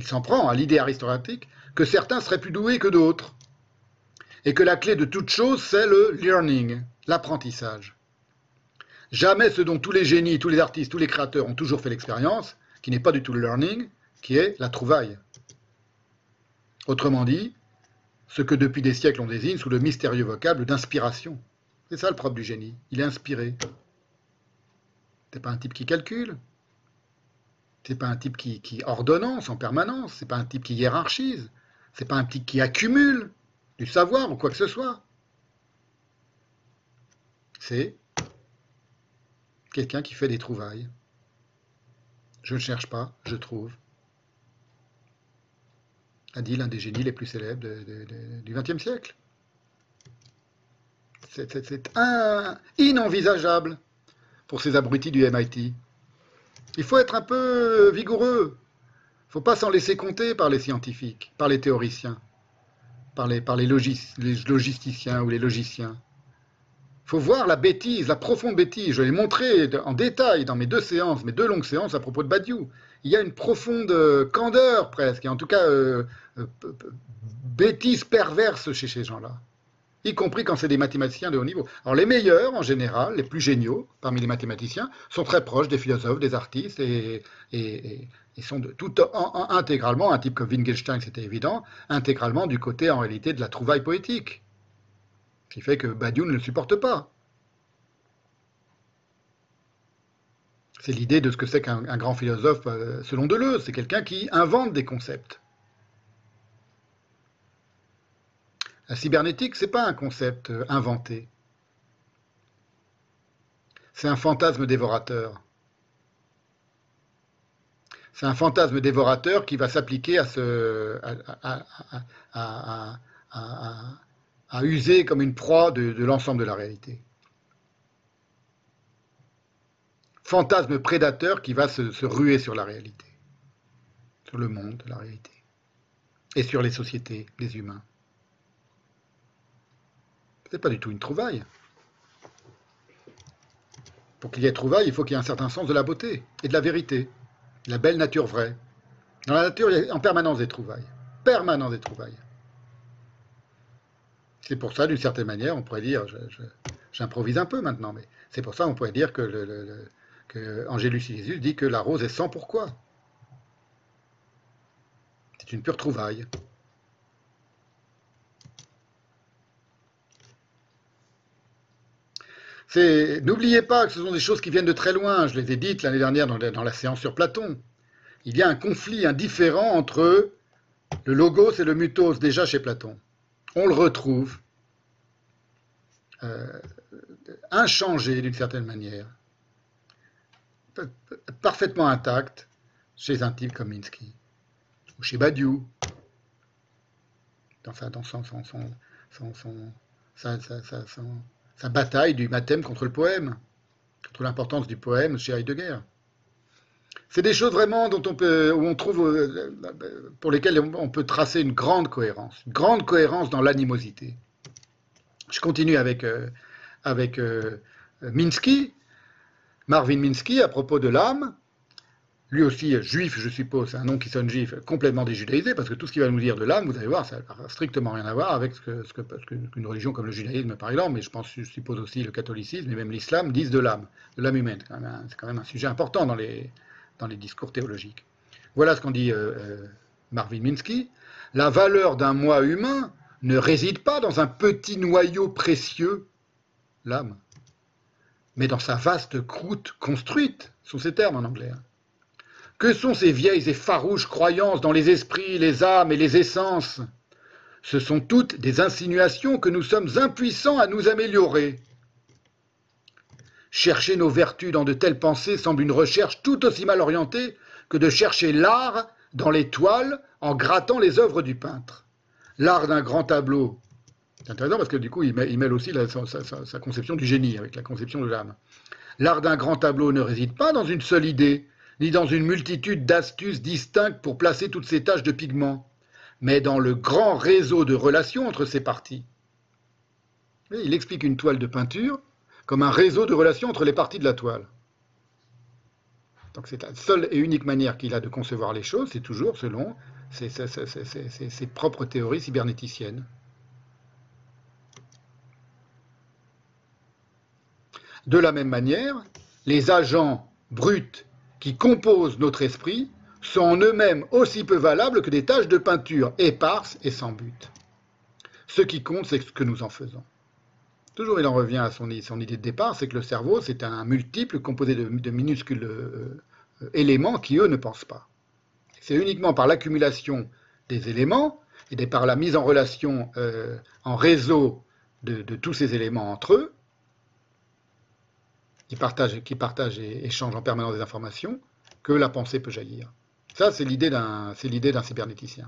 que certains seraient plus doués que d'autres, et que la clé de toute chose, c'est le learning, l'apprentissage. Jamais ce dont tous les génies, tous les artistes, tous les créateurs ont toujours fait l'expérience, qui n'est pas du tout le learning, qui est la trouvaille. Autrement dit, ce que depuis des siècles on désigne sous le mystérieux vocable d'inspiration. C'est ça le propre du génie, il est inspiré. C'est pas un type qui calcule, c'est pas un type qui ordonnance en permanence, c'est pas un type qui hiérarchise, c'est pas un type qui accumule du savoir ou quoi que ce soit. C'est quelqu'un qui fait des trouvailles. Je ne cherche pas, je trouve. A dit l'un des génies les plus célèbres du XXe siècle. C'est inenvisageable pour ces abrutis du MIT. Il faut être un peu vigoureux. Il ne faut pas s'en laisser compter par les scientifiques, par les théoriciens, par les logisticiens ou les logiciens. Il faut voir la bêtise, la profonde bêtise. Je l'ai montré en détail dans mes 2 longues séances à propos de Badiou. Il y a une profonde candeur presque, et en tout cas bêtise perverse chez ces gens-là, y compris quand c'est des mathématiciens de haut niveau. Alors les meilleurs, en général, les plus géniaux parmi les mathématiciens, sont très proches des philosophes, des artistes, et sont intégralement, un type comme Wittgenstein, c'était évident, intégralement du côté, en réalité, de la trouvaille poétique. Ce qui fait que Badiou ne le supporte pas. C'est l'idée de ce que c'est qu'un grand philosophe selon Deleuze. C'est quelqu'un qui invente des concepts. La cybernétique, ce n'est pas un concept inventé. C'est un fantasme dévorateur. C'est un fantasme dévorateur qui va s'appliquer à user comme une proie de l'ensemble de la réalité. Fantasme prédateur qui va se ruer sur la réalité, sur le monde, la réalité, et sur les sociétés, les humains. Ce n'est pas du tout une trouvaille. Pour qu'il y ait trouvaille, il faut qu'il y ait un certain sens de la beauté et de la vérité, de la belle nature vraie. Dans la nature, il y a en permanence des trouvailles. Permanence des trouvailles. C'est pour ça, d'une certaine manière, on pourrait dire, j'improvise un peu maintenant, mais c'est pour ça qu'on pourrait dire que Angelus Silesius dit que la rose est sans pourquoi. C'est une pure trouvaille. N'oubliez pas que ce sont des choses qui viennent de très loin. Je les ai dites l'année dernière dans la séance sur Platon. Il y a un conflit, un différend entre le logos et le mutos déjà chez Platon. On le retrouve inchangé d'une certaine manière, parfaitement intact chez un type comme Minsky ou chez Badiou, dans sa bataille du mathème contre le poème, contre l'importance du poème chez Heidegger. C'est des choses vraiment où on trouve, pour lesquelles on peut tracer une grande cohérence dans l'animosité. Je continue avec Minsky, Marvin Minsky, à propos de l'âme. Lui aussi juif, je suppose, c'est un nom qui sonne juif, complètement déjudaïsé, parce que tout ce qu'il va nous dire de l'âme, vous allez voir, ça n'a strictement rien à voir avec qu'une religion comme le judaïsme, par exemple, mais je suppose aussi le catholicisme et même l'islam disent de l'âme humaine. C'est quand même un sujet important dans les discours théologiques. Voilà ce qu'en dit Marvin Minsky. La valeur d'un moi humain ne réside pas dans un petit noyau précieux, l'âme, mais dans sa vaste croûte construite, sous ces termes en anglais. Que sont ces vieilles et farouches croyances dans les esprits, les âmes et les essences? Ce sont toutes des insinuations que nous sommes impuissants à nous améliorer. Chercher nos vertus dans de telles pensées semble une recherche tout aussi mal orientée que de chercher l'art dans les toiles en grattant les œuvres du peintre. L'art d'un grand tableau. C'est intéressant parce que du coup, il mêle aussi sa conception du génie avec la conception de l'âme. L'art d'un grand tableau ne réside pas dans une seule idée, ni dans une multitude d'astuces distinctes pour placer toutes ces taches de pigments, mais dans le grand réseau de relations entre ces parties. Et il explique une toile de peinture comme un réseau de relations entre les parties de la toile. Donc c'est la seule et unique manière qu'il a de concevoir les choses, c'est toujours selon ses propres théories cybernéticiennes. De la même manière, les agents bruts qui composent notre esprit sont en eux-mêmes aussi peu valables que des taches de peinture éparses et sans but. Ce qui compte, c'est ce que nous en faisons. Toujours, il en revient à son idée de départ, c'est que le cerveau, c'est un multiple composé de minuscules éléments qui, eux, ne pensent pas. C'est uniquement par l'accumulation des éléments et par la mise en relation en réseau de tous ces éléments entre eux, qui partagent et échangent en permanence des informations, que la pensée peut jaillir. Ça, c'est l'idée d'un cybernéticien.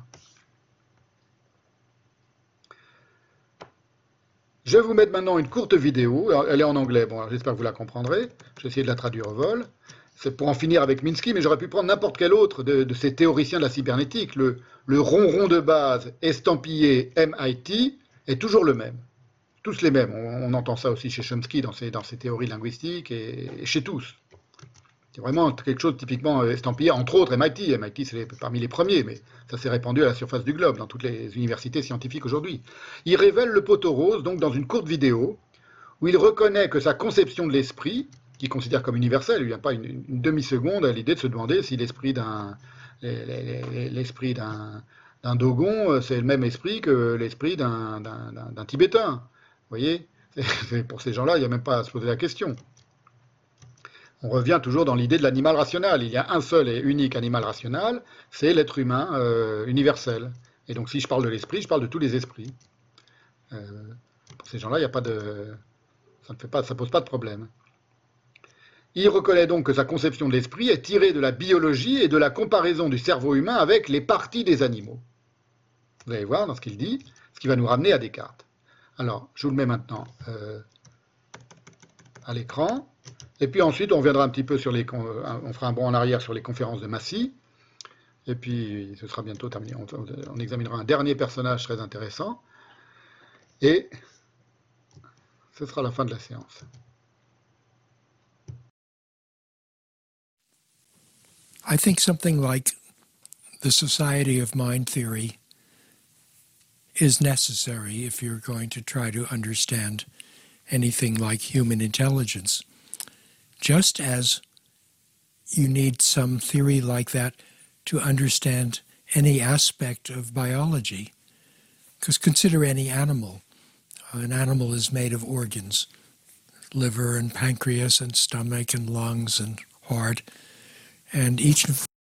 Je vais vous mettre maintenant une courte vidéo, elle est en anglais, bon, j'espère que vous la comprendrez, je vais essayer de la traduire au vol. C'est pour en finir avec Minsky, mais j'aurais pu prendre n'importe quel autre de ces théoriciens de la cybernétique. Le ronron de base estampillé MIT est toujours le même. Tous les mêmes. On entend ça aussi chez Chomsky dans ses théories linguistiques et chez tous. C'est vraiment quelque chose de typiquement estampillé, entre autres MIT. MIT, c'est parmi les premiers, mais ça s'est répandu à la surface du globe, dans toutes les universités scientifiques aujourd'hui. Il révèle le poteau rose, donc dans une courte vidéo, où il reconnaît que sa conception de l'esprit, qu'il considère comme universelle, il n'y a pas une demi-seconde à l'idée de se demander si l'esprit d'un Dogon, c'est le même esprit que l'esprit d'un Tibétain. Vous voyez, pour ces gens-là, il n'y a même pas à se poser la question. On revient toujours dans l'idée de l'animal rationnel. Il y a un seul et unique animal rationnel, c'est l'être humain universel. Et donc si je parle de l'esprit, je parle de tous les esprits. Pour ces gens-là, il y a pas de, ça pose pas de problème. Il reconnaît donc que sa conception de l'esprit est tirée de la biologie et de la comparaison du cerveau humain avec les parties des animaux. Vous allez voir dans ce qu'il dit, ce qui va nous ramener à Descartes. Alors, je vous le mets maintenant à l'écran. Et puis ensuite, on reviendra un petit peu on fera un bond en arrière sur les conférences de Massy. Et puis, ce sera bientôt terminé. On examinera un dernier personnage très intéressant. Et ce sera la fin de la séance. I think something like the Society of Mind Theory is necessary if you're going to try to understand anything like human intelligence. Just as you need some theory like that to understand any aspect of biology. Because consider any animal. An animal is made of organs, liver and pancreas and stomach and lungs and heart, and each.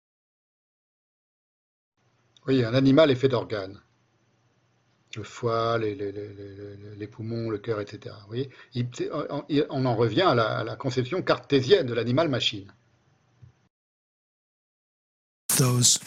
Oui, un animal est fait d'organes. Le foie, les poumons, le cœur, etc. Vous voyez, on en revient à la conception cartésienne de l'animal-machine. Those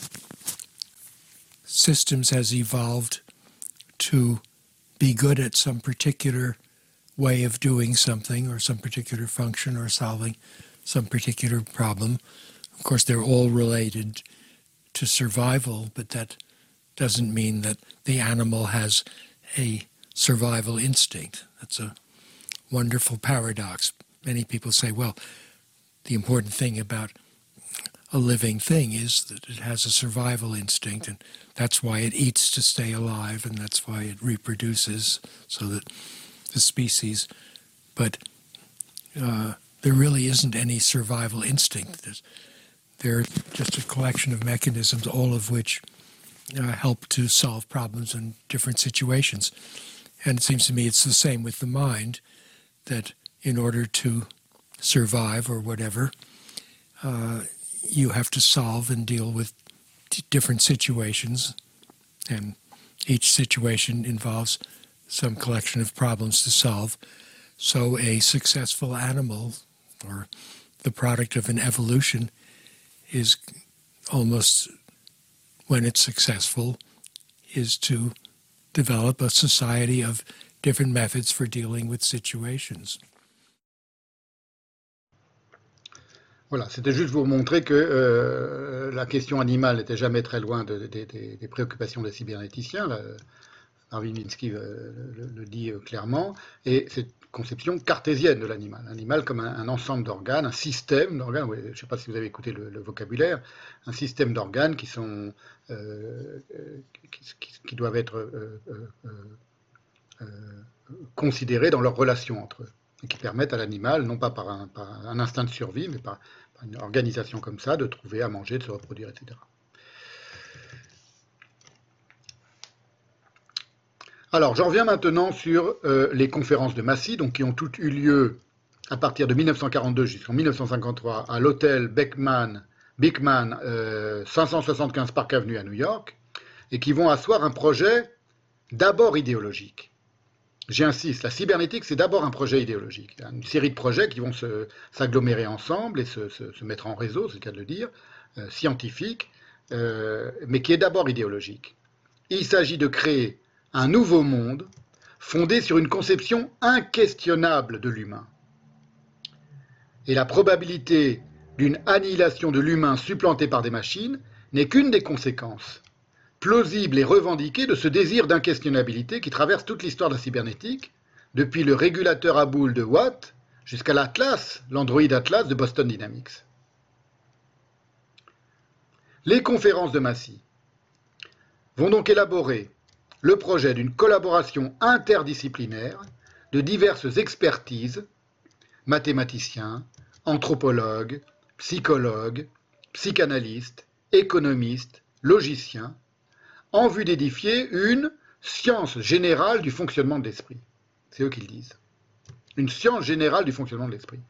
systems has evolved to be good at some particular way of doing something or some particular function or solving some particular problem. Of course, they're all related to survival, but that doesn't mean that the animal has a survival instinct. That's a wonderful paradox. Many people say, well, the important thing about a living thing is that it has a survival instinct, and that's why it eats to stay alive, and that's why it reproduces, so that the species. But there really isn't any survival instinct. They're just a collection of mechanisms, all of which help to solve problems in different situations. And it seems to me it's the same with the mind, that in order to survive or whatever, you have to solve and deal with different situations, and each situation involves some collection of problems to solve. So a successful animal, or the product of an evolution, is almost, when it's successful, is to develop a society of different methods for dealing with situations. Voilà, c'était juste vous montrer que la question animale n'était jamais très loin des préoccupations des cybernéticiens. Là, Marvin Minsky le dit clairement, et cette conception cartésienne de l'animal. L'animal comme un ensemble d'organes, un système d'organes, je ne sais pas si vous avez écouté le vocabulaire, un système d'organes qui doivent être considérés dans leurs relations entre eux, et qui permettent à l'animal, non pas par un instinct de survie, mais par une organisation comme ça, de trouver à manger, de se reproduire, etc. Alors, j'en reviens maintenant sur les conférences de Massey, donc, qui ont toutes eu lieu à partir de 1942 jusqu'en 1953 à l'hôtel Beekman, 575 Park Avenue à New York, et qui vont asseoir un projet d'abord idéologique. J'insiste, la cybernétique, c'est d'abord un projet idéologique. Il y a une série de projets qui vont s'agglomérer ensemble et se mettre en réseau, c'est le cas de le dire, scientifique, mais qui est d'abord idéologique. Il s'agit de créer un nouveau monde fondé sur une conception inquestionnable de l'humain. Et la probabilité d'une annihilation de l'humain supplanté par des machines n'est qu'une des conséquences plausible et revendiquée de ce désir d'inquestionnabilité qui traverse toute l'histoire de la cybernétique, depuis le régulateur à boules de Watt jusqu'à l'Atlas, l'Android Atlas de Boston Dynamics. Les conférences de Massey vont donc élaborer le projet d'une collaboration interdisciplinaire de diverses expertises, mathématiciens, anthropologues, psychologues, psychanalystes, économistes, logiciens, en vue d'édifier une science générale du fonctionnement de l'esprit. C'est eux qui le disent. Une science générale du fonctionnement de l'esprit.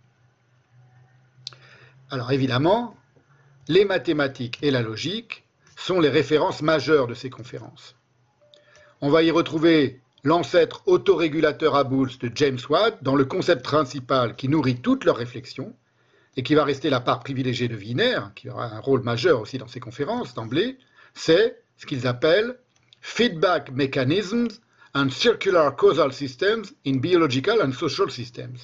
Alors évidemment, les mathématiques et la logique sont les références majeures de ces conférences. On va y retrouver l'ancêtre autorégulateur à boules de James Watt dans le concept principal qui nourrit toutes leurs réflexions et qui va rester la part privilégiée de Wiener, qui aura un rôle majeur aussi dans ces conférences d'emblée, c'est ce qu'ils appellent feedback mechanisms and circular causal systems in biological and social systems.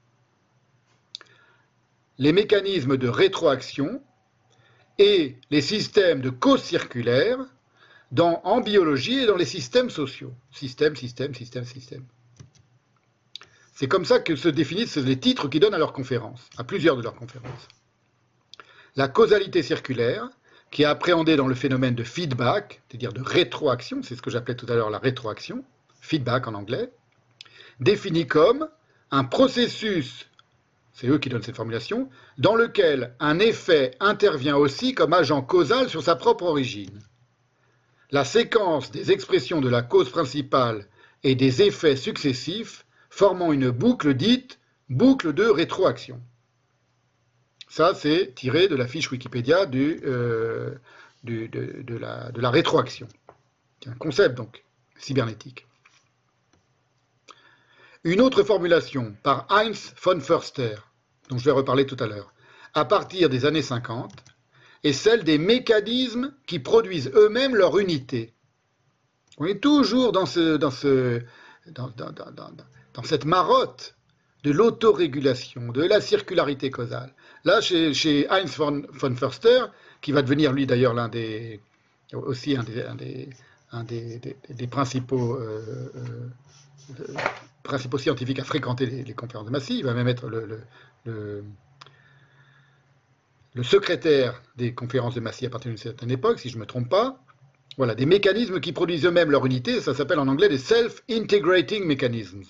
Les mécanismes de rétroaction et les systèmes de cause circulaire en biologie et dans les systèmes sociaux. Système. C'est comme ça que se définissent les titres qu'ils donnent à leurs conférences, à plusieurs de leurs conférences. La causalité circulaire, qui est appréhendée dans le phénomène de feedback, c'est-à-dire de rétroaction, c'est ce que j'appelais tout à l'heure la rétroaction, feedback en anglais, défini comme un processus, c'est eux qui donnent cette formulation, dans lequel un effet intervient aussi comme agent causal sur sa propre origine. La séquence des expressions de la cause principale et des effets successifs formant une boucle dite boucle de rétroaction. Ça, c'est tiré de la fiche Wikipédia de la rétroaction. C'est un concept, donc, cybernétique. Une autre formulation par Heinz von Förster, dont je vais reparler tout à l'heure, à partir des années 50, est celle des mécanismes qui produisent eux-mêmes leur unité. On est toujours dans cette marotte de l'autorégulation, de la circularité causale. Là, chez Heinz von Förster, qui va devenir lui d'ailleurs l'un des principaux scientifiques à fréquenter les conférences de Massy, il va même être le secrétaire des conférences de Massy à partir d'une certaine époque, si je ne me trompe pas. Voilà, des mécanismes qui produisent eux-mêmes leur unité, ça s'appelle en anglais des self-integrating mechanisms.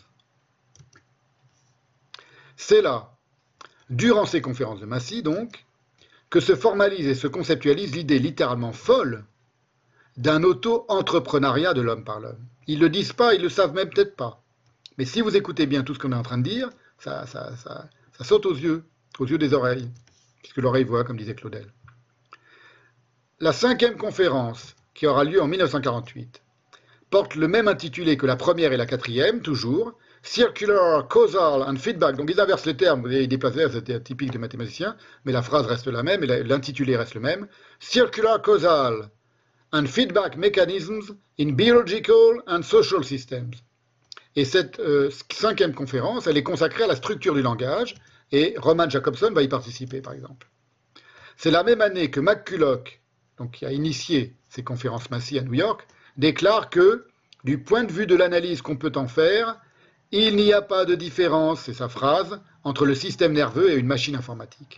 C'est là, durant ces conférences de Massy donc, que se formalise et se conceptualise l'idée littéralement folle d'un auto-entrepreneuriat de l'homme par l'homme. Ils ne le disent pas, ils ne le savent même peut-être pas. Mais si vous écoutez bien tout ce qu'on est en train de dire, ça saute aux yeux des oreilles, puisque l'oreille voit, comme disait Claudel. La 5e conférence, qui aura lieu en 1948, porte le même intitulé que la première et la 4e, toujours, Circular, Causal and Feedback. Donc ils inversent les termes, vous voyez, ils déplacent, c'était typique des mathématiciens, mais la phrase reste la même et l'intitulé reste le même. Circular, Causal and Feedback Mechanisms in Biological and Social Systems. Et cette 5e conférence, elle est consacrée à la structure du langage, et Roman Jacobson va y participer, par exemple. C'est la même année que McCulloch, donc qui a initié ces conférences Massy à New York, déclare que, du point de vue de l'analyse qu'on peut en faire, il n'y a pas de différence, c'est sa phrase, entre le système nerveux et une machine informatique.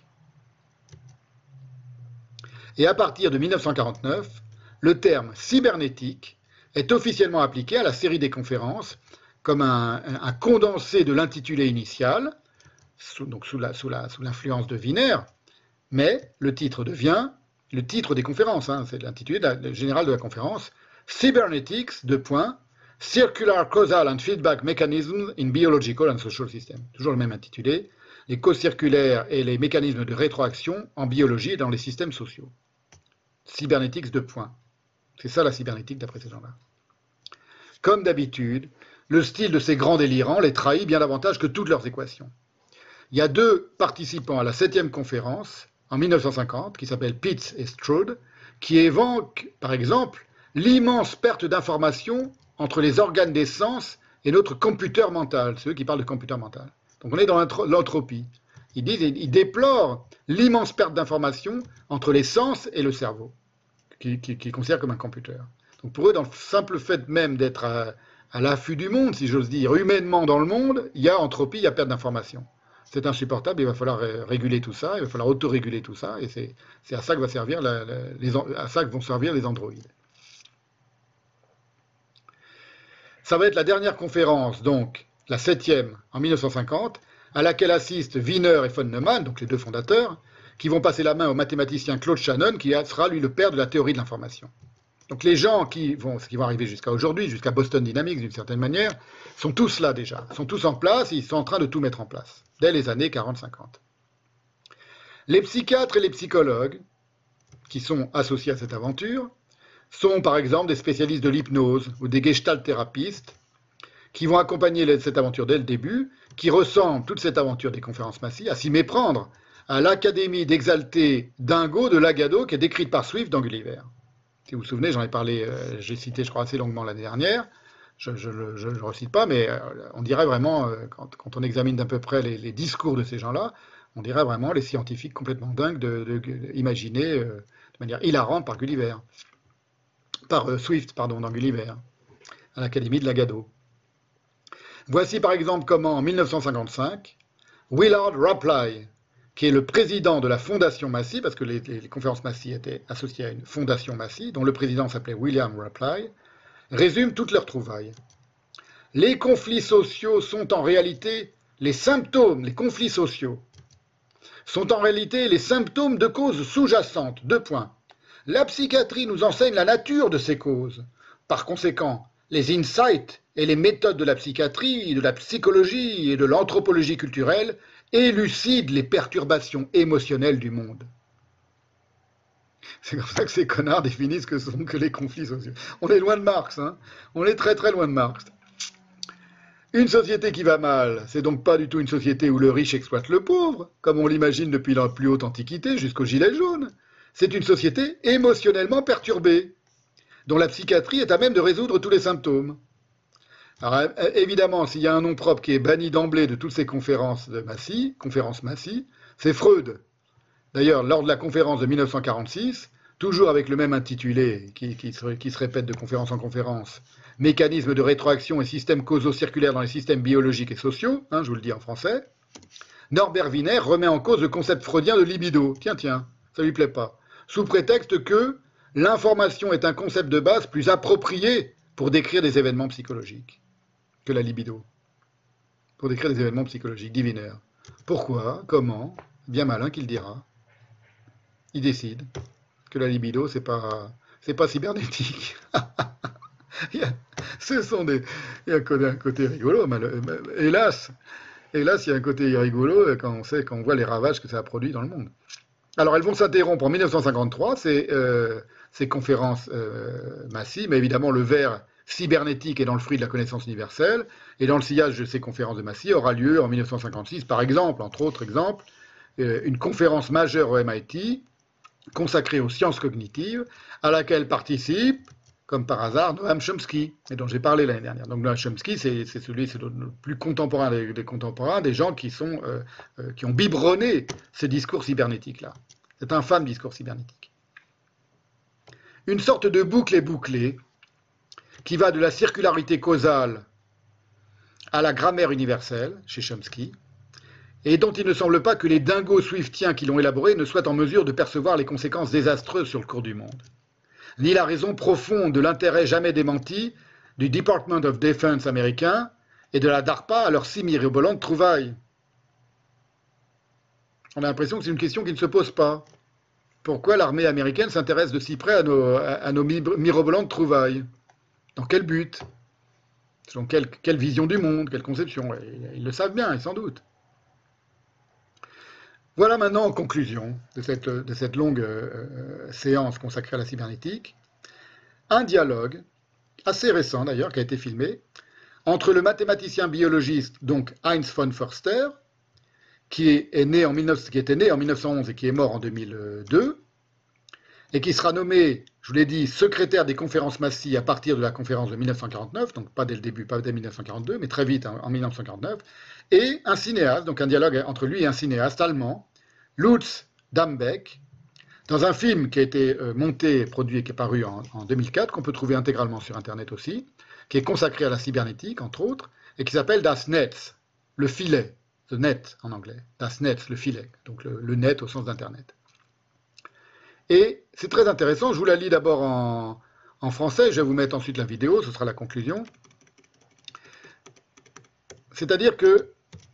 Et à partir de 1949, le terme cybernétique est officiellement appliqué à la série des conférences comme un condensé de l'intitulé initial, donc sous l'influence de Wiener, mais le titre devient le titre des conférences, c'est l'intitulé général de la conférence, Cybernetics, Circular Causal and Feedback Mechanisms in Biological and Social Systems. Toujours le même intitulé, les causes circulaires et les mécanismes de rétroaction en biologie et dans les systèmes sociaux. Cybernetics, C'est ça la cybernétique d'après ces gens-là. Comme d'habitude, le style de ces grands délirants les trahit bien davantage que toutes leurs équations. Il y a 2 participants à la 7e conférence, en 1950, qui s'appellent Pitts et Strode, qui évoquent, par exemple, l'immense perte d'informations entre les organes des sens et notre computer mental, ceux qui parlent de computer mental. Donc on est dans l'entropie. Ils déplorent l'immense perte d'informations entre les sens et le cerveau, qu'ils considèrent comme un computer. Donc pour eux, dans le simple fait même d'être à l'affût du monde, si j'ose dire, humainement dans le monde, il y a entropie, il y a perte d'informations. C'est insupportable, il va falloir réguler tout ça, il va falloir autoréguler tout ça, et c'est à ça que vont servir les androïdes. Ça va être la dernière conférence, donc la 7e en 1950, à laquelle assistent Wiener et von Neumann, donc les 2 fondateurs, qui vont passer la main au mathématicien Claude Shannon, qui sera lui le père de la théorie de l'information. Donc les gens qui vont arriver jusqu'à aujourd'hui, jusqu'à Boston Dynamics d'une certaine manière, sont tous là déjà, sont tous en place, et ils sont en train de tout mettre en place, dès les années 40-50. Les psychiatres et les psychologues, qui sont associés à cette aventure, sont par exemple des spécialistes de l'hypnose ou des gestalt-thérapistes qui vont accompagner cette aventure dès le début, qui ressemblent, toute cette aventure des conférences Massy, à s'y méprendre à l'académie d'exaltés dingo de Lagado qui est décrite par Swift dans Gulliver. Si vous vous souvenez, j'en ai parlé, j'ai cité je crois assez longuement l'année dernière, je ne recite pas, mais on dirait vraiment, quand on examine d'à peu près les discours de ces gens-là, on dirait vraiment les scientifiques complètement dingues imaginés de manière hilarante par Gulliver. Par Swift, dans Gulliver, à l'Académie de Lagado. Voici par exemple comment, en 1955, Willard Rapley, qui est le président de la Fondation Massy, parce que les conférences Massy étaient associées à une Fondation Massy, dont le président s'appelait William Rapley, résume toutes leurs trouvailles. Les conflits sociaux sont en réalité les symptômes, les conflits sociaux, sont en réalité les symptômes de causes sous-jacentes. 2 points. La psychiatrie nous enseigne la nature de ces causes. Par conséquent, les insights et les méthodes de la psychiatrie, de la psychologie et de l'anthropologie culturelle élucident les perturbations émotionnelles du monde. C'est comme ça que ces connards définissent ce que sont que les conflits sociaux. On est loin de Marx, hein. On est très très loin de Marx. Une société qui va mal, c'est donc pas du tout une société où le riche exploite le pauvre, comme on l'imagine depuis la plus haute antiquité jusqu'aux gilets jaunes. C'est une société émotionnellement perturbée, dont la psychiatrie est à même de résoudre tous les symptômes. Alors évidemment, s'il y a un nom propre qui est banni d'emblée de toutes ces conférences de Massy, c'est Freud. D'ailleurs, lors de la conférence de 1946, toujours avec le même intitulé qui se répète de conférence en conférence, mécanismes de rétroaction et systèmes causaux circulaires dans les systèmes biologiques et sociaux, hein, je vous le dis en français, Norbert Wiener remet en cause le concept freudien de libido. Tiens, ça lui plaît pas. Sous prétexte que l'information est un concept de base plus approprié pour décrire des événements psychologiques que la libido. Pour décrire des événements psychologiques, dit Wiener. Pourquoi? Comment? Bien malin qu'il dira. Il décide que la libido, c'est pas cybernétique. Il y a un côté rigolo. Hélas, il y a un côté rigolo quand on voit les ravages que ça a produit dans le monde. Alors, elles vont s'interrompre en 1953, ces conférences massives, mais évidemment, le verre cybernétique est dans le fruit de la connaissance universelle, et dans le sillage de ces conférences de Massy aura lieu en 1956, par exemple, entre autres exemples, une conférence majeure au MIT, consacrée aux sciences cognitives, à laquelle participe, comme par hasard, Noam Chomsky, et dont j'ai parlé l'année dernière. Donc Noam Chomsky, c'est le plus contemporain des contemporains, des gens qui ont biberonné ces discours cybernétiques-là. Cet infâme discours cybernétique. Une sorte de boucle est bouclée, qui va de la circularité causale à la grammaire universelle, chez Chomsky, et dont il ne semble pas que les dingos swiftiens qui l'ont élaboré ne soient en mesure de percevoir les conséquences désastreuses sur le cours du monde, ni la raison profonde de l'intérêt jamais démenti du Department of Defense américain et de la DARPA à leurs si mirobolantes trouvailles. On a l'impression que c'est une question qui ne se pose pas. Pourquoi l'armée américaine s'intéresse de si près à nos mirobolantes trouvailles? Dans quel but? Selon quelle vision du monde? Quelle conception? Ils le savent bien, sans doute. Voilà maintenant, en conclusion de cette longue séance consacrée à la cybernétique, un dialogue, assez récent d'ailleurs, qui a été filmé, entre le mathématicien biologiste, donc Heinz von Förster, qui était né en 1911 et qui est mort en 2002, et qui sera nommé, je vous l'ai dit, secrétaire des conférences Massy à partir de la conférence de 1949, donc pas dès le début, pas dès 1942, mais très vite en 1949, et un cinéaste, donc un dialogue entre lui et un cinéaste allemand, Lutz Dambeck, dans un film qui a été monté et produit et qui est paru en 2004, qu'on peut trouver intégralement sur Internet aussi, qui est consacré à la cybernétique, entre autres, et qui s'appelle Das Netz, le filet, the net en anglais, Das Netz, le filet, donc le net au sens d'Internet. Et c'est très intéressant, je vous la lis d'abord en français, je vais vous mettre ensuite la vidéo, ce sera la conclusion. C'est-à-dire que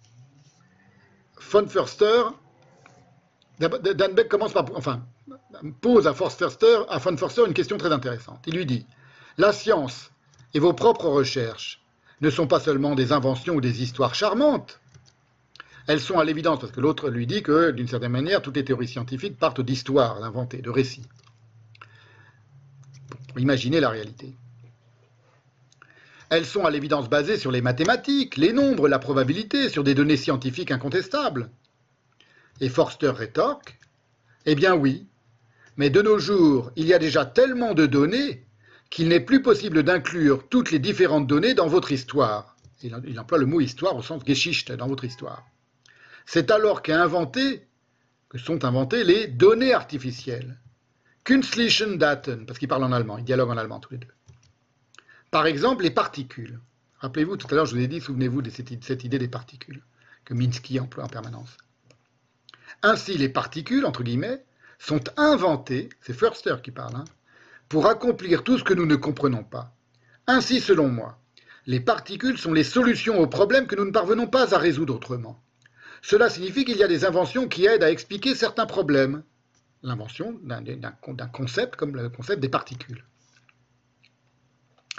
von Förster, Dambeck commence par, pose à von Förster une question très intéressante. Il lui dit, la science et vos propres recherches ne sont pas seulement des inventions ou des histoires charmantes, elles sont à l'évidence, parce que l'autre lui dit que, d'une certaine manière, toutes les théories scientifiques partent d'histoires, d'inventées, de récits. Imaginez la réalité. Elles sont à l'évidence basées sur les mathématiques, les nombres, la probabilité, sur des données scientifiques incontestables. Et Förster rétorque, eh bien oui, mais de nos jours, il y a déjà tellement de données qu'il n'est plus possible d'inclure toutes les différentes données dans votre histoire. Il emploie le mot histoire au sens Geschichte, dans votre histoire. C'est alors que sont inventées les données artificielles. Künstlichen Daten, parce qu'ils parlent en allemand, ils dialoguent en allemand tous les deux. Par exemple, les particules. Rappelez-vous, tout à l'heure, je vous ai dit, souvenez-vous de cette idée des particules, que Minsky emploie en permanence. Ainsi, les particules, entre guillemets, sont inventées, c'est Förster qui parle, pour accomplir tout ce que nous ne comprenons pas. Ainsi, selon moi, les particules sont les solutions aux problèmes que nous ne parvenons pas à résoudre autrement. Cela signifie qu'il y a des inventions qui aident à expliquer certains problèmes. L'invention d'un concept comme le concept des particules.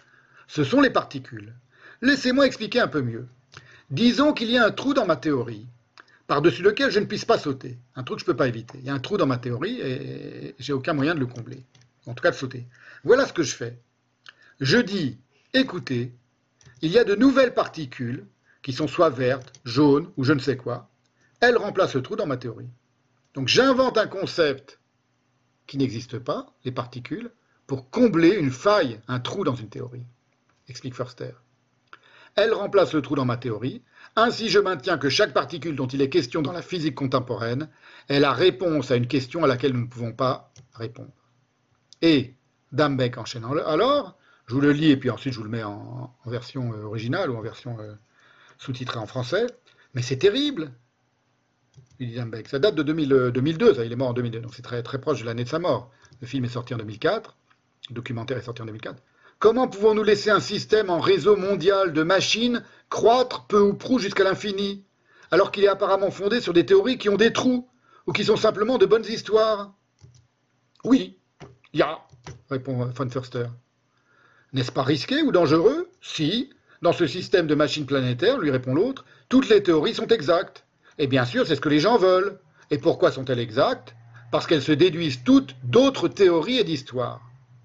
ce sont les particules. Laissez-moi expliquer un peu mieux. Disons qu'il y a un trou dans ma théorie, par-dessus lequel je ne puisse pas sauter. Un trou que je ne peux pas éviter. Il y a un trou dans ma théorie et j'ai aucun moyen de le combler. En tout cas de sauter. Voilà ce que je fais. Je dis, écoutez, il y a de nouvelles particules qui sont soit vertes, jaunes ou je ne sais quoi. Elles remplacent le trou dans ma théorie. Donc j'invente un concept qui n'existe pas, les particules, pour combler une faille, un trou dans une théorie, explique Förster. Elles remplacent le trou dans ma théorie. Ainsi, je maintiens que chaque particule dont il est question dans la physique contemporaine est la réponse à une question à laquelle nous ne pouvons pas répondre. Et Dambeck enchaîne alors, je vous le lis et puis ensuite je vous le mets en version originale ou en version sous-titrée en français, mais c'est terrible, il dit Dambeck. Ça date de 2002, ça, il est mort en 2002, donc c'est très, très proche de l'année de sa mort. Le film est sorti en 2004, le documentaire est sorti en 2004. Comment pouvons-nous laisser un système en réseau mondial de machines croître peu ou prou jusqu'à l'infini, alors qu'il est apparemment fondé sur des théories qui ont des trous, ou qui sont simplement de bonnes histoires? Oui, répond von Förster. N'est-ce pas risqué ou dangereux? Si, dans ce système de machines planétaires, lui répond l'autre, toutes les théories sont exactes. Et bien sûr, c'est ce que les gens veulent. Et pourquoi sont-elles exactes? Parce qu'elles se déduisent toutes d'autres théories et d'histoires.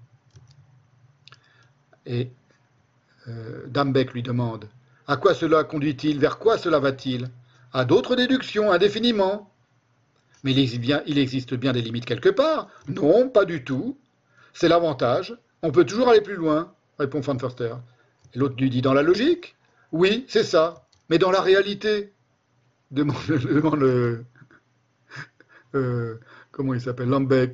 Et Dambeck lui demande, à quoi cela conduit-il? Vers quoi cela va-t-il? À d'autres déductions, indéfiniment. Mais il existe bien des limites quelque part? Non, pas du tout. C'est l'avantage. On peut toujours aller plus loin, répond von Förster. Et l'autre lui dit, dans la logique? Oui, c'est ça. Mais dans la réalité? Demande le... comment il s'appelle?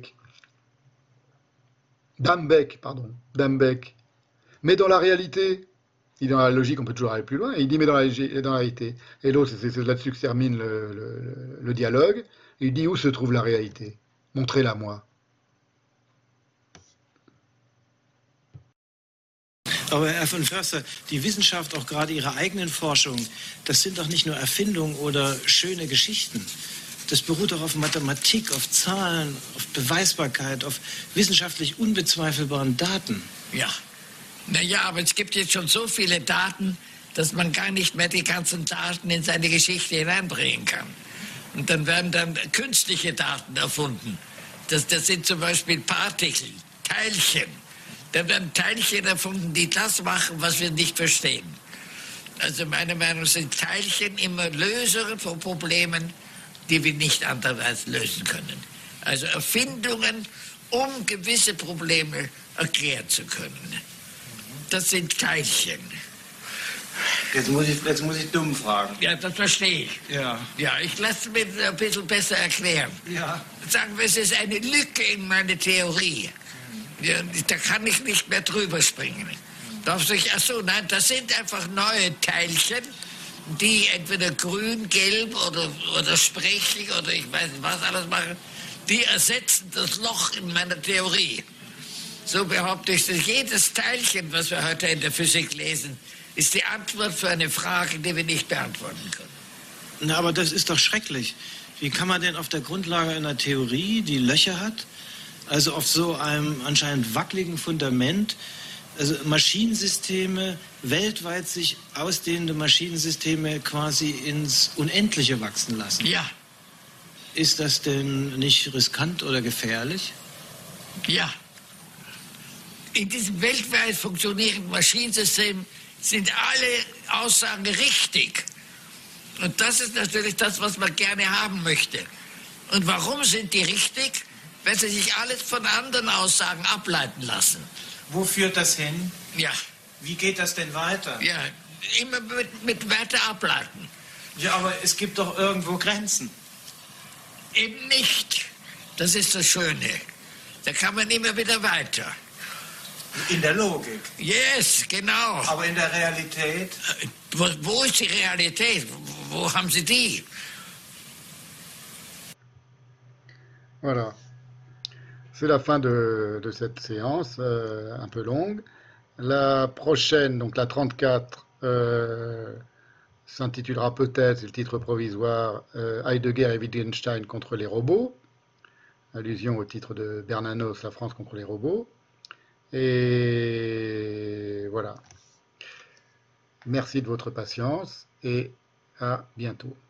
Dambeck, pardon. Dambeck. Mais dans la réalité? Il dit, dans la logique, on peut toujours aller plus loin. Et il dit, mais dans la réalité. Et l'autre, c'est là-dessus que se termine le dialogue. Il dit, où se trouve la réalité? Montrez-la moi. Aber Herr von Förster, die Wissenschaft, auch gerade Ihre eigenen Forschungen, das sind doch nicht nur Erfindungen oder schöne Geschichten. Das beruht doch auf Mathematik, auf Zahlen, auf Beweisbarkeit, auf wissenschaftlich unbezweifelbaren Daten. Ja. Naja, aber es gibt jetzt schon so viele Daten, dass man gar nicht mehr die ganzen Daten in seine Geschichte hineinbringen kann. Und dann werden dann künstliche Daten erfunden. Das sind zum Beispiel Partikel, Teilchen. Da werden Teilchen erfunden, die das machen, was wir nicht verstehen. Also meiner Meinung nach sind Teilchen immer Lösere von Problemen, die wir nicht anderweitig lösen können. Also Erfindungen, um gewisse Probleme erklären zu können. Das sind Teilchen. Jetzt muss ich dumm fragen. Ja, das verstehe ich. Ja. Ja, ich lasse mir das ein bisschen besser erklären. Ja. Sagen wir, es ist eine Lücke in meiner Theorie. Ja, da kann ich nicht mehr drüber springen. Achso, nein, das sind einfach neue Teilchen, die entweder grün, gelb oder sprechlich oder ich weiß nicht was alles machen. Die ersetzen das Loch in meiner Theorie. So behaupte ich, dass jedes Teilchen, was wir heute in der Physik lesen, ist die Antwort für eine Frage, die wir nicht beantworten können. Na, aber das ist doch schrecklich. Wie kann man denn auf der Grundlage einer Theorie, die Löcher hat, also auf so einem anscheinend wackeligen Fundament, also Maschinensysteme, weltweit sich ausdehnende Maschinensysteme quasi ins Unendliche wachsen lassen? Ja. Ist das denn nicht riskant oder gefährlich? Ja. In diesem weltweit funktionierenden Maschinensystem sind alle Aussagen richtig. Und das ist natürlich das, was man gerne haben möchte. Und warum sind die richtig? Weil sie sich alles von anderen Aussagen ableiten lassen. Wo führt das hin? Ja. Wie geht das denn weiter? Ja, immer mit weiter ableiten. Ja, aber es gibt doch irgendwo Grenzen. Eben nicht. Das ist das Schöne. Da kann man immer wieder weiter. In der Logik. Yes, genau. Aber in der Realität? Wo ist die Realität? Wo haben Sie die? Voilà. C'est la fin de cette séance, un peu longue. La prochaine, donc la 34, s'intitulera peut-être, c'est le titre provisoire, Heidegger et Wittgenstein contre les robots, allusion au titre de Bernanos, La France contre les robots. Et voilà. Merci de votre patience et à bientôt.